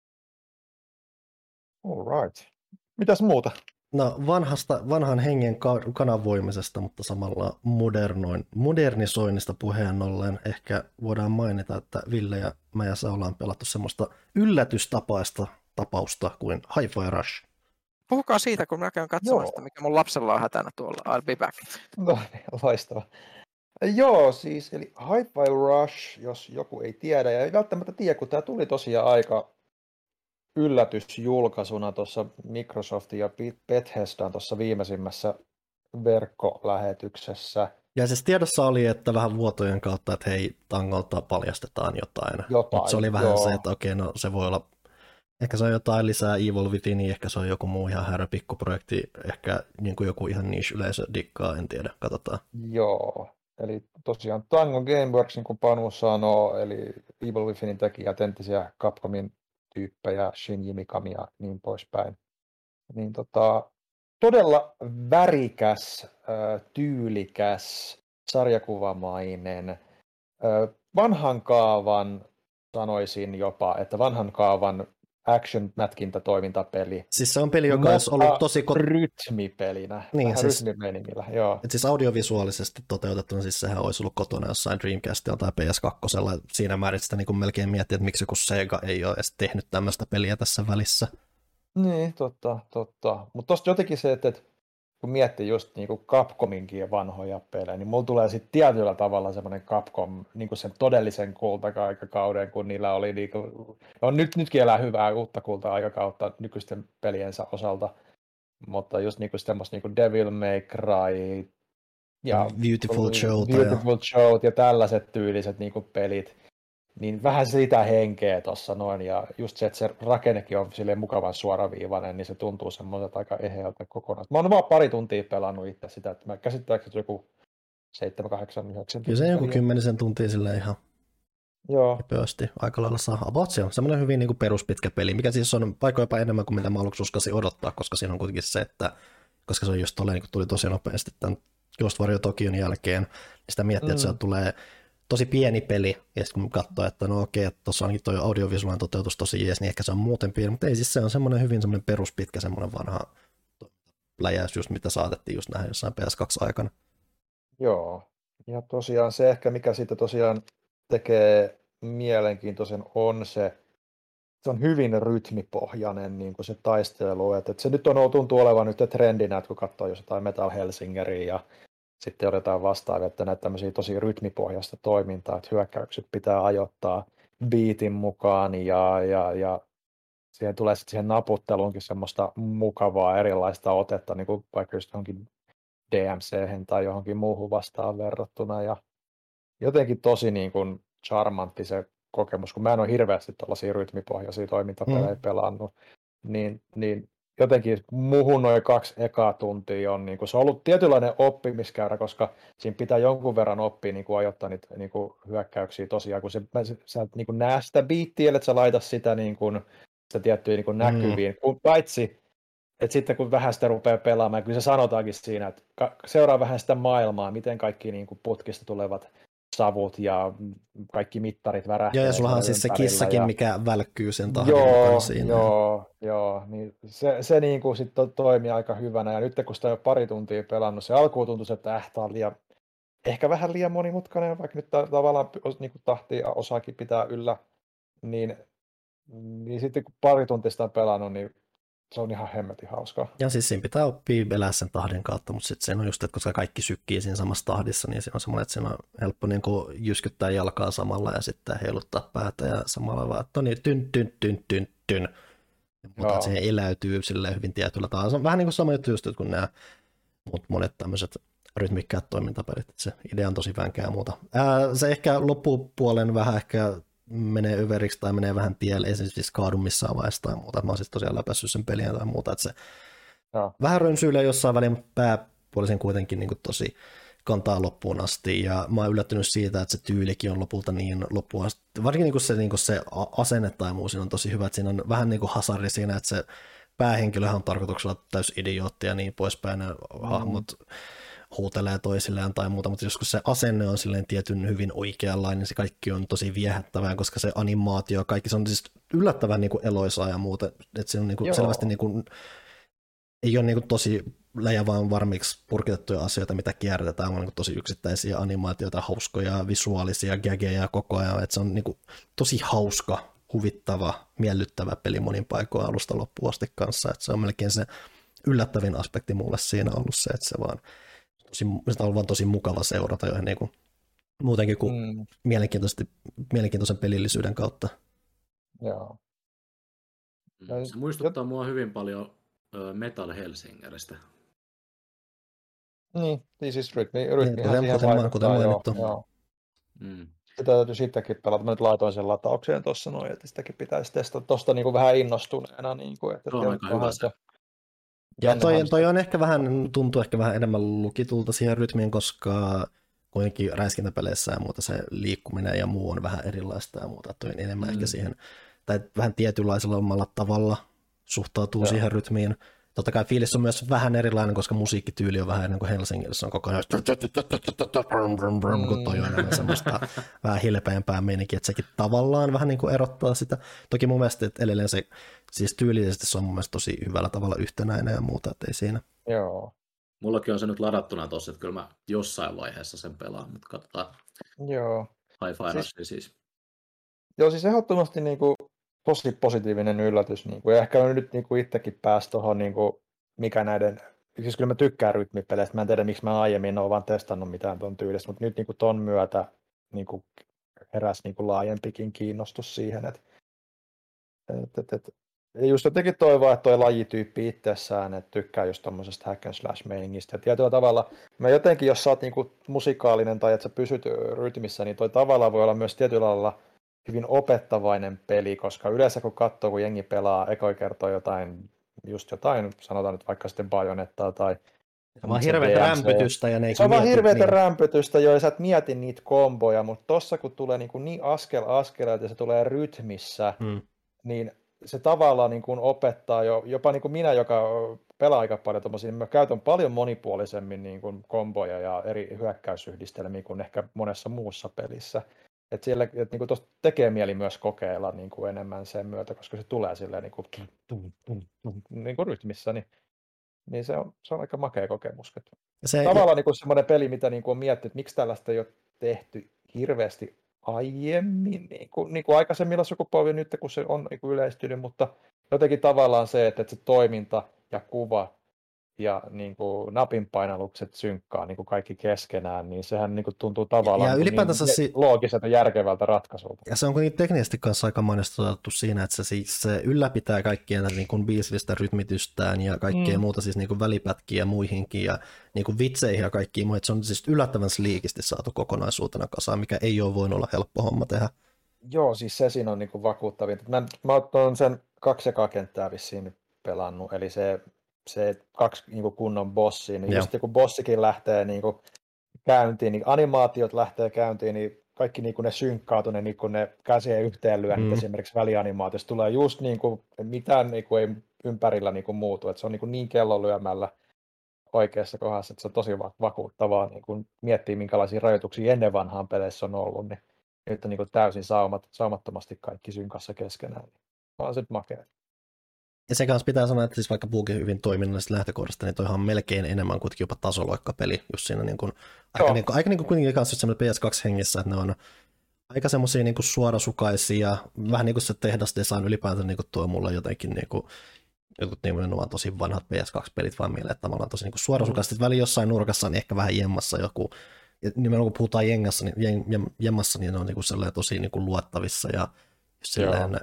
All right. Mitäs muuta? No vanhasta, vanhan hengen kanavoimisesta, mutta samalla modernoin, modernisoinnista puheen ollen ehkä voidaan mainita, että Ville ja mä ja sä ollaan pelattu semmoista yllätystapaista tapausta kuin Hi-Fi Rush. Puhukaa siitä, kun mä käyn katsomaan sitä, mikä mun lapsella on hätänä tuolla. I'll be back. No niin, loistava. Joo, siis eli Hi-Fi Rush, jos joku ei tiedä, ja ei välttämättä tiedä, kun tämä tuli tosiaan aika yllätysjulkaisuna tuossa Microsoftin ja Bethesdan tuossa viimeisimmässä verkkolähetyksessä. Ja siis tiedossa oli, että vähän vuotojen kautta, että hei, Tangolta paljastetaan jotain. jotain Mutta se oli vähän joo. se, että okei, no se voi olla, ehkä se on jotain lisää Evil Within, ehkä se on joku muu ihan härä pikkuprojekti, ehkä niin kuin joku ihan niche-yleisö dikkaa, en tiedä, katsotaan. Joo, eli tosiaan Tango Gameworks, niin kuin Panu sanoo, eli Evil Withinin tekijät, entisiä Capcomin tyyppejä, Shinji Mikami ja niin poispäin. Niin tota, todella värikäs, tyylikäs, sarjakuvamainen, vanhan kaavan, sanoisin jopa, että vanhan kaavan action-mätkintätoimintapeli. Siis se on peli, joka olisi ollut tosi... Ko- rytmipelinä, niin, vähän siis, rytmimeiningillä, joo. Et siis audiovisuaalisesti toteutettuna, siis sehän olisi ollut kotona jossain Dreamcastilla tai P S kaksi. Siinä määrin sitä niin melkein miettii, että miksi joku Sega ei ole edes tehnyt tämmöistä peliä tässä välissä. Niin, totta, totta. Mutta tosta jotenkin se, että kun miettii just niin kuin Capcominkin vanhoja pelejä, niin mulla tulee sitten tietyllä tavalla semmoinen Capcom, niin kuin sen todellisen kulta-aikakauden, kun niillä oli, niin kuin, no nyt, nytkin elää hyvää uutta kulta-aikakautta nykyisten peliensä osalta, mutta just niin kuin semmoista niin kuin Devil May Cry ja Beautiful Showt Beautiful Showt ja tällaiset tyyliset niin kuin pelit, niin vähän sitä henkeä tuossa noin, ja just se, että se rakennekin on silleen mukavan suoraviivainen, niin se tuntuu semmoiselta aika eheältä kokonaan. Mä oon vaan pari tuntia pelannut itse sitä, että mä käsittääkseni joku seitsemän, kahdeksan, yhdeksän Kyllä se joku kymmenisen tuntia silleen ihan Joo. pösti aika lailla saa. About se on semmoinen hyvin niin kuin peruspitkä peli, mikä siis on paikoin jopa enemmän kuin mitä mä aluksi uskasin odottaa, koska siinä on kuitenkin se, että koska se on just tolleen, niin kuin tuli tosi nopeasti tämän Ghost Warrior Tokion jälkeen, niin sitä miettii, mm. että se tulee tosi pieni peli, ja sitten kun katsoo, että no okei, että tuossa onkin tuo audiovisuaalinen toteutus tosi jees, niin ehkä se on muuten pieni, mutta ei siis se on semmoinen hyvin semmoinen peruspitkä, semmoinen vanha läjäys, just mitä saatettiin just nähdä jossain P S kaksi aikana. Joo, ja tosiaan se ehkä, mikä siitä tosiaan tekee mielenkiintoisen, on se, se on hyvin rytmipohjainen niin kuin se taistelu, että se nyt on, tuntuu olevan nyt trendinä, että kun katsoo jotain Metal Helsingeria ja sitten otetaan vastaavia, että näitä tämmöisiä tosi rytmipohjaista toimintaa, että hyökkäykset pitää ajoittaa beatin mukaan ja, ja, ja siihen tulee sitten siihen naputteluunkin semmoista mukavaa erilaista otetta, niin kuin vaikka just johonkin D M C:hen tai johonkin muuhun vastaan verrattuna ja jotenkin tosi niin kuin charmantti se kokemus, kun mä en ole hirveästi tuollaisia rytmipohjaisia toimintapelejä mm. pelannut, niin, niin jotenkin muuhun noin kaksi ekaa tuntia on, niin kuin, se on ollut tietynlainen oppimiskäyrä, koska siinä pitää jonkun verran oppia niin kuin ajoittaa niitä niin kuin hyökkäyksiä tosiaan, kun se, sä et niin kuin näe sitä biittiä, että sä laitat sitä, niin kuin, sitä tiettyä niin kuin näkyviin, mm. paitsi että sitten kun vähän sitä rupeaa pelaamaan, kyllä se sanotaankin siinä, että seuraa vähän sitä maailmaa, miten kaikki niin kuin putkista tulevat savut ja kaikki mittarit värähtää. Joo, ja sulla on siis se kissakin, ja mikä välkkyy sen tahdin joo, mukana siinä. Joo, joo, niin se, se niin kuin sit to, toimii aika hyvänä, ja nyt kun sitä on pari tuntia pelannut, se alkuun tuntui, että äh, tämä on liian, ehkä vähän liian monimutkainen, vaikka nyt tavallaan niin kuin tahtia osaakin pitää yllä, niin, niin sitten kun pari tuntia sitä on pelannut, niin se on ihan hemmetin hauskaa. Ja siis siinä pitää oppia elää sen tahdin kautta, mutta sitten se on just, että koska kaikki sykkii siinä samassa tahdissa, niin siinä on semmoinen, että siinä on helppo niin kuin jyskyttää jalkaa samalla ja sitten heiluttaa päätä ja samalla vaan, että on niin tyn, tyn, tyn, tyn, tyn. Mutta että siihen eläytyy silleen hyvin tietyllä tavalla. Se on vähän niin kuin sama juttu just, että kun nämä monet tämmöiset rytmikkäät toimintapelit, että se idea on tosi vänkää ja muuta. Ää, se ehkä loppupuolen vähän ehkä menee överiksi tai menee vähän tielle, ei se siis kaadu missään vaiheessa tai muuta. Mä oon siis tosiaan läpässyt sen pelin tai muuta, että se no. vähän rönsyilee jossain väliin, mutta pääpuolisen kuitenkin niin kuin tosi kantaa loppuun asti, ja mä oon yllättynyt siitä, että se tyylikin on lopulta niin loppuun asti, varsinkin niin kuin se, niin kuin se asenne tai muu siinä on tosi hyvä, että siinä on vähän niin kuin hasardi siinä, että se päähenkilöhän on tarkoituksella täys idiootti ja niin poispäin, ne mm. hahmot huutelee toisilleen tai muuta, mutta joskus se asenne on silleen tietyn hyvin oikeanlainen, niin se kaikki on tosi viehättävää, koska se animaatio, kaikki se on siis yllättävän niin kuin eloisaa ja muuta, että se on niin kuin selvästi niin kuin, ei ole niin kuin tosi läjä vaan varmiksi purkitettuja asioita, mitä kierrätetään, on niin kuin tosi yksittäisiä animaatioita, hauskoja, visuaalisia gageja koko ajan, että se on niin kuin tosi hauska, huvittava, miellyttävä peli monin paikoin alusta loppuun asti kanssa, että se on melkein se yllättävin aspekti mulle siinä ollut se, että se vaan tosi, sitä on vaan tosi mukava seurata jo niin kuin, muutenkin kuin mm. mielenkiintoisen pelillisyyden kautta. Joo. Se muistuttaa mua hyvin paljon Metal Helsingeristä. Niin, niin siis rytmi, rytmi kuten, siihen kuten, kuten mainittu. Joo. Mm. Sitä täytyy sittenkin pelata. Mä nyt laitoin sen lataukseen tuossa noin, että sitäkin pitäisi testata tuosta niin kuin vähän innostuneena. Niin kuin, että se on aika hyvä se. Ja toi, toi on ehkä vähän, tuntuu ehkä vähän enemmän lukitulta siihen rytmiin, koska kuitenkin räiskintäpeleissä ja muuta se liikkuminen ja muu on vähän erilaista ja muuta. Toi enemmän mm. ehkä siihen, tai vähän tietynlaisella omalla tavalla suhtautuu Joo. siihen rytmiin. Totta kai fiilis on myös vähän erilainen, koska musiikkityyli on vähän ennen kuin Helsingissä on koko ajan kun toi on enemmän semmoista vähän hilpeämpää meininkiä, että sekin tavallaan vähän niin kuin erottaa sitä. Toki mun mielestä, että edelleen se siis tyylisesti se on mun mielestä tosi hyvällä tavalla yhtenäinen ja muuta, että ei siinä. Joo. Mullakin on se nyt ladattuna tossa, että kyllä mä jossain vaiheessa sen pelaan, mutta katsotaan. Joo. Hi-Fi Rush siis. siis. Joo, siis ehdottomasti niinku tosi positiivinen yllätys. Niin kuin, ja ehkä nyt niin kuin itsekin pääsi tuohon, niin kuin, mikä näiden, siis kyllä mä tykkään rytmipeleistä, mä en tiedä miksi mä aiemmin ole vaan testannut mitään tuon tyylistä, mutta nyt niin kuin ton myötä niin kuin heräsi niin kuin laajempikin kiinnostus siihen, että et, et, et, just jotenkin toivoa, että toi lajityyppi itsessään, että tykkää just tommosesta hack and slash meiningistä. Ja tietyllä tavalla, mä jotenkin, jos sä oot niin kuin musikaalinen tai että sä pysyt rytmissä, niin toi tavallaan voi olla myös tietyllä lailla hyvin opettavainen peli, koska yleensä kun katsoo, kun jengi pelaa ekoi kertoo jotain, just jotain, sanotaan nyt vaikka sitten Bajonettaa tai Se on vaan hirveätä rämpytystä. Ja ne se on vaan hirveätä niin. rämpytystä, jo sä et mieti niitä komboja, mutta tossa kun tulee niin, kuin niin askel askeleelta ja se tulee rytmissä, hmm. niin se tavallaan niin kuin opettaa jo, jopa niin kuin minä, joka pelaa aika paljon tommosia, niin mä käytän paljon monipuolisemmin niin kuin komboja ja eri hyökkäysyhdistelmiä kuin ehkä monessa muussa pelissä. Että siellä et niin kuin tekee mieli myös kokeilla niin kuin enemmän sen myötä, koska se tulee silleen niin kuin, tum, tum, tum, niin kuin rytmissä, niin, niin se, on, se on aika makea kokemus. Se, tavallaan niin kuin semmoinen peli, mitä niin kuin on miettinyt, että miksi tällaista ei ole tehty hirveästi aiemmin, niin kuin, niin kuin aikaisemmilla sukupolvilla nyt, kun se on niin kuin yleistynyt, mutta jotenkin tavallaan se, että, että se toiminta ja kuva ja niin kuin napinpainallukset synkkaa niin kuin kaikki keskenään, niin sehän niin kuin tuntuu tavallaan ja niin si- loogiselta järkevältä ratkaisulta. Ja se on kuitenkin teknisesti kanssa aika mainostettu siinä, että se, siis, se ylläpitää kaikkien niin kuin biisillistä rytmitystään ja kaikkea mm. muuta, siis niin kuin välipätkiä ja muihinkin ja niin kuin vitseihin ja kaikkiin muihin. Se on siis yllättävän sliikisti saatu kokonaisuutena kasaan, mikä ei ole voinut olla helppo homma tehdä. Joo, siis se siinä on niin kuin vakuuttavin. Mä, mä oon sen kaksi ekaa kenttää vissiin pelannut, eli se se kaksi niin kuin kunnon bossia, niin just kun bossikin lähtee niin kuin käyntiin, niin animaatiot lähtee käyntiin, niin kaikki niin kuin ne synkkautuu, ne, niin kuin ne käsien yhteenlyönnit mm. esimerkiksi välianimaatiossa tulee just niin kuin mitään niin kuin ei ympärillä niin kuin muutu, että se on niin, kuin niin kellon lyömällä oikeassa kohdassa, että se on tosi vakuuttavaa niin kuin miettiä, minkälaisia rajoituksia ennen vanhaan peleissä on ollut, niin nyt on niin kuin täysin saumat, saumattomasti kaikki synkassa keskenään. On se nyt makea. Ja se kanssa pitää sanoa, että siis vaikka puhukin hyvin toiminnallisesta lähtökohdasta, niin toihan on melkein enemmän kuitenkin jopa tasoloikkapeli, just siinä niin kuin, aika, niin kuin, aika niin kuin kuitenkin kanssa semmoinen P S kaksi hengissä, että ne on aika semmoisia niin kuin suorasukaisia, vähän niin kuin se tehdasdesign ylipäätään niin kuin tuo mulle jotenkin niin kuin, jotkut nimenomaan tosi vanhat P S kaksi-pelit vaan mieleen, että tavallaan tosi niin kuin suorasukaisesti, mm. väli jossain nurkassa on ehkä vähän jemmassa joku, ja nimenomaan kun puhutaan jengassa, niin, jemmassa, niin ne on niin kuin tosi niin kuin luottavissa ja silleen,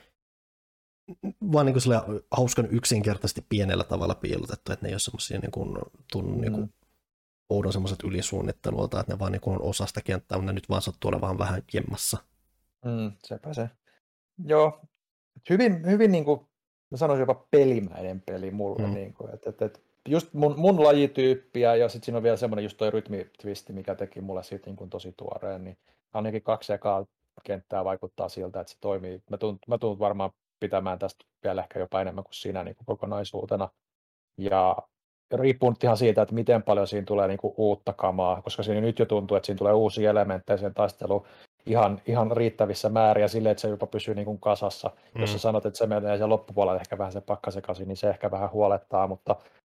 vaan niin kuin hauskan yksinkertaisesti pienellä tavalla piilotettu, että ne ei ole semmoisia niin kuin, tunnu, mm. niin kuin oudon semmoiset ylisuunnittelulta, että ne vaan niin kuin on osa sitä kenttää, mutta ne nyt vaan sattuu olemaan vähän jemmassa. Mm, sepä se. Joo, hyvin, hyvin niin kuin, mä sanoisin jopa pelimäinen peli mulle, mm. niin kuin, että, että, että just mun, mun lajityyppiä, ja sitten siinä on vielä semmoinen just toi rytmitwisti, mikä teki mulle siitä niin kuin tosi tuoreen, niin ainakin kaksi ekaa kenttää vaikuttaa siltä, että se toimii. Mä tuun, mä tuun varmaan pitämään tästä vielä ehkä jopa enemmän kuin siinä niin kuin kokonaisuutena. Ja riippuu nyt ihan siitä, että miten paljon siinä tulee niin kuin uutta kamaa, koska siinä nyt jo tuntuu, että siinä tulee uusia elementtejä sen taisteluun ihan, ihan riittävissä määriä silleen, että se jopa pysyy niin kuin kasassa. Mm. Jos sä sanot, että se menee sen loppupuolella ehkä vähän se pakkasekaisin, niin se ehkä vähän huolettaa, mutta,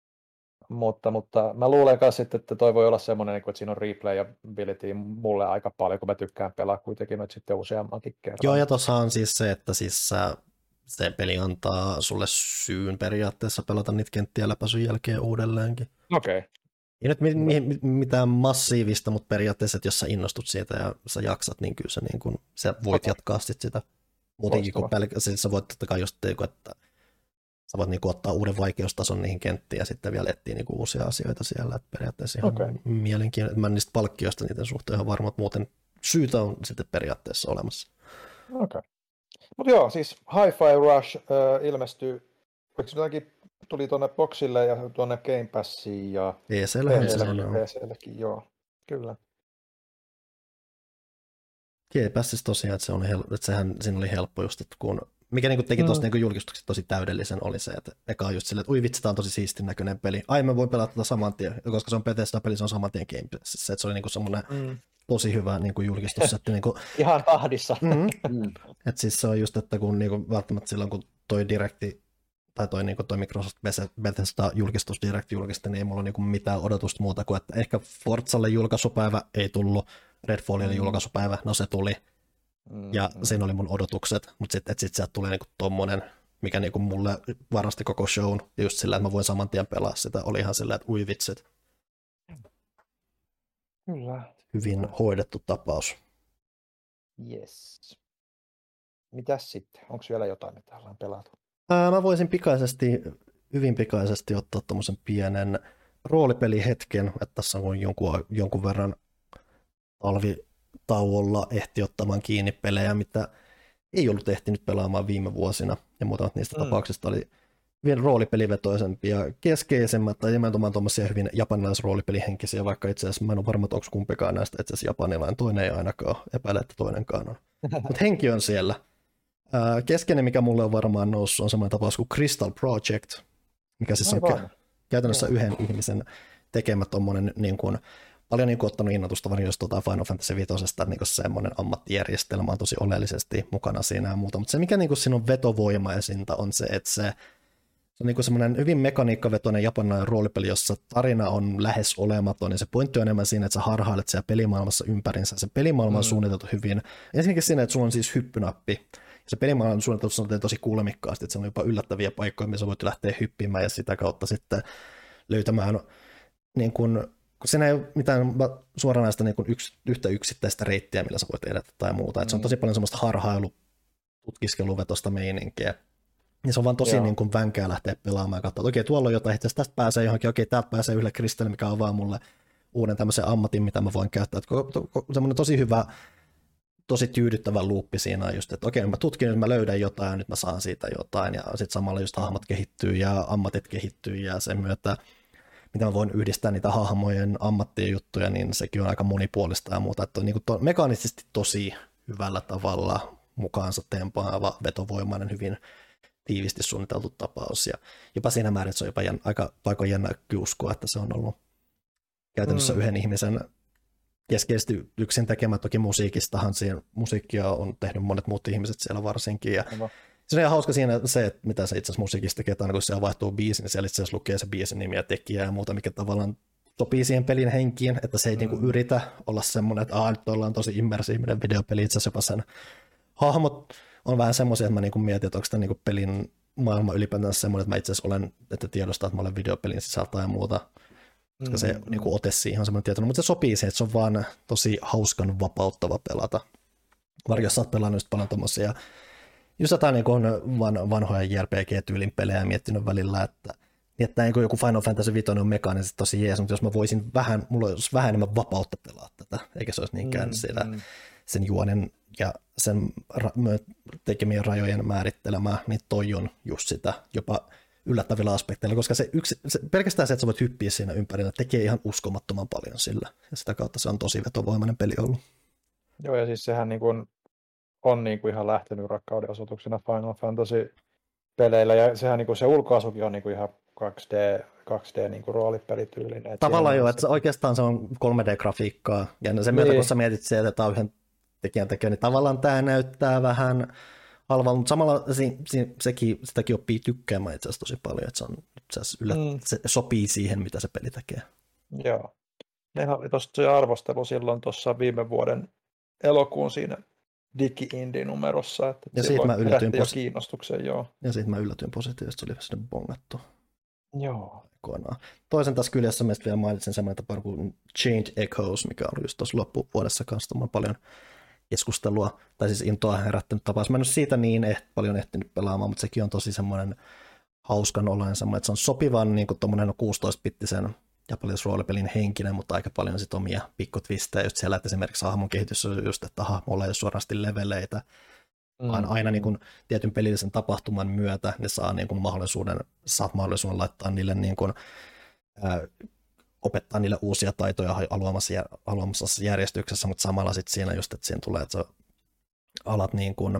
mutta, mutta mä luulen myös sitten, että toi voi olla semmoinen, että siinä on replayability mulle aika paljon, kun mä tykkään pelaa kuitenkin noita sitten useammankin kerran. Joo, ja tuossa on siis se, että siis se peli antaa sulle syyn periaatteessa pelata niitä kenttiä läpäisyn jälkeen uudelleenkin. Okei. Okay. Ei nyt mi- mi- mitään massiivista, mutta periaatteessa, että jos sä innostut siitä ja sä jaksat, niin kyllä sä, niin kun, sä voit okay. jatkaa sit sitä. Muutenkin kuin pelkästään, siis sä voit totta kai just, että sä voit niin kuin ottaa uuden vaikeustason niihin kenttiin ja sitten vielä etsiä niin kuin uusia asioita siellä. Että periaatteessa ihan okay. mielenkiintoista. Mä en niistä palkkioista niiden suhteen ihan varma, että muuten syytä on sitten periaatteessa olemassa. Okei. Okay. Mutta joo, siis Hi-Fi Rush äh, ilmestyy, jotenkin tuli tuonne Boxille ja tuonne Game Passiin ja P C:lläkin, P C:lläkin, joo, kyllä. Game Passissa tosiaan, että, se on hel- että sehän siinä oli helppo just, että kun, mikä niin teki tuosta mm. niin julkistukset tosi täydellisen oli se, että eka on just silleen, että ui vitsi, tämä on tosi siistin näköinen peli. Ai mä voin pelata tätä saman tien, koska se on Bethesda-peli, se on saman tien Game Passissa, että se oli niin semmoinen mm. tosi hyvä niin kuin julkistus. Että, niin kuin, ihan tahdissa. Mm, mm. Että siis se on just, että kun niin kuin, välttämättä silloin, kun toi Directi, tai toi, niin kuin, toi Microsoft Bethesda julkistus Direct julkisti, niin ei mulla ole niin mitään odotusta muuta kuin, että ehkä Forzalle julkaisupäivä ei tullut, Redfallille mm. julkaisupäivä, no se tuli, mm. ja mm. siinä oli mun odotukset, mutta sitten sit sieltä tulee niin kuin tommonen, mikä niin kuin mulle varasti koko shown, ja just sillä, että mä voin saman tien pelaa sitä, oli ihan sillä, että ui vitsit. Kyllä. Hyvin hoidettu tapaus. Yes. Mitäs sitten? Onko vielä jotain, mitä ollaan pelattu? Ää, mä voisin pikaisesti, hyvin pikaisesti ottaa tommosen pienen roolipelihetken, että tässä on jonkun, jonkun verran talvi, tauolla ehti ottamaan kiinni pelejä, mitä ei ollut ehtinyt pelaamaan viime vuosina, ja muutamat niistä mm. tapauksista oli vielä roolipelivetoisempia, keskeisemmät tai nimenomaan tuommoisia hyvin japanilaisroolipelihenkisiä, vaikka itse asiassa mä en ole varma, että onko kumpikaan näistä itse asiassa japanilainen, toinen ei ainakaan epäile, että toinenkaan on. Mutta henki on siellä. Ää, keskeinen, mikä mulle on varmaan noussut, on semmoinen tapaus kuin Crystal Project, mikä siis on kä- käytännössä yhden ihmisen tekemä tommonen niin kuin, paljon niin kuin ottanut innotusta vaan just tuota Final Fantasy viitosesta, niin kuin semmoinen ammattijärjestelmä on tosi oleellisesti mukana siinä ja muuta, mutta se mikä niin kuin siinä on vetovoimaisinta on se, että se, se on niin kuin semmoinen hyvin mekaniikkavetoinen japanilainen roolipeli, jossa tarina on lähes olematon ja se pointti on enemmän siinä, että sä harhailet siellä pelimaailmassa ympärinsä. Se pelimaailma on mm. suunniteltu hyvin. Ensinnäkin siinä, että sulla on siis hyppynappi. Se pelimaailma on suunniteltu tosi kuulemikkaasti, että se on jopa yllättäviä paikkoja, missä voit lähteä hyppimään ja sitä kautta sitten löytämään niin kuin, kun siinä ei ole mitään suoranaista niin kuin yks, yhtä yksittäistä reittiä, millä sä voit edetä tai muuta. Että se on tosi paljon semmoista harhailu, tutkiskeluvetosta meininkiä. Ja se on vaan tosi niin kuin vänkää lähteä pelaamaan ja katsoa, että okei, tuolla on jotain, itse asiassa tästä pääsee johonkin, okei, täältä pääsee yhdelle kristallille, mikä avaa mulle uuden tämmöisen ammatin, mitä mä voin käyttää. Että semmoinen tosi hyvä, tosi tyydyttävä luuppi siinä on just, että okei, mä tutkin, nyt mä löydän jotain ja nyt mä saan siitä jotain. Ja sitten samalla just hahmot kehittyy ja ammatit kehittyy ja sen myötä mitä mä voin yhdistää niitä hahmojen ammattien juttuja, niin sekin on aika monipuolista ja muuta. Että on niin kuin mekaanisesti tosi hyvällä tavalla mukaansa tempaava, vetovoimainen, hyvin tiivisti suunniteltu tapaus. Ja jopa siinä määrin, että se on jopa jän, aika paikoin jännä uskoa, että se on ollut käytännössä mm. yhden ihmisen keskeisesti yksin tekemä. Toki musiikistahan siinä musiikkia on tehnyt monet muut ihmiset siellä varsinkin. Ja no. Se on ihan hauska siinä se, että mitä se itse asiassa musiikista tekee, että aina kun siellä vaihtuu biisi, niin siellä itse asiassa lukee se biisin nimi ja tekijä ja muuta, mikä tavallaan sopii siihen pelin henkiin, että se ei mm. niinku yritä olla semmoinen, että aah, nyt ollaan tosi immersiivinen videopeli, itse asiassa jopa sen hahmot on vähän semmoisia, että mä niinku mietin, että onko tämä niinku pelin maailma ylipäätään semmoinen, että mä itse asiassa olen, että tiedostaa, että mä olen videopelin sisältä ja muuta, koska mm. se niinku ote siihen on semmoinen tietoinen, mutta se sopii siihen, että se on vaan tosi hauskan vapauttava pelata. Varsinkin jos sä oot pelannut just paljon tommosia just jotain niin kuin van, vanhoja J R P G-tyylin pelejä miettinyt välillä, että, että niin kuin joku Final Fantasy viisi on mekaanisesti tosi jees, mutta jos mä voisin vähän, mulla olisi vähän enemmän vapautta pelaa tätä, eikä se olisi niinkään mm, siellä mm. sen juonen ja sen ra- tekemien rajojen määrittelemää, niin toi on just sitä jopa yllättävillä aspekteilla, koska se, yksi, se pelkästään se, että sä voit hyppiä siinä ympärillä, tekee ihan uskomattoman paljon sillä, ja sitä kautta se on tosi vetovoimainen peli ollut. Joo, ja siis sehän niin kuin on niin kuin ihan lähtenyt rakkauden osoituksena Final Fantasy-peleillä, ja sehän niin kuin se ulkoasukin on niin kuin ihan kaksi D, kaksi D niin kuin roolipelityylinen. Tavallaan joo, että se oikeastaan se on kolme D-grafiikkaa, ja sen myötä, niin. kun sä mietit se, että tämä on yhden tekijän tekijä, niin tavallaan tämä näyttää vähän halvalta, mutta samalla se, se, sekin, sitäkin oppii tykkäämään itse asiassa tosi paljon, että se, on, se, yllät, mm. se sopii siihen, mitä se peli tekee. Joo. Meillä oli tuosta se arvostelu silloin tuossa viime vuoden elokuun siinä Digi-Indie-numerossa, että ja siitä mä yllätyin posi- kiinnostuksen, joo. Ja siitä mä yllätyin positiivisesti, se oli sinne bongattu. Joo. Koinaan. Toisen taas kyljessä mä vielä mainitsin semmoinen tapa kuin Chained Echoes, mikä oli just tuossa loppuvuodessa kanssa paljon keskustelua, tai siis intoa herättänyt tapaus. Mä en ole siitä niin eh- paljon ehtinyt pelaamaan, mutta sekin on tosi semmoinen hauskan oloinen semmoinen, että se on sopivan niin kuin tommoinen kuusitoista-bittisen japanilaisroolipelin henkinen, mutta aika paljon sit omia pikkutvistejä just siellä, että esimerkiksi hahmon kehitys on just, että hahmolla ei ole suorasti leveleitä, mm. vaan aina niin kuin tietyn pelillisen tapahtuman myötä ne saa niin kuin mahdollisuuden, saat mahdollisuuden laittaa niille niin kuin, ää, opettaa niille uusia taitoja haluamassa järjestyksessä, mutta samalla sitten siinä just, että siinä tulee, että sä alat niin kuin,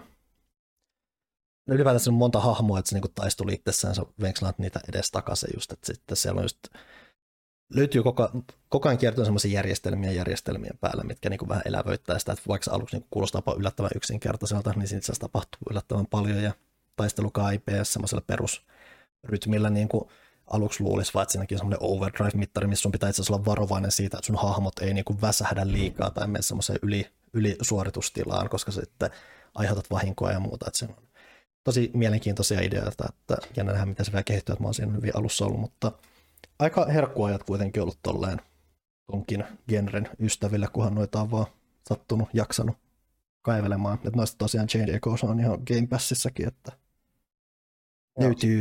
ylipäätään siinä on monta hahmoa, että se niin kuin taistuli itsessään, sä venkslaat niitä edes takaisin just, että sitten siellä on just löytyy koko, koko ajan kiertoon semmoisia järjestelmiä järjestelmien päällä, mitkä niin kuin vähän elävöittää sitä, että vaikka aluksi niin kuulostaa yllättävän yksinkertaiselta, niin siitä tapahtuu yllättävän paljon ja taistelukaan ei P S semmoisella perusrytmillä niin kuin aluksi luulisi, vaan että siinäkin on semmoinen overdrive-mittari, missä sun pitää itse asiassa olla varovainen siitä, että sun hahmot ei niin kuin väsähdä liikaa tai mene semmoiseen yli, ylisuoritustilaan, koska sitten aiheutat vahinkoa ja muuta. Että se on tosi mielenkiintoisia ideoita, että jännä nähdä, miten se vielä kehittyy, että mä oon siinä hyvin alussa ollut, mutta aika herkkuajat kuitenkin ollut tolleen tonkin genren ystäville, kunhan noita on vaan sattunut, jaksanut kaivelemaan. Että noista tosiaan Chained Echoes on ihan Game Passissakin, että Joo. löytyy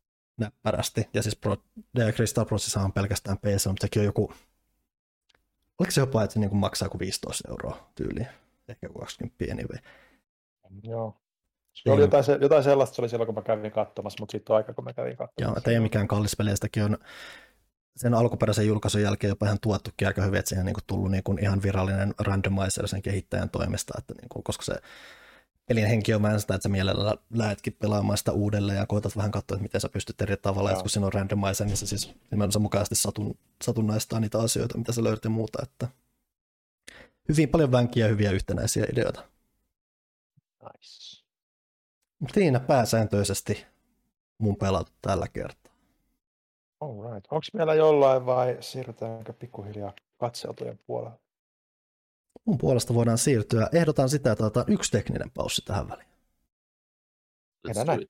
näppärästi. Ja siis Pro, Crystal Process on pelkästään P C, mutta sekin on joku Oliko se jopa, että se niin maksaa kuin viisitoista euroa tyyliin? Ehkä kaksikymmentä anyway. Joo. Se oli jotain, se, jotain sellaista, se oli silloin, kun mä kävin katsomassa, mutta sitten on aika, kun mä kävin katsomassa. Joo, että ei mikään kallis peli, sitäkin on sen alkuperäisen julkaisun jälkeen jopa ihan tuettukin aika hyvin, että siihen on niin kuin tullut niin kuin ihan virallinen randomizer sen kehittäjän toimesta, että niin kuin, koska se pelin henki on vähän sitä, että sä mielellä lähetkin pelaamaan sitä uudelleen ja koetat vähän katsoa, että miten sä pystyt eri tavalla, että kun siinä on randomizer, niin se siis nimenomaan mukaisesti satun, satunnaistaa niitä asioita, mitä sä löydät ja muuta, että hyvin paljon vänkiä ja hyviä yhtenäisiä ideoita. Nice. Siinä pääsääntöisesti mun pelattu tällä kertaa. Alright. Onko meillä jollain vai siirrytäänkö pikkuhiljaa katseltujen puolelle? Mun puolesta voidaan siirtyä. Ehdotan sitä, että otetaan yksi tekninen paussi tähän väliin. Let's näin.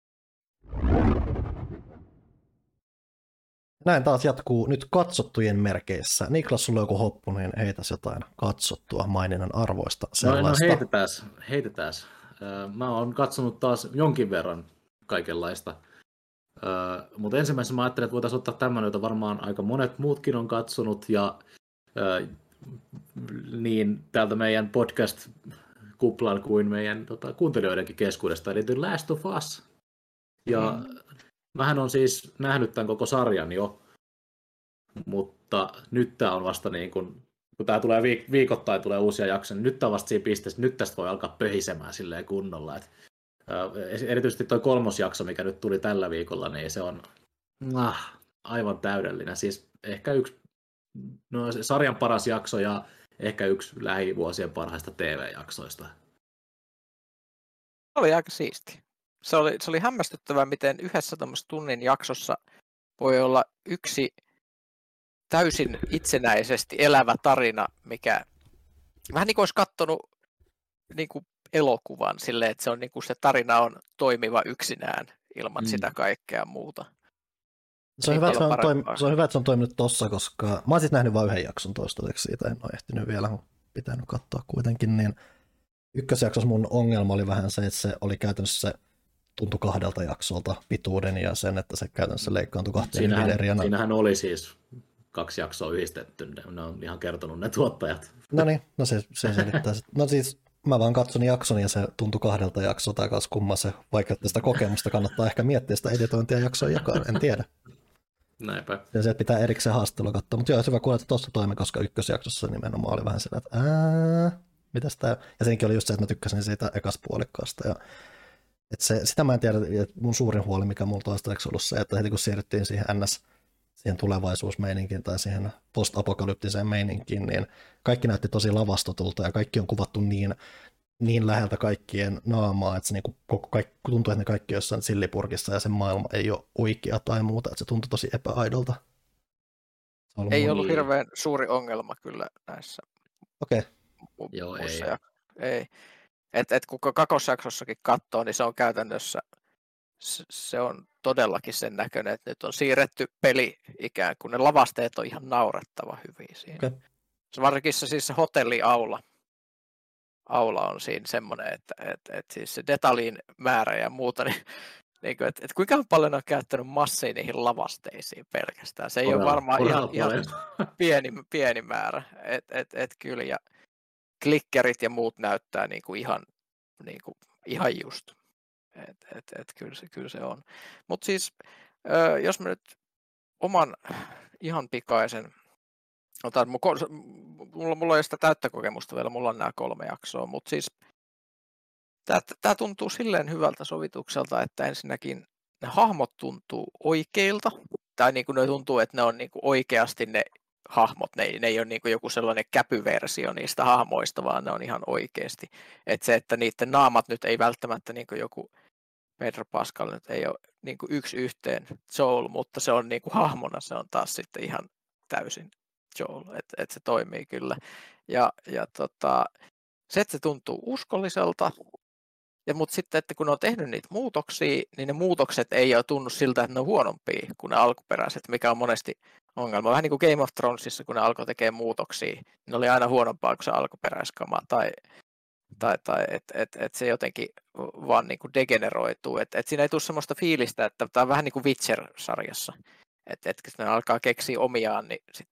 Näin taas jatkuu nyt katsottujen merkeissä. Niklas, sulla on joku hoppu, niin heitäs jotain katsottua maininnan arvoista sellaista. No, no heitetääs, heitetääs. Mä oon katsonut taas jonkin verran kaikenlaista. Uh, mutta ensimmäisenä mä ajattelin, että voitaisiin ottaa tämmöinen, jota varmaan aika monet muutkin on katsonut, ja uh, niin täältä meidän podcast-kuplan kuin meidän tota, kuuntelijoidenkin keskuudesta, eli The Last of Us. Ja mm. mähän on siis nähnyt tämän koko sarjan jo, mutta nyt tämä on vasta niin kuin, kun tämä tulee viik- viikoittain tulee uusia jaksoja, niin nyt tämä on vasta siinä pisteessä, nyt tästä voi alkaa pöhisemään silleen kunnolla, että erityisesti tuo kolmosjakso, mikä nyt tuli tällä viikolla, niin se on ah, aivan täydellinen. Siis ehkä yksi no, sarjan paras jakso ja ehkä yksi lähivuosien parhaista T V-jaksoista. Se oli aika siisti. Se oli, se oli hämmästyttävää, miten yhdessä tämmöisessä tunnin jaksossa voi olla yksi täysin itsenäisesti elävä tarina, mikä vähän niin kuin olisi katsonut niin kuin elokuvan silleen, että se, on, niin kuin se tarina on toimiva yksinään ilman mm. sitä kaikkea muuta. Se on, hyvä, että se, on toimi, se on hyvä, että se on toiminut tossa, koska mä oon sitten nähnyt vain yhden jakson toistaiseksi siitä, en ole ehtinyt vielä, mutta pitänyt katsoa kuitenkin, niin ykkösjaksossa mun ongelma oli vähän se, että se oli käytännössä se tuntui kahdelta jaksolta pituuden ja sen, että se käytännössä leikkaantui kahteen siinähän, eri anna. Siinähän oli siis kaksi jaksoa yhdistetty, ne on ihan kertonut ne tuottajat. No niin, no se, se selittää. No siis mä vaan katson jakson ja se tuntui kahdelta jaksolta ja kas kumma se vaikeutti sitä kokemusta, kannattaa ehkä miettiä sitä editointia jaksoa jakaa, en tiedä. Näinpä. Ja se pitää erikseen haastelua katsoa, mutta joo, hyvä kuulla, että tuossa toimi, koska ykkösjaksossa nimenomaan oli vähän sillä, että ää, mitäs tää, ja senkin oli just se, että mä tykkäsin siitä ekas puolikkaasta, ja että se, sitä mä en tiedä, että mun suurin huoli, mikä mulla toistaiseksi ollut se, että heti kun siirryttiin siihen ns, siihen tulevaisuusmeininkiin tai siihen post-apokalyptiseen meininkiin, niin kaikki näytti tosi lavastotulta ja kaikki on kuvattu niin, niin läheltä kaikkien naamaa, että se niinku koko, kaikki, tuntuu, että ne kaikki on jossain sillipurkissa ja se maailma ei ole oikea tai muuta, että se tuntui tosi epäaidolta. Ollut ei ollut niin hirveän suuri ongelma kyllä näissä. Okei. Okay. Joo, ei. Ja, ei. Et, et kun kakosjaksossakin katsoo, niin se on käytännössä, se on todellakin sen näköinen, että nyt on siirretty peli ikään kuin, ne lavasteet on ihan naurettava hyviä siinä. Okay. Se varsinkin se, siis se hotelliaula aula on siinä semmoinen, että et, et siis se detaljin määrä ja muuta, niin, niin kuin, että et kuinka paljon on käyttänyt massia niihin lavasteisiin pelkästään. Se ei Todella, ole varmaan ihan, ihan pieni, pieni määrä, että et, et kyllä, ja klikkerit ja muut näyttää niin kuin ihan, niin kuin, ihan just. Et, et, et kyllä, se, kyllä se on. Mutta siis, jos mä nyt oman ihan pikaisen, otan, mulla, mulla ei ole sitä täyttä kokemusta vielä, mulla on nämä kolme jaksoa, mutta siis tämä tuntuu silleen hyvältä sovitukselta, että ensinnäkin ne hahmot tuntuu oikeilta, tai niin kuin ne tuntuu, että ne on niin kuin oikeasti ne hahmot, ne, ne ei ole niin kuin joku sellainen käpyversio niistä hahmoista, vaan ne on ihan oikeasti. Että se, että niiden naamat nyt ei välttämättä niin kuin joku Pedro Pascal nyt ei ole niin kuin yksi yhteen Joel, mutta se on niin kuin hahmona, se on taas sitten ihan täysin Joel, että et se toimii kyllä. Ja, ja tota, se, että se tuntuu uskolliselta, ja, mutta sitten, että kun ne on tehnyt niitä muutoksia, niin ne muutokset ei ole tunnu siltä, että ne on huonompia kuin ne alkuperäiset, mikä on monesti ongelma. Vähän niin kuin Game of Thronesissa, kun ne alkoi tekemään muutoksia, niin ne oli aina huonompaa kuin se alkuperäiskama, tai, tai, tai että et, et se jotenkin vaan niin kuin degeneroituu. Että et siinä ei tule sellaista fiilistä, että tämä on vähän niin kuin Witcher-sarjassa, että et, kun ne alkaa keksiä omiaan, niin sit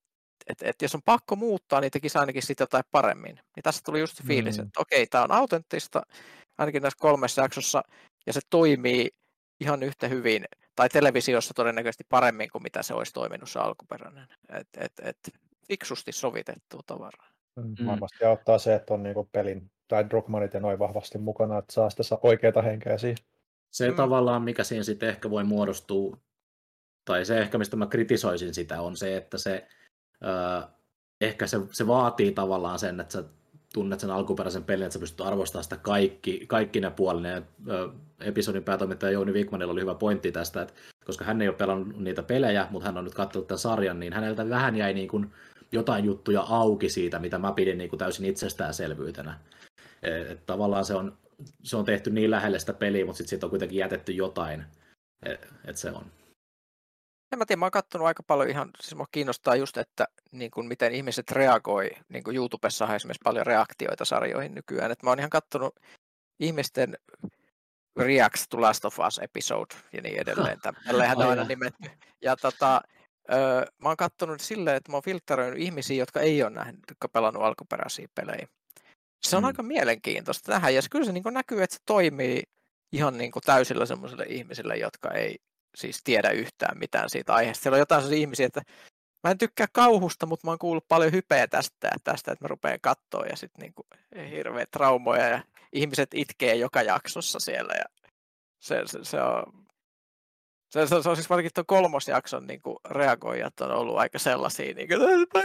et, et jos on pakko muuttaa, niin tekisi ainakin sitä jotain paremmin. Niin tässä tuli just se fiilis, Mm. että okei, tämä on autenttista, ainakin näissä kolmessa jaksossa, ja se toimii ihan yhtä hyvin, tai televisiossa todennäköisesti paremmin kuin mitä se olisi toiminut se alkuperäinen. Et, et, et, fiksusti sovitettua tavaraa. Mm. Varmasti auttaa se, että on niinku pelin tai Druckmannit ja noin vahvasti mukana, että saa sitä oikeaa henkeä siihen. Se Mm. tavallaan, mikä siinä sitten ehkä voi muodostua, tai se ehkä, mistä mä kritisoisin sitä, on se, että se äh, ehkä se, se vaatii tavallaan sen, että sä tunnet sen alkuperäisen pelin, että sä pystyt arvostamaan sitä kaikki, kaikki ne puolinen. Episodin päätoimittaja Jouni Wikmanilla oli hyvä pointti tästä, että koska hän ei ole pelannut niitä pelejä, mutta hän on nyt katsonut tämän sarjan, niin häneltä vähän jäi niin kuin jotain juttuja auki siitä, mitä mä pidin niin kuin täysin itsestäänselvyytenä. Et tavallaan se on, se on tehty niin lähelle sitä peliä, mutta sitten siitä on kuitenkin jätetty jotain, että se on. En mä tiedä, mä oon kattonut aika paljon ihan, siis mua kiinnostaa just, että niin kuin miten ihmiset reagoi, niin kuin YouTubessa on esimerkiksi paljon reaktioita sarjoihin nykyään, että mä oon ihan kattonut ihmisten Reacts to Last of Us episode ja niin edelleen, tällähän ne on aina nimetty. Ja tota, öö, mä oon kattonut silleen, että mä oon filtteröinyt ihmisiä, jotka ei ole nähnyt, jotka pelannut alkuperäisiä pelejä. Se on mm. aika mielenkiintoista tähän, ja kyllä se niin kuin näkyy, että se toimii ihan niin kuin täysillä semmoisille ihmisille, jotka ei siis tiedä yhtään mitään siitä aiheesta. Siellä on jotain sellaisia ihmisiä, että mä en tykkää kauhusta, mutta mä oon kuullut paljon hypeä tästä ja tästä, että mä rupean katsoa ja sitten niinku hirveä traumoja ja ihmiset itkee joka jaksossa siellä ja se, se, se on se, se, se on siis varsinkin tuon kolmosjakson niinku reagoijat on ollut aika sellaisia niinku,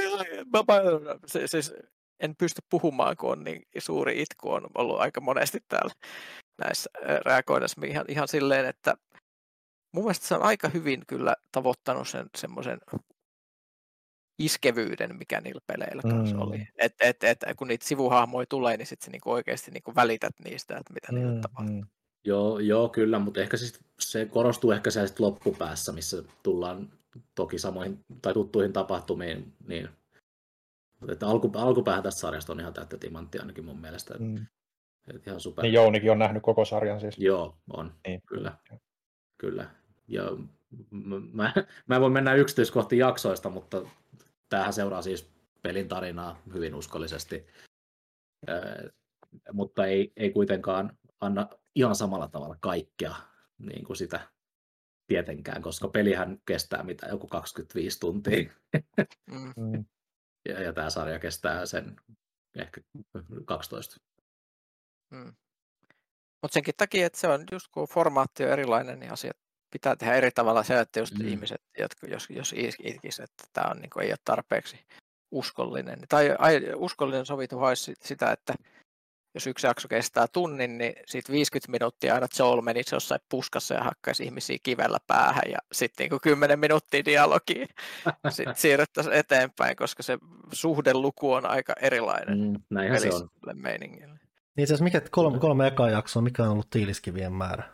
se, siis en pysty puhumaan, kun on niin suuri itku on ollut aika monesti täällä näissä reagoidassa ihan, ihan silleen, että mun mielestä se on aika hyvin kyllä tavoittanut sen semmoisen iskevyyden, mikä niillä peleillä kanssa mm. oli. Et, et, et, kun niitä sivuhahmoja tulee, niin sitten niinku oikeasti niinku välität niistä, että mitä mm. niille tapahtuu. Joo, joo, kyllä, mutta ehkä siis se korostuu ehkä siellä loppupäässä, missä tullaan toki samoihin tai tuttuihin tapahtumiin, niin että alku, alkupäähän tästä sarjasta on ihan täyttä timanttia ainakin mun mielestä. Mm. Että ihan super. Niin Jounikin on nähnyt koko sarjan siis. Joo, on, niin. kyllä. Kyllä. Ja mä, mä en voi mennä yksityiskohtiin jaksoista, mutta tämähän seuraa siis pelin tarinaa hyvin uskollisesti, äh, mutta ei, ei kuitenkaan anna ihan samalla tavalla kaikkea niin kuin sitä tietenkään, koska pelihän kestää mitä joku kaksikymmentäviisi tuntia. Mm. ja, ja tämä sarja kestää sen ehkä kaksitoista. Mm. Mutta senkin takia, että se on just kun formaatti on erilainen, niin asiat pitää tehdä eri tavalla se, että just mm. ihmiset, jotka, jos, jos itkisi, että tämä on, niin kuin, ei ole tarpeeksi uskollinen. Tai ai, uskollinen sovitu olisi sitä, että jos yksi jakso kestää tunnin, niin siitä viisikymmentä minuuttia aina Joel menisi jossain puskassa ja hakkaisi ihmisiä kivellä päähän ja sitten niin kymmenen minuuttia dialogia sitten siirryttäisiin eteenpäin, koska se suhdeluku on aika erilainen mm, näinhän se on. Meiningille. Niin itse asiassa mikä kolme, kolme ekaa jaksoa, mikä on ollut tiiliskivien määrä?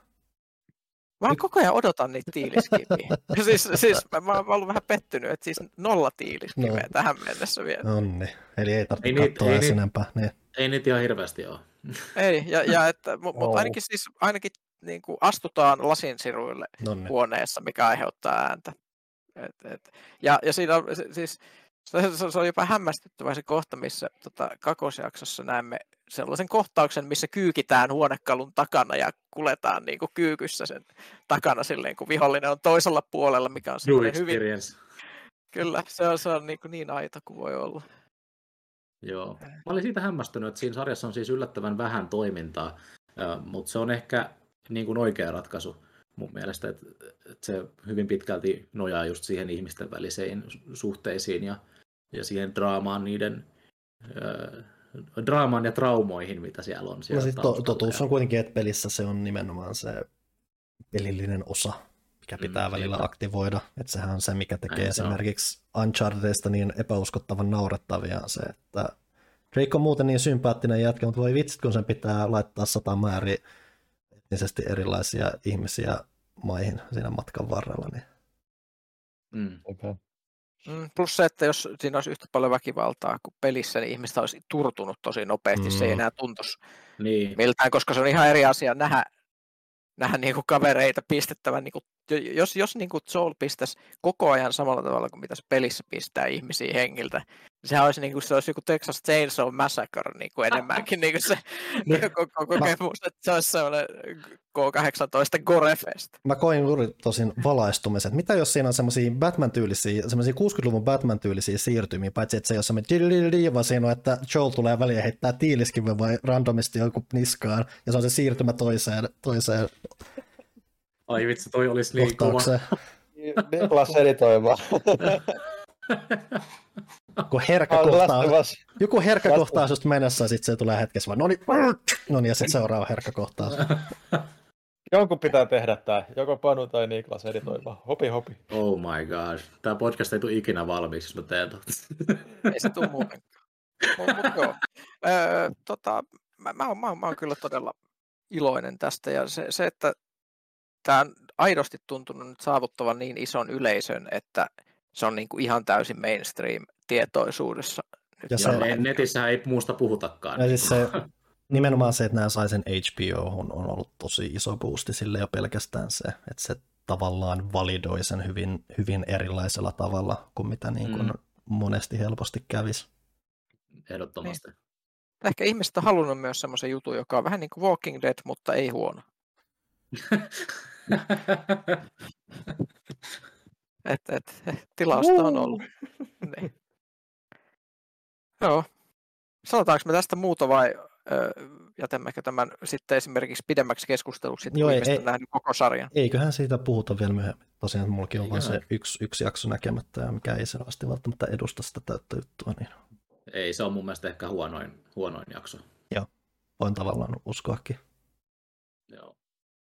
Mä koko ajan odotan niitä tiiliskiviä. siis, siis mä, mä oon ollut vähän pettynyt, että siis nolla tiiliskiveä no. tähän mennessä vielä. Onni, eli ei tarvitse katsoa edes enempää. Niin. Ei niitä ihan hirveästi ole. Ei, ja, ja että, mutta oh. ainakin, siis, ainakin niin kuin astutaan lasinsiruille Nonni. huoneessa, mikä aiheuttaa ääntä. Et, et, ja, ja siinä on siis... Se, se, se on jopa hämmästyttävä se kohta, missä tota, kakosjaksossa näemme sellaisen kohtauksen, missä kyykitään huonekalun takana ja kuletaan niin kuin kyykyssä sen takana silleen, kun vihollinen on toisella puolella, mikä on semmoinen hyvin... Kyllä, se on, se on niin, kuin niin aito kuin voi olla. Joo. Mä olin siitä hämmästynyt, että siinä sarjassa on siis yllättävän vähän toimintaa, mutta se on ehkä niin kuin oikea ratkaisu mun mielestä, että, että se hyvin pitkälti nojaa just siihen ihmisten väliseen suhteisiin ja, ja siihen draamaan niiden äh, draamaan ja traumoihin, mitä siellä on. Siellä no siis to, totuus on kuitenkin, että pelissä se on nimenomaan se pelillinen osa, mikä pitää mm, välillä siitä aktivoida. Että sehän on se, mikä tekee Näin esimerkiksi Unchartedista niin epäuskottavan naurettavia se, että Drake on muuten niin sympaattinen jätkä, mutta voi vitsit, kun sen pitää laittaa sata määrin etnisesti erilaisia ihmisiä maihin siinä matkan varrella. Niin. Mm. Okay. Mm, plus se, että jos siinä olisi yhtä paljon väkivaltaa kuin pelissä, niin ihmistä olisi turtunut tosi nopeasti. Mm. Se ei enää tuntuisi niin. miltään, koska se on ihan eri asia nähdä, nähdä niinku kavereita pistettävän niinku jos, jos niin kuin Joel pistäisi koko ajan samalla tavalla kuin mitä se pelissä pistää ihmisiä hengiltä, niin sehän olisi, niin kuin, se olisi joku Texas Chainsaw Massacre niin kuin enemmänkin niin kuin se koko kokemus, että se olisi sellainen K kahdeksantoista Gorefest. Mä koin juuri tosin valaistumisen, että mitä jos siinä on semmoisia Batman-tyylisiä, semmoisia kuusikymmentäluvun Batman-tyylisiä siirtymiä, paitsi että se ei ole semmoinen, vaan siinä on, että Joel tulee väliin ja heittää tiiliskiven vai randomisti joku niskaan, ja se on se siirtymä toiseen, toiseen ai vitsi, toi olisi niin kova. Niklas editoiva. Kun herkkä kohtaus, joku herkkä kohtaus just mennessä, ja sitten se tulee hetkessä vaan, no niin, no niin, ja sitten seuraava herkkä kohtaus. Jonkun pitää tehdä tää, joko Panu tai Niklas editoiva. Hopi hopi. Oh my god, tää podcast ei tule ikinä valmiiksi, jos mä teen tuota. Ei se tule muutenkaan. Mut joo. Öö, tota, mä, mä, oon, mä, oon, mä oon kyllä todella iloinen tästä, ja se, se että tämä on aidosti tuntunut nyt saavuttavan niin ison yleisön, että se on niin kuin ihan täysin mainstream-tietoisuudessa. Nyt ja se, netissä ei muusta puhutakaan. Ja siis se, nimenomaan se, että nämä sai sen H B O, on, on ollut tosi iso boosti sille jo pelkästään se, että se tavallaan validoi sen hyvin, hyvin erilaisella tavalla kuin mitä niin kuin mm. monesti helposti kävisi. Ehdottomasti. Niin. Ehkä ihmiset on halunnut myös semmoisen jutun, joka on vähän niin kuin Walking Dead, mutta ei huono. et, et, tilausta on ollut. Niin. Joo. Sanotaanko me tästä muuta vai ö, jätämmekö tämän sitten esimerkiksi pidemmäksi keskusteluksi, kun ihmiset on nähnyt koko sarjan? Eiköhän siitä puhuta vielä myöhemmin. Tosiaan mullakin on vain se yksi, yksi jakso näkemättä, ja mikä ei selvästi välttämättä edusta sitä täyttä juttua. Niin... Ei, se on mun mielestä ehkä huonoin, huonoin jakso. Joo, voin tavallaan uskoakin. Joo.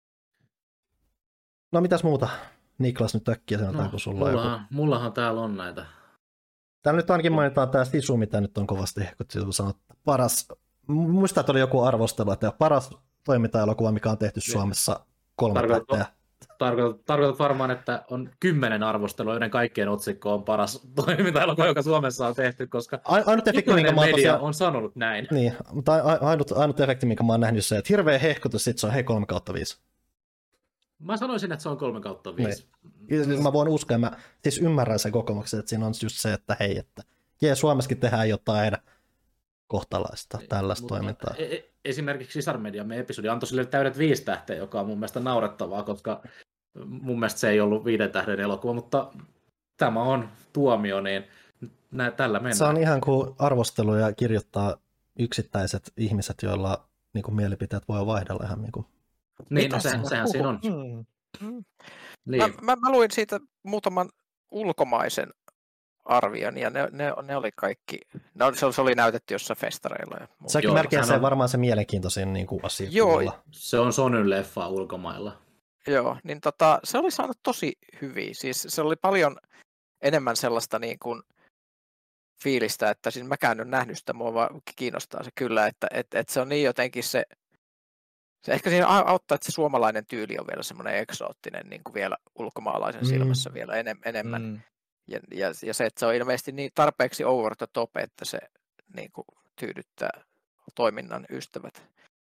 No mitäs muuta? Niklas nyt äkkiä sanotaan, no, kun sulla mullahan, on joku... Mullahan täällä on näitä. Täällä nyt ainakin mainitaan tämä Sisu, mitä nyt on kovasti hehkuttu, sanot, paras, muistaa, että oli joku arvostelu, että paras toimintaelokuva, mikä on tehty Suomessa kolme tähteä. Tarkoitat, tarkoitat varmaan, että on kymmenen arvostelua, joiden kaikkien otsikko on paras toimintaelokuva, joka Suomessa on tehty, koska ainut efekti, minkä mä media tosiaan... on sanonut näin. Niin, mutta ainut, ainut efekti, minkä mä oon nähnyt se, että hirveä hehkutus, sit se on hei kolme kautta viisi. Mä sanoisin, että se on kolme kautta viisi. Niin. Mä voin uskoa, mä siis ymmärrän sen kokemuksen, että siinä on just se, että hei, että jee, Suomessakin tehdään jotain kohtalaista, tällaista mutta toimintaa. E- esimerkiksi Sisarmediamme episodi antoi sille täydet viisi tähteä, joka on mun mielestä naurettavaa, koska mun mielestä se ei ollut viiden tähden elokuva, mutta tämä on tuomio, niin nä- tällä mennään. Se on ihan kuin arvosteluja kirjoittaa yksittäiset ihmiset, joilla niin kuin mielipiteet voi vaihdella ihan niin kuin. Niin, no sehän, sehän siinä on. Hmm. Hmm. Niin. Mä, mä, mä luin siitä muutaman ulkomaisen arvion, ja ne, ne, ne oli kaikki, no, se, se oli näytetty jossain festareilla. Ja sekin melkein se on varmaan se mielenkiintoisin niin kuin asia. Joo. Se on Sonyn leffa ulkomailla. Joo, niin tota, se oli saanut tosi hyviä. Siis se oli paljon enemmän sellaista niin kuin fiilistä, että siis mäkään en nähnyt sitä, mua vaan kiinnostaa se kyllä, että et, et se on niin jotenkin se, se ehkä siinä auttaa, että se suomalainen tyyli on vielä semmoinen eksoottinen niin kuin vielä ulkomaalaisen silmässä mm. vielä enem, enemmän. Mm. Ja, ja, ja se, että se on ilmeisesti niin tarpeeksi over the top, että se niin kuin tyydyttää toiminnan ystävät.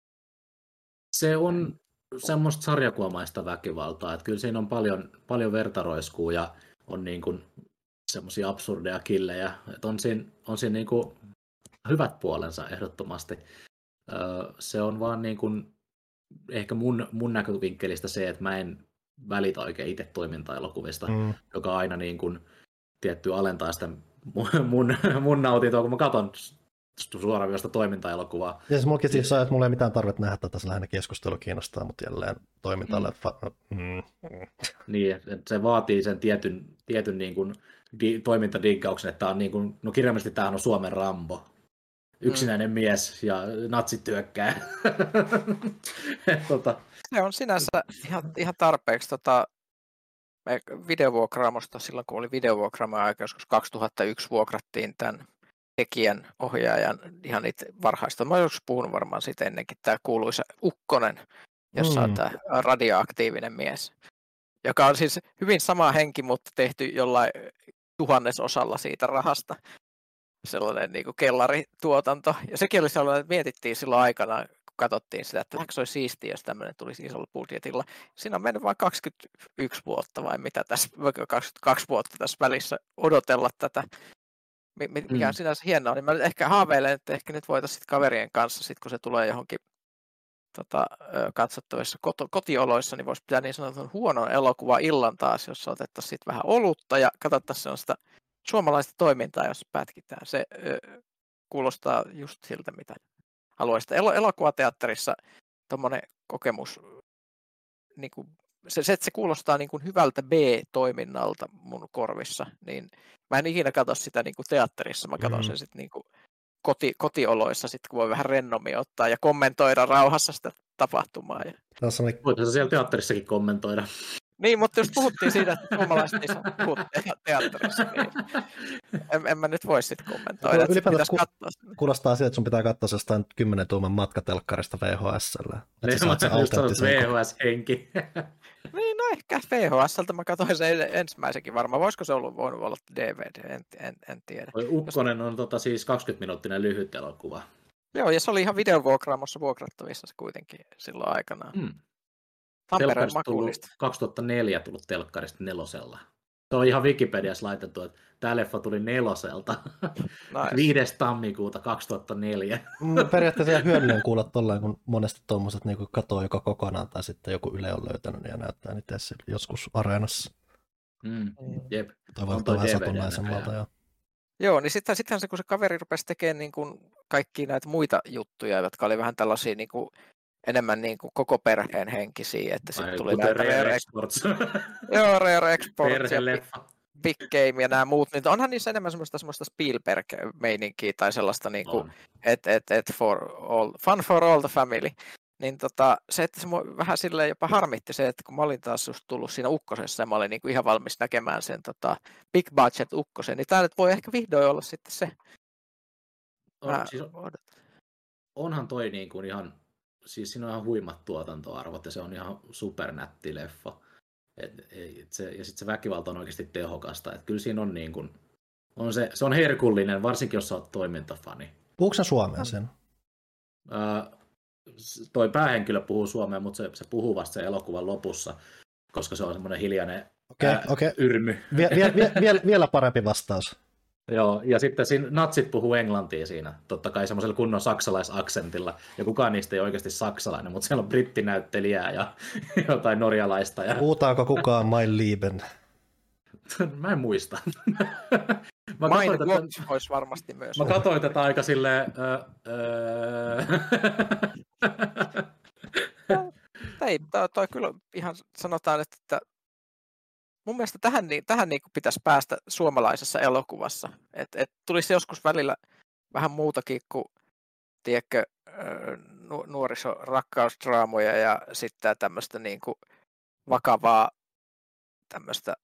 Se on semmoista sarjakuomaista väkivaltaa, että kyllä siinä on paljon, paljon vertaroiskuu ja on niin kuin semmoisia absurdeja killejä, että on siinä, on siinä niin kuin hyvät puolensa ehdottomasti. Se on vaan niin kuin ehkä mun, mun näkövinkkelistä se, että mä en välitä oikein itse toimintaelokuvista, mm. joka aina niin kuin tietty alentaa sitä mun, mun, mun nautintoa, kun mä katson suoraan vielä sitä toimintaelokuvaa. Ja siis mullakin siis on, että mulla ei mitään tarvetta nähdä tätä, tässä lähinnä keskustelu kiinnostaa, mutta jälleen toimintaleffa. Mm. Mm. Niin, se vaatii sen tietyn, tietyn niin kuin di, toimintadiggauksen, että on niin kuin, no kirjaimellisesti tämähän on Suomen Rambo. Yksinäinen mm. mies ja natsit työkkää. tota. Se on sinänsä ihan, ihan tarpeeksi. Tota, me videovuokraamosta, silloin kun oli videovuokraamo aika, joskus kaksituhattayksi vuokrattiin tämän tekijän, ohjaajan, ihan niitä varhaista. Mä olen joskus puhunut varmaan siitä ennenkin, tämä kuuluisa Ukkonen, jossa mm. on tämä radioaktiivinen mies, joka on siis hyvin sama henki, mutta tehty jollain tuhannesosalla siitä rahasta. Sellainen niin kuin kellarituotanto. Ja sekin oli sellainen, että mietittiin silloin aikana, kun katsottiin sitä, että se olisi siistiä, jos tämmöinen tulisi isolla budjetilla. Siinä on mennyt vain kaksikymmentäyksi vuotta vai mitä tässä, kaksikymmentäkaksi vuotta tässä välissä odotella tätä, mikä on sinänsä hienoa. Niin mä ehkä haaveilen, että ehkä nyt voitaisiin kaverien kanssa, sit kun se tulee johonkin tota, katsottavissa koto, kotioloissa, niin voisi pitää niin sanotun huonon elokuva illan taas, jossa otettaisiin sit vähän olutta ja katsottaisiin sellaista suomalaista toimintaa, jos pätkitään. Se ö, kuulostaa just siltä, mitä haluaisin. El- elokuvateatterissa tuommoinen kokemus, niin kuin, se, se, että se kuulostaa niin kuin hyvältä B-toiminnalta mun korvissa, niin mä en ikinä katso sitä niin kuin teatterissa, mä katson mm. sen sitten niin kuin koti, kotioloissa, sit, kun voi vähän rennommin ottaa ja kommentoida rauhassa sitä tapahtumaa. Ja... Voitaisiin siellä teatterissakin kommentoida. Niin, mutta jos puhuttiin siitä, että suomalaiset ei saa puhua teatterissa, niin en, en mä nyt voi sitten kommentoida. Ylipäätään ku, kuulostaa siltä, että sun pitää katsoa jostain kymmenen tuuman matkatelkkarista V H S:llä. Niin, mä just V H S-henki. Niin, no ehkä V H S:ltä mä katsoin sen ensimmäisenkin varmaan. Voisiko se ollut, voinut olla D V D, en, en, en tiedä. Ukkonen on tota, siis kaksikymmentä-minuuttinen lyhyt elokuva. Joo, ja se oli ihan videovuokraamossa vuokrattavissa se kuitenkin silloin aikanaan. Mm. Tampereen makuulista. kaksituhattaneljä tullut telkkarista nelosella. Se on ihan Wikipediassa laitettu, että tämä leffa tuli neloselta. Nice. viides tammikuuta kaksituhattaneljä. Mm, periaatteessa ihan hyödyllinen kuulla tolleen, kun monesti tuommoiset niin katoo joka kokonaan tai sitten joku Yle on löytänyt ja näyttää niitä joskus areenassa. Mm. Jep. Toi voi olla vähän satunnaisemmalta. Jo. Joo, niin sittenhän, sittenhän se, kun se kaveri rupesi tekemään niin kuin kaikkia näitä muita juttuja, jotka oli vähän tällaisia niin kuin enemmän niin kuin koko perheen henkisiä, että sitten tuli näitä Rare Exports. Joo, Rare Exports ja Big Game ja nämä muut, niin onhan niissä enemmän semmoista, semmoista Spielberg-meininkiä tai sellaista niin kuin, et, et, et for all, fun for all the family. Niin tota, se, että se vähän silleen jopa harmitti se, että kun mä olin taas just tullut siinä ukkosessa ja mä olin niin kuin ihan valmis näkemään sen tota, big budget ukkosen, niin tää nyt voi ehkä vihdoin olla sitten se. On, siis on, onhan toi niin kuin ihan siis siinä on ihan huimat tuotantoarvot ja se on ihan supernätti leffa. Et, et se, ja sitten se väkivalta on oikeasti tehokasta. Et kyllä siinä on niin kuin, on se, se on herkullinen, varsinkin jos sä oot toimintafani. Puhuuko sä suomea sen? Öö, toi päähenkilö puhuu suomea, mutta se, se puhuu vasta sen elokuvan lopussa, koska se on semmoinen hiljainen okay, ää, okay. yrmy. Vie, vie, vie, vie, vielä parempi vastaus. Joo, ja sitten siinä natsit puhuu englantia siinä, totta kai semmoisella kunnon saksalaisaksentilla, ja kukaan niistä ei oikeasti saksalainen, mutta siellä on brittinäyttelijää ja jotain norjalaista. Ja... Puhutaanko kukaan Mein Lieben? Mä en muista. Mä Mein Gott tätä... olisi varmasti myös. Mä katsoin tätä aika silleen... Öö, öö... Ei, toi, toi kyllä ihan sanotaan, että mun mielestä tähän, tähän niin pitäisi päästä suomalaisessa elokuvassa. Et, et tulisi joskus välillä vähän muutakin kuin tiedätkö, nuorisorakkausdraamoja ja sitten tämmöistä niin kuin vakavaa tämmöistä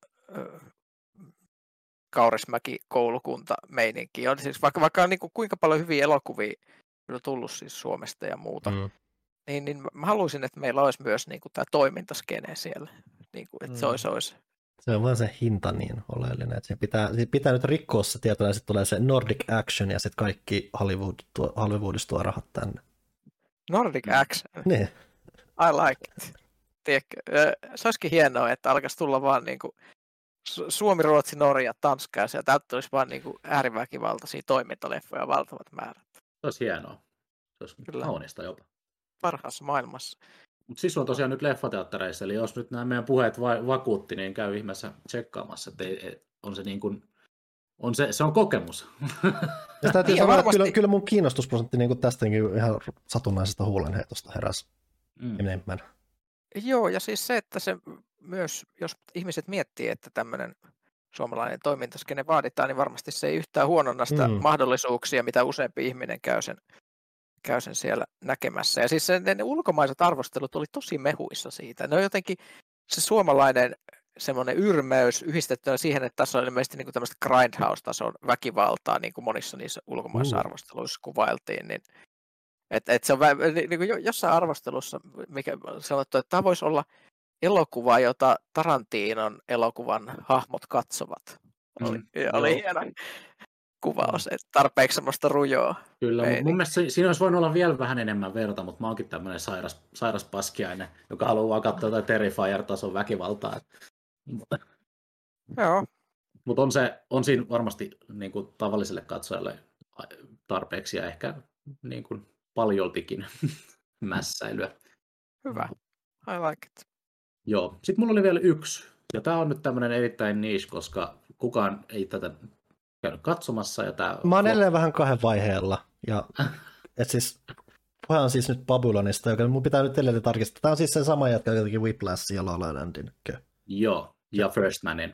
Kaurismäki-koulukunta-meininkiä. On siis vaikka, vaikka on niin kuin kuinka paljon hyviä elokuvia tullut siis Suomesta ja muuta, mm. niin, niin mä haluaisin, että meillä olisi myös niin kuin tämä toimintaskene siellä. Niin kuin, että mm. se olisi, olisi. Se on vaan se hinta niin oleellinen, että pitää, pitää nyt rikkoa se tieto, ja sitten tulee se Nordic Action, ja sitten kaikki Hollywood tuo, Hollywoodista tuo rahat tänne. Nordic Action? Niin. I like it. Tiedätkö, se olisikin hienoa, että alkaisi tulla vaan niin kuin Suomi, Ruotsi, Norja, Tanska, ja sieltä tulisi vaan niin kuin ääriväkivaltaisia toimintaleffoja valtavat määrät. Se olisi hienoa. Se olisi Kyllä. kaunista jopa. Parhaassa maailmassa. Mutta siis on tosiaan nyt leffateattereissa, eli jos nyt nämä meidän puheet va- vakuutti, niin käy ihmeessä tsekkaamassa, että ei, ei, on se niin kuin, on se, se on kokemus. Ja täytyy sanoa, varmasti... kyllä, kyllä mun kiinnostusprosentti niin kuin tästäkin ihan satunnaisesta huulenheitosta heräsi mm. enemmän. Joo, ja siis se, että se myös, jos ihmiset miettii, että tämmöinen suomalainen toimintaskene vaaditaan, niin varmasti se ei yhtään huononna sitä mm. mahdollisuuksia, mitä useampi ihminen käy sen käy sen siellä näkemässä. Ja siis se, ne, ne ulkomaiset arvostelut oli tosi mehuissa siitä. Ne on jotenkin se suomalainen semmoinen yrmeys yhdistettynä siihen, että tässä on ilmeisesti niin kuin tämmöistä grindhouse-tason väkivaltaa, niin kuin monissa niissä ulkomaisissa mm. arvosteluissa kuvailtiin. Niin, et, et se on niin kuin jossain arvostelussa, mikä sanottu, että tämä voisi olla elokuva, jota Tarantinon elokuvan hahmot katsovat. Oli, mm. oli hieno. kuvaus, että tarpeeksi semmoista rujoa. Kyllä, mutta mun mielestä siinä olisi voinut olla vielä vähän enemmän verta, mutta mä oonkin tämmöinen sairas, sairas paskiainen, joka haluaa vaan katsoa jotain Terrifier-tason väkivaltaa. Joo. Mutta on, se, on siinä varmasti niin kuin tavalliselle katsojalle tarpeeksi ja ehkä niin kuin paljoltikin mässäilyä. Hyvä. I like it. Joo. Sitten mulla oli vielä yksi. Ja tämä on nyt tämmöinen erittäin niche, koska kukaan ei tätä käynyt katsomassa. Ja tää... Mä oon edelleen vähän kahden vaiheella. Ja, et siis, puhe on siis nyt Babylonista, joka mun pitää nyt edelleen tarkistaa. Tämä on siis sen sama jätkä, joka teki Whiplashin ja La La Landin. Joo, ja First Manin.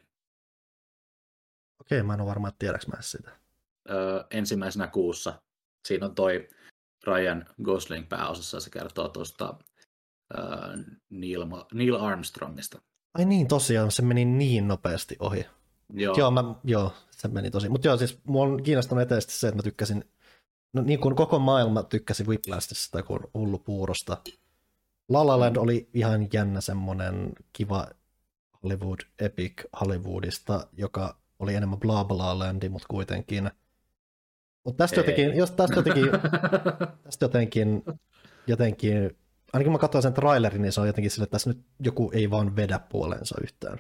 Okei, mä en ole varma, että tiedäks mä sitä. Öö, ensimmäisenä kuussa. Siinä on toi Ryan Gosling pääosassa, se kertoo tuosta öö, Neil, Neil Armstrongista. Ai niin, tosiaan, se meni niin nopeasti ohi. Joo, joo, mä, joo se meni tosi. Mutta joo, siis mua on kiinnostanut eteisesti se, että mä tykkäsin, no niin kuin koko maailma tykkäsi Whiplashista kuin hullu puurosta. La La Land oli ihan jännä semmonen kiva Hollywood epic Hollywoodista, joka oli enemmän bla bla landi, mutta kuitenkin. Mutta tästä jotenkin, jos tästä jotenkin, tästä jotenkin, jotenkin, ainakin kun mä katsoin sen trailerin, niin se on jotenkin sille, että tässä nyt joku ei vaan vedä puoleensa yhtään.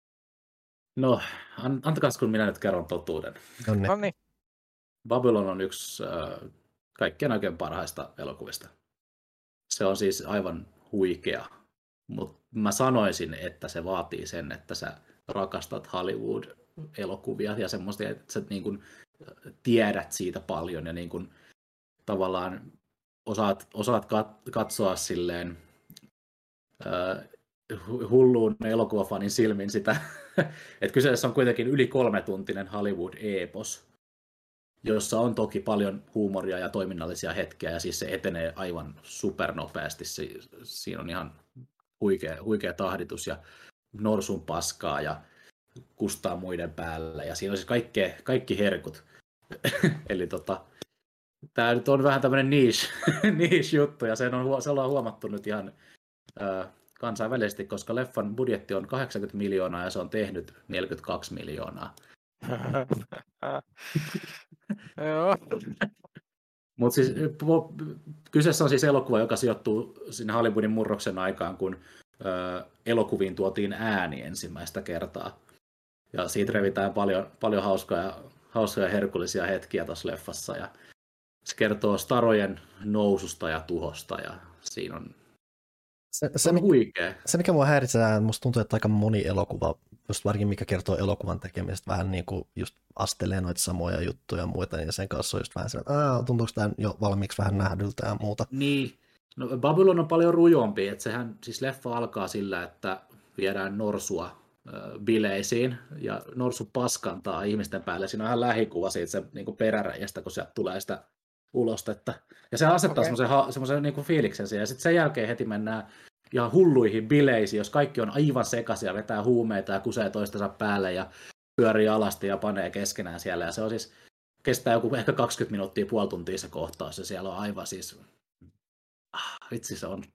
No, an- antakaa kun minä nyt kerron totuuden. Onni. No niin. Babylon on yksi äh, kaikkien oikein parhaista elokuvista. Se on siis aivan huikea, mutta mä sanoisin, että se vaatii sen, että sä rakastat Hollywood-elokuvia ja semmoista, että sä niin kun tiedät siitä paljon ja niin kun tavallaan osaat, osaat katsoa silleen äh, hulluun elokuvafanin silmin sitä, että kyseessä on kuitenkin yli kolmetuntinen Hollywood-epos, jossa on toki paljon huumoria ja toiminnallisia hetkiä, ja siis se etenee aivan supernopeasti. Si- siinä on ihan huikea, huikea tahditus ja norsun paskaa ja kustaa muiden päälle, ja siinä on siis kaikkea, kaikki herkut. Eli tota, tämä nyt on vähän tämmöinen niche, niche juttu, ja sen on, se ollaan huomattu nyt ihan ö, kansainvälisesti, koska leffan budjetti on kahdeksankymmentä miljoonaa, ja se on tehnyt neljäkymmentäkaksi miljoonaa. Joo. Mutta siis, kyseessä on siis elokuva, joka sijoittuu sinne Hollywoodin murroksen aikaan, kun ö, elokuviin tuotiin ääni ensimmäistä kertaa. Ja siitä revitään paljon, paljon hauskoja, hauskoja herkullisia hetkiä tuossa leffassa. Ja se kertoo starojen noususta ja tuhosta, ja siinä on, se, se, se on huikea. Se, mikä mua häiritsee, musta tuntuu, että aika moni elokuva, just varsinkin mikä kertoo elokuvan tekemisestä, vähän niin kuin just astelee noita samoja juttuja ja muita, niin sen kanssa on just vähän sellainen, että tuntuuko tämä jo valmiiksi vähän nähdyltä ja muuta. Niin, no Babylon on paljon rujompi, että sehän siis leffa alkaa sillä, että viedään norsua äh, bileisiin ja norsu paskantaa ihmisten päälle. Siinä on ihan lähikuva siitä se niin peräreiästä, kun sieltä tulee sitä ulostetta. Ja se asettaa okay. semmoisen, semmoisen niin fiiliksen siihen. Ja sitten sen jälkeen heti mennään ihan hulluihin bileisiin, jos kaikki on aivan sekaisin, vetää huumeita ja kusee toistensa päälle ja pyörii alasti ja panee keskenään siellä. Ja se on siis, kestää joku ehkä kaksikymmentä minuuttia, puoli tuntia se kohtaus. Ja siellä on aivan siis, ah, vitsi se on.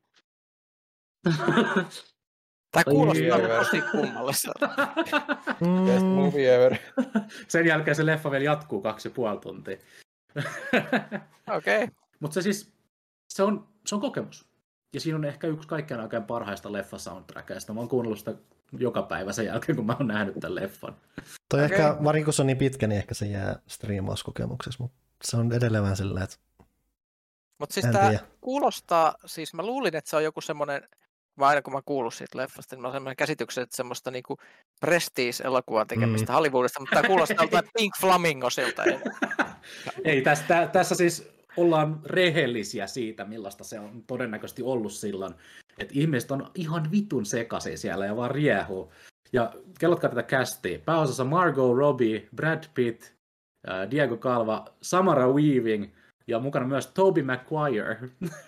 Tämä kuulostaa tosi kummalliselta. Best movie ever. Sen jälkeen se leffa vielä jatkuu kaksi ja puoli tuntia. Okei. Okay. Mutta se siis, se on, se on kokemus. Ja siinä on ehkä yksi kaikkein oikein parhaista leffa-soundtrackeista. Mä oon kuunnellut sitä joka päivä sen jälkeen, kun mä oon nähnyt tämän leffan. Toi okay. Ehkä, varsinkin kun se on niin pitkä, niin ehkä se jää striimauskokemuksessa, mutta se on edelleen vähän sillä, että mutta siis tää tiedä. Kuulostaa, siis mä luulin, että se on joku semmoinen, vaan aina kun mä kuullut siitä leffasta, niin mä oon semmoinen käsityksen, että semmoista niinku prestige-elokuvan tekemistä mm. Hollywoodista, mutta tää kuulostaa jotain Pink Flamingosilta. Ei, tässä, tässä siis ollaan rehellisiä siitä, millaista se on todennäköisesti ollut silloin, että ihmiset on ihan vitun sekaisin siellä ja vaan riehuu. Ja kellotkaa tätä castia. Pääosassa Margot Robbie, Brad Pitt, Diego Calva, Samara Weaving ja mukana myös Tobey Maguire.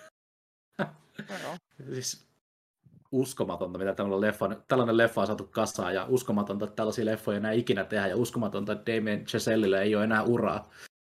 Siis uskomatonta, mitä tällainen leffa, tällainen leffa on saatu kasaan, ja uskomatonta, että tällaisia leffoja enää ikinä tehdä, ja uskomatonta, että Damien Chazellelle ei ole enää uraa.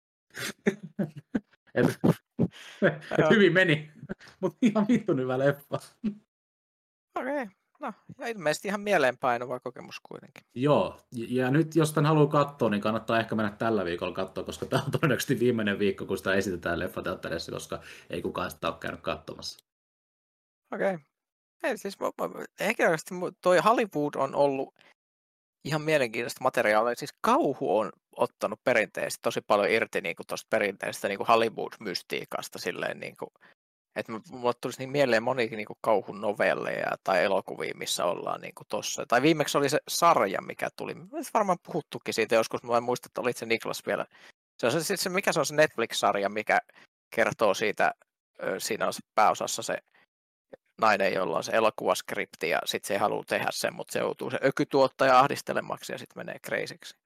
Et, et hyvin meni, mutta ihan vittun hyvä leffa. Okei, okay. No, ja ilmeisesti ihan mieleenpainuva kokemus kuitenkin. Joo, ja nyt jos tämän haluaa katsoa, niin kannattaa ehkä mennä tällä viikolla katsoa, koska tämä on todennäköisesti viimeinen viikko, kun sitä esitetään leffateatterissa, koska ei kukaan sitä ole käynyt katsomassa. Okei. Okay. Siis, henkilökohtaisesti toi Hollywood on ollut ihan mielenkiintoista materiaalia. Siis kauhu on ottanut perinteisesti tosi paljon irti niin tuosta perinteisestä niin Hollywood-mystiikasta. Silleen, niin kuin, että mulle tulisi niin mieleen monikin niin kauhun novelleja tai elokuvia, missä ollaan niin tuossa. Tai viimeksi oli se sarja, mikä tuli. Varmaan puhuttukin siitä joskus. Mä en muista, että olit se Niklas vielä. Se on se, se, mikä se on se Netflix-sarja, mikä kertoo siitä, siinä on se pääosassa se nainen, jolla on se elokuvaskripti ja sitten se ei halua tehdä sen, mutta se joutuu se ökytuottaja ahdistelemaksi ja sitten menee crazyksi.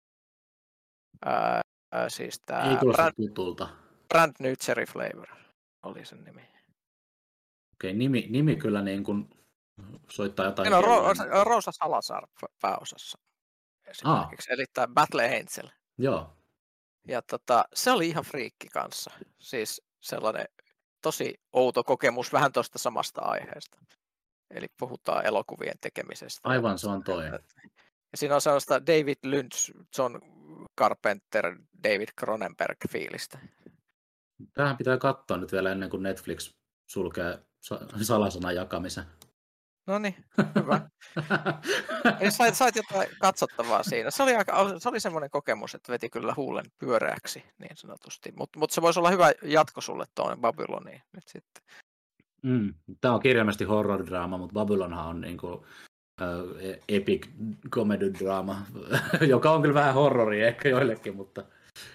Ää, ää, siis tää ei kuulosta brand, tutulta. Brand New Cherry Flavor oli sen nimi. Okei, nimi, nimi kyllä niin kuin soittaa jotain. No, Ro- Rosa Salazar pääosassa esimerkiksi, ah. eli tämä Battle Angel. Joo. Ja tota, se oli ihan friikki kanssa, siis sellainen tosi outo kokemus vähän tuosta samasta aiheesta. Eli puhutaan elokuvien tekemisestä. Aivan, se on toi. Ja siinä on sellaista David Lynch, John Carpenter, David Cronenberg-fiilistä. Tähän pitää katsoa nyt vielä ennen kuin Netflix sulkee salasanan jakamisen. No niin, hyvä. Eli sait, sait jotain katsottavaa siinä. Se oli, aika, se oli semmoinen kokemus, että veti kyllä huulen pyöreäksi niin sanotusti. Mutta mut se voisi olla hyvä jatko sulle tuonne Babyloniin nyt sitten. Mm. Tämä on kirjaimellisesti horror-draama, mutta Babylonhan on niinku, äh, epic comedy-draama, joka on kyllä vähän horroria ehkä joillekin, mutta...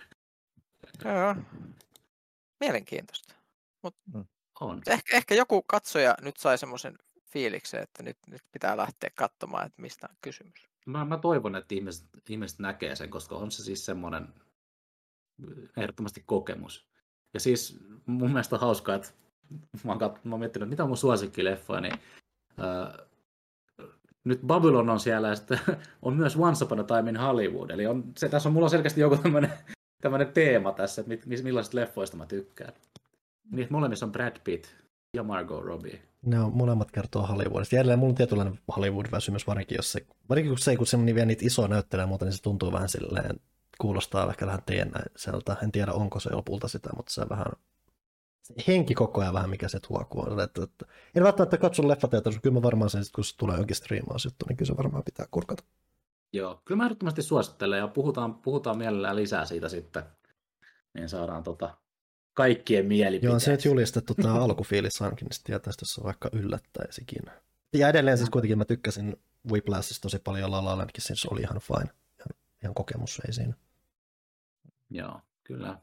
Joo. Mielenkiintoista. Mut on. Ehkä, ehkä joku katsoja nyt sai semmoisen fiiliksen, että nyt, nyt pitää lähteä katsomaan, että mistä on kysymys. Mä, mä toivon, että ihmiset, ihmiset näkee sen, koska on se siis semmoinen ehdottomasti kokemus. Ja siis mun mielestä on hauskaa, että mä oon, kat- mä oon miettinyt, että mitä on mun suosikkileffoja, niin ää, nyt Babylon on siellä ja sitten on myös Once Upon a Time in Hollywood. Eli on, se, tässä on mulla on selkeästi joku tämmöinen, tämmöinen teema tässä, että mit, millaisista leffoista mä tykkään. Niitä molemmissa on Brad Pitt ja Margot Robbie. Ne on molemmat kertoo Hollywoodista. Ja edelleen mulla on tietynlainen Hollywood-väsymys, varsinkin jos se, varsinkin kun se ei kun se vie niitä isoja näyttelyjä muuta, niin se tuntuu vähän silleen, kuulostaa ehkä vähän teennäiseltä. En tiedä, onko se lopulta sitä, mutta se vähän, se henki koko ajan vähän, mikä se tuokuu on. Että, että, en välttämättä katso leffateatterissa, kyllä mä varmaan sen, kun se tulee jonkin striimausjuttu, niin kyllä se varmaan pitää kurkata. Joo, kyllä mä ehdottomasti suosittelen ja puhutaan, puhutaan mielellään lisää siitä sitten, niin saadaan tota kaikkien mielipiteet. Joo, on se nyt julistettu tämä alkufiilis ainakin, niin tietää, jos se vaikka yllättäisikin. Ja edelleen siis kuitenkin mä tykkäsin Whiplashista tosi paljon, La La Landkin siis oli ihan fine. Ihan, ihan kokemus ei siinä. Joo, kyllä.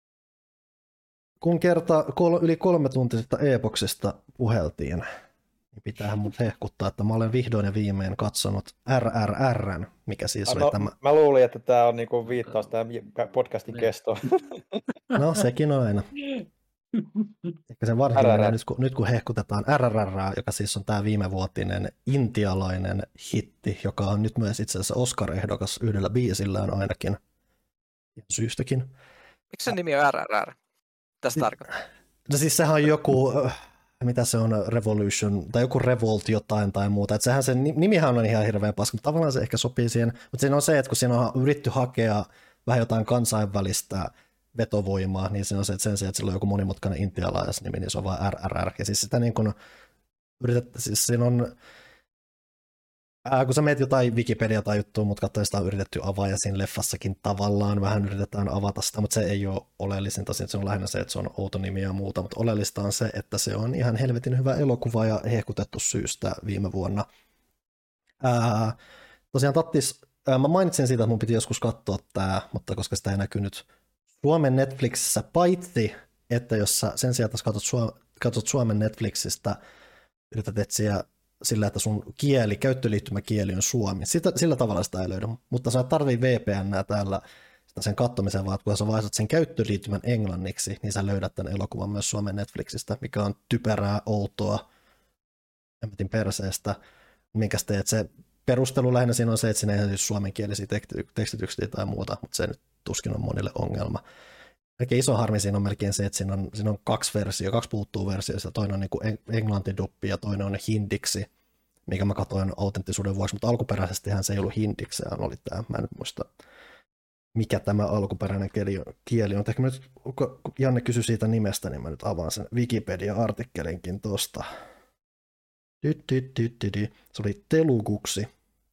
Kun kerta kol- yli kolme tuntisesta e-boksista puheltiin, niin pitäähän mut hehkuttaa, että mä olen vihdoin ja viimein katsonut R R R:n, mikä siis no, oli tämä... Mä luulin, että tämä on niinku viittaus tähän podcastin kestoon. No, sekin on aina. Ehkä sen varsinkin nyt, kun, nyt kun hehkutetaan R R R, joka siis on tämä viimevuotinen intialainen hitti, joka on nyt myös itse asiassa Oscar-ehdokas yhdellä biisillään ainakin. Syystäkin. Miksi sen nimi on R R R? Tästä tarkoittaa? No siis sehän on joku, mitä se on, Revolution, tai joku Revolt jotain tai muuta. Että sehän sen nimihän on ihan hirveän paska, mutta tavallaan se ehkä sopii siihen. Mutta siinä on se, että kun siinä on yritetty hakea vähän jotain kansainvälistä vetovoimaa, niin siinä on se, että sen sijaan, että sillä on joku monimutkainen intialaisnimi, niin se on vaan R R R. Ja siis sitä niin kuin yritettä, siis siinä on, ää, kun sä meet jotain Wikipedia tai juttua, mutta katsoin sitä on yritetty avaa, ja siinä leffassakin tavallaan vähän yritetään avata sitä, mutta se ei ole oleellisinta, se on lähinnä se, että se on outo nimi ja muuta, mutta oleellista on se, että se on ihan helvetin hyvä elokuva ja hehkutettu syystä viime vuonna. Ää, tosiaan Tattis, ää, mä mainitsin siitä, että mun piti joskus katsoa tämä, mutta koska sitä ei näkynyt Suomen Netflixissä, paitsi että jos sä sen sijaan, että katsot, Suom- katsot Suomen Netflixistä, yrität etsiä sillä, että sun kieli, käyttöliittymäkieli on suomi. Sitä, sillä tavalla sitä ei löydy, mutta sä tarvii V P N:ää täällä sitä sen katsomiseen, vaan kun sä vaihdat sen käyttöliittymän englanniksi, niin sä löydät tämän elokuvan myös Suomen Netflixistä, mikä on typerää, outoa, emmetin perseestä, minkä teet. Se perustelu lähinnä siinä on se, että siinä ei ole suomenkielisiä tekstityksiä tai muuta, mutta se nyt tuskin on monille ongelma. Melkein iso harmi siinä on melkein se, että siinä on, siinä on kaksi versiota, kaksi puuttuu versioista, toinen on niin kuin englantiduppi ja toinen on hindiksi. mikä mä katsoin autenttisuuden vuoksi, mutta alkuperäisestihän se ei ollut hindiksi, sehän oli tämä, mä en nyt muista, mikä tämä alkuperäinen kieli, kieli on. Ehkä nyt, kun Janne kysyi siitä nimestä, niin mä nyt avaan sen Wikipedia-artikkelinkin tuosta. Se oli teluguksi.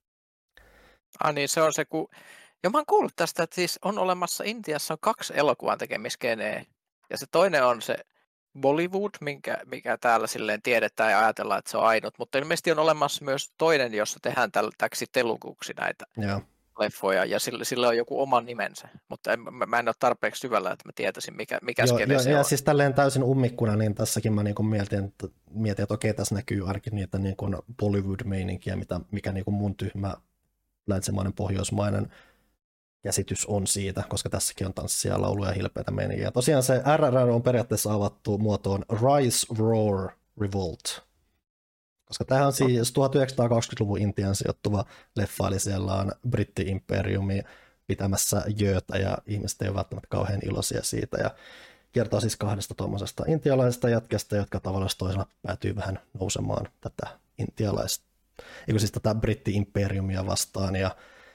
Ah niin, se on se, kun... Ja mä oon kuullut tästä, että siis on olemassa, Intiassa on kaksi elokuvan tekemiskeneä. Ja se toinen on se Bollywood, minkä, mikä täällä silleen tiedetään ja ajatellaan, että se on ainut. Mutta ilmeisesti on olemassa myös toinen, jossa tehdään täksi teluguksi näitä Joo. leffoja. Ja sillä, sillä on joku oma nimensä. Mutta en, mä, mä en ole tarpeeksi syvällä, että mä tietäisin, mikä, mikä joo, skene jo, se ja on. siis tälleen täysin ummikkuna, niin tässäkin mä niin mietin, että, mietin, että okei, tässä näkyy ainakin niitä niin Bollywood-meininkiä, mitä, mikä niin mun tyhmä länsimainen pohjoismainen käsitys on siitä, koska tässäkin on tanssia, lauluja ja hilpeitä meininkiä. Tosiaan se R R R on periaatteessa avattu muotoon Rise, Roar, Revolt. Koska tämähän on siis tuhatyhdeksänsataakaksikymmentäluvun Intian sijoittuva leffa, eli siellä on britti-imperiumi pitämässä jöötä ja ihmiset ei ole välttämättä kauhean iloisia siitä. Ja kertoo siis kahdesta tuommoisesta intialaisesta jätkästä, jotka tavallaan toisena päätyy vähän nousemaan tätä intialaista, eikö siis tätä britti-imperiumia vastaan. Ja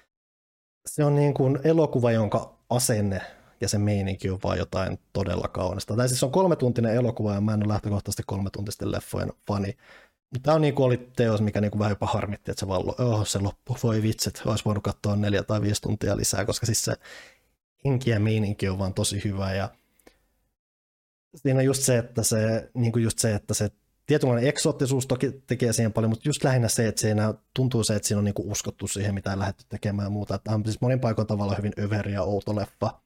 se on niin kuin elokuva, jonka asenne ja se meininki on vaan jotain todella kaunista. Tämä siis on kolmetuntinen elokuva ja mä en ole lähtökohtaisesti kolmetuntisten leffojen fani. Mutta tämä on niin kuin oli teos, mikä niin kuin vähän jopa harmitti, että se vaan oh, se loppu. Voi vitsit, olisi voinut katsoa neljä tai viisi tuntia lisää, koska siis se henki ja meininki on vaan tosi hyvä. Ja siinä on just se, että se, niin kuin just se, että se tietynlainen eksoottisuus toki tekee siihen paljon, mutta just lähinnä se, että siinä tuntuu se, että siinä on niinku uskottu siihen, mitä on lähdetty tekemään ja muuta. Tämä on siis monin paikoin tavalla hyvin överi ja outo leffa,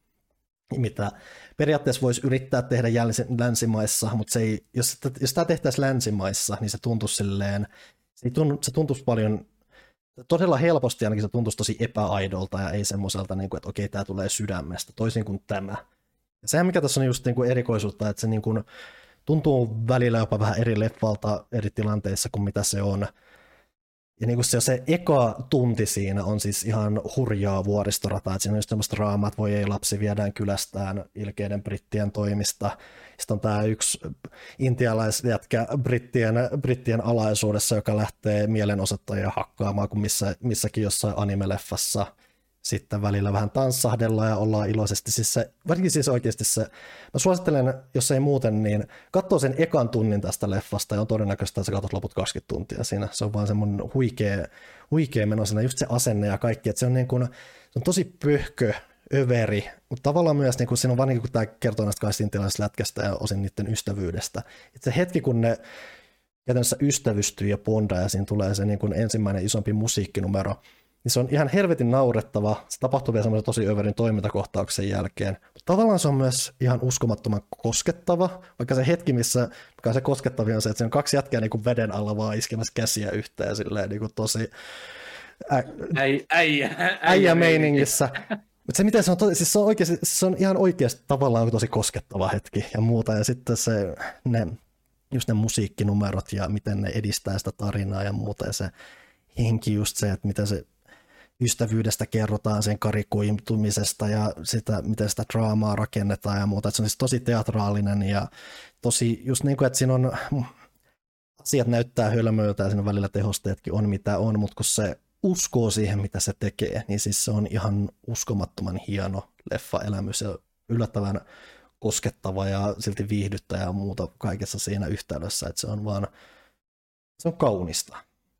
mitä periaatteessa voisi yrittää tehdä länsimaissa, mutta se ei, jos, jos tämä tehtäisiin länsimaissa, niin se tuntuisi silleen, se, tunnu, se tuntuisi paljon, todella helposti ainakin se tuntuisi tosi epäaidolta ja ei semmoiselta, niin kuin, että okei, tämä tulee sydämestä, toisin kuin tämä. Ja sehän mikä tässä on just niin kuin erikoisuutta, että se niin kuin tuntuu välillä jopa vähän eri leffalta eri tilanteissa kuin mitä se on. Ja niin kuin se, se eka tunti siinä on siis ihan hurjaa vuoristorataa, että siinä on just semmoista draamaa, että voi ei lapsi viedään kylästään ilkeiden brittien toimista. Sitten on tämä yksi intialaisjätkä brittien, brittien alaisuudessa, joka lähtee mielenosoittajia hakkaamaan kuin missä, missäkin jossain anime-leffassa. Sitten välillä vähän tanssahdellaan ja ollaan iloisesti. Siis se, varsinkin siis oikeasti se, mä suosittelen, jos ei muuten, niin katsoo sen ekan tunnin tästä leffasta ja on todennäköistä, että sä katsot loput kaksikymmentä tuntia siinä. Se on vaan semmoinen huikea, huikea meno siinä, just se asenne ja kaikki, että se on, niin kuin, se on tosi pöhkö, överi, mutta tavallaan myös niin kuin, siinä on vaan niin kuin tämä kertoo näistä kahdesta intialaisesta lätkästä ja osin niiden ystävyydestä. Että se hetki, kun ne käytännössä ystävystyy ja bondaa ja siinä tulee se niin kuin ensimmäinen isompi musiikkinumero, niin se on ihan helvetin naurettava. Se tapahtuu vielä semmoisen tosi överin toimintakohtauksen jälkeen. Mutta tavallaan se on myös ihan uskomattoman koskettava, vaikka se hetki, missä mikä on se koskettavia on se, että se on kaksi jätkää niin kuin veden alla vaan iskemässä käsiä yhteen silleen niin kuin tosi ä... äijä, äijä, äijä meiningissä. Mutta se miten se on, to... siis se on, oikeasti, se on ihan oikeasti tavallaan tosi koskettava hetki ja muuta. Ja sitten se, ne, just ne musiikkinumerot ja miten ne edistää sitä tarinaa ja muuta. Ja se henki just se, että miten se ystävyydestä kerrotaan, sen karikoitumisesta ja sitä, miten sitä draamaa rakennetaan ja muuta. Että se on siis tosi teatraalinen ja tosi just niin kuin, että siinä on asiat näyttää hölmöiltä ja siinä välillä tehosteetkin on mitä on, mutta kun se uskoo siihen, mitä se tekee, niin siis se on ihan uskomattoman hieno leffaelämys ja yllättävän koskettava ja silti viihdyttävä ja muuta kaikessa siinä yhteydessä, että se on vaan, se on kaunista.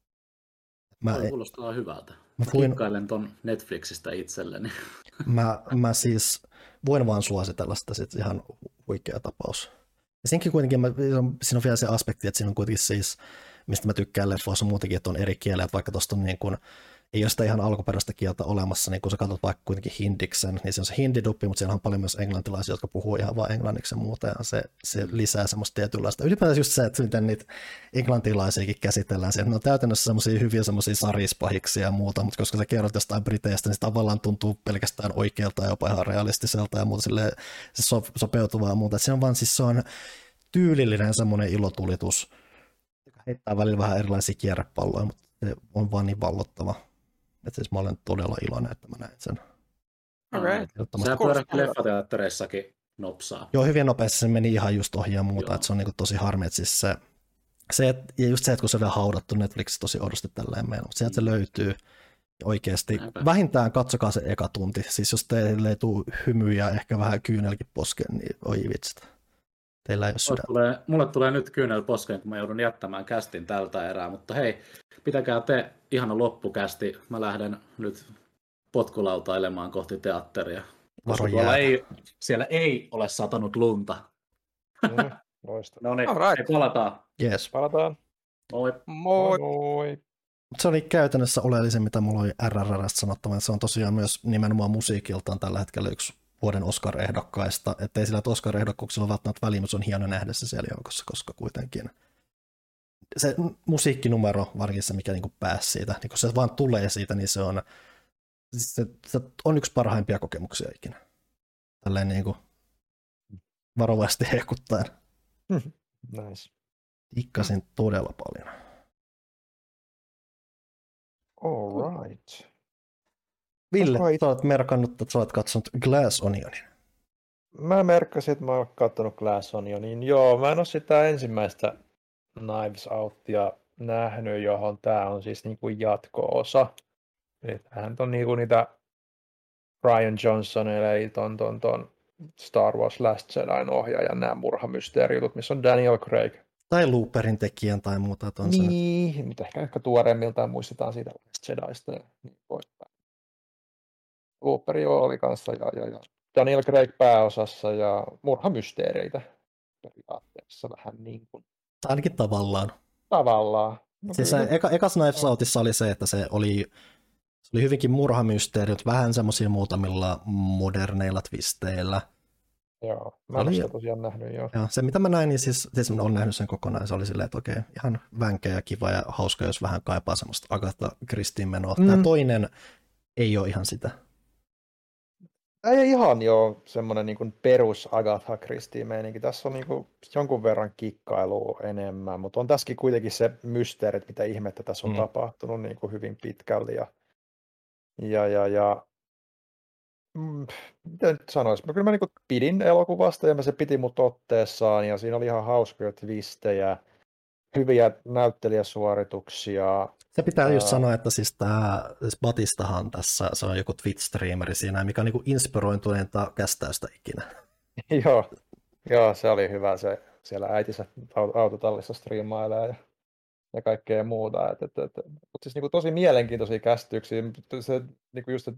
Mä, kuulostaa hyvältä. Mä, mä voin, kikkailen ton Netflixistä itselleni. Mä, mä siis voin vaan suositella sitä sit ihan huikea tapaus. Ja siinäkin kuitenkin, mä, siinä on vielä se aspekti, että siinä on kuitenkin siis, mistä mä tykkään leffoissa muutenkin, että on eri kieliä, että vaikka tuosta on niin kuin, ei ole sitä ihan alkuperäistä kieltä olemassa, niin kun sä katsot vaikka kuitenkin hindiksen, niin se on se hindiduppi, mutta siellä on paljon myös englantilaisia, jotka puhuu ihan vaan englanniksi ja muuta, ja se, se lisää semmoista tietynlaista. Ylipäätään just se, että miten niitä englantilaisiakin käsitellään siellä, ne on täytännössä semmoisia hyviä semmoisia sarispahiksia ja muuta, mutta koska sä kerrot jostain briteistä, niin se tavallaan tuntuu pelkästään oikealta ja jopa ihan realistiselta ja muuta silleen, se so, sopeutuvaa ja muuta. Et se on vaan siis se on tyylillinen semmoinen ilotulitus, joka heittää välillä vähän erilaisia kierrepalloja, mutta se on vaan niin vallottava. Että siis mä olen todella iloinen, että mä näin sen. Okay. Sä pyörät leffateattereissakin nopsaa. Joo, hyvin nopeasti se meni ihan just ohi ja muuta, Joo. Että se on niin kuin tosi harmi, että siis se se, et, ja just se, että kun se on vielä haudattu Netflixissä tosi odosti tälleen meillä, mutta sieltä se löytyy oikeasti. Näinpä. Vähintään katsokaa se eka tunti. Siis jos teille ei tule hymyä ja ehkä vähän kyynelkin poskeen, niin oi vitsit. Teillä ei ole Mulle sydän. tulee, mulle tulee nyt kyynel poskeen, kun mä joudun jättämään kästin tältä erää, mutta hei, pitäkää te ihana loppukästi. Mä lähden nyt potkulautailemaan kohti teatteria. Koska Varo tuolla jäätä. ei, siellä ei ole satanut lunta. Mm, loistavaa. No niin, Alright. hei, palataan. Yes. Palataan. Moi. Moi! Moi. Se oli käytännössä oleellisen, mitä mulla oli R R R:stä sanottava. Se on tosiaan myös nimenomaan musiikiltaan tällä hetkellä yksi vuoden Oscar-ehdokkaista. Että ei sillä, että Oscar-ehdokkuuksilla on välttämättä väliä, mutta se on hieno nähdä se siellä joukossa, koska kuitenkin se musiikkinumero, varsinkin se, mikä niinku pääsi siitä, niin kun se vaan tulee siitä, niin se on, se, se on yksi parhaimpia kokemuksia ikinä. Tälleen niin kuin varovasti hehkuttaen. Nice. Tikkasin todella paljon. All right. Ville, Olisiko it- sä olet merkannut, että sä olet katsonut Glass Onionin. Mä merkkasin, että mä oon katsonut Glass Onionin. Joo, mä en ole sitä ensimmäistä Knives Outia nähnyt, johon tää on siis niinku jatko-osa. Eli tämähän on niinku niitä Ryan Johnson, eli ton, ton, ton Star Wars Last Jedin ohjaajan nämä murhamysteerijutut, missä on Daniel Craig. Tai Looperin tekijän tai muuta. Että on se nyt- Niin, mutta ehkä, ehkä tuoreemmiltaan muistetaan siitä Last Jedista ja niin poispäin. Looperi oli kanssa ja, ja, ja Daniel Craig pääosassa ja murhamysteereitä periaatteessa vähän niin kuin tai ainakin tavallaan. tavallaan. No, Siis se kyllä. eka, ekas Knives Outissa oli se, että se oli, se oli hyvinkin murhamysteeriot, vähän semmoisia muutamilla moderneilla twisteillä. Joo, mä en oli- ole sitä tosiaan nähnyt joo. Ja se mitä mä näin, niin siis, siis mä olen nähnyt sen kokonaan, se oli silleen, että okei, ihan vänkeä ja kiva ja hauska, jos vähän kaipaa semmoista Agatha Christien menoa. Mm. Tämä toinen ei ole ihan sitä. Ei ihan joo semmoinen niin kuin perus Agatha Christie meininki. Tässä on niin kuin jonkun verran kikkailua enemmän, mutta on tässäkin kuitenkin se mysteeri, että mitä ihmettä tässä on Mm. mm. tapahtunut niin kuin hyvin pitkälti. Ja, ja, ja, ja mm, miten nyt sanoisi? Mä kyllä mä niin kuin pidin elokuvasta ja mä se piti mut otteessaan ja siinä oli ihan hauskoja twistejä, hyviä näyttelijäsuorituksia. Se pitää just Ää. sanoa, että siis tämä siis Batistahan tässä, se on joku Twitch-streameri siinä, mikä on niinku inspirointuneinta kästäystä ikinä. Joo, joo, se oli hyvä se siellä äitinsä au- autotallissa striimailee ja, ja kaikkea muuta. Et, et, et, mutta siis niinku tosi mielenkiintoisia käsityksiä. Se, niinku just, et,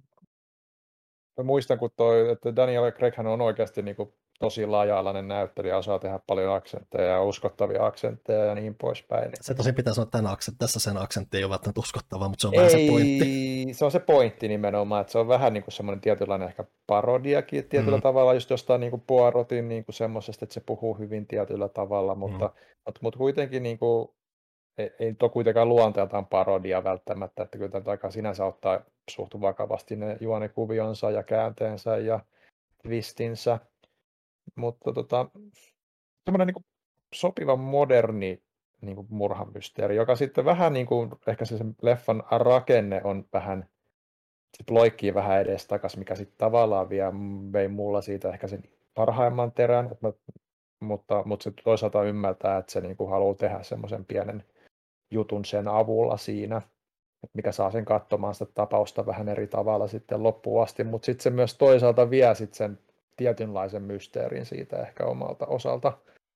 mä muistan, kun toi, että Daniel Craighan on oikeasti niinku tosi laaja-alainen näyttelijä, osaa tehdä paljon aksentteja ja uskottavia aksentteja ja niin poispäin. Niin Se tosin pitää sanoa, että tämän aksent, tässä sen aksentti ei ole välttämättä uskottava, mutta se on vähän se pointti. Ei, se on se pointti nimenomaan, että se on vähän niin kuin semmoinen tietynlainen ehkä parodiakin tietyllä Mm. tavalla, just jostain niin kuin Poirotin niin kuin semmoisesta, että se puhuu hyvin tietyllä tavalla, mutta, Mm. mutta, mutta kuitenkin niin kuin, ei, ei nyt ole kuitenkaan luonteeltaan parodia välttämättä, että kyllä tätä aika sinänsä ottaa suht vakavasti ne juonekuvionsa ja käänteensä ja twistinsä, mutta tota, semmoinen niin kuin sopiva moderni niin kuin murhamysteeri, joka sitten vähän niin kuin, ehkä se sen leffan rakenne on vähän, se loikkii vähän edestakas, mikä sitten tavallaan vie, vei mulla siitä ehkä sen parhaimman terän, että mä, mutta, mutta se toisaalta ymmärtää, että se niin kuin haluaa tehdä semmoisen pienen jutun sen avulla siinä, että mikä saa sen katsomaan sitä tapausta vähän eri tavalla sitten loppuun asti, mutta sitten se myös toisaalta vie sitten sen tietynlaisen mysteerin siitä ehkä omalta osalta.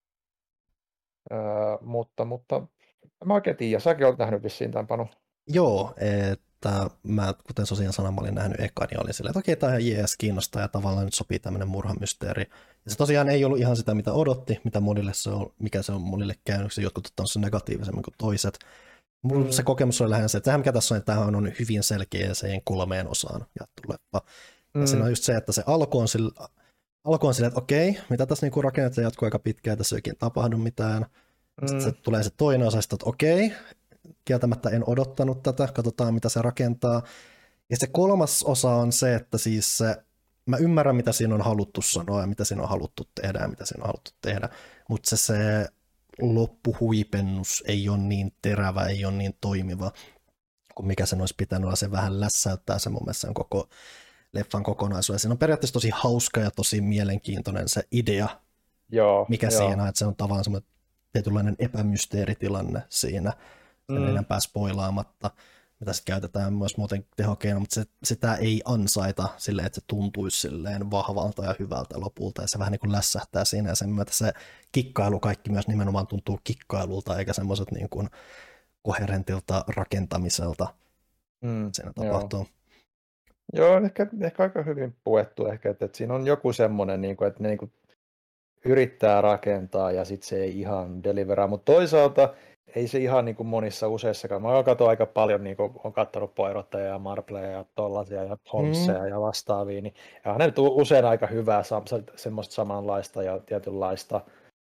Öö, mutta, mutta mä oikein tiedä, säkin olet nähnyt vissiin tämän, Panu. Joo, että mä, kuten Sosian sanan, mä olin nähnyt ekan, niin oli silleen, että okei, tämä on ihan jees, kiinnostaa ja tavallaan nyt sopii tämmöinen murhamysteeri. Ja se tosiaan ei ollut ihan sitä, mitä odotti, mitä monille se on, mikä se on monille käynyt, se jotkut ottanut sen negatiivisemmin kuin toiset. Mulla Mm. se kokemus oli lähinnä se, että sehän mikä tässä on, että tämähän on hyvin selkeäseen kolmeen osaan jaettu leffa. Ja Mm. siinä on just se, että se alku on sillä, alku on sillä että okei, mitä tässä niinku rakennetaan jatkuu aika pitkään, tässä ei oikein tapahdu mitään. Sitten se tulee se toinen osa, että okei, kieltämättä en odottanut tätä, katsotaan mitä se rakentaa. Ja se kolmas osa on se, että siis se, mä ymmärrän mitä siinä on haluttu sanoa ja mitä siinä on haluttu tehdä ja mitä siinä on haluttu tehdä, mutta se, se loppuhuipennus ei ole niin terävä, ei ole niin toimiva kuin mikä sen olisi pitänyt olla. Se vähän lässäyttää se mun mielestä sen koko leffan kokonaisuuden. Siinä on periaatteessa tosi hauska ja tosi mielenkiintoinen se idea, Joo, mikä joo. siinä on, että se on tavallaan semmoinen tietynlainen epämysteeritilanne siinä, sen mm. enempää spoilaamatta, mitä sitten käytetään myös muuten tehokeino, mutta se, sitä ei ansaita silleen, että se tuntuisi silleen vahvalta ja hyvältä lopulta, ja se vähän niin kuin lässähtää siinä, ja sen myötä se kikkailu kaikki myös nimenomaan tuntuu kikkailulta, eikä semmoiset niin kuin koherentilta rakentamiselta mm, siinä tapahtuu. Joo, joo ehkä, ehkä aika hyvin puettu ehkä, että, että siinä on joku semmoinen, niin kuin, että ne niin kuin yrittää rakentaa ja sitten se ei ihan deliveraa, mutta toisaalta ei se ihan niin kuin monissa useissakaan. Mä oon katsonut aika paljon, niin kuin on katsonut Poirotteja ja Marpleja ja tollasia ja Holmesia mm. ja vastaavia, niin ja ne on usein aika hyvää, semmoista samanlaista ja tietynlaista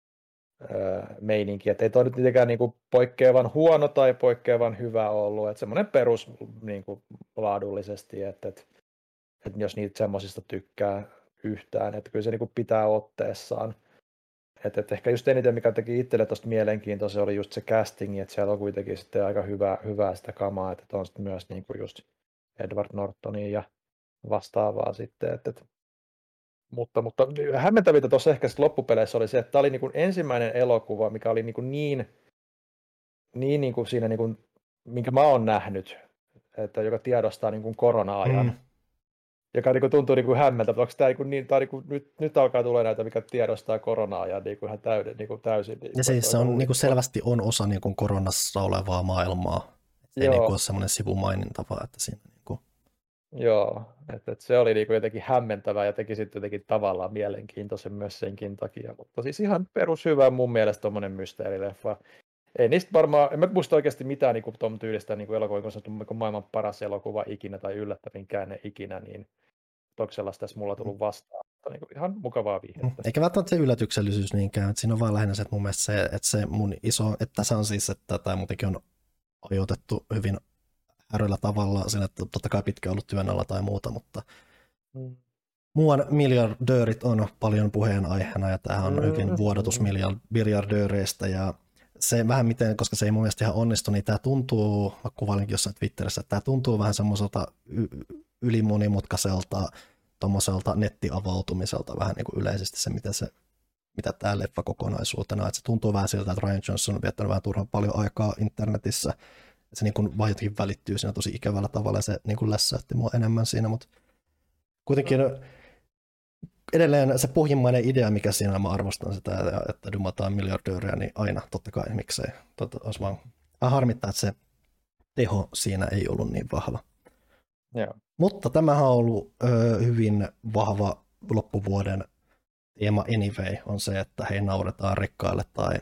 öö, meininkiä. Että ei toi nyt mitenkään niin kuin poikkeavan huono tai poikkeavan hyvä ollut, että semmoinen perus niin kuin laadullisesti, että, että, että jos niitä semmoisista tykkää yhtään, että kyllä se niin kuin pitää otteessaan. Että et ehkä just eniten, mikä teki itselle tuosta mielenkiintoista, oli just se casting, että siellä on kuitenkin sitten aika hyvää, hyvää sitä kamaa, että on sitten myös niin kuin just Edward Nortonia ja vastaavaa sitten. Et, et. Mutta, mutta hämmentävintä tuossa ehkä loppupeleissä oli se, että tämä oli niin kuin ensimmäinen elokuva, mikä oli niin, kuin niin, niin, niin kuin siinä, niin kuin, minkä mä oon nähnyt, että joka tiedostaa niin kuin korona-ajan. Mm. Joka niin tuntuu niin hämmeltä, onko tämä, niin, niin, tämä niin kuin, nyt, nyt alkaa tulla näitä, mikä tiedostaa koronaa ja niin kuin ihan täyden, niin kuin täysin. Niin ja siis se on, niin kuin selvästi on osa niin kuin koronassa olevaa maailmaa. Se ei niin kuin ole semmoinen sivumaininta, vaan että siinä niin kuin... Joo, että, että se oli niin kuin jotenkin hämmentävää ja teki sitten jotenkin tavallaan mielenkiintoisen myös senkin takia. Mutta siis ihan perushyvä mun mielestä tuommoinen mysteerileffa. Ei niistä varmaan, en mä muista oikeasti mitään niin kuin tuon tyylistä niin elokuvia, kun on maailman paras elokuva ikinä tai yllättävin käänne ikinä, niin onko sellaista tässä mulla tullut vastaan, mutta niin kuin ihan mukavaa viihdettä. Eikä välttämättä se yllätyksellisyys niinkään, että siinä on vaan lähinnä se, että mun mielestä se, että se mun iso, että tässä on siis, että tämä muutenkin on ajoitettu hyvin häröillä tavalla, siinä, että totta kai pitkään ollut työn alla tai muuta, mutta mm. muuan miljardöörit on paljon puheenaiheena, ja tämähän on mm. hyvin vuodatus miljardööreistä, ja se vähän miten, koska se ei mun mielestä ihan onnistu, niin tämä tuntuu, mä kuvailinkin jossain Twitterissä, että tämä tuntuu vähän semmoiselta y- ylimonimutkaiselta tommoselta nettiavautumiselta vähän niin kuin yleisesti se, mitä, se, mitä tämä leffa kokonaisuutena, että se tuntuu vähän siltä, että Rian Johnson on viettänyt vähän turhan paljon aikaa internetissä, että se niin kuin vaan jotenkin välittyy siinä tosi ikävällä tavalla, ja se niin kuin lässäytti mua enemmän siinä, mutta kuitenkin edelleen se pohjimmainen idea, mikä siinä mä arvostan sitä, että dumataan miljardöörejä, niin aina, totta kai, miksei. Totta, olisi vaan harmittaa, että se teho siinä ei ollut niin vahva. Yeah. Mutta tämähän on ollut ö, hyvin vahva loppuvuoden teema anyway, on se, että hei nauretaan rikkaille tai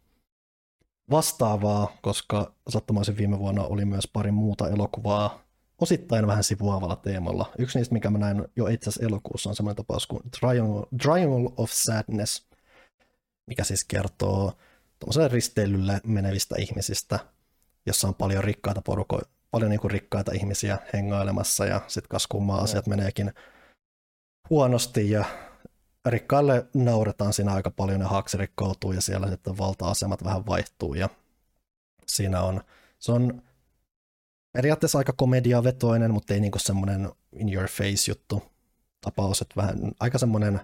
vastaavaa, koska sattumoisin viime vuonna oli myös pari muuta elokuvaa, osittain vähän sivuavalla teemalla. Yksi niistä, mikä mä näin jo itse asiassa elokuussa, on semmoinen tapaus kuin Triangle, Triangle of Sadness, mikä siis kertoo tuollaiselle risteilylle menevistä ihmisistä, jossa on paljon rikkaita porukoita, paljon niin kuin rikkaita ihmisiä hengailemassa, ja sitten kas kummaa asiat meneekin huonosti, ja rikkaille nauretaan siinä aika paljon, ja haaksi rikkoutuu, ja siellä sitten valta-asemat vähän vaihtuu, ja siinä on, se on periaatteessa aika komediavetoinen, mutta ei niinku semmoinen in your face juttu tapaus, että vähän aika semmoinen,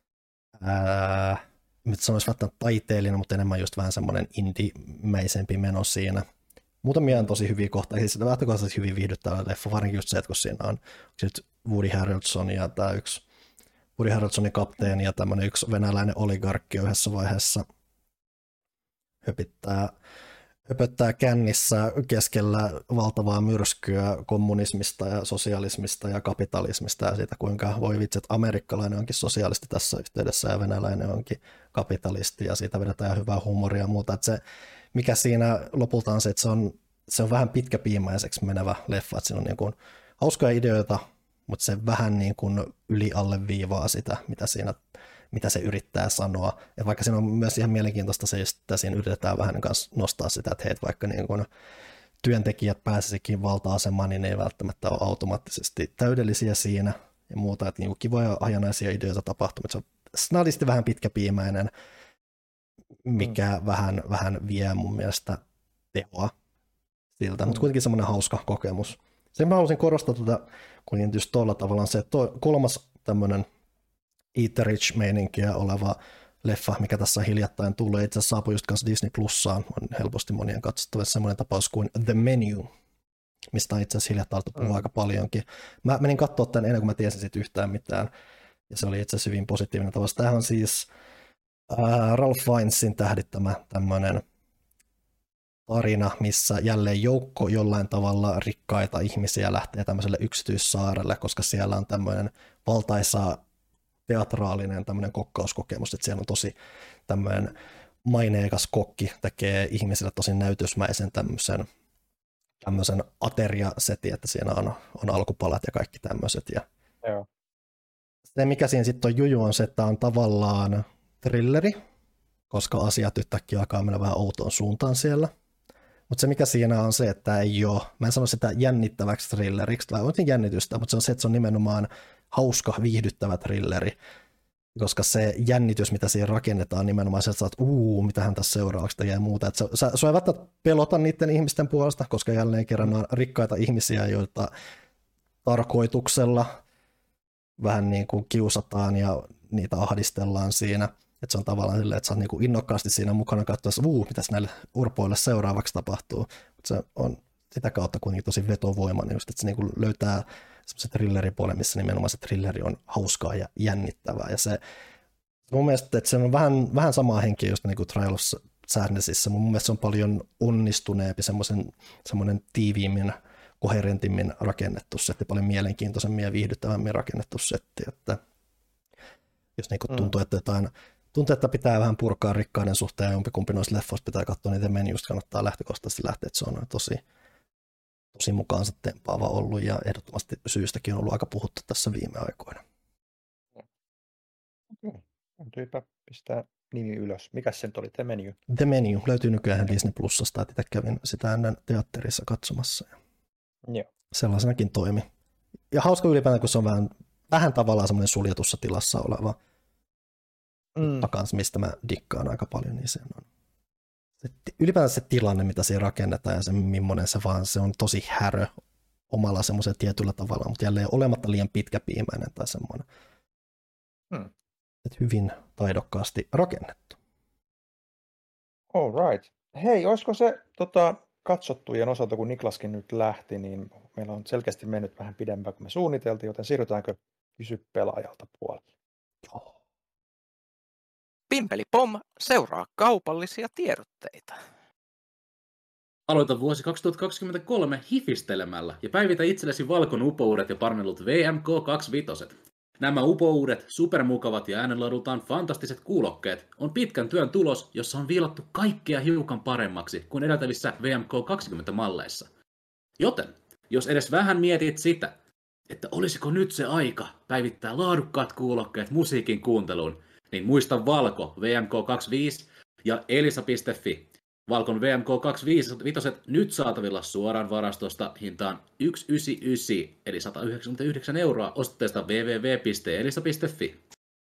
ää, nyt sanoisi välttämättä taiteellinen, mutta enemmän just vähän semmoinen indie-mäisempi meno siinä. Muutamia on tosi hyviä kohtia, siis lähtökohtaisesti hyvin viihdyttävä leffa, varsinkin just se, että kun siinä on Woody Harrelson ja tämä yksi Woody Harrelsonin kapteeni ja tämmöinen yksi venäläinen oligarkki yhdessä vaiheessa höpittää höpöttää kännissä keskellä valtavaa myrskyä kommunismista ja sosialismista ja kapitalismista ja siitä, kuinka voi vitsi, että amerikkalainen onkin sosialisti tässä yhteydessä ja venäläinen onkin kapitalisti ja siitä vedetään hyvää huumoria ja muuta. Että se, mikä siinä lopulta on se, että se on, se on vähän pitkäpiimaiseksi menevä leffa, että siinä on niin kuin hauskoja ideoita, mutta se vähän niin kuin yli alle viivaa sitä, mitä siinä mitä se yrittää sanoa. Ja vaikka siinä on myös ihan mielenkiintoista se, että siinä yritetään vähän kanssa nostaa sitä, että hei, vaikka niin kun työntekijät pääsisikin valta-asemaan, niin ne ei välttämättä ole automaattisesti täydellisiä siinä ja muuta. Että niin kivoja hajanaisia ideoita tapahtuu, mutta se on snadisti vähän pitkäpiimäinen, mikä mm. vähän, vähän vie mun mielestä tehoa siltä, mm. mutta kuitenkin semmoinen hauska kokemus. Sen mä haluaisin korostaa tuota, kun just tuolla tavallaan se, että kolmas tämmöinen Eaterich-meininkiä oleva leffa, mikä tässä on hiljattain tullut. Itse asiassa saapui just kanssa Disney Plussaan, on helposti monien katsottavissa semmoinen tapaus kuin The Menu, mistä on itse asiassa hiljattain alettu puhua mm. aika paljonkin. Mä menin katsoa tämän ennen kuin mä tiesin siitä yhtään mitään, ja se oli itse asiassa hyvin positiivinen tapaus. Tämähän on siis äh, Ralph Fiennesin tähdittämä tämmöinen tarina, missä jälleen joukko jollain tavalla rikkaita ihmisiä lähtee tämmöiselle yksityissaarelle, koska siellä on tämmöinen valtaisa teatraalinen tämmöinen kokkauskokemus, että siellä on tosi tämmöinen maineikas kokki, tekee ihmisille tosi näytösmäisen tämmöisen, tämmöisen ateriasetin, että siinä on, on alkupalat ja kaikki tämmöiset. Ja Joo. se, mikä siinä sitten on juju, on se, että on tavallaan thrilleri, koska asiat yhtäkkiä alkaa mennä vähän outoon suuntaan siellä. Mutta se, mikä siinä on se, että ei ole, mä en sano sitä jännittäväksi thrilleriksi, tai on jännitystä, mutta se on se, että se on nimenomaan hauska, viihdyttävä thrilleri, koska se jännitys, mitä siinä rakennetaan, nimenomaan se, että sä oot, uu, mitähän tässä seuraavaksi tekee ja muuta. Että sä, sä ei välttämättä pelota niiden ihmisten puolesta, koska jälleen kerran on rikkaita ihmisiä, joita tarkoituksella vähän niin kuin kiusataan ja niitä ahdistellaan siinä. Että se on tavallaan silleen, että sä oot niin kuin innokkaasti siinä mukana katsoessa, uu, mitäs näille urpoille seuraavaksi tapahtuu. Mutta se on sitä kautta kuitenkin tosi vetovoimainen, just, että se niin kuin löytää semmoisen thrilleripuolen, missä nimenomaan se thrilleri on hauskaa ja jännittävää. Ja se mun mielestä, että se on vähän, vähän samaa henkiä just niin kuin Trial of Sadnessissa. Mun mielestä se on paljon onnistuneempi, semmoisen, semmoinen tiiviimmin, koherentimmin rakennettu setti, paljon mielenkiintoisemmin ja viihdyttävämmin rakennettu setti. Että jos niin kuin tuntuu, että jotain, tuntuu, että pitää vähän purkaa rikkaiden suhteen ja jompikumpi noista leffoista pitää katsoa, niitä menuista kannattaa lähtökohtaisesti lähteä, että se on tosi tosi mukaansa tempaava ollut ja ehdottomasti syystäkin on ollut aika puhuttu tässä viime aikoina. Okei, täytyypä pistää nimi ylös. Mikäs se nyt oli, The Menu? The Menu löytyy nykyään Disney Plusasta, että itse kävin sitä ennen teatterissa katsomassa. Ja Joo. Sellaisenakin toimi. Ja hauska ylipäätään, kun se on vähän, vähän tavallaan semmoinen suljetussa tilassa oleva Mm. kanssa, mistä mä dikkaan aika paljon, niin se on se, ylipäätään se tilanne, mitä siinä rakennetaan ja se millainen se vaan, se on tosi härö omalla semmoisella tietyllä tavalla, mutta jälleen olematta liian pitkäpiimäinen tai semmoinen. Hmm. Että hyvin taidokkaasti rakennettu. All right. Hei, olisiko se tota, katsottujen osalta, kun Niklaskin nyt lähti, niin meillä on selkeästi mennyt vähän pidempään kuin me suunniteltiin, joten siirrytäänkö kysy pelaajalta puolelle? Joo. Pimpeli Pom seuraa kaupallisia tiedotteita. Aloita vuosi kaksituhattakaksikymmentäkolme hifistelemällä ja päivitä itsellesi valkon upouudet ja parnellut V M K kaksikymmentäviisi. Nämä upouudet, supermukavat ja äänenlaadultaan fantastiset kuulokkeet on pitkän työn tulos, jossa on viilattu kaikkea hiukan paremmaksi kuin edeltävissä V M K kaksikymmentä-malleissa. Joten, jos edes vähän mietit sitä, että olisiko nyt se aika päivittää laadukkaat kuulokkeet musiikin kuunteluun, niin muista Valko V M K kaksikymmentäviisi ja elisa piste fi. Valkon V M K kaksikymmentäviisi nyt saatavilla suoraan varastosta hintaan yksi yhdeksänkymmentäyhdeksän eli sata yhdeksänkymmentäyhdeksän euroa osoitteesta double-u double-u double-u piste elisa piste fi.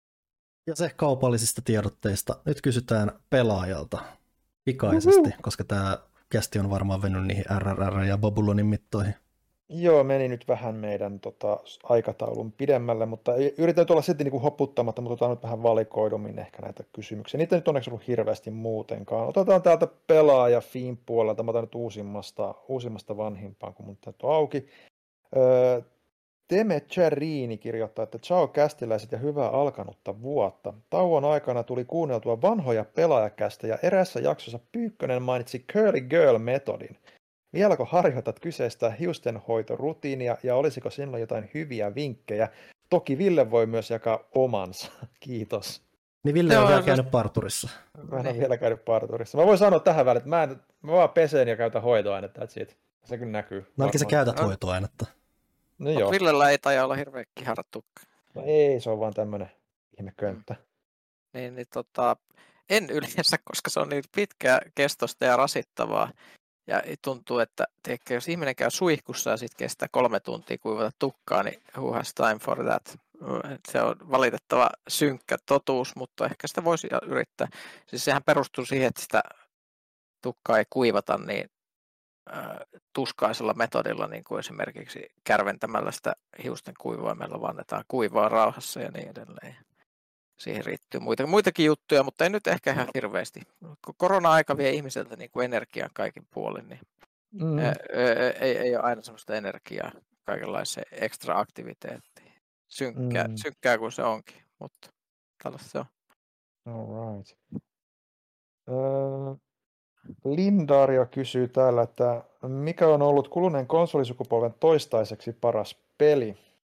Ja se kaupallisista tiedotteista. Nyt kysytään pelaajalta pikaisesti, Uhu. koska tämä kästi on varmaan vennyt niihin R R R ja Babylonin mittoihin. Joo, meni nyt vähän meidän tota, aikataulun pidemmälle, mutta yritän nyt olla sitten niin kuin hoputtamatta, mutta otetaan nyt vähän valikoidummin ehkä näitä kysymyksiä. Niitä nyt onneksi ollut hirveästi muutenkaan. Otetaan täältä pelaaja Fiin puolelta, mä otan nyt uusimmasta, uusimmasta vanhimpaan, kun mun täytyy auki. Öö, Teme Cherini kirjoittaa, että ciao kästiläiset ja hyvää alkanutta vuotta. Tauon aikana tuli kuunneltua vanhoja pelaajakästejä. Erässä jaksossa Pyykkönen mainitsi Curly Girl-metodin. Vieläkö harjoitat kyseistä hiustenhoitorutiinia ja olisiko sinulla jotain hyviä vinkkejä? Toki Ville voi myös jakaa omansa. Kiitos. Niin Ville on Joo, vielä käynyt parturissa. Mä en ole vielä käynyt parturissa. Mä voin sanoa tähän väliin, että mä, en, mä vaan pesen ja käytän hoitoainetta. Se kyllä näkyy. No ainakin sä käytät hoitoainetta. No joo. Villellä ei taida olla hirveä kiharattukka. No ei, se on vaan tämmönen ihmekönttä. Niin, niin tota, en yleensä, koska se on niin pitkäkestoista ja rasittavaa. Ja tuntuu, että teikö, jos ihminen käy suihkussa ja sitten kestää kolme tuntia kuivata tukkaa, niin who has time for that? Se on valitettava synkkä totuus, mutta ehkä sitä voisi yrittää. Siis sehän perustuu siihen, että sitä tukkaa ei kuivata niin äh, tuskaisella metodilla, niin kuin esimerkiksi kärventämällä sitä hiusten kuivaimella, vaan annetaan kuivaa rauhassa ja niin edelleen. siihen riittyy muita, muitakin juttuja, mutta ei nyt ehkä ihan hirveästi. Kun korona-aika vie ihmiseltä niin kuin energiaa kaikin puolin, niin Mm. ää, ää, ei, ei ole aina sellaista energiaa kaikenlaiseen ekstra-aktiviteettiin. Synkkää, Mm. synkkää kuin se onkin, mutta tällaista se on. All right. Öö, Lindario kysyy täällä, että mikä on ollut kuluneen konsolisukupolven toistaiseksi paras peli?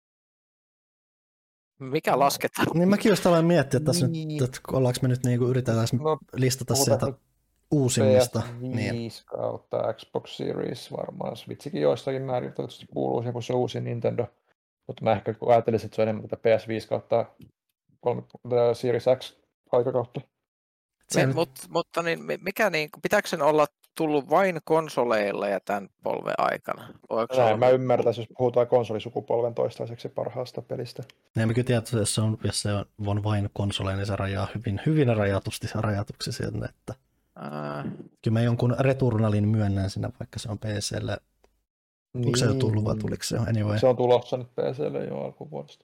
Mikä lasketaan? Niin mäkin just aloin miettiä, että tässä Niin. nyt, että ollaanko me nyt niinku yritetään No, listata puhutaan sieltä nyt uusimmista. P S Niin. viisi kautta Xbox Series varmaan. Switchikin joissakin määrin toivottavasti kuuluu siihen, kun se uusi Nintendo. Mutta mä ehkä ajattelisin, että se on enemmän tätä P S viisi kautta kolme, Series X aikakautta. Se Me, nyt- mut, mutta niin, mi- mikä niin, pitääkö sen olla tullut vain konsoleilla ja tämän polven aikana? Voiko se Näin olla- mä ymmärtäisin, jos puhutaan konsolisukupolven toistaiseksi parhaasta pelistä. Niin, mä kyllä tiedän, että jos se on, jos se on, on vain konsole, niin se rajaa hyvin, hyvin rajatusti rajatuksi sieltä, että Ää, kyllä mä jonkun Returnalin myönnän sinne, vaikka se on P C:lle. Onko se jo tullut vai tuliko se jo? Anyway. Se on tulossa nyt P C:lle jo alkuvuodesta.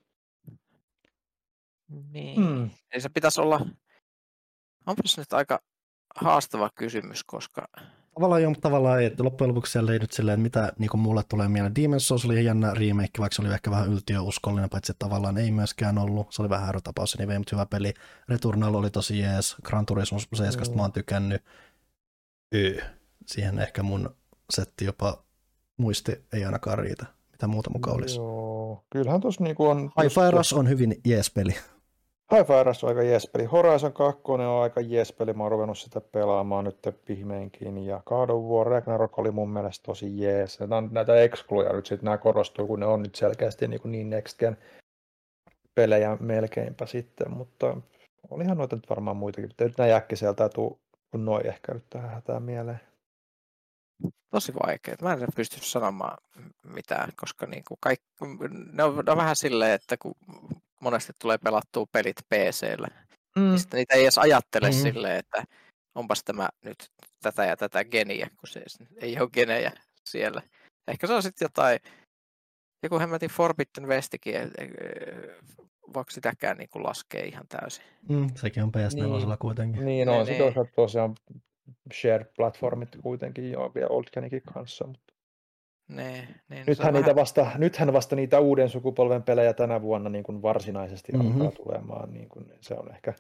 niin. Mm. Eli se pitäisi olla, onpa se nyt aika haastava kysymys, koska Tavallaan joo, mutta tavallaan ei, että loppujen lopuksi siellä ei nyt silleen, että mitä niin mulle tulee mieleen. Demon's Souls oli jännä remake, vaikka se oli ehkä vähän yltiöuskollinen, paitsi että tavallaan ei myöskään ollut. Se oli vähän härrytapaus, niin mutta hyvä peli. Returnal oli tosi jees, Gran Turismo seitsemän Mm. mä oon tykännyt. Y. Siihen ehkä mun setti jopa muisti ei ainakaan riitä, mitä muuta mukaan olisi. Joo, kyllähän tuossa niinku on... Hi-Fi Rush on hyvin jees peli. Hi-Fi Rush on aika jees peli. Horizon kaksi on aika jees peli. Mä oon ruvennut sitä pelaamaan nyt viimeinkin. Ja God of War Ragnarok oli mun mielestä tosi jees. Ja on näitä excluja nyt sitten nämä korostuu, kun ne on nyt selkeästi niin, niin next gen pelejä melkeinpä sitten. Mutta olihan noita nyt varmaan muitakin. Mutta nyt näin äkkiseltä tuu, kun noi ehkä nyt tähän hätään mieleen. tosi vaikea. Mä en pysty sanomaan mitään, koska niin kuin kaikki, ne, on, ne on vähän silleen, että kun monesti tulee pelattua pelit P C:llä, Mm. niin sitten niitä ei edes ajattele Mhm. mm-hmm. silleen, että onpas tämä nyt tätä ja tätä geniä, kun se ei ole genejä siellä. Ehkä se on sitten jotain, joku hemmetin Forbidden Westikin, e- e- voiko sitäkään niin kuin laskea ihan täysin. Mm, sekin on P S neljä Niin. kuitenkin. Niin Ne- on, se ne- toisaalta tosiaan shared platformit kuitenkin jo vielä Oldcanikin kanssa. Mutta Ne, niin nythän, se on niitä vähän- vasta, nythän vasta niitä uuden sukupolven pelejä tänä vuonna niin kuin varsinaisesti Mhm. alkaa tulemaan. Niin kuin se on ehkä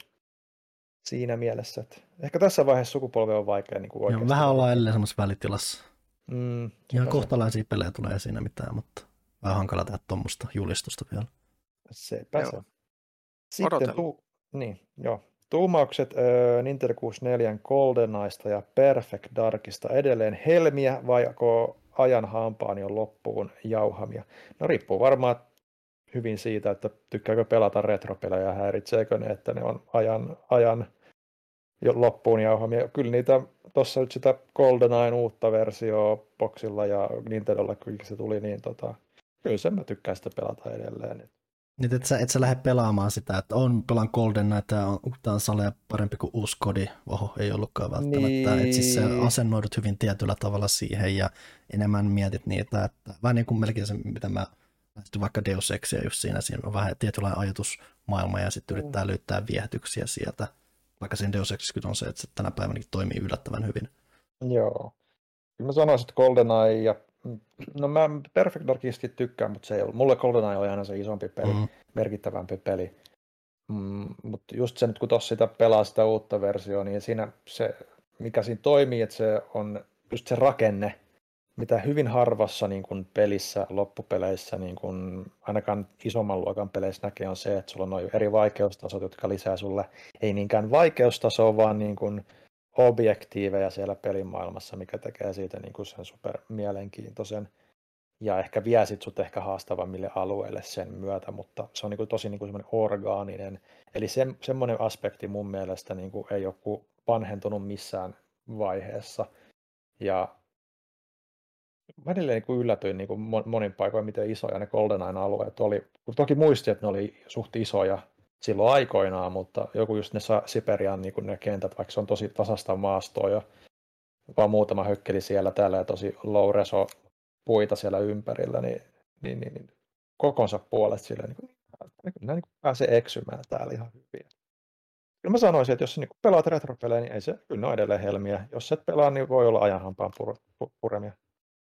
siinä mielessä, että ehkä tässä vaiheessa sukupolve on vaikea niin kuin Joo, oikeasti. vähän ollaan edelleen semmoisessa välitilassa. Mm, Ihan sepä se- kohtalaisia pelejä tulee siinä mitään, mutta vähän hankala tehdä tuommoista julistusta vielä. Sepä Joo. se. Sitten Odotellaan. tu- niin, joo. Tuumaukset äh, Nintendo kuusikymmentäneljän GoldenEyesta ja Perfect Darkista edelleen helmiä vai onko ajan hampaan jo loppuun jauhamia? No riippuu varmaan hyvin siitä, että tykkääkö pelata retropelejä ja häiritseekö ne, että ne on ajan, ajan jo loppuun jauhamia. Kyllä niitä tuossa nyt sitä GoldenEyen uutta versiota boxilla ja Nintendolla kun se tuli, niin tota, kyllä sen mä tykkään sitä pelata edelleen. Nyt et sä, et sä lähde pelaamaan sitä, että on pelaan Golden näitä ja on, tää on salee parempi kuin uusi kodi. Oho, ei ollutkaan välttämättä. Niin. Et siis sä asennoidut hyvin tietyllä tavalla siihen ja enemmän mietit niitä, että vähän niin kuin melkein se, mitä mä lähestyn vaikka Deus Exia just siinä, siinä on vähän tietynlainen ajatusmaailma ja sitten yrittää löytää viehätyksiä sieltä. Vaikka siinä Deus Exissa on se, että se tänä päivänä toimii yllättävän hyvin. Joo. Kyllä mä sanoisin, että GoldenEye ja... No mä Perfect Darkistakin tykkään, mutta se ei ollut. Mulle GoldenEye oli aina se isompi peli, Mm. merkittävämpi peli. Mm, mutta just se nyt, kun tuossa sitä pelaa sitä uutta versiota, niin siinä se, mikä siinä toimii, että se on just se rakenne, mitä hyvin harvassa niin kun pelissä, loppupeleissä, niin kun ainakaan isomman luokan peleissä näkee, on se, että sulla on noin eri vaikeustasot, jotka lisää sulle ei niinkään vaikeustasoa, vaan niin kun objektiiveja siellä pelimaailmassa, mikä tekee siitä niin kuin sen super mielenkiintoisen ja ehkä vie sit sut ehkä haastavammille alueille sen myötä, mutta se on niin kuin tosi niin kuin semmoinen orgaaninen. Eli se, semmoinen aspekti mun mielestä niin kuin ei ole vanhentunut missään vaiheessa. Ja mä edelleen niin kuin yllätyin niin kuin monin paikoin, miten isoja ne GoldenEyen alueet oli. Toki muistin, että ne oli suht isoja silloin aikoinaan, mutta joku just ne Siperian niin ne kentät, vaikka se on tosi tasasta maastoa ja vaan muutama hökkeli siellä täällä ja tosi low reso puita siellä ympärillä, niin, niin, niin, niin kokonsa puolesta sille niin, niin, niin pääsee eksymään täällä ihan hyvin. Kyllä mä sanoisin, että jos sä niin pelaat retropelejä, niin ei se, kyllä ne on edelleen helmiä. Jos et pelaa, niin voi olla ajanhampaan pur- puremia.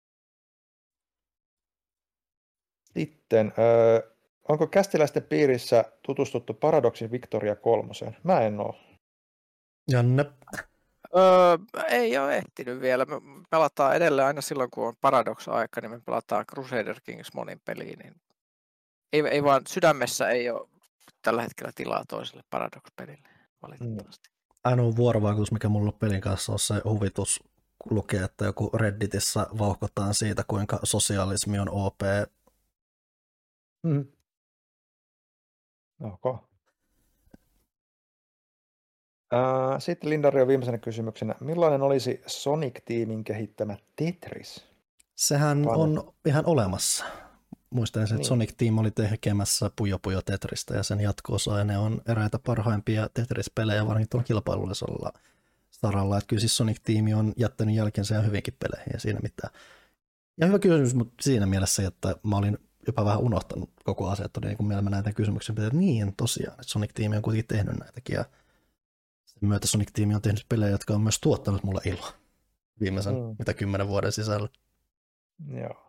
Sitten, öö, onko kästiläisten piirissä tutustuttu Paradoxin Victoria kolmoseen? Mä en oo. Janne. Öö, ei ole ehtinyt vielä. Me pelataan edelleen aina silloin, kun on Paradox-aika, niin me pelataan Crusader Kings monin peliin. Niin ei, ei vaan sydämessä ei ole tällä hetkellä tilaa toiselle Paradox-pelille, valitettavasti. Mm. Ainoa vuorovaikutus, mikä mulla on pelin kanssa, on se huvitus lukea, että joku Redditissä vauhkotaan siitä, kuinka sosialismi on O P. Mm. Okay. Sitten Lindario viimeisenä kysymyksenä. Millainen olisi Sonic-tiimin kehittämä Tetris? Sehän Pane. on ihan olemassa. Muistan, että niin. Sonic Team oli tekemässä Puyo Puyo Tetristä ja sen jatko-osa, ja ne on eräitä parhaimpia Tetris-pelejä, varsinkin tuolla kilpailullisella saralla. Että kyllä siis Sonic Team on jättänyt jälkensä ja hyvinkin peleihin, ja siinä mitään. Ja hyvä kysymys, mutta siinä mielessä, että mä olin jopa vähän unohtanut koko asettu, niin kun meillä mä näitä kysymyksiä, että niin tosiaan, että Sonic Team on kuitenkin tehnyt näitäkin, ja sen myötä Sonic Team on tehnyt pelejä, jotka on myös tuottanut mulle iloa viimeisen mm. mitä kymmenen vuoden sisällä. Joo.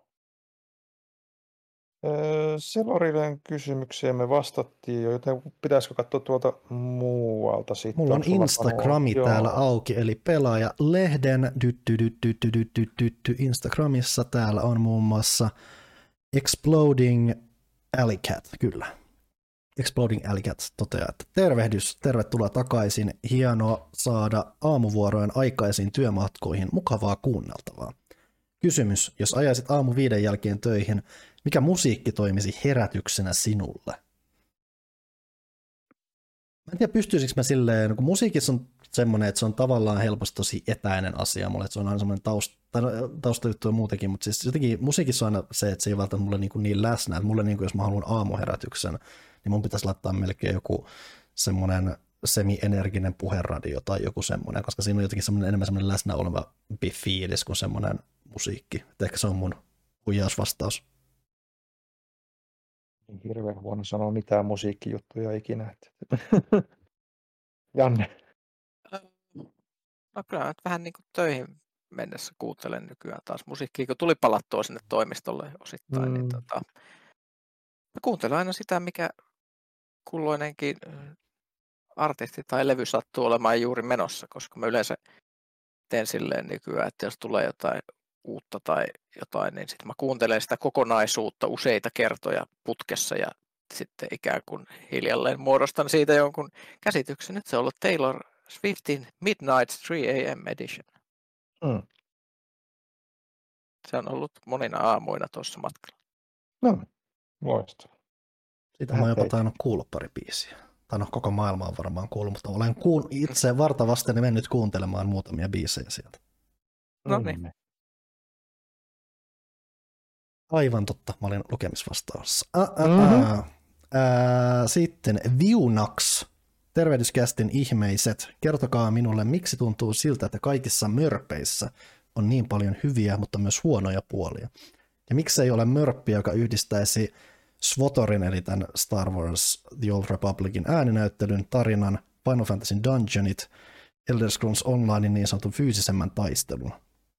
Öö, Seloriden kysymykseen me vastattiin jo, joten pitäisikö katsoa tuolta muualta sitten? Mulla on Instagrami on... täällä auki, eli pelaaja lehden dytty, dytty, dytty, dytty, dytty. Instagramissa täällä on muun muassa Exploding Alleycat, kyllä. Exploding Alleycat toteaa, että tervehdys, tervetuloa takaisin, hienoa saada aamuvuorojen aikaisiin työmatkoihin mukavaa kuunneltavaa. Kysymys, jos ajaisit aamu viiden jälkeen töihin, mikä musiikki toimisi herätyksenä sinulle? Mä en tiedä, pystyisikö mä silleen, kun musiikissa on semmoinen, että se on tavallaan helposti tosi etäinen asia mulle, että se on aina semmoinen tausta, taustajuttu ja muutenkin, mutta siis jotenkin musiikissa on aina se, että se ei välttämättä mulle niin, niin läsnä, että mulle niin kuin, jos mä haluan aamuherätyksen, niin mun pitäisi laittaa melkein joku semmoinen semi-energinen puheradio tai joku semmoinen, koska siinä on jotenkin semmoinen enemmän semmoinen läsnä oleva fiilis kuin semmoinen musiikki. Et ehkä se on mun huijausvastaus. Hirveän huono sanoa mitään musiikkijuttuja ikinä. Janne. No kyllä nyt vähän niin kuin töihin mennessä kuuntelen nykyään taas musiikkia, kun tuli palattua sinne toimistolle osittain. Mm. Niin tota, mä kuuntelen aina sitä, mikä kulloinenkin artisti tai levy sattuu olemaan juuri menossa, koska mä yleensä teen silleen nykyään, että jos tulee jotain uutta tai jotain, niin sitten mä kuuntelen sitä kokonaisuutta useita kertoja putkessa ja sitten ikään kuin hiljalleen muodostan siitä jonkun käsityksen, että se on ollut Taylor Swiftin Midnight three a.m. edition. Mm. Se on ollut monina aamuina tuossa matkalla. No, loistavaa. Siitä mä oon jopa tainnut kuulla pari biisiä. Tai no, koko maailma on varmaan kuullut, mutta olen kuun, itse vartavasteni mennyt kuuntelemaan muutamia biisejä sieltä. No niin. Aivan totta, mä olin lukemisvastaavassa. Mm-hmm. Sitten Viunax, tervehdyskästin ihmeiset, kertokaa minulle, miksi tuntuu siltä, että kaikissa mörpeissä on niin paljon hyviä, mutta myös huonoja puolia. Ja miksi ei ole mörppiä, joka yhdistäisi SWTORin, eli tämän Star Wars The Old Republicin ääninäyttelyn, tarinan, Final Fantasy Dungeonit, Elder Scrolls Onlinein niin sanotun fyysisemmän taistelun.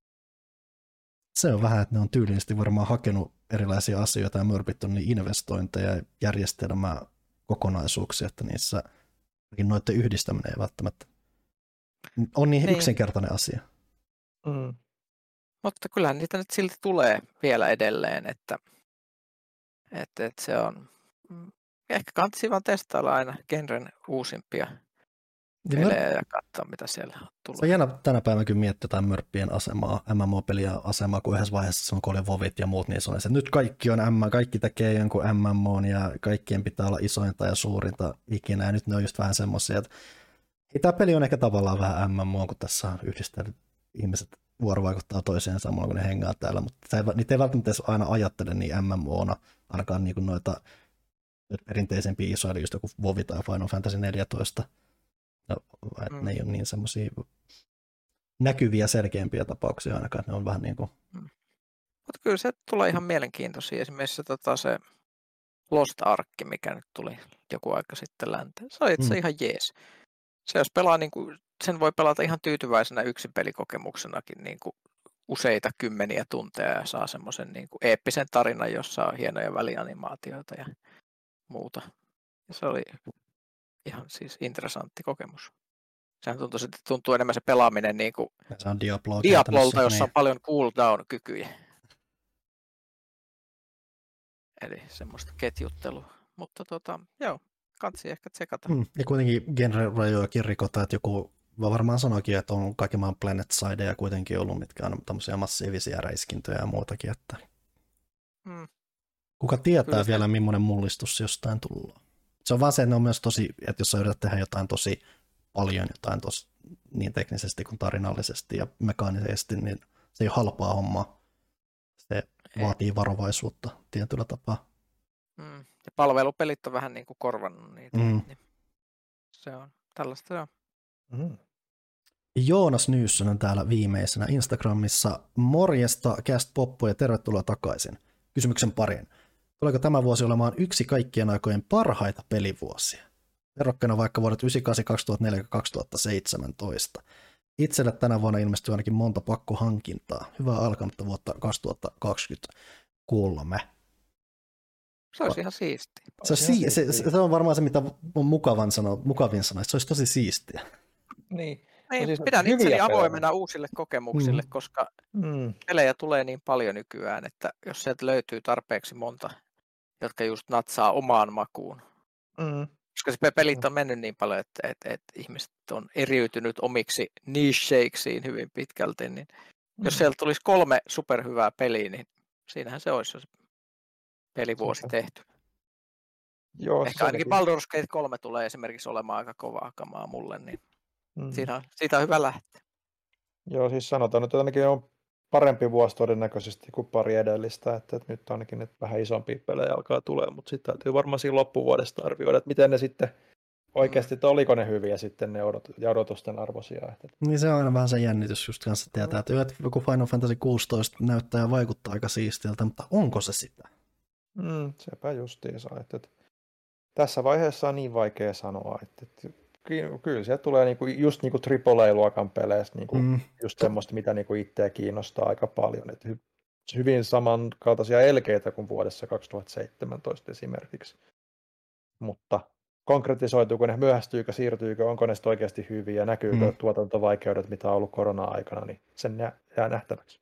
Se on vähän, että ne on tyylisesti varmaan hakenut erilaisia asioita ja mörpit on niin investointeja ja järjestelmää kokonaisuuksia, että niissä noiden yhdistäminen ei välttämättä on niin, niin. yksinkertainen asia. Mm. Mutta kyllähän niitä nyt silti tulee vielä edelleen, että, että, että se on ehkä kannattaisi vaan testailla aina genren uusimpia pelejä ja katsoa, mitä siellä on tullut. Se on jännä tänä päivänä, kun miettii jotain mörppien asemaa, M M O-peliä asemaa, kun yhdessä vaiheessa se on, kun oli Vovit ja muut, niin se on se, että nyt kaikki on M M O, kaikki tekee jonkun M M O:n ja kaikkien pitää olla isointa ja suurinta ikinä, ja nyt ne on just vähän semmoisia, että hei, tämä peli on ehkä tavallaan vähän M M O, kun tässä on yhdistänyt ihmiset vuorovaikuttaa toiseen samalla, kun ne hengaa täällä, mutta ei, niitä ei välttämättä aina ajattele niin M M O:na, ainakaan niin kuin noita perinteisempiä isoja, eli just joku Vovi tai Final Fantasy neljätoista. No, mm. Ne ei ole niin semmoisia näkyviä, selkeämpiä tapauksia ainakaan, että ne on vähän niin kuin... Mm. Mutta kyllä se tulee ihan mielenkiintoisia. Esimerkiksi se, tota, se Lost Ark, mikä nyt tuli joku aika sitten länteen. Se oli itse mm. ihan jees. Se jos pelaa, niin kuin, sen voi pelata ihan tyytyväisenä yksin pelikokemuksenakin niin kuin useita kymmeniä tunteja ja saa semmoisen niin kuin eeppisen tarinan, jossa on hienoja välianimaatioita ja muuta. Ja se oli ihan siis interessantti kokemus. Sehän tuntuu, tuntuu enemmän se pelaaminen niin kuin Se on Diablo Diablolta, jossa niin. on paljon cooldown-kykyjä. Eli semmoista ketjuttelua. Mutta tota, joo, kansi ehkä tsekata. Mm, ja kuitenkin genre-rajojakin rikotaan, että joku varmaan sanoikin, että on kaiken maan Planetside ja kuitenkin ollut, mitkä on tämmöisiä massiivisia räiskintöjä ja muutakin, että Mm. kuka tietää Kyllä se- vielä, millainen mullistus jostain tullaan. Se on vaan se, että ne on myös tosi, että jos sä yrität tehdä jotain tosi paljon, jotain tosi niin teknisesti kuin tarinallisesti ja mekaanisesti, niin se ei ole halpaa hommaa. Se Ei. vaatii varovaisuutta tietyllä tapaa. Mm. Ja palvelupelit on vähän niin kuin korvannut niitä. Mm. Niin se on tällaista se on. Mm. Joonas Nyyssönen täällä viimeisenä Instagramissa. Morjesta, Cast Poppo ja tervetuloa takaisin. Kysymyksen pariin. Tuleeko tämä vuosi olemaan yksi kaikkien aikojen parhaita pelivuosia? Verrokkana vaikka vuodet yhdeksänkymmentäkahdeksan, kaksituhattaneljä ja kaksituhattaseitsemäntoista. Itselle tänä vuonna ilmestyy ainakin monta pakkohankintaa. Hyvää alkanutta vuotta kaksituhattakaksikymmentäkolme. Se olisi ihan siistiä. Se, Olisi ihan si- se, siistiä. se on varmaan se, mitä on mukavan sano, mukavin sanoa. Se olisi tosi siistiä. Niin. Niin, siis pidän hyviä itseni pelejä. avoimena uusille kokemuksille, Mm. koska Mm. pelejä tulee niin paljon nykyään, että jos sieltä löytyy tarpeeksi monta, jotka just natsaa omaan makuun. Mm. Koska se pelit on mennyt niin paljon, että, että, että ihmiset on eriytynyt omiksi niche-shakesiin hyvin pitkälti, niin jos sieltä tulisi kolme superhyvää peliä, niin siinähän se olisi jo se pelivuosi Sepä. tehty. Joo, Ehkä ainakin sekin. Baldur's Gate kolme tulee esimerkiksi olemaan aika kovaa kamaa mulle, niin Mm. siitä on, siitä on hyvä lähteä. Joo, siis sanotaan, että ainakin on parempi vuosi todennäköisesti kuin pari edellistä, että, että nyt ainakin nyt vähän isompia pelejä alkaa tulee, mutta sitten täytyy varmaan siinä loppuvuodesta arvioida, että miten ne sitten oikeasti, että oliko ne hyviä sitten ne odot- ja odotusten arvoisia. Että, Niin se on aina vähän se jännitys just kanssa tietää, että joku Final Fantasy kuusitoista näyttää ja vaikuttaa aika siistiltä, mutta onko se sitä? mm, sepä justiinsa, että, että tässä vaiheessa on niin vaikea sanoa, että, että ky- kyllä sieltä tulee niinku, just niinku triple A-luokan peleistä niinku, Mm. just semmoista, mitä niinku itseä kiinnostaa aika paljon, että hy- hyvin samankaltaisia elkeitä kuin vuodessa kaksituhattaseitsemäntoista esimerkiksi, mutta konkretisoituuko ne, myöhästyykö, siirtyykö, onko ne sitten oikeasti hyviä, näkyykö Mm. tuotantovaikeudet, mitä on ollut korona-aikana, niin sen jää, jää nähtäväksi.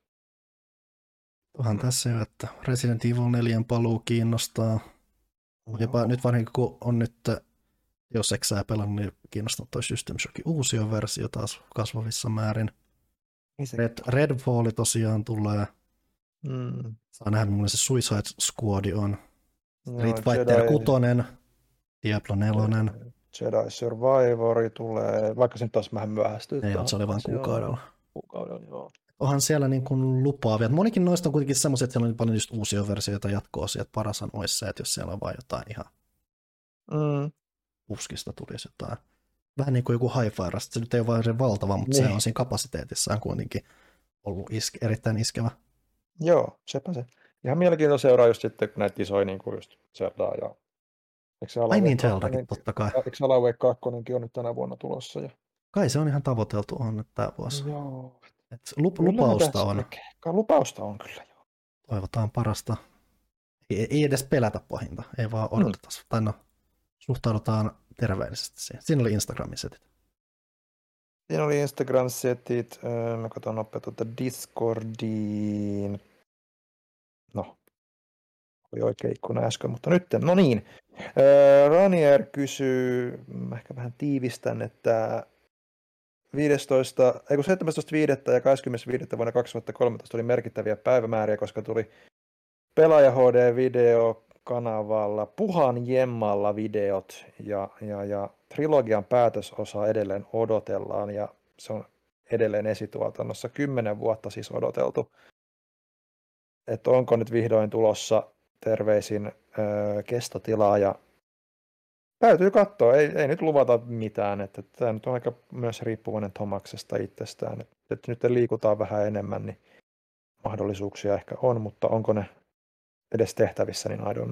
Onhan tässä jo, että Resident Evil neljä paluu kiinnostaa. Jopa nyt varsinkin kun on nyt, jos eksää pelannut, niin kiinnostaa toi System Shockin uusi versio taas kasvavissa määrin. Red, Redfall tosiaan tulee. Mm. Saa nähdä, millainen se Suicide Squad on. Joo, Street Fighter Jedi- kuusi, Diablo neljä. Jedi Survivor tulee, vaikka se nyt taas vähän myöhästyy. Ei, se oli vain kuukaudella. Kuukaudella, joo. Onhan siellä niin kuin lupaavia. Monikin noista on kuitenkin semmoisia, että siellä on paljon just uusia versioita jatko-osia, että paras on olisi se, että jos siellä on vain jotain ihan Mm. puskista tulisi jotain. Vähän niin kuin joku Hi-Fi Rush, se nyt ei ole vain valtava, mutta Niin. se on siinä kapasiteetissaan kuitenkin ollut iske, erittäin iskevä. Joo, sepä se. Ihan mielenkiintoista seuraa just sitten, kun näitä isoja niin kuin just Zeldaa ja eikö se Ai Alan niin, Wake Zeldakin kakkonen- totta kai. eikö se Alan Wake kakkonenkin on nyt tänä vuonna tulossa? Ja... Kai se on ihan tavoiteltu on nyt tämä vuosi. Joo. Et lup, Kyllä lupausta tässä on. tekee. Kai lupausta on kyllä, joo. Toivotaan parasta. Ei, ei edes pelätä pahinta, ei vaan odoteta. Mm. Tai no, suhtaudutaan terveellisesti siihen. Siinä oli Instagramin setit. Siinä oli Instagram-setit. öö, Mä katson nopeasti tuota Discordiin. No, oli oikein ikkuna äsken, mutta nyt, no niin. Öö, Ranier kysyy, mä ehkä vähän tiivistän, että viidestoista, ei kun seitsemästoista viidettä ja kahdeskymmenes viidettä vuonna kaksituhattakolmetoista oli merkittäviä päivämääriä, koska tuli Pelaaja H D-videokanavalla Puhan Jemmalla videot ja, ja, ja trilogian päätösosa edelleen odotellaan ja se on edelleen esituotannossa kymmenen vuotta siis odoteltu. Että onko nyt vihdoin tulossa, terveisin öö, kestotilaa ja täytyy katsoa, ei, ei nyt luvata mitään, että tämä nyt on aika myös riippuvainen Tomaksesta itsestään, että, että nyt liikutaan vähän enemmän, niin mahdollisuuksia ehkä on, mutta onko ne edes tehtävissä, niin I don't know.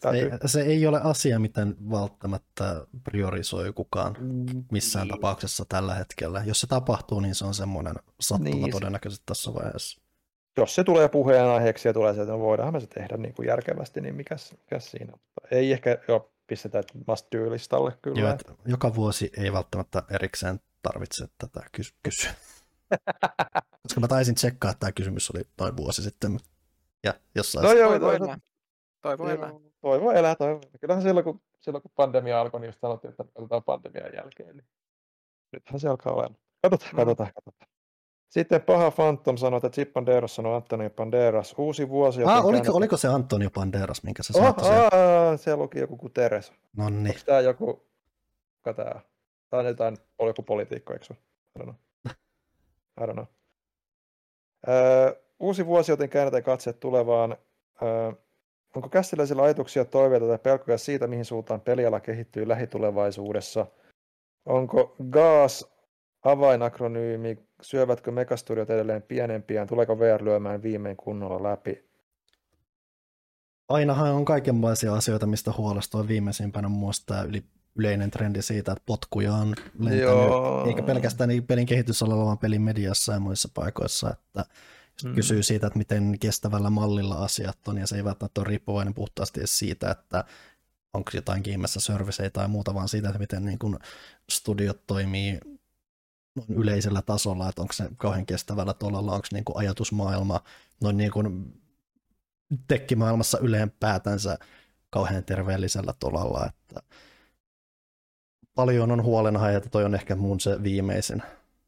Täytyy... Se, se ei ole asia, miten välttämättä priorisoi kukaan missään niin. tapauksessa tällä hetkellä. Jos se tapahtuu, niin se on semmoinen sattuma niin. todennäköisesti tässä vaiheessa. Jos se tulee puheenaiheeksi ja tulee se, että no voidaanhan me se tehdä niin kuin järkevästi, niin mikäs, mikäs siinä. Mutta ei ehkä jo pistetä must do-listalle kyllä. Joo, että joka vuosi ei välttämättä erikseen tarvitse tätä kys- kysyä. Koska mä taisin tsekkaa, että tämä kysymys oli noin vuosi sitten. Ja jossain... No joo, toivo toivo elää. Toivo elää. Toivo elää, toivo. Kyllähän silloin kun, silloin, kun pandemia alkoi, niin just sanottiin, että otetaan pandemian jälkeen. Niin nythän se alkaa olemaan. Katsotaan, mm. katsotaan, katsotaan. Sitten Paha Phantom sanoi, että Chip Banderas sanoi Antonio Banderas. Uusi vuosi. Ah, oliko, oliko se Antonio Banderas, minkä se oh, saattoi sen? Ah, siellä luki joku Guterres. Nonni. Onko tämä joku, kuka tämä on? Tämä on jotain, joku poliitikko, eikö se? I don't know. I don't know. Öö, uusi vuosi, joten käännetään katseet tulevaan. Öö, onko kästiläisillä ajatuksia, toiveita tai pelkoja siitä, mihin suuntaan peliala kehittyy lähitulevaisuudessa? Onko G A S avainakronyymi? Syövätkö megastudiot edelleen pienempiään? Tuleeko V R lyömään viimein kunnolla läpi? Ainahan on kaikenlaisia asioita, mistä huolestua. Viimeisimpänä muun muassa tämä yli, yleinen trendi siitä, että potkuja on lentänyt. Joo. Eikä pelkästään niin pelin kehitysalalla, vaan pelin mediassa ja muissa paikoissa. Että mm. kysyy siitä, että miten kestävällä mallilla asiat on, ja se ei välttämättä ole riippuvainen puhtaasti edes siitä, että onko jotain kiimessä serviceja tai muuta, vaan siitä, että miten niin kun studiot toimii noin yleisellä tasolla, että onko se kauhean kestävällä tolalla, onko niin kuin ajatusmaailma noin niin kuin tekkimaailmassa yleenpäätänsä kauhean terveellisellä tolalla, että paljon on huolenaiheita, toi on ehkä mun se viimeisin.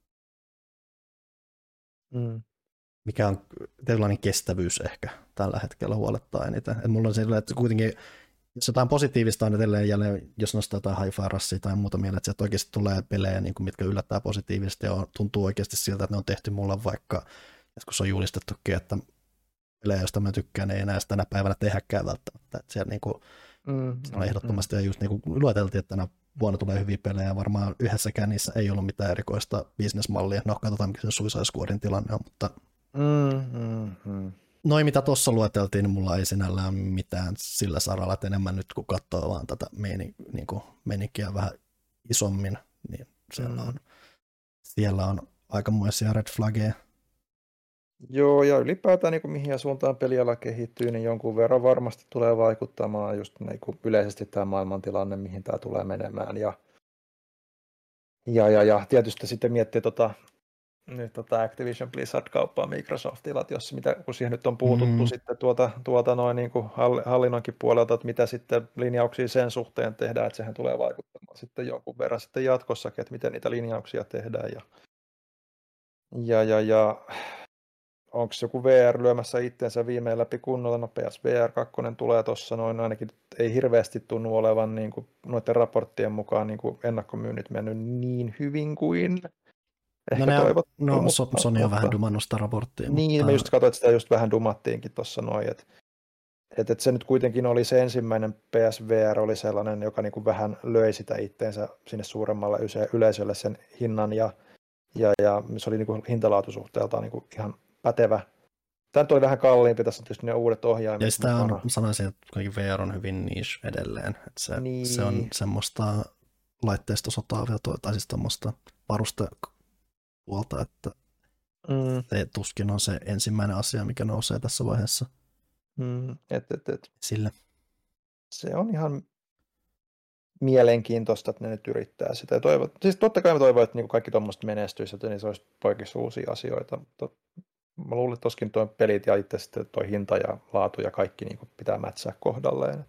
Mm. Mikä on tietynlainen kestävyys ehkä tällä hetkellä huolettaa eniten. Et mulla on sillä, että kuitenkin jos jotain positiivista on edelleen jälleen, jos nostaa jotain Hi-Fi Russia tai muuta mieleen, että sieltä oikeasti tulee pelejä, niin kuin mitkä yllättää positiivisesti ja on, tuntuu oikeasti siltä, että ne on tehty mulla vaikka, joskus on julistettukin, että pelejä, joista mä tykkään, ei enää sitä tänä päivänä tehdäkään välttämättä. Että siellä niin kuin, mm, on ehdottomasti, mm. ja just niin kuin lueteltiin, että tänä vuonna tulee hyviä pelejä, ja varmaan yhdessäkään niissä ei ollut mitään erikoista bisnesmallia. No, katsotaan, mikä se Suicide Squadin tilanne on, mutta mm, mm, mm. noin, mitä tuossa lueteltiin, niin mulla ei sinällään mitään sillä saralla, että enemmän nyt kun katsoo vaan tätä meini, niin kuin meininkiä vähän isommin, niin siellä on, siellä on aikamoisia red flaggeja. Joo, ja ylipäätään niin kuin mihin suuntaan peliala kehittyy, niin jonkun verran varmasti tulee vaikuttamaan just niin kuin yleisesti tämä maailmantilanne, mihin tämä tulee menemään. Ja, ja, ja, ja tietysti sitten miettii tota, nyt tota Activision Blizzard-kauppaa Microsoftilla, että jos mitä, kun siihen nyt on puututtu mm. sitten tuota, tuota noin niin kuin hallinnonkin puolelta, että mitä sitten linjauksia sen suhteen tehdään, että sehän tulee vaikuttamaan sitten jonkun verran sitten jatkossakin, että miten niitä linjauksia tehdään. Ja, ja, ja, ja onko joku V R lyömässä itseensä viimein läpi kunnolla? No P S V R kaksi tulee tuossa noin, ainakin ei hirveästi tunnu olevan niin kuin noiden raporttien mukaan niin kuin ennakkomyynnit mennyt niin hyvin kuin ehkä no, toivottu. No mutta, Sony on mutta, vähän dumannut sitä raporttia. Niin, mutta... me just katsoin, että sitä just vähän dumattiinkin tuossa noin, että et, et se nyt kuitenkin oli se ensimmäinen P S V R oli sellainen, joka niin kuin vähän löi sitä itteensä sinne suuremmalle yleisölle sen hinnan ja, ja, ja se oli niin kuin hintalaatusuhteeltaan niin kuin ihan pätevä. Tämä oli vähän kalliimpi, tässä on tietysti ne uudet ohjaimet. Ja sitä on, sanoisin, että V R on hyvin niche edelleen. Että se, niin. se on semmoista laitteistosotaa, tai siis tuommoista varustepuolta, että mm. se tuskin on se ensimmäinen asia, mikä nousee tässä vaiheessa. Mm. Et, et, et. Sillä. Se on ihan mielenkiintoista, että ne nyt yrittää sitä. Toivot, siis totta kai mä toivon, että niin kaikki tuommoista menestyisi, että niissä olisi poikissa uusia asioita, mutta mä luulen, että toskin tuo pelit ja itse sitten tuo hinta ja laatu ja kaikki niin pitää mätsää kohdalleen.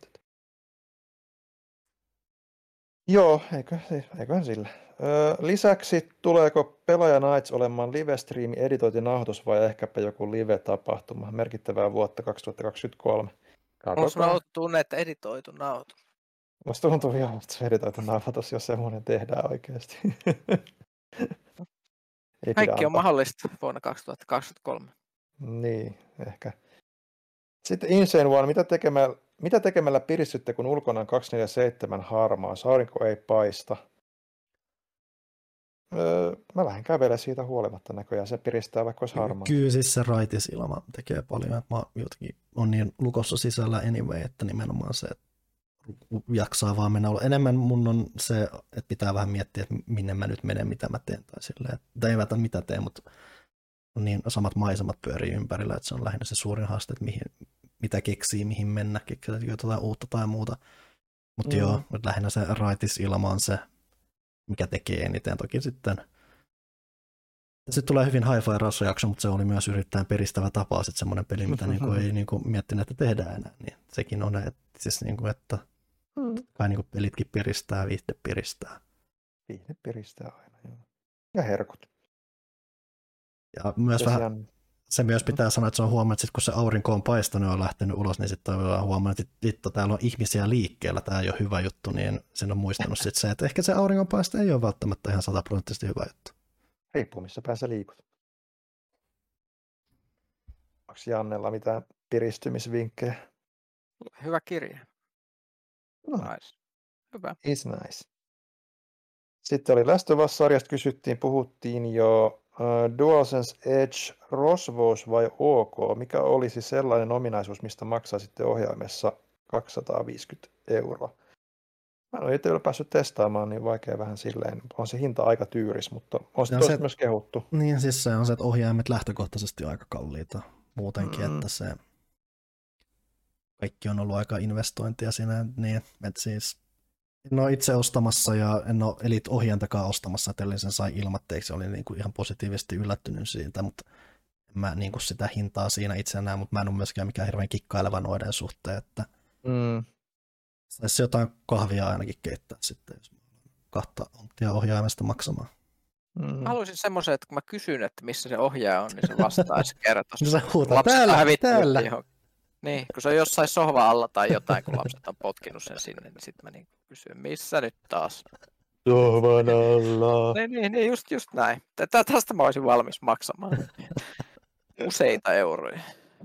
Joo, eikö, eiköhän sillä. Öö, lisäksi tuleeko Pelaaja Nights olemaan live-striimi, editointinauhoitus vai ehkäpä joku live-tapahtuma? Merkittävää vuotta kaksituhattakaksikymmentäkolme. Musta tuntuu, että editoitu nauhoitus. Musta tuntuu ihan, että se editoitu nauhoitus, jos semmoinen tehdään oikeasti. Kaikki on mahdollista vuonna kaksituhattakaksikymmentäkolme. Niin, ehkä. Sitten Insane One, mitä tekemällä, mitä tekemällä piristytte, kun ulkona on kaksikymmentäneljä seitsemän harmaa, aurinko ei paista? Öö, mä lähden kävelemään siitä huolimatta näköjään, se piristää vaikka olisi harmaa. Kyllä siis se raitisilma tekee paljon, että mä jotenkin on niin lukossa sisällä anyway, että nimenomaan se, että jaksaa vaan mennä. Enemmän mun on se, että pitää vähän miettiä, että minne mä nyt menen, mitä mä teen. Tai, silleen, tai ei välttämättä mitä teen, mutta on niin samat maisemat pyörii ympärillä, että se on lähinnä se suurin haaste, että mihin, mitä keksii, mihin mennä, keksii jotain uutta tai muuta. Mutta mm. joo, lähinnä se raitisilma on se, mikä tekee eniten. Toki sitten sitten tulee hyvin Hi-Fi Rush-jakso, mutta se oli myös yrittäen peristävä tapaus, sitten semmoinen peli, mitä niinku ei niinku miettinyt, että tehdään enää. Niin sekin on, että, siis niinku, että kai niinku pelitkin piristää, viihde piristää. Viihde piristää aina, joo. Ja herkut. Ja myös ja vähän, siellä... se myös pitää sanoa, että se on huomannut, että sit kun se aurinko on paistanut ja on lähtenyt ulos, niin sitten on huomannut, että vittu, täällä on ihmisiä liikkeellä, tämä ei ole hyvä juttu, niin sen on muistanut sitten se, että ehkä se auringonpaiste ei ole välttämättä ihan sataprosenttisesti hyvä juttu. Riippuu, missä päässä liikut. Onko Jannella mitään piristymisvinkkejä? Hyvä kirja. No. Nice. Hyvä. Is nice. Sitten oli Last of Us-sarjasta kysyttiin, puhuttiin jo uh, DualSense Edge rosvous vai OK? Mikä olisi sellainen ominaisuus, mistä maksaisitte ohjaimessa kaksisataaviisikymmentä euroa? Mä en ole itse vielä päässyt testaamaan, niin vaikea vähän silleen. On se hinta aika tyyris, mutta on se, se myös kehuttu. Niin, siis se on se, että ohjaimet lähtökohtaisesti on aika kalliita muutenkin, mm. että se kaikki on ollut aika investointia siinä, niin että siis en ole itse ostamassa ja en ole Elite ohjaintakaan ostamassa, että sen sai ilmatteeksi, olin niin kuin ihan positiivisesti yllättynyt siitä, mutta en mä niin kuin sitä hintaa siinä itse näe, mutta mä en ole myöskään mikään hirveän kikkaileva noiden suhteen, että mm. saisi jotain kahvia ainakin keittää sitten, jos kahta onttia ohjaimesta maksamaan. Mm. Haluaisin semmoisen, että kun mä kysyn, että missä se ohjaaja on, niin se vastaisi kertoisi. No se huutaa, täällä, täällä. Niin, kun se on jossain sohva alla tai jotain, kun lapset on potkinut sen sinne, niin sitten mä niin kysyn, missä nyt taas? Sohvan alla. Niin, niin, niin just, just näin. Tästä mä olisin valmis maksamaan useita euroja.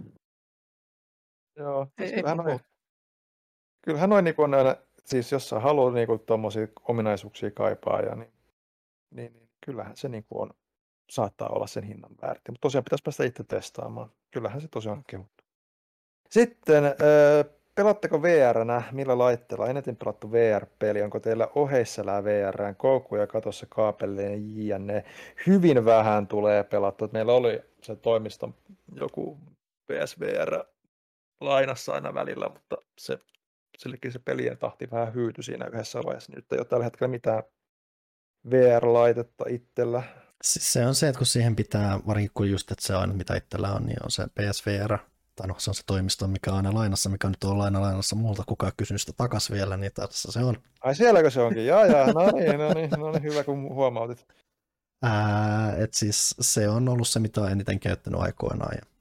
Joo, kyllähän noin, kyllähän noin niin kuin, siis jos sä haluat niin tuommoisia ominaisuuksia kaipaa, ja niin, niin, niin kyllähän se niin kuin on, saattaa olla sen hinnan väärti. Mutta tosiaan pitäisi päästä itse testaamaan. Kyllähän se tosiaan on kehuttu. Sitten, äh, pelatteko V R-nä? Millä laitteella? Eniten pelattu V R-peli. Onko teillä oheisselää V R:ään koukkuja katossa kaapelleen jne? Hyvin vähän tulee pelattu. Meillä oli se toimiston joku P S V R lainassa aina välillä, mutta se, sillekin se pelien tahti vähän hyytyi siinä yhdessä vaiheessa. Nyt ei ole tällä hetkellä mitään V R-laitetta itsellä. Siis se on se, että kun siihen pitää, varsinkin kun just, että se on, mitä itsellä on, niin on se P S V R. Tai no, se on se toimisto, mikä on aina lainassa, mikä nyt on aina lainassa multa, kukaan ei kysynyt sitä takas vielä, niin tässä se on. Ai sielläkö se onkin? Jaa, jaa, no niin, no niin, no niin, hyvä kun huomautit. Ää, et siis se on ollut se, mitä on eniten käyttänyt aikoinaan. Ja,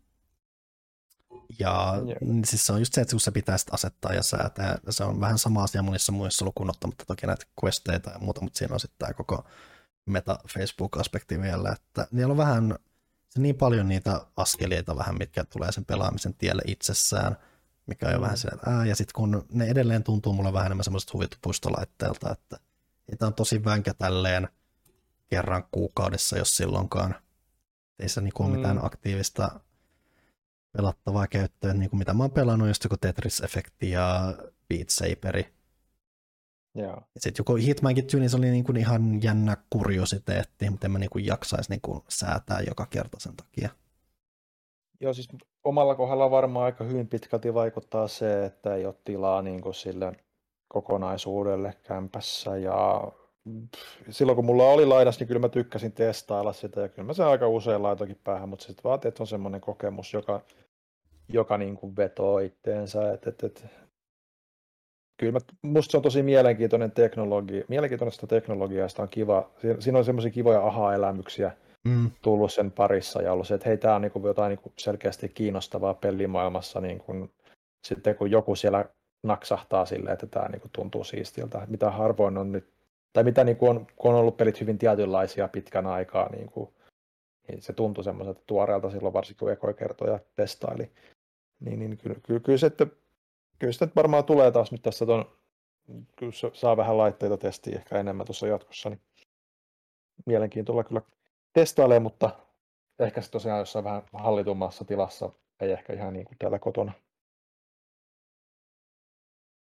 ja siis se on just se, että kun se pitää sitten asettaa ja säätää, se on vähän sama asia monissa muissa lukuun ottamatta toki näitä questeita ja muuta, mutta siinä on sitten tämä koko meta-Facebook-aspekti vielä, että niillä on vähän se niin paljon niitä askeleita vähän, mitkä tulee sen pelaamisen tielle itsessään, mikä on jo mm. vähän silleen, että ää, ja sitten kun ne edelleen tuntuu mulle vähän enemmän semmoiset huvitupuistolaitteelta, että tämä on tosi vänkä tälleen kerran kuukaudessa, jos silloinkaan. Ei se niinku ole mm. mitään aktiivista pelattavaa käyttöä, niin kuin mitä mä oon pelannut, just joku Tetris-efekti ja Beat Saberi. Yeah. Sitten joku Hitmankin tyyli, se oli niin kuin ihan jännä kuriositeetti, mutta en mä niin kuin jaksaisi niin kuin säätää joka kerta sen takia. Joo, siis omalla kohdalla varmaan aika hyvin pitkälti vaikuttaa se, että ei ole tilaa niin kuin sille kokonaisuudelle kämpässä. Ja silloin kun mulla oli laidas, niin kyllä mä tykkäsin testailla sitä ja kyllä mä sen aika usein laitoinkin päähän, mutta sitten vaatii, että on semmoinen kokemus, joka, joka niin kuin vetoo itteensä. Et, et, et. Kyllä mä, musta se on tosi mielenkiintoinen teknologia, mielenkiintoista teknologiaa, sitä on kiva, siinä on semmoisia kivoja aha-elämyksiä mm. tullut sen parissa ja ollut se, että hei, tää on niinku jotain niinku selkeästi kiinnostavaa pelimaailmassa, niin kun, sitten kun joku siellä naksahtaa silleen, että tämä niinku tuntuu siistiltä, mitä harvoin on nyt, tai mitä niinku on, kun on ollut pelit hyvin tietynlaisia pitkän aikaa, niinku, niin se tuntui semmoiselta tuoreelta silloin, varsinkin kun ekoja kertoja testaili, niin, niin kyllä, kyllä, kyllä se, että Kyllä sitä varmaan tulee taas nyt tässä ton, kyllä saa vähän laitteita testiin ehkä enemmän tuossa jatkossa, niin mielenkiintoilla kyllä testailee, mutta ehkä se tosiaan jossain vähän hallitummassa tilassa, ei ehkä ihan niin kuin täällä kotona.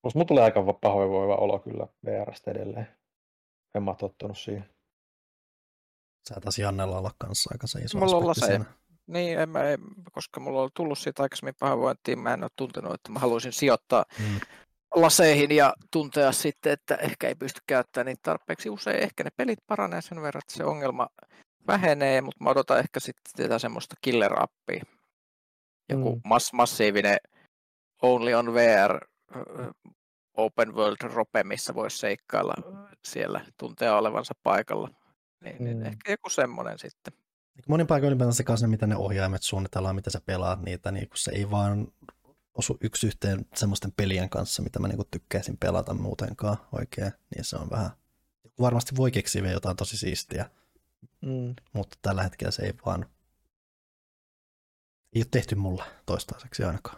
Musta mulla tulee aika pahoinvoiva olo kyllä V R:stä edelleen. En mä ole tottunut siihen. Sä taas Jannella olla kanssa aika se iso Mulla on aspekti laseja. siinä. Niin, en mä, en, koska mulla on tullut siitä aikaisemmin pahoinvointia, mä en ole tuntenut, että mä haluaisin sijoittaa Mm. laseihin ja tuntea sitten, että ehkä ei pysty käyttämään niitä tarpeeksi usein. Ehkä ne pelit paranee sen verran, että se ongelma vähenee, mutta mä odotan ehkä sitten tätä semmoista killer-appia. Joku Mm. mass, massiivinen Only on V R ö, Open World Rope, missä voisi seikkailla siellä, tuntea olevansa paikalla. Niin, niin Mm. ehkä joku semmoinen sitten. Monin paikoin ylipäätään se kanssa, miten ne ohjaimet suunnitellaan, miten sä pelaat niitä, niin kun se ei vaan osu yksi yhteen semmoisten pelien kanssa, mitä mä niinku tykkäisin pelata muutenkaan oikein, niin se on vähän, varmasti voi keksiä vielä jotain tosi siistiä, Mm. mutta tällä hetkellä se ei vaan, ei ole tehty mulle toistaiseksi ainakaan.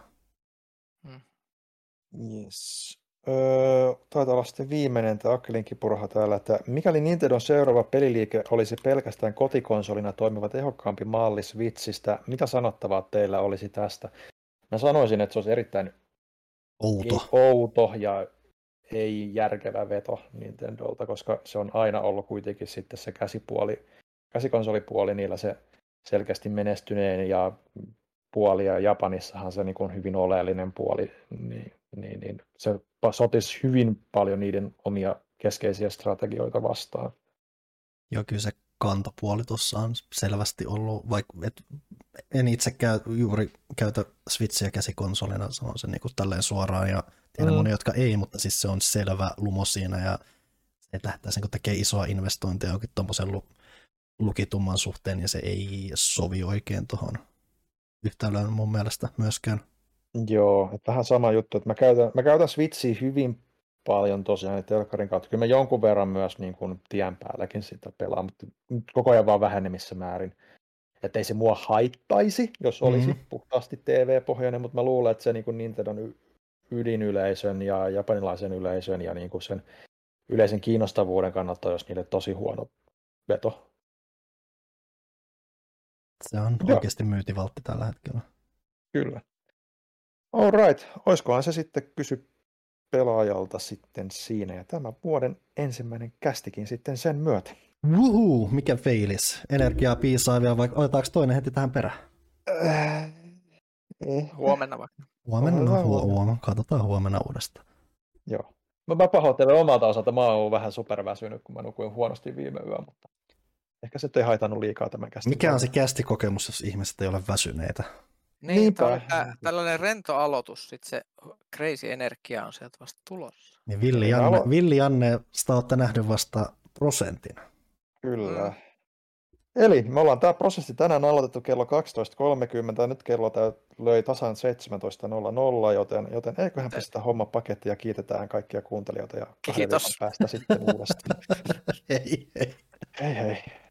Yes. Öö, taitaa olla sitten viimeinen tämä Akkelin kipuraha täällä, että mikäli Nintendon seuraava peliliike olisi pelkästään kotikonsolina toimiva tehokkaampi malli Switchistä, mitä sanottavaa teillä olisi tästä? Mä sanoisin, että se olisi erittäin Outo. outo ja ei järkevä veto Nintendolta, koska se on aina ollut kuitenkin sitten se käsipuoli, käsikonsolipuoli niillä se selkeästi menestyneen ja puoli, ja Japanissahan se niin kuin hyvin oleellinen puoli, niin, niin, niin se sotisi hyvin paljon niiden omia keskeisiä strategioita vastaan. Joo, kyllä se kantopuoli tuossa on selvästi ollut, vaikka et, en itse käy, juuri käytä Switchiä käsikonsolina, sanon sen niin kuin tälleen suoraan, ja tiedän Mm. monia, jotka ei, mutta siis se on selvä lumo siinä, ja että lähtäisiin niin tekemään isoa investointia jonkin tuommoisen lu, lukitumman suhteen, ja se ei sovi oikein tuohon yhtälöön mun mielestä myöskään. Joo, että vähän sama juttu, että mä käytän, mä käytän Switchiä hyvin paljon tosiaan telkkarin kautta. Kyllä mä jonkun verran myös niin kuin tien päälläkin sitä pelaan, mutta nyt koko ajan vaan vähenemmissä määrin. Että ei se mua haittaisi, jos olisi Mhm. puhtaasti T V-pohjainen, mutta mä luulen, että se niin kuin Nintendon y- ydinyleisön ja japanilaisen yleisön ja niin kuin sen yleisen kiinnostavuuden kannalta olisi niille tosi huono veto. Se on Joo. oikeasti myytivaltti tällä hetkellä. Kyllä. All right. Oiskohan se sitten kysy pelaajalta sitten siinä. Ja tämä vuoden ensimmäinen kästikin sitten sen myötä. Wuhuu, mikä feilis. Energiaa piisaavia, vaikka otetaanko toinen heti tähän perään? Äh, eh. Huomenna vaikka. Huomenna, no, Otetaan huo, huomenna. huomenna. Katsotaan huomenna uudestaan. Joo. Mä, mä pahoittelen omalta osalta. Mä oon ollut vähän superväsynyt, kun mä nukuin huonosti viime yö, mutta ehkä se ei haitannut liikaa tämän kästin. Mikä on se kästikokemus, jos ihmiset ei ole väsyneitä? Niin, Niinpä. tää oli tää, tällainen rento aloitus, sitten se crazy energia on sieltä vasta tulossa. Niin Villi Alo- Janne, Villi Janne, sitä olette nähnyt vasta prosentin. Kyllä. Mm. Eli me ollaan tämä prosessi tänään aloitettu kello kaksitoista kolmekymmentä, nyt kello tää löi tasan seitsemäntoista nolla nolla, joten, joten eiköhän Joten- pistä homma pakettiin ja kiitetään kaikkia kuuntelijoita ja kahden Kiitos. viikon päästä sitten uudestaan. Hei, hei. Hei hei.